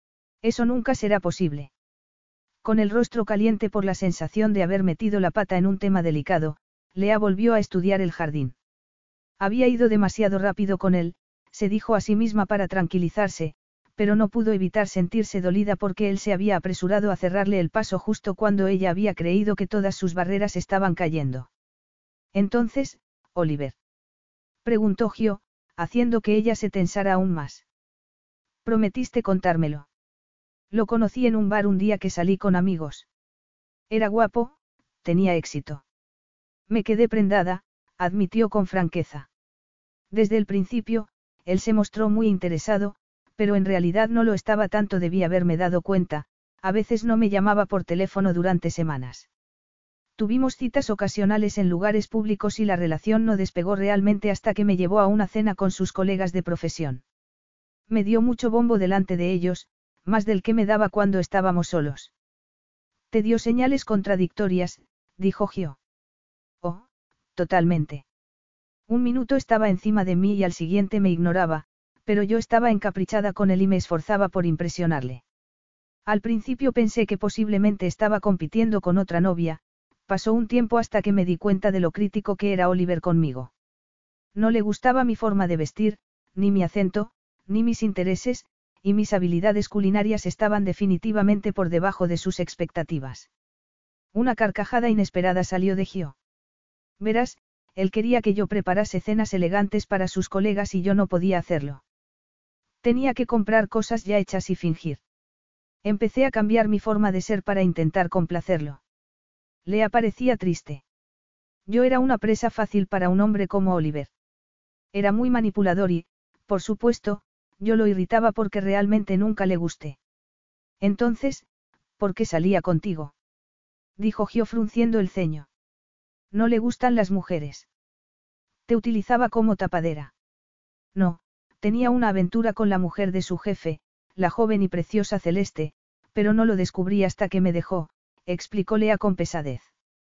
Eso nunca será posible. Con el rostro caliente por la sensación de haber metido la pata en un tema delicado, Lea volvió a estudiar el jardín. Había ido demasiado rápido con él, se dijo a sí misma para tranquilizarse, pero no pudo evitar sentirse dolida porque él se había apresurado a cerrarle el paso justo cuando ella había creído que todas sus barreras estaban cayendo. Entonces, Oliver. Preguntó Gio, haciendo que ella se tensara aún más. Prometiste contármelo. Lo conocí en un bar un día que salí con amigos. Era guapo, tenía éxito. Me quedé prendada, admitió con franqueza. Desde el principio, él se mostró muy interesado, pero en realidad no lo estaba tanto, debí haberme dado cuenta, a veces no me llamaba por teléfono durante semanas. Tuvimos citas ocasionales en lugares públicos y la relación no despegó realmente hasta que me llevó a una cena con sus colegas de profesión. Me dio mucho bombo delante de ellos, más del que me daba cuando estábamos solos. Te dio señales contradictorias, dijo Gio. Oh, totalmente. Un minuto estaba encima de mí y al siguiente me ignoraba, pero yo estaba encaprichada con él y me esforzaba por impresionarle. Al principio pensé que posiblemente estaba compitiendo con otra novia, pasó un tiempo hasta que me di cuenta de lo crítico que era Oliver conmigo. No le gustaba mi forma de vestir, ni mi acento, ni mis intereses, y mis habilidades culinarias estaban definitivamente por debajo de sus expectativas. Una carcajada inesperada salió de Gio. Verás, él quería que yo preparase cenas elegantes para sus colegas y yo no podía hacerlo. Tenía que comprar cosas ya hechas y fingir. Empecé a cambiar mi forma de ser para intentar complacerlo. Le parecía triste. Yo era una presa fácil para un hombre como Oliver. Era muy manipulador y, por supuesto, yo lo irritaba porque realmente nunca le gusté. Entonces, ¿por qué salía contigo? Dijo Gio frunciendo el ceño. No le gustan las mujeres. Te utilizaba como tapadera. No, tenía una aventura con la mujer de su jefe, la joven y preciosa Celeste, pero no lo descubrí hasta que me dejó, explicó Lea con pesadez.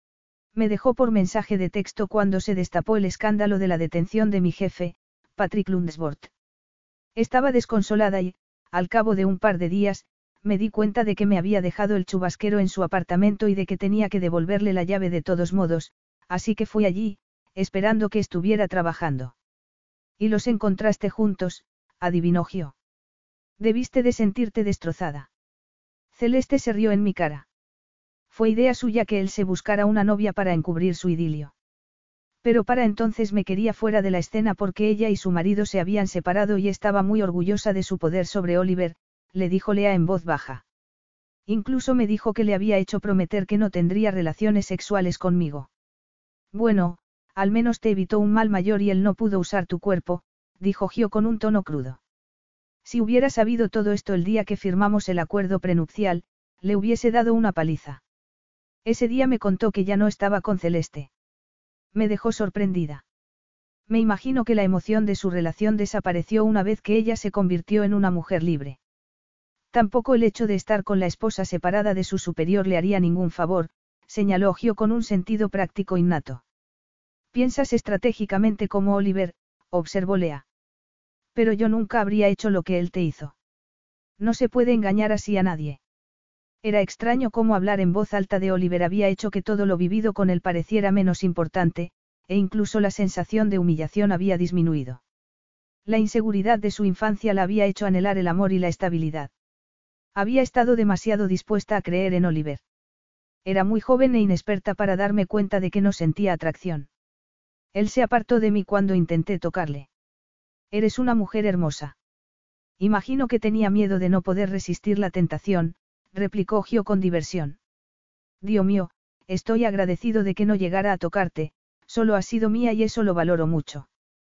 Me dejó por mensaje de texto cuando se destapó el escándalo de la detención de mi jefe, Patrick Lundsworth. Estaba desconsolada y, al cabo de un par de días, me di cuenta de que me había dejado el chubasquero en su apartamento y de que tenía que devolverle la llave de todos modos, así que fui allí, esperando que estuviera trabajando. Y los encontraste juntos, adivinó Gio. Debiste de sentirte destrozada. Celeste se rió en mi cara. Fue idea suya que él se buscara una novia para encubrir su idilio. Pero para entonces me quería fuera de la escena porque ella y su marido se habían separado y estaba muy orgullosa de su poder sobre Oliver, le dijo Lea en voz baja. Incluso me dijo que le había hecho prometer que no tendría relaciones sexuales conmigo. Bueno, al menos te evitó un mal mayor y él no pudo usar tu cuerpo, dijo Gio con un tono crudo. Si hubiera sabido todo esto el día que firmamos el acuerdo prenupcial, le hubiese dado una paliza. Ese día me contó que ya no estaba con Celeste. Me dejó sorprendida. Me imagino que la emoción de su relación desapareció una vez que ella se convirtió en una mujer libre. Tampoco el hecho de estar con la esposa separada de su superior le haría ningún favor, señaló Gio con un sentido práctico innato. Piensas estratégicamente como Oliver, observó Lea. Pero yo nunca habría hecho lo que él te hizo. No se puede engañar así a nadie. Era extraño cómo hablar en voz alta de Oliver había hecho que todo lo vivido con él pareciera menos importante, e incluso la sensación de humillación había disminuido. La inseguridad de su infancia la había hecho anhelar el amor y la estabilidad. Había estado demasiado dispuesta a creer en Oliver. Era muy joven e inexperta para darme cuenta de que no sentía atracción. Él se apartó de mí cuando intenté tocarle. Eres una mujer hermosa. Imagino que tenía miedo de no poder resistir la tentación, replicó Gio con diversión. Dios mío, estoy agradecido de que no llegara a tocarte, solo has sido mía y eso lo valoro mucho.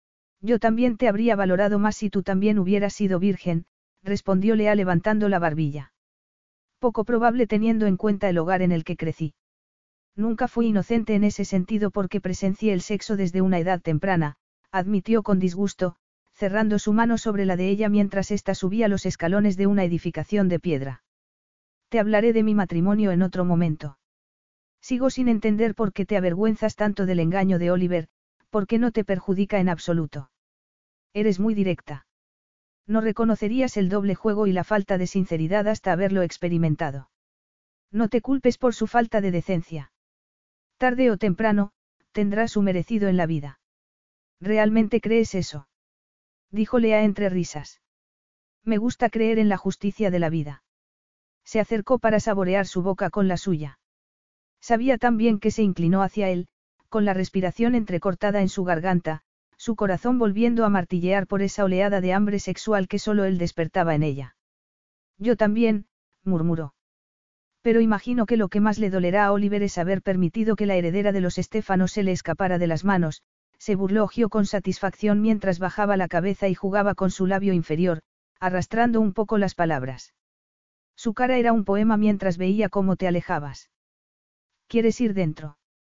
Yo también te habría valorado más si tú también hubieras sido virgen, respondió Lea levantando la barbilla. Poco probable teniendo en cuenta el hogar en el que crecí. Nunca fui inocente en ese sentido porque presencié el sexo desde una edad temprana, admitió con disgusto, cerrando su mano sobre la de ella mientras ésta subía los escalones de una edificación de piedra. Te hablaré de mi matrimonio en otro momento. Sigo sin entender por qué te avergüenzas tanto del engaño de Oliver, porque no te perjudica en absoluto. Eres muy directa. No reconocerías el doble juego y la falta de sinceridad hasta haberlo experimentado. No te culpes por su falta de decencia. Tarde o temprano, tendrá su merecido en la vida. ¿Realmente crees eso? Dijo Lea entre risas. Me gusta creer en la justicia de la vida. Se acercó para saborear su boca con la suya. Sabía tan bien que se inclinó hacia él, con la respiración entrecortada en su garganta, su corazón volviendo a martillear por esa oleada de hambre sexual que solo él despertaba en ella. Yo también, murmuró. Pero imagino que lo que más le dolerá a Oliver es haber permitido que la heredera de los Estéfanos se le escapara de las manos, se burló Gio con satisfacción mientras bajaba la cabeza y jugaba con su labio inferior, arrastrando un poco las palabras. Su cara era un poema mientras veía cómo te alejabas. ¿Quieres ir dentro?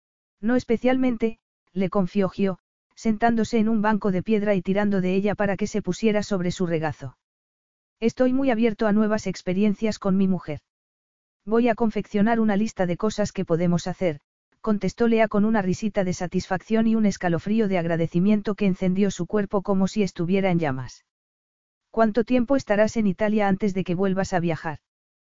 No especialmente, le confió Gio, sentándose en un banco de piedra y tirando de ella para que se pusiera sobre su regazo. Estoy muy abierto a nuevas experiencias con mi mujer. Voy a confeccionar una lista de cosas que podemos hacer, contestó Lea con una risita de satisfacción y un escalofrío de agradecimiento que encendió su cuerpo como si estuviera en llamas. ¿Cuánto tiempo estarás en Italia antes de que vuelvas a viajar?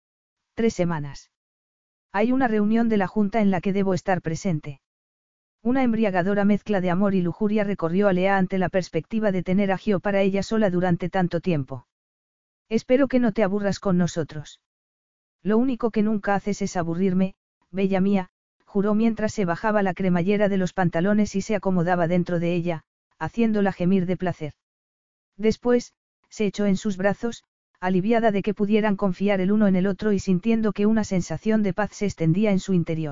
3 semanas. Hay una reunión de la Junta en la que debo estar presente. Una embriagadora mezcla de amor y lujuria recorrió a Lea ante la perspectiva de tener a Gio para ella sola durante tanto tiempo. Espero que no te aburras con nosotros. Lo único que nunca haces es aburrirme, bella mía, juró mientras se bajaba la cremallera de los pantalones y se acomodaba dentro de ella, haciéndola gemir de placer. Después, se echó en sus brazos, aliviada de que pudieran confiar el uno en el otro y sintiendo que una sensación de paz se extendía en su interior.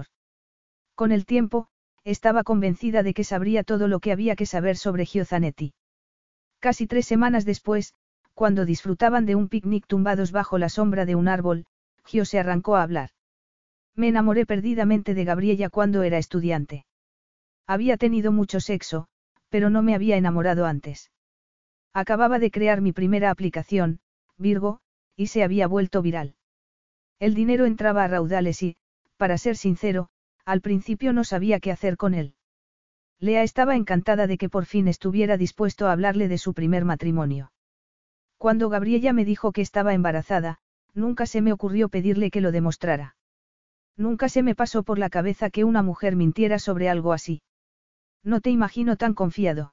Con el tiempo, estaba convencida de que sabría todo lo que había que saber sobre Gio Zanetti. Casi 3 semanas después, cuando disfrutaban de un picnic tumbados bajo la sombra de un árbol, Gio se arrancó a hablar. Me enamoré perdidamente de Gabriella cuando era estudiante. Había tenido mucho sexo, pero no me había enamorado antes. Acababa de crear mi primera aplicación, Virgo, y se había vuelto viral. El dinero entraba a raudales y, para ser sincero, al principio no sabía qué hacer con él. Lea estaba encantada de que por fin estuviera dispuesto a hablarle de su primer matrimonio. Cuando Gabriella me dijo que estaba embarazada, nunca se me ocurrió pedirle que lo demostrara. Nunca se me pasó por la cabeza que una mujer mintiera sobre algo así. No te imagino tan confiado.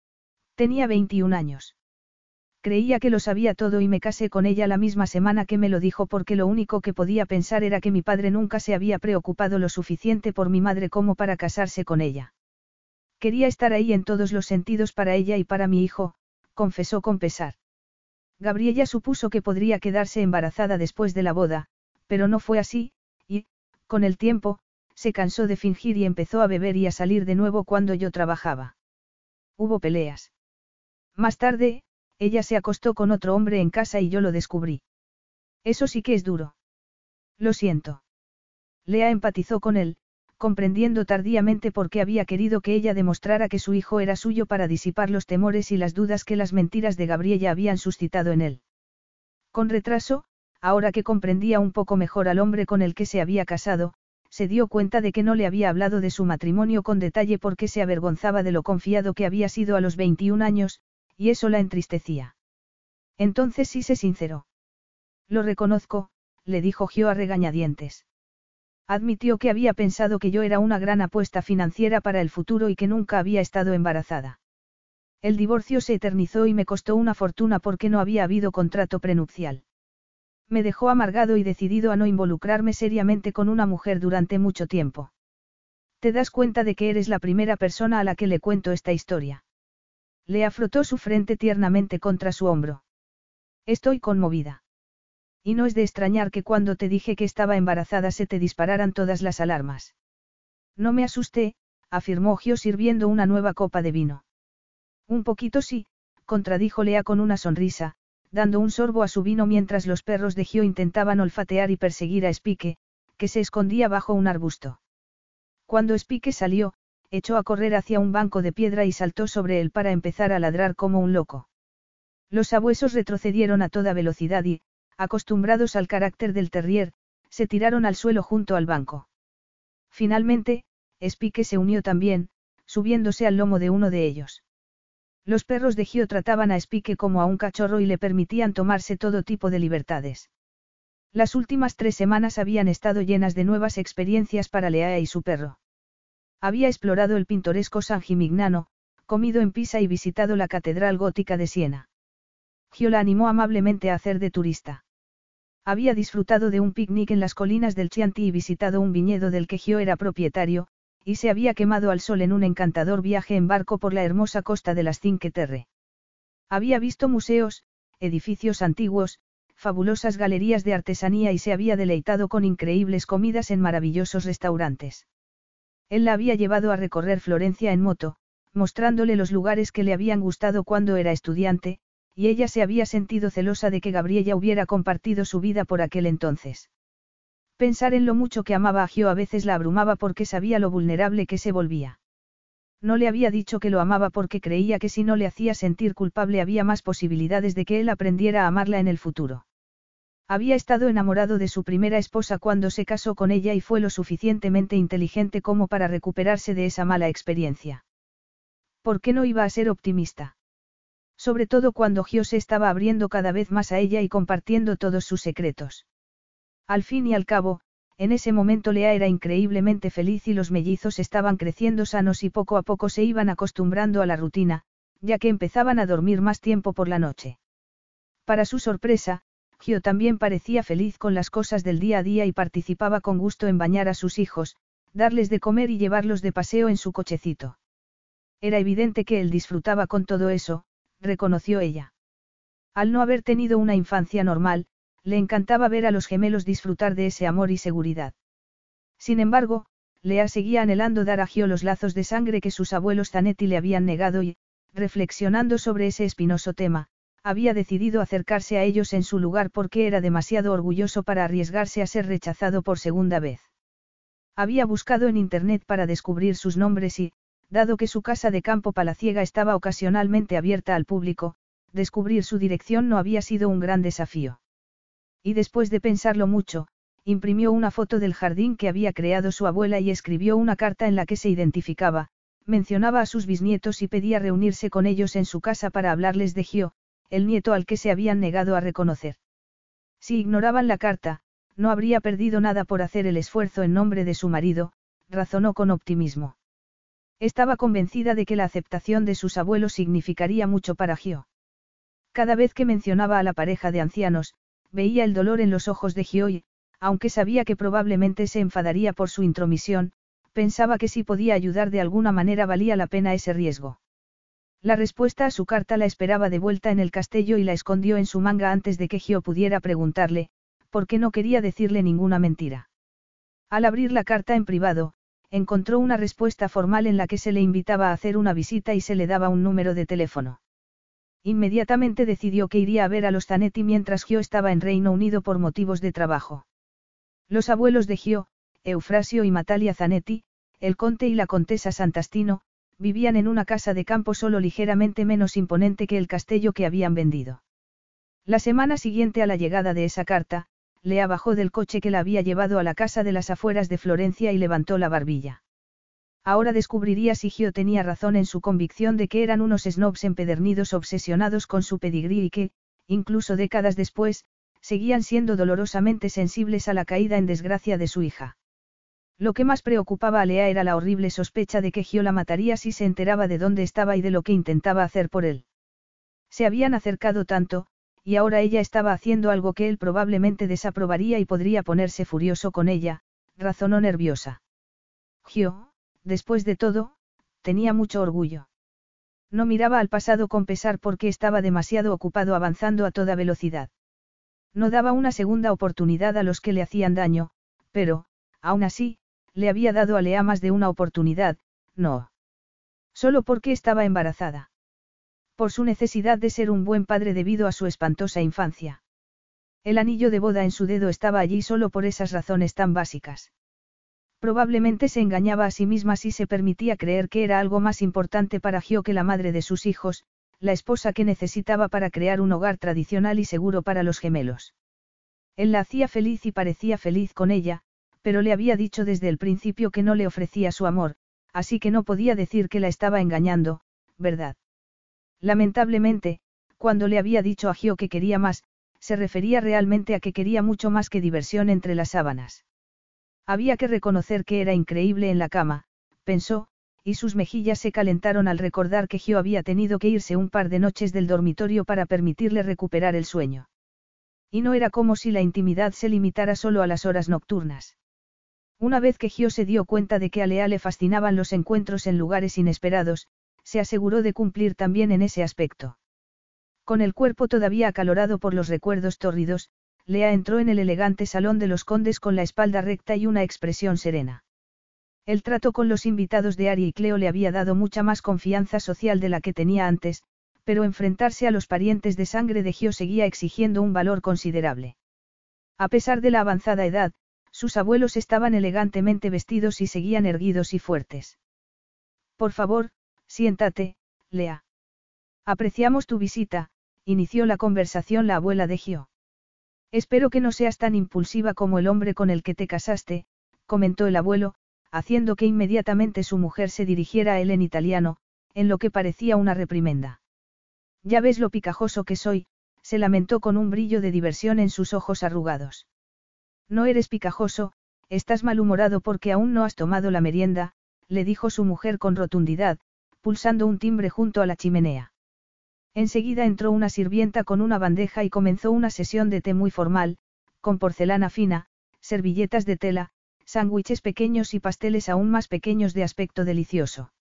Tenía 21 años. Creía que lo sabía todo y me casé con ella la misma semana que me lo dijo porque lo único que podía pensar era que mi padre nunca se había preocupado lo suficiente por mi madre como para casarse con ella. Quería estar ahí en todos los sentidos para ella y para mi hijo, confesó con pesar. Gabriella supuso que podría quedarse embarazada después de la boda, pero no fue así, y, con el tiempo, se cansó de fingir y empezó a beber y a salir de nuevo cuando yo trabajaba. Hubo peleas. Más tarde, ella se acostó con otro hombre en casa y yo lo descubrí. Eso sí que es duro. Lo siento. Lea empatizó con él, comprendiendo tardíamente por qué había querido que ella demostrara que su hijo era suyo para disipar los temores y las dudas que las mentiras de Gabriella habían suscitado en él. Con retraso, ahora que comprendía un poco mejor al hombre con el que se había casado, se dio cuenta de que no le había hablado de su matrimonio con detalle porque se avergonzaba de lo confiado que había sido a los 21 años, y eso la entristecía. Entonces sí se sinceró. Lo reconozco, le dijo Gio a regañadientes. Admitió que había pensado que yo era una gran apuesta financiera para el futuro y que nunca había estado embarazada. El divorcio se eternizó y me costó una fortuna porque no había habido contrato prenupcial. Me dejó amargado y decidido a no involucrarme seriamente con una mujer durante mucho tiempo. ¿Te das cuenta de que eres la primera persona a la que le cuento esta historia? Lea frotó su frente tiernamente contra su hombro. Estoy conmovida. Y no es de extrañar que cuando te dije que estaba embarazada se te dispararan todas las alarmas. No me asusté, afirmó Gio sirviendo una nueva copa de vino. Un poquito sí, contradijo Lea con una sonrisa, dando un sorbo a su vino mientras los perros de Gio intentaban olfatear y perseguir a Spike, que se escondía bajo un arbusto. Cuando Spike salió, echó a correr hacia un banco de piedra y saltó sobre él para empezar a ladrar como un loco. Los sabuesos retrocedieron a toda velocidad y, acostumbrados al carácter del terrier, se tiraron al suelo junto al banco. Finalmente, Spike se unió también, subiéndose al lomo de uno de ellos. Los perros de Gio trataban a Spike como a un cachorro y le permitían tomarse todo tipo de libertades. Las últimas 3 semanas habían estado llenas de nuevas experiencias para Lea y su perro. Había explorado el pintoresco San Gimignano, comido en Pisa y visitado la Catedral Gótica de Siena. Gio la animó amablemente a hacer de turista. Había disfrutado de un picnic en las colinas del Chianti y visitado un viñedo del que Gio era propietario, y se había quemado al sol en un encantador viaje en barco por la hermosa costa de las Cinque Terre. Había visto museos, edificios antiguos, fabulosas galerías de artesanía y se había deleitado con increíbles comidas en maravillosos restaurantes. Él la había llevado a recorrer Florencia en moto, mostrándole los lugares que le habían gustado cuando era estudiante, y ella se había sentido celosa de que Gabriella hubiera compartido su vida por aquel entonces. Pensar en lo mucho que amaba a Gio a veces la abrumaba porque sabía lo vulnerable que se volvía. No le había dicho que lo amaba porque creía que si no le hacía sentir culpable había más posibilidades de que él aprendiera a amarla en el futuro. Había estado enamorado de su primera esposa cuando se casó con ella y fue lo suficientemente inteligente como para recuperarse de esa mala experiencia. ¿Por qué no iba a ser optimista? Sobre todo cuando Gio se estaba abriendo cada vez más a ella y compartiendo todos sus secretos. Al fin y al cabo, en ese momento Lea era increíblemente feliz y los mellizos estaban creciendo sanos y poco a poco se iban acostumbrando a la rutina, ya que empezaban a dormir más tiempo por la noche. Para su sorpresa, Gio también parecía feliz con las cosas del día a día y participaba con gusto en bañar a sus hijos, darles de comer y llevarlos de paseo en su cochecito. Era evidente que él disfrutaba con todo eso, reconoció ella. Al no haber tenido una infancia normal, le encantaba ver a los gemelos disfrutar de ese amor y seguridad. Sin embargo, Lea seguía anhelando dar a Gio los lazos de sangre que sus abuelos Zanetti le habían negado y, reflexionando sobre ese espinoso tema, había decidido acercarse a ellos en su lugar porque era demasiado orgulloso para arriesgarse a ser rechazado por segunda vez. Había buscado en internet para descubrir sus nombres y, dado que su casa de campo palaciega estaba ocasionalmente abierta al público, descubrir su dirección no había sido un gran desafío. Y después de pensarlo mucho, imprimió una foto del jardín que había creado su abuela y escribió una carta en la que se identificaba, mencionaba a sus bisnietos y pedía reunirse con ellos en su casa para hablarles de Gio, el nieto al que se habían negado a reconocer. Si ignoraban la carta, no habría perdido nada por hacer el esfuerzo en nombre de su marido, razonó con optimismo. Estaba convencida de que la aceptación de sus abuelos significaría mucho para Gio. Cada vez que mencionaba a la pareja de ancianos, veía el dolor en los ojos de Gio y, aunque sabía que probablemente se enfadaría por su intromisión, pensaba que si podía ayudar de alguna manera valía la pena ese riesgo. La respuesta a su carta la esperaba de vuelta en el castillo y la escondió en su manga antes de que Gio pudiera preguntarle, por qué no quería decirle ninguna mentira. Al abrir la carta en privado, encontró una respuesta formal en la que se le invitaba a hacer una visita y se le daba un número de teléfono. Inmediatamente decidió que iría a ver a los Zanetti mientras Gio estaba en Reino Unido por motivos de trabajo. Los abuelos de Gio, Eufrasio y Natalia Zanetti, el conde y la contesa Santastino, vivían en una casa de campo solo ligeramente menos imponente que el castillo que habían vendido. La semana siguiente a la llegada de esa carta, Lea bajó del coche que la había llevado a la casa de las afueras de Florencia y levantó la barbilla. Ahora descubriría si Gio tenía razón en su convicción de que eran unos snobs empedernidos obsesionados con su pedigrí y que, incluso décadas después, seguían siendo dolorosamente sensibles a la caída en desgracia de su hija. Lo que más preocupaba a Lea era la horrible sospecha de que Gio la mataría si se enteraba de dónde estaba y de lo que intentaba hacer por él. Se habían acercado tanto, y ahora ella estaba haciendo algo que él probablemente desaprobaría y podría ponerse furioso con ella, razonó nerviosa. Gio, después de todo, tenía mucho orgullo. No miraba al pasado con pesar porque estaba demasiado ocupado avanzando a toda velocidad. No daba una segunda oportunidad a los que le hacían daño, pero, aún así, le había dado a Lea más de una oportunidad, no. Solo porque estaba embarazada. Por su necesidad de ser un buen padre debido a su espantosa infancia. El anillo de boda en su dedo estaba allí solo por esas razones tan básicas. Probablemente se engañaba a sí misma si se permitía creer que era algo más importante para Gio que la madre de sus hijos, la esposa que necesitaba para crear un hogar tradicional y seguro para los gemelos. Él la hacía feliz y parecía feliz con ella, pero le había dicho desde el principio que no le ofrecía su amor, así que no podía decir que la estaba engañando, ¿verdad? Lamentablemente, cuando le había dicho a Gio que quería más, se refería realmente a que quería mucho más que diversión entre las sábanas. Había que reconocer que era increíble en la cama, pensó, y sus mejillas se calentaron al recordar que Gio había tenido que irse un par de noches del dormitorio para permitirle recuperar el sueño. Y no era como si la intimidad se limitara solo a las horas nocturnas. Una vez que Gio se dio cuenta de que a Lea le fascinaban los encuentros en lugares inesperados, se aseguró de cumplir también en ese aspecto. Con el cuerpo todavía acalorado por los recuerdos tórridos, Lea entró en el elegante salón de los condes con la espalda recta y una expresión serena. El trato con los invitados de Ari y Cleo le había dado mucha más confianza social de la que tenía antes, pero enfrentarse a los parientes de sangre de Gio seguía exigiendo un valor considerable. A pesar de la avanzada edad, sus abuelos estaban elegantemente vestidos y seguían erguidos y fuertes. Por favor, siéntate, Lea. Apreciamos tu visita, inició la conversación la abuela de Gio. Espero que no seas tan impulsiva como el hombre con el que te casaste, comentó el abuelo, haciendo que inmediatamente su mujer se dirigiera a él en italiano, en lo que parecía una reprimenda. Ya ves lo picajoso que soy, se lamentó con un brillo de diversión en sus ojos arrugados. No eres picajoso, estás malhumorado porque aún no has tomado la merienda, le dijo su mujer con rotundidad, pulsando un timbre junto a la chimenea. Enseguida entró una sirvienta con una bandeja y comenzó una sesión de té muy formal, con porcelana fina, servilletas de tela, sándwiches pequeños y pasteles aún más pequeños de aspecto delicioso.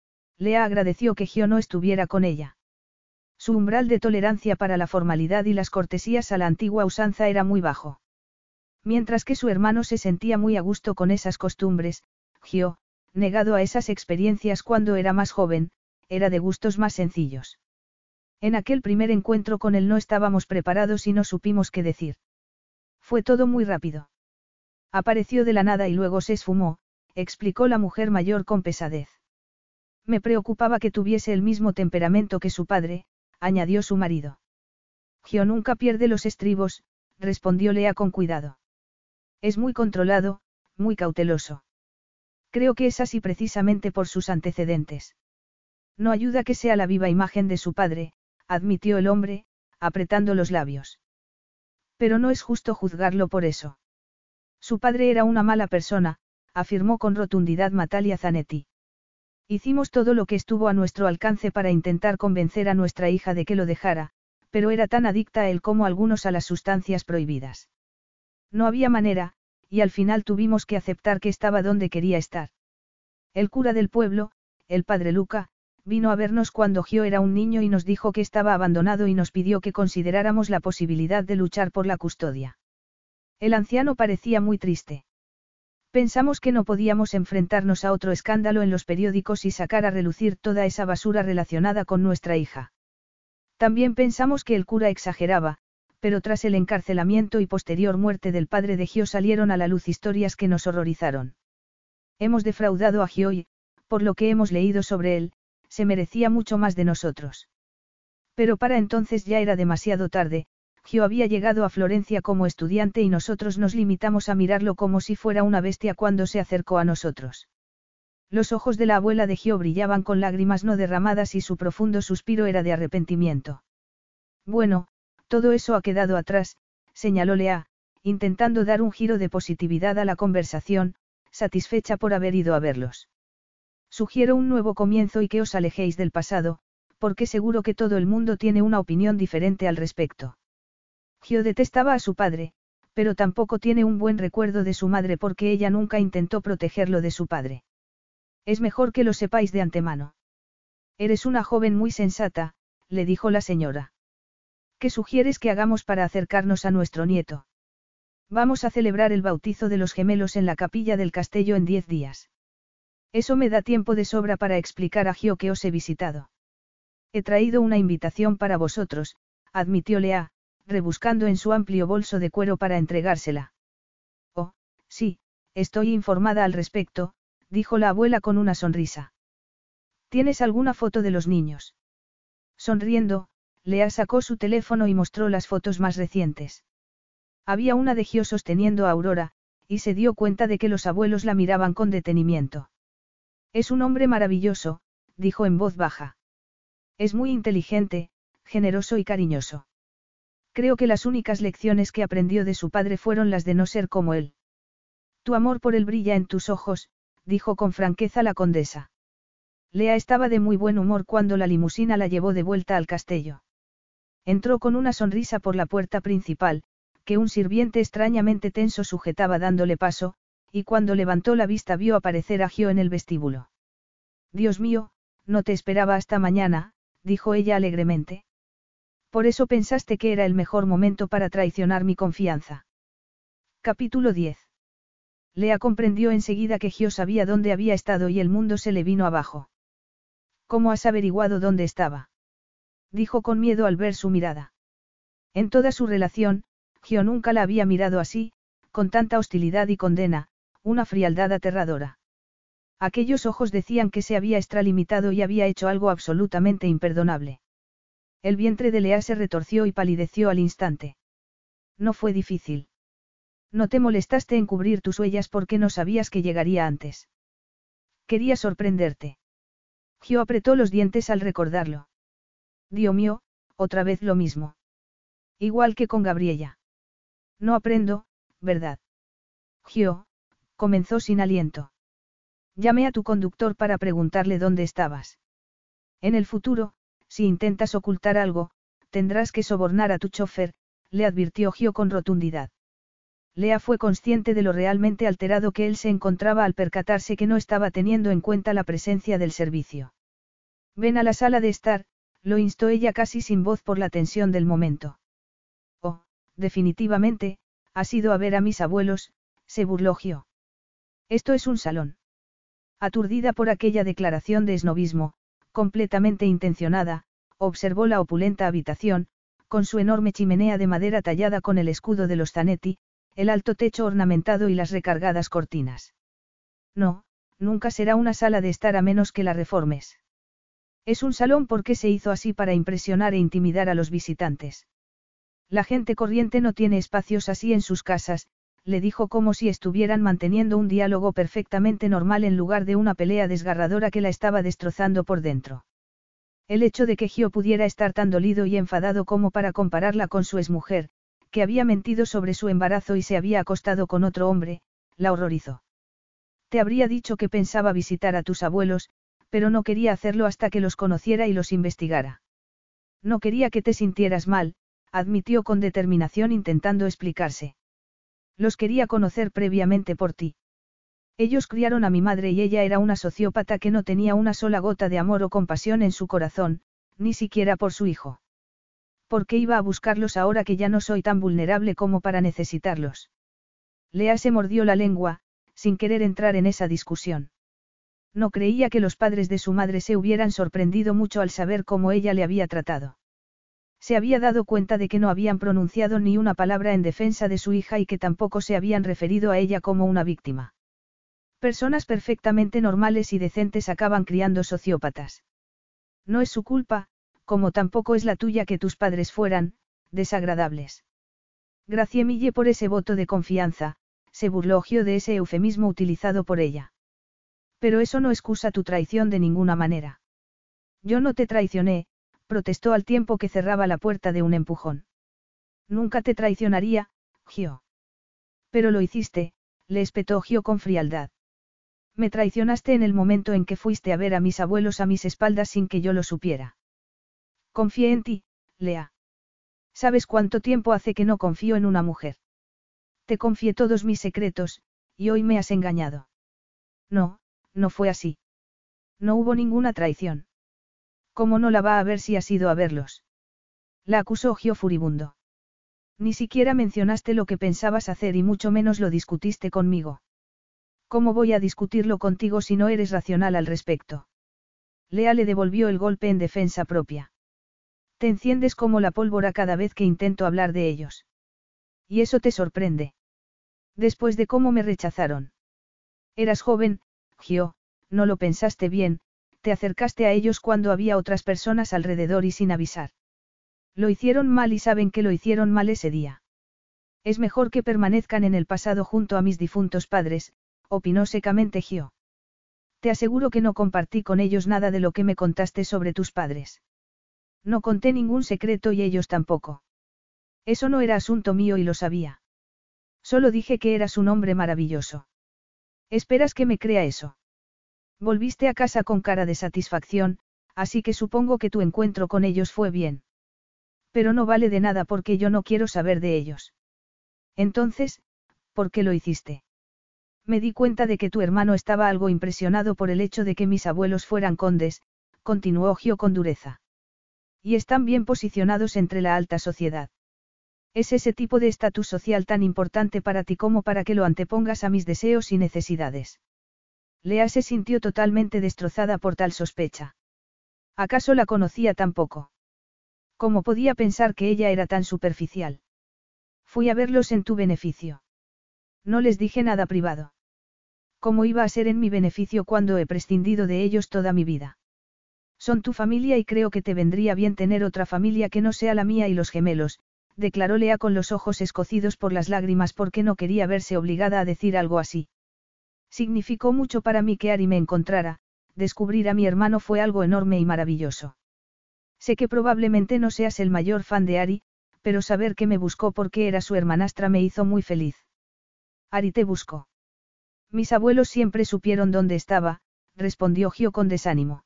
Lea agradeció que Gio no estuviera con ella. Su umbral de tolerancia para la formalidad y las cortesías a la antigua usanza era muy bajo. Mientras que su hermano se sentía muy a gusto con esas costumbres, Gio, negado a esas experiencias cuando era más joven, era de gustos más sencillos. En aquel primer encuentro con él no estábamos preparados y no supimos qué decir. Fue todo muy rápido. Apareció de la nada y luego se esfumó, explicó la mujer mayor con pesadez. Me preocupaba que tuviese el mismo temperamento que su padre, añadió su marido. Gio nunca pierde los estribos, respondió Lea con cuidado. Es muy controlado, muy cauteloso. Creo que es así precisamente por sus antecedentes. No ayuda que sea la viva imagen de su padre, admitió el hombre, apretando los labios. Pero no es justo juzgarlo por eso. Su padre era una mala persona, afirmó con rotundidad Natalia Zanetti. Hicimos todo lo que estuvo a nuestro alcance para intentar convencer a nuestra hija de que lo dejara, pero era tan adicta a él como algunos a las sustancias prohibidas. No había manera, y al final tuvimos que aceptar que estaba donde quería estar. El cura del pueblo, el padre Luca, vino a vernos cuando Gio era un niño y nos dijo que estaba abandonado y nos pidió que consideráramos la posibilidad de luchar por la custodia. El anciano parecía muy triste. Pensamos que no podíamos enfrentarnos a otro escándalo en los periódicos y sacar a relucir toda esa basura relacionada con nuestra hija. También pensamos que el cura exageraba, pero tras el encarcelamiento y posterior muerte del padre de Gio salieron a la luz historias que nos horrorizaron. Hemos defraudado a Gio y, por lo que hemos leído sobre él, se merecía mucho más de nosotros. Pero para entonces ya era demasiado tarde, Gio había llegado a Florencia como estudiante y nosotros nos limitamos a mirarlo como si fuera una bestia cuando se acercó a nosotros. Los ojos de la abuela de Gio brillaban con lágrimas no derramadas y su profundo suspiro era de arrepentimiento. Bueno, todo eso ha quedado atrás, señaló Lea, intentando dar un giro de positividad a la conversación, satisfecha por haber ido a verlos. Sugiero un nuevo comienzo y que os alejéis del pasado, porque seguro que todo el mundo tiene una opinión diferente al respecto. Gio detestaba a su padre, pero tampoco tiene un buen recuerdo de su madre porque ella nunca intentó protegerlo de su padre. Es mejor que lo sepáis de antemano. Eres una joven muy sensata, le dijo la señora. ¿Qué sugieres que hagamos para acercarnos a nuestro nieto? Vamos a celebrar el bautizo de los gemelos en la capilla del castillo en 10 días. Eso me da tiempo de sobra para explicar a Gio que os he visitado. He traído una invitación para vosotros, admitió Lea, rebuscando en su amplio bolso de cuero para entregársela. Oh, sí, estoy informada al respecto, dijo la abuela con una sonrisa. ¿Tienes alguna foto de los niños? Sonriendo, Lea sacó su teléfono y mostró las fotos más recientes. Había una de Gio sosteniendo a Aurora, y se dio cuenta de que los abuelos la miraban con detenimiento. Es un hombre maravilloso, dijo en voz baja. Es muy inteligente, generoso y cariñoso. Creo que las únicas lecciones que aprendió de su padre fueron las de no ser como él. Tu amor por él brilla en tus ojos, dijo con franqueza la condesa. Lea estaba de muy buen humor cuando la limusina la llevó de vuelta al castillo. Entró con una sonrisa por la puerta principal, que un sirviente extrañamente tenso sujetaba dándole paso, y cuando levantó la vista vio aparecer a Gio en el vestíbulo. Dios mío, no te esperaba hasta mañana, dijo ella alegremente. Por eso pensaste que era el mejor momento para traicionar mi confianza. Capítulo 10. Lea comprendió enseguida que Gio sabía dónde había estado y el mundo se le vino abajo. ¿Cómo has averiguado dónde estaba? Dijo con miedo al ver su mirada. En toda su relación, Gio nunca la había mirado así, con tanta hostilidad y condena, una frialdad aterradora. Aquellos ojos decían que se había extralimitado y había hecho algo absolutamente imperdonable. El vientre de Lea se retorció y palideció al instante. No fue difícil. No te molestaste en cubrir tus huellas porque no sabías que llegaría antes. Quería sorprenderte. Gio apretó los dientes al recordarlo. Dios mío, otra vez lo mismo. Igual que con Gabriella. No aprendo, ¿verdad? Gio, comenzó sin aliento. Llamé a tu conductor para preguntarle dónde estabas. En el futuro, si intentas ocultar algo, tendrás que sobornar a tu chofer, le advirtió Gio con rotundidad. Lea fue consciente de lo realmente alterado que él se encontraba al percatarse que no estaba teniendo en cuenta la presencia del servicio. Ven a la sala de estar, lo instó ella casi sin voz por la tensión del momento. Oh, definitivamente, has ido a ver a mis abuelos, se burló Gio. Esto es un salón. Aturdida por aquella declaración de esnobismo, completamente intencionada, observó la opulenta habitación, con su enorme chimenea de madera tallada con el escudo de los Zanetti, el alto techo ornamentado y las recargadas cortinas. No, nunca será una sala de estar a menos que la reformes. Es un salón porque se hizo así para impresionar e intimidar a los visitantes. La gente corriente no tiene espacios así en sus casas, le dijo como si estuvieran manteniendo un diálogo perfectamente normal en lugar de una pelea desgarradora que la estaba destrozando por dentro. El hecho de que Gio pudiera estar tan dolido y enfadado como para compararla con su exmujer, que había mentido sobre su embarazo y se había acostado con otro hombre, la horrorizó. Te habría dicho que pensaba visitar a tus abuelos, pero no quería hacerlo hasta que los conociera y los investigara. No quería que te sintieras mal, admitió con determinación intentando explicarse. Los quería conocer previamente por ti. Ellos criaron a mi madre y ella era una sociópata que no tenía una sola gota de amor o compasión en su corazón, ni siquiera por su hijo. ¿Por qué iba a buscarlos ahora que ya no soy tan vulnerable como para necesitarlos? Lea se mordió la lengua, sin querer entrar en esa discusión. No creía que los padres de su madre se hubieran sorprendido mucho al saber cómo ella le había tratado. Se había dado cuenta de que no habían pronunciado ni una palabra en defensa de su hija y que tampoco se habían referido a ella como una víctima. Personas perfectamente normales y decentes acaban criando sociópatas. No es su culpa, como tampoco es la tuya que tus padres fueran, desagradables. Gracie mille por ese voto de confianza, se burló Gio de ese eufemismo utilizado por ella. Pero eso no excusa tu traición de ninguna manera. Yo no te traicioné, protestó al tiempo que cerraba la puerta de un empujón. Nunca te traicionaría, Gio. Pero lo hiciste, le espetó Gio con frialdad. Me traicionaste en el momento en que fuiste a ver a mis abuelos a mis espaldas sin que yo lo supiera. Confié en ti, Lea. ¿Sabes cuánto tiempo hace que no confío en una mujer? Te confié todos mis secretos, y hoy me has engañado. No, no fue así. No hubo ninguna traición. ¿Cómo no la va a ver si has ido a verlos? La acusó Gio furibundo. Ni siquiera mencionaste lo que pensabas hacer y mucho menos lo discutiste conmigo. ¿Cómo voy a discutirlo contigo si no eres racional al respecto? Lea le devolvió el golpe en defensa propia. Te enciendes como la pólvora cada vez que intento hablar de ellos. Y eso te sorprende. Después de cómo me rechazaron. Eras joven, Gio, no lo pensaste bien, te acercaste a ellos cuando había otras personas alrededor y sin avisar. Lo hicieron mal y saben que lo hicieron mal ese día. Es mejor que permanezcan en el pasado junto a mis difuntos padres, opinó secamente Gio. Te aseguro que no compartí con ellos nada de lo que me contaste sobre tus padres. No conté ningún secreto y ellos tampoco. Eso no era asunto mío y lo sabía. Solo dije que eras un hombre maravilloso. ¿Esperas que me crea eso? Volviste a casa con cara de satisfacción, así que supongo que tu encuentro con ellos fue bien. Pero no vale de nada porque yo no quiero saber de ellos. Entonces, ¿por qué lo hiciste? Me di cuenta de que tu hermano estaba algo impresionado por el hecho de que mis abuelos fueran condes, continuó Gio con dureza. Y están bien posicionados entre la alta sociedad. Es ese tipo de estatus social tan importante para ti como para que lo antepongas a mis deseos y necesidades. Lea se sintió totalmente destrozada por tal sospecha. ¿Acaso la conocía tan poco? ¿Cómo podía pensar que ella era tan superficial? Fui a verlos en tu beneficio. No les dije nada privado. ¿Cómo iba a ser en mi beneficio cuando he prescindido de ellos toda mi vida? Son tu familia y creo que te vendría bien tener otra familia que no sea la mía y los gemelos, declaró Lea con los ojos escocidos por las lágrimas porque no quería verse obligada a decir algo así. Significó mucho para mí que Ari me encontrara, descubrir a mi hermano fue algo enorme y maravilloso. Sé que probablemente no seas el mayor fan de Ari, pero saber que me buscó porque era su hermanastra me hizo muy feliz. Ari te buscó. Mis abuelos siempre supieron dónde estaba, respondió Gio con desánimo.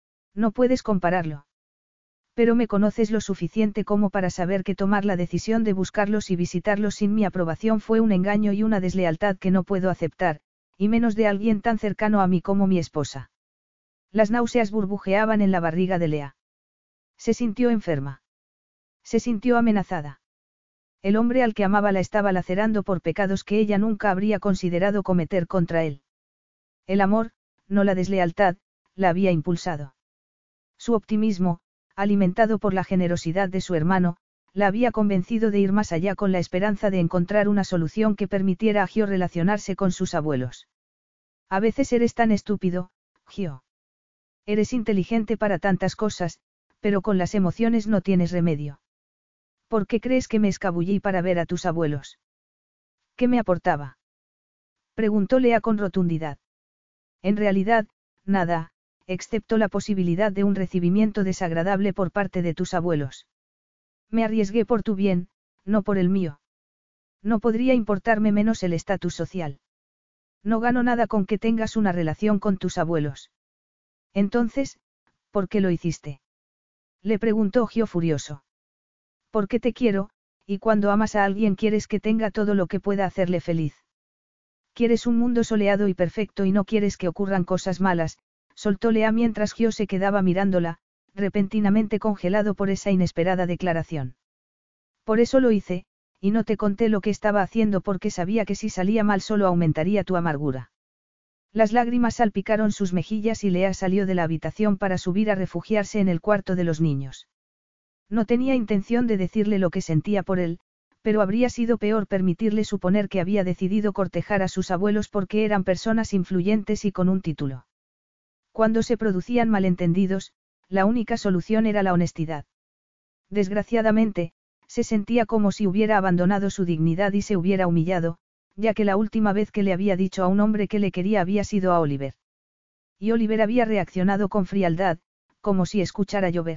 No puedes compararlo. Pero me conoces lo suficiente como para saber que tomar la decisión de buscarlos y visitarlos sin mi aprobación fue un engaño y una deslealtad que no puedo aceptar, y menos de alguien tan cercano a mí como mi esposa. Las náuseas burbujeaban en la barriga de Lea. Se sintió enferma. Se sintió amenazada. El hombre al que amaba la estaba lacerando por pecados que ella nunca habría considerado cometer contra él. El amor, no la deslealtad, la había impulsado. Su optimismo, alimentado por la generosidad de su hermano, la había convencido de ir más allá con la esperanza de encontrar una solución que permitiera a Gio relacionarse con sus abuelos. A veces eres tan estúpido, Gio. Eres inteligente para tantas cosas, pero con las emociones no tienes remedio. ¿Por qué crees que me escabullí para ver a tus abuelos? ¿Qué me aportaba? Preguntó Lea con rotundidad. En realidad, nada, excepto la posibilidad de un recibimiento desagradable por parte de tus abuelos. Me arriesgué por tu bien, no por el mío. No podría importarme menos el estatus social. No gano nada con que tengas una relación con tus abuelos. Entonces, ¿por qué lo hiciste? Le preguntó Gio furioso. Porque te quiero, y cuando amas a alguien quieres que tenga todo lo que pueda hacerle feliz. Quieres un mundo soleado y perfecto y no quieres que ocurran cosas malas, soltó Lea mientras Gio se quedaba mirándola, repentinamente congelado por esa inesperada declaración. Por eso lo hice, y no te conté lo que estaba haciendo porque sabía que si salía mal solo aumentaría tu amargura. Las lágrimas salpicaron sus mejillas y Lea salió de la habitación para subir a refugiarse en el cuarto de los niños. No tenía intención de decirle lo que sentía por él, pero habría sido peor permitirle suponer que había decidido cortejar a sus abuelos porque eran personas influyentes y con un título. Cuando se producían malentendidos, la única solución era la honestidad. Desgraciadamente, Se sentía como si hubiera abandonado su dignidad y se hubiera humillado, ya que la última vez que le había dicho a un hombre que le quería había sido a Oliver. Y Oliver había reaccionado con frialdad, como si escuchara llover.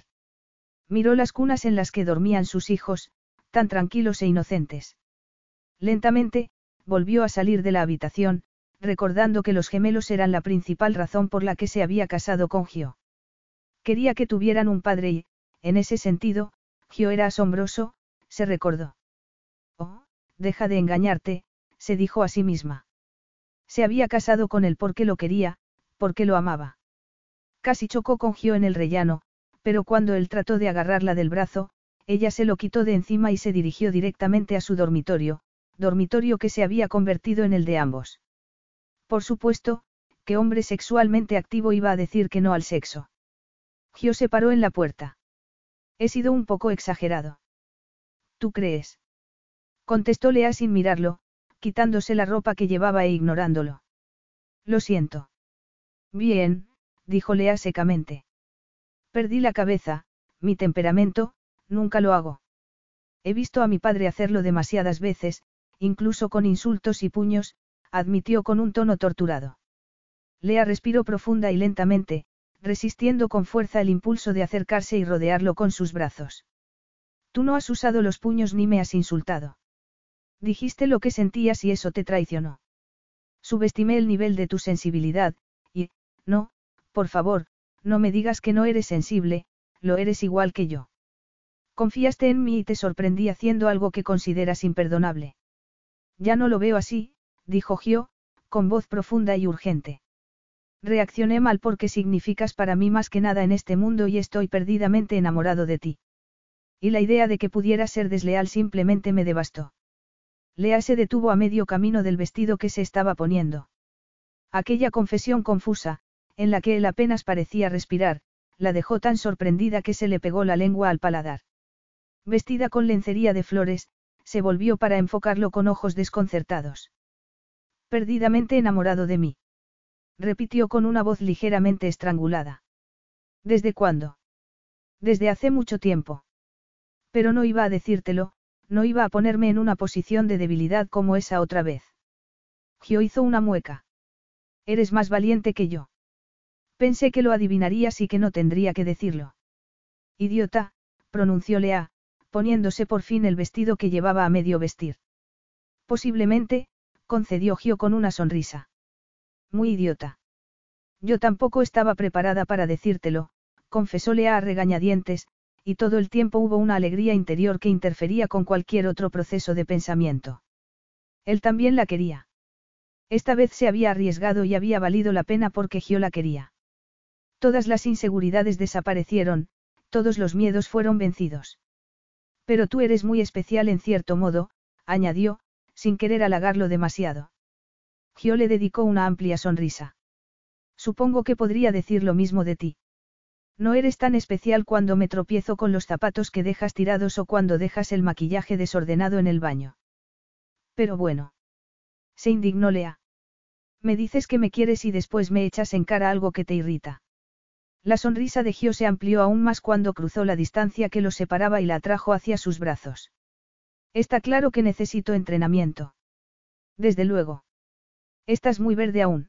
Miró las cunas en las que dormían sus hijos, tan tranquilos e inocentes. Lentamente, volvió a salir de la habitación, recordando que los gemelos eran la principal razón por la que se había casado con Gio. Quería que tuvieran un padre y, en ese sentido, Gio era asombroso, se recordó. Oh, deja de engañarte, se dijo a sí misma. Se había casado con él porque lo quería, porque lo amaba. Casi chocó con Gio en el rellano, pero cuando él trató de agarrarla del brazo, ella se lo quitó de encima y se dirigió directamente a su dormitorio que se había convertido en el de ambos. Por supuesto, ¿qué hombre sexualmente activo iba a decir que no al sexo? Gio se paró en la puerta. He sido un poco exagerado. ¿Tú crees? Contestó Lea sin mirarlo, quitándose la ropa que llevaba e ignorándolo. Lo siento. Bien, dijo Lea secamente. Perdí la cabeza, mi temperamento, nunca lo hago. He visto a mi padre hacerlo demasiadas veces, incluso con insultos y puños, admitió con un tono torturado. Lea respiró profunda y lentamente, resistiendo con fuerza el impulso de acercarse y rodearlo con sus brazos. Tú no has usado los puños ni me has insultado. Dijiste lo que sentías y eso te traicionó. Subestimé el nivel de tu sensibilidad, y, no, por favor, no me digas que no eres sensible, lo eres igual que yo. Confiaste en mí y te sorprendí haciendo algo que consideras imperdonable. Ya no lo veo así, dijo Gio, con voz profunda y urgente. Reaccioné mal porque significas para mí más que nada en este mundo y estoy perdidamente enamorado de ti. Y la idea de que pudiera ser desleal simplemente me devastó. Lea se detuvo a medio camino del vestido que se estaba poniendo. Aquella confesión confusa, en la que él apenas parecía respirar, la dejó tan sorprendida que se le pegó la lengua al paladar. Vestida con lencería de flores, se volvió para enfocarlo con ojos desconcertados. Perdidamente enamorado de mí. Repitió con una voz ligeramente estrangulada. ¿Desde cuándo? Desde hace mucho tiempo. Pero no iba a decírtelo, no iba a ponerme en una posición de debilidad como esa otra vez. Gio hizo una mueca. Eres más valiente que yo. Pensé que lo adivinarías y que no tendría que decirlo. Idiota, pronunció Lea, poniéndose por fin el vestido que llevaba a medio vestir. Posiblemente, concedió Gio con una sonrisa. Muy idiota. Yo tampoco estaba preparada para decírtelo, confesó Lea a regañadientes, y todo el tiempo hubo una alegría interior que interfería con cualquier otro proceso de pensamiento. Él también la quería. Esta vez se había arriesgado y había valido la pena porque Gio la quería. Todas las inseguridades desaparecieron, todos los miedos fueron vencidos. Pero tú eres muy especial en cierto modo, añadió, sin querer halagarlo demasiado. Gio le dedicó una amplia sonrisa. Supongo que podría decir lo mismo de ti. No eres tan especial cuando me tropiezo con los zapatos que dejas tirados o cuando dejas el maquillaje desordenado en el baño. Pero bueno. Se indignó Lea. Me dices que me quieres y después me echas en cara algo que te irrita. La sonrisa de Gio se amplió aún más cuando cruzó la distancia que los separaba y la atrajo hacia sus brazos. Está claro que necesito entrenamiento. Desde luego. Estás muy verde aún.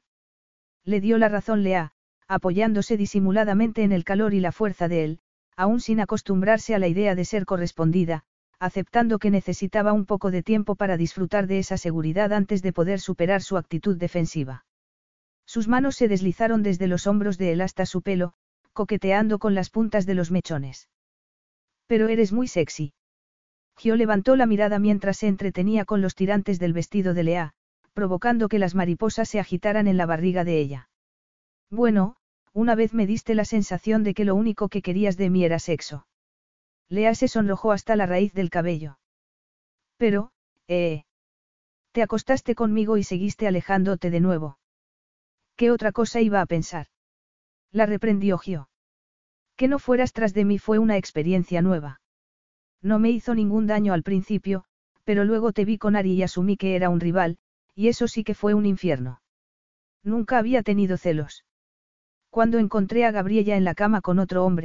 Le dio la razón Lea, apoyándose disimuladamente en el calor y la fuerza de él, aún sin acostumbrarse a la idea de ser correspondida, aceptando que necesitaba un poco de tiempo para disfrutar de esa seguridad antes de poder superar su actitud defensiva. Sus manos se deslizaron desde los hombros de él hasta su pelo, coqueteando con las puntas de los mechones. Pero eres muy sexy. Gio levantó la mirada mientras se entretenía con los tirantes del vestido de Lea, provocando que las mariposas se agitaran en la barriga de ella. Bueno, una vez me diste la sensación de que lo único que querías de mí era sexo. Lea se sonrojó hasta la raíz del cabello. Pero, te acostaste conmigo y seguiste alejándote de nuevo. ¿Qué otra cosa iba a pensar? La reprendió Gio. Que no fueras tras de mí fue una experiencia nueva. No me hizo ningún daño al principio, pero luego te vi con Ari y asumí que era un rival, y eso sí que fue un infierno. Nunca había tenido celos. Cuando encontré a Gabriella en la cama con otro hombre,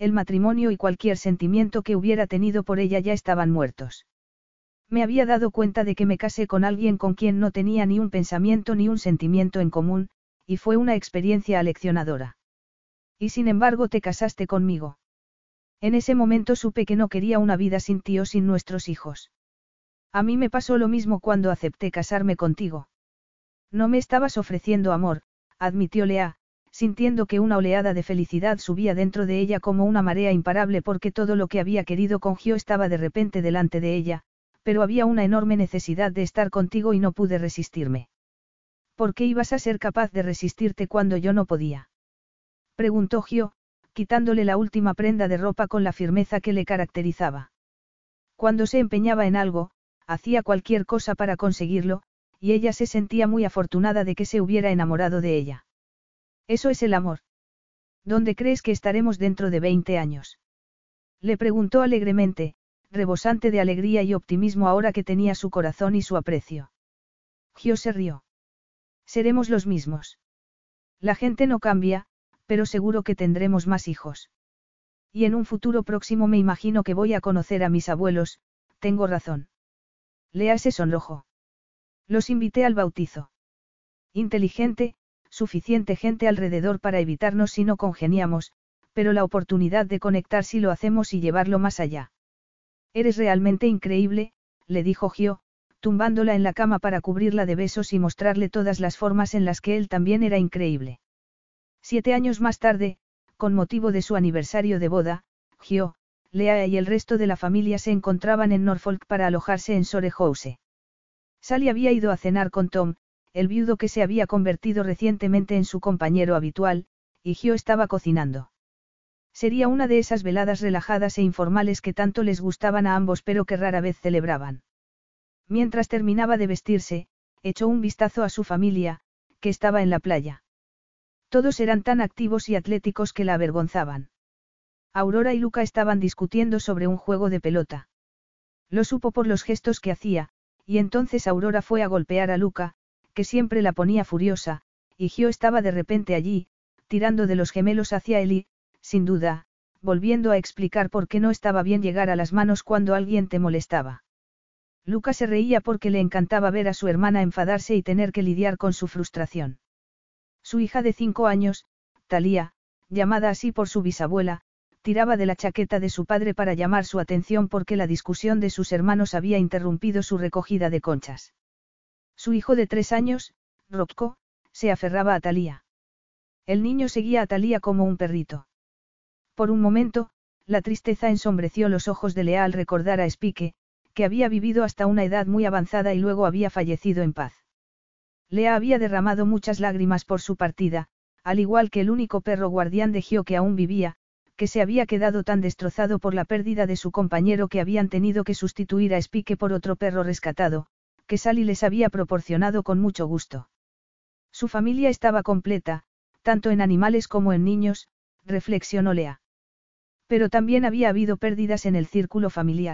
El matrimonio y cualquier sentimiento que hubiera tenido por ella ya estaban muertos. Me había dado cuenta de que me casé con alguien con quien no tenía ni un pensamiento ni un sentimiento en común, y fue una experiencia aleccionadora. Y sin embargo te casaste conmigo. En ese momento supe que no quería una vida sin ti o sin nuestros hijos. A mí me pasó lo mismo cuando acepté casarme contigo. No me estabas ofreciendo amor, admitió Lea, sintiendo que una oleada de felicidad subía dentro de ella como una marea imparable porque todo lo que había querido con Gio estaba de repente delante de ella, pero había una enorme necesidad de estar contigo y no pude resistirme. ¿Por qué ibas a ser capaz de resistirte cuando yo no podía? Preguntó Gio, quitándole la última prenda de ropa con la firmeza que le caracterizaba. Cuando se empeñaba en algo, hacía cualquier cosa para conseguirlo, y ella se sentía muy afortunada de que se hubiera enamorado de ella. Eso es el amor. ¿Dónde crees que estaremos dentro de 20 años? Le preguntó alegremente, rebosante de alegría y optimismo ahora que tenía su corazón y su aprecio. Gio se rió. Seremos los mismos. La gente no cambia, pero seguro que tendremos más hijos. Y en un futuro próximo me imagino que voy a conocer a mis abuelos, tengo razón. Lea se sonrojó. Los invité al bautizo. Inteligente, suficiente gente alrededor para evitarnos si no congeniamos, pero la oportunidad de conectar si lo hacemos y llevarlo más allá. Eres realmente increíble, le dijo Gio, tumbándola en la cama para cubrirla de besos y mostrarle todas las formas en las que él también era increíble. 7 años más tarde, con motivo de su aniversario de boda, Gio, Lea y el resto de la familia se encontraban en Norfolk para alojarse en Shore House. Sally había ido a cenar con Tom, el viudo que se había convertido recientemente en su compañero habitual, y Gio estaba cocinando. Sería una de esas veladas relajadas e informales que tanto les gustaban a ambos pero que rara vez celebraban. Mientras terminaba de vestirse, echó un vistazo a su familia, que estaba en la playa. Todos eran tan activos y atléticos que la avergonzaban. Aurora y Luca estaban discutiendo sobre un juego de pelota. Lo supo por los gestos que hacía, y entonces Aurora fue a golpear a Luca, que siempre la ponía furiosa, y Gio estaba de repente allí, tirando de los gemelos hacia él y, sin duda, volviendo a explicar por qué no estaba bien llegar a las manos cuando alguien te molestaba. Luca se reía porque le encantaba ver a su hermana enfadarse y tener que lidiar con su frustración. Su hija de 5 años, Thalía, llamada así por su bisabuela, tiraba de la chaqueta de su padre para llamar su atención porque la discusión de sus hermanos había interrumpido su recogida de conchas. Su hijo de 3 años, Rocco, se aferraba a Thalía. El niño seguía a Thalía como un perrito. Por un momento, la tristeza ensombreció los ojos de Lea al recordar a Spike, que había vivido hasta una edad muy avanzada y luego había fallecido en paz. Lea había derramado muchas lágrimas por su partida, al igual que el único perro guardián de Gio que aún vivía, que se había quedado tan destrozado por la pérdida de su compañero que habían tenido que sustituir a Spike por otro perro rescatado, que Sally les había proporcionado con mucho gusto. Su familia estaba completa, tanto en animales como en niños, reflexionó Lea. Pero también había habido pérdidas en el círculo familiar.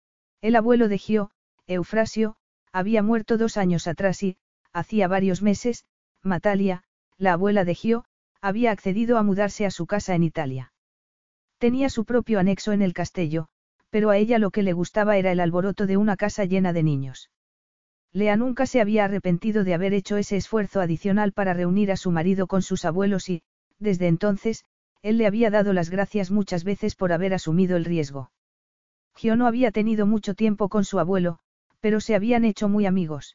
El abuelo de Gio, Eufrasio, había muerto 2 años atrás y, hacía varios meses, Matalia, la abuela de Gio, había accedido a mudarse a su casa en Italia. Tenía su propio anexo en el castillo, pero a ella lo que le gustaba era el alboroto de una casa llena de niños. Lea nunca se había arrepentido de haber hecho ese esfuerzo adicional para reunir a su marido con sus abuelos y, desde entonces, él le había dado las gracias muchas veces por haber asumido el riesgo. Gio no había tenido mucho tiempo con su abuelo, pero se habían hecho muy amigos.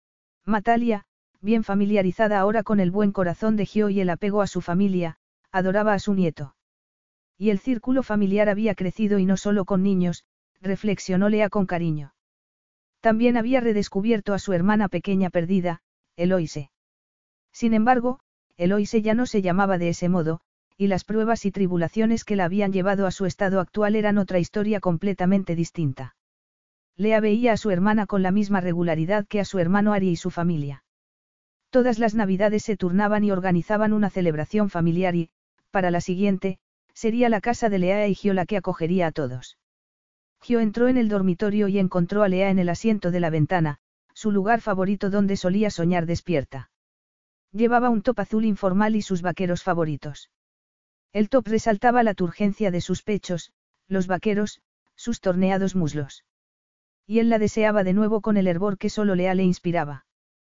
Matalia, bien familiarizada ahora con el buen corazón de Gio y el apego a su familia, adoraba a su nieto. Y el círculo familiar había crecido y no solo con niños, reflexionó Lea con cariño. También había redescubierto a su hermana pequeña perdida, Eloise. Sin embargo, Eloise ya no se llamaba de ese modo, y las pruebas y tribulaciones que la habían llevado a su estado actual eran otra historia completamente distinta. Lea veía a su hermana con la misma regularidad que a su hermano Ari y su familia. Todas las navidades se turnaban y organizaban una celebración familiar y, para la siguiente, sería la casa de Lea y Gio la que acogería a todos. Gio entró en el dormitorio y encontró a Lea en el asiento de la ventana, su lugar favorito donde solía soñar despierta. Llevaba un top azul informal y sus vaqueros favoritos. El top resaltaba la turgencia de sus pechos, los vaqueros, sus torneados muslos. Y él la deseaba de nuevo con el hervor que solo Lea le inspiraba.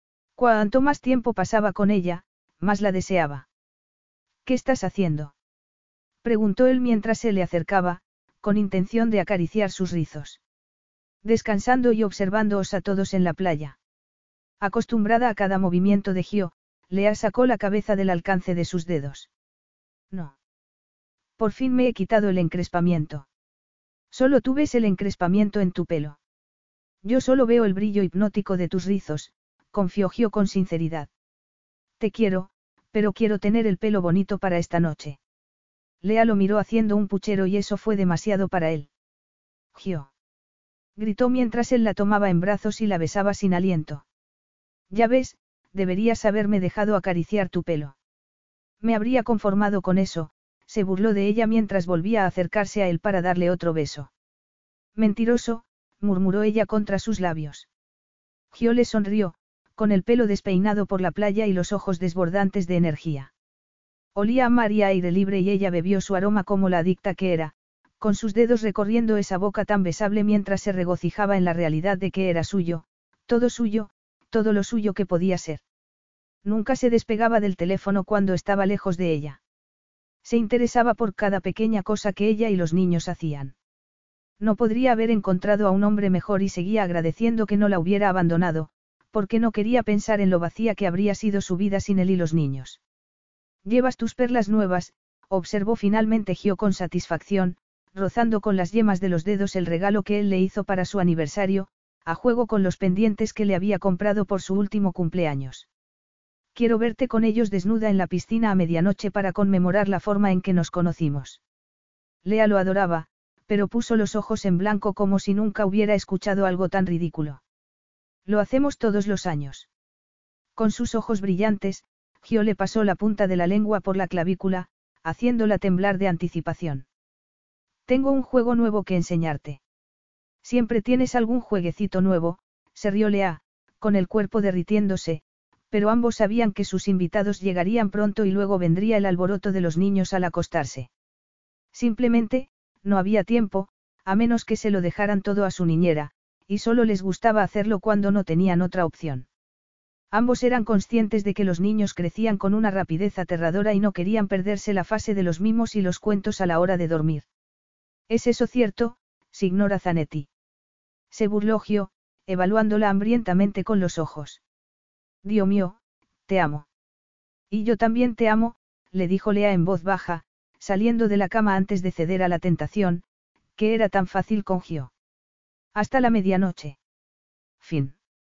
Cuanto más tiempo pasaba con ella, más la deseaba. ¿Qué estás haciendo?, preguntó él mientras se le acercaba, con intención de acariciar sus rizos. Descansando y observándoos a todos en la playa. Acostumbrada a cada movimiento de Gio, Lea sacó la cabeza del alcance de sus dedos. No. Por fin me he quitado el encrespamiento. Solo tú ves el encrespamiento en tu pelo. Yo solo veo el brillo hipnótico de tus rizos, confió Gio con sinceridad. Te quiero, pero quiero tener el pelo bonito para esta noche. Lea lo miró haciendo un puchero y eso fue demasiado para él. Gio. Gritó mientras él la tomaba en brazos y la besaba sin aliento. Ya ves, deberías haberme dejado acariciar tu pelo. Me habría conformado con eso, se burló de ella mientras volvía a acercarse a él para darle otro beso. Mentiroso, murmuró ella contra sus labios. Gio le sonrió, con el pelo despeinado por la playa y los ojos desbordantes de energía. Olía a mar y a aire libre y ella bebió su aroma como la adicta que era, con sus dedos recorriendo esa boca tan besable mientras se regocijaba en la realidad de que era suyo, todo lo suyo que podía ser. Nunca se despegaba del teléfono cuando estaba lejos de ella. Se interesaba por cada pequeña cosa que ella y los niños hacían. No podría haber encontrado a un hombre mejor y seguía agradeciendo que no la hubiera abandonado, porque no quería pensar en lo vacía que habría sido su vida sin él y los niños. Llevas tus perlas nuevas, observó finalmente Gio con satisfacción, rozando con las yemas de los dedos el regalo que él le hizo para su aniversario, a juego con los pendientes que le había comprado por su último cumpleaños. Quiero verte con ellos desnuda en la piscina a medianoche para conmemorar la forma en que nos conocimos. Lea lo adoraba, pero puso los ojos en blanco como si nunca hubiera escuchado algo tan ridículo. Lo hacemos todos los años. Con sus ojos brillantes, Gio le pasó la punta de la lengua por la clavícula, haciéndola temblar de anticipación. Tengo un juego nuevo que enseñarte. Siempre tienes algún jueguecito nuevo, se rió Lea, con el cuerpo derritiéndose, pero ambos sabían que sus invitados llegarían pronto y luego vendría el alboroto de los niños al acostarse. Simplemente, no había tiempo, a menos que se lo dejaran todo a su niñera, y solo les gustaba hacerlo cuando no tenían otra opción. Ambos eran conscientes de que los niños crecían con una rapidez aterradora y no querían perderse la fase de los mimos y los cuentos a la hora de dormir. ¿Es eso cierto, signora Zanetti? Se burló Gio, evaluándola hambrientamente con los ojos. Dios mío, te amo. Y yo también te amo, le dijo Lea en voz baja, saliendo de la cama antes de ceder a la tentación, que era tan fácil con Gio. Hasta la medianoche. Fin.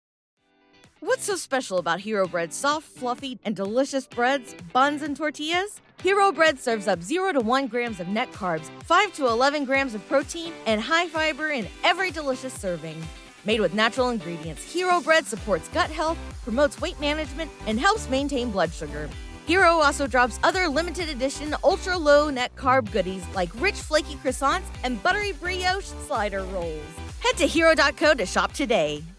What's so special about Hero Bread's soft, fluffy, and delicious breads, buns, and tortillas? Hero Bread serves up 0 to 1 grams of net carbs, 5 to 11 grams of protein, and high fiber in every delicious serving. Made with natural ingredients, Hero Bread supports gut health, promotes weight management, and helps maintain blood sugar. Hero also drops other limited edition ultra-low net carb goodies like rich flaky croissants and buttery brioche slider rolls. Head to hero.co to shop today.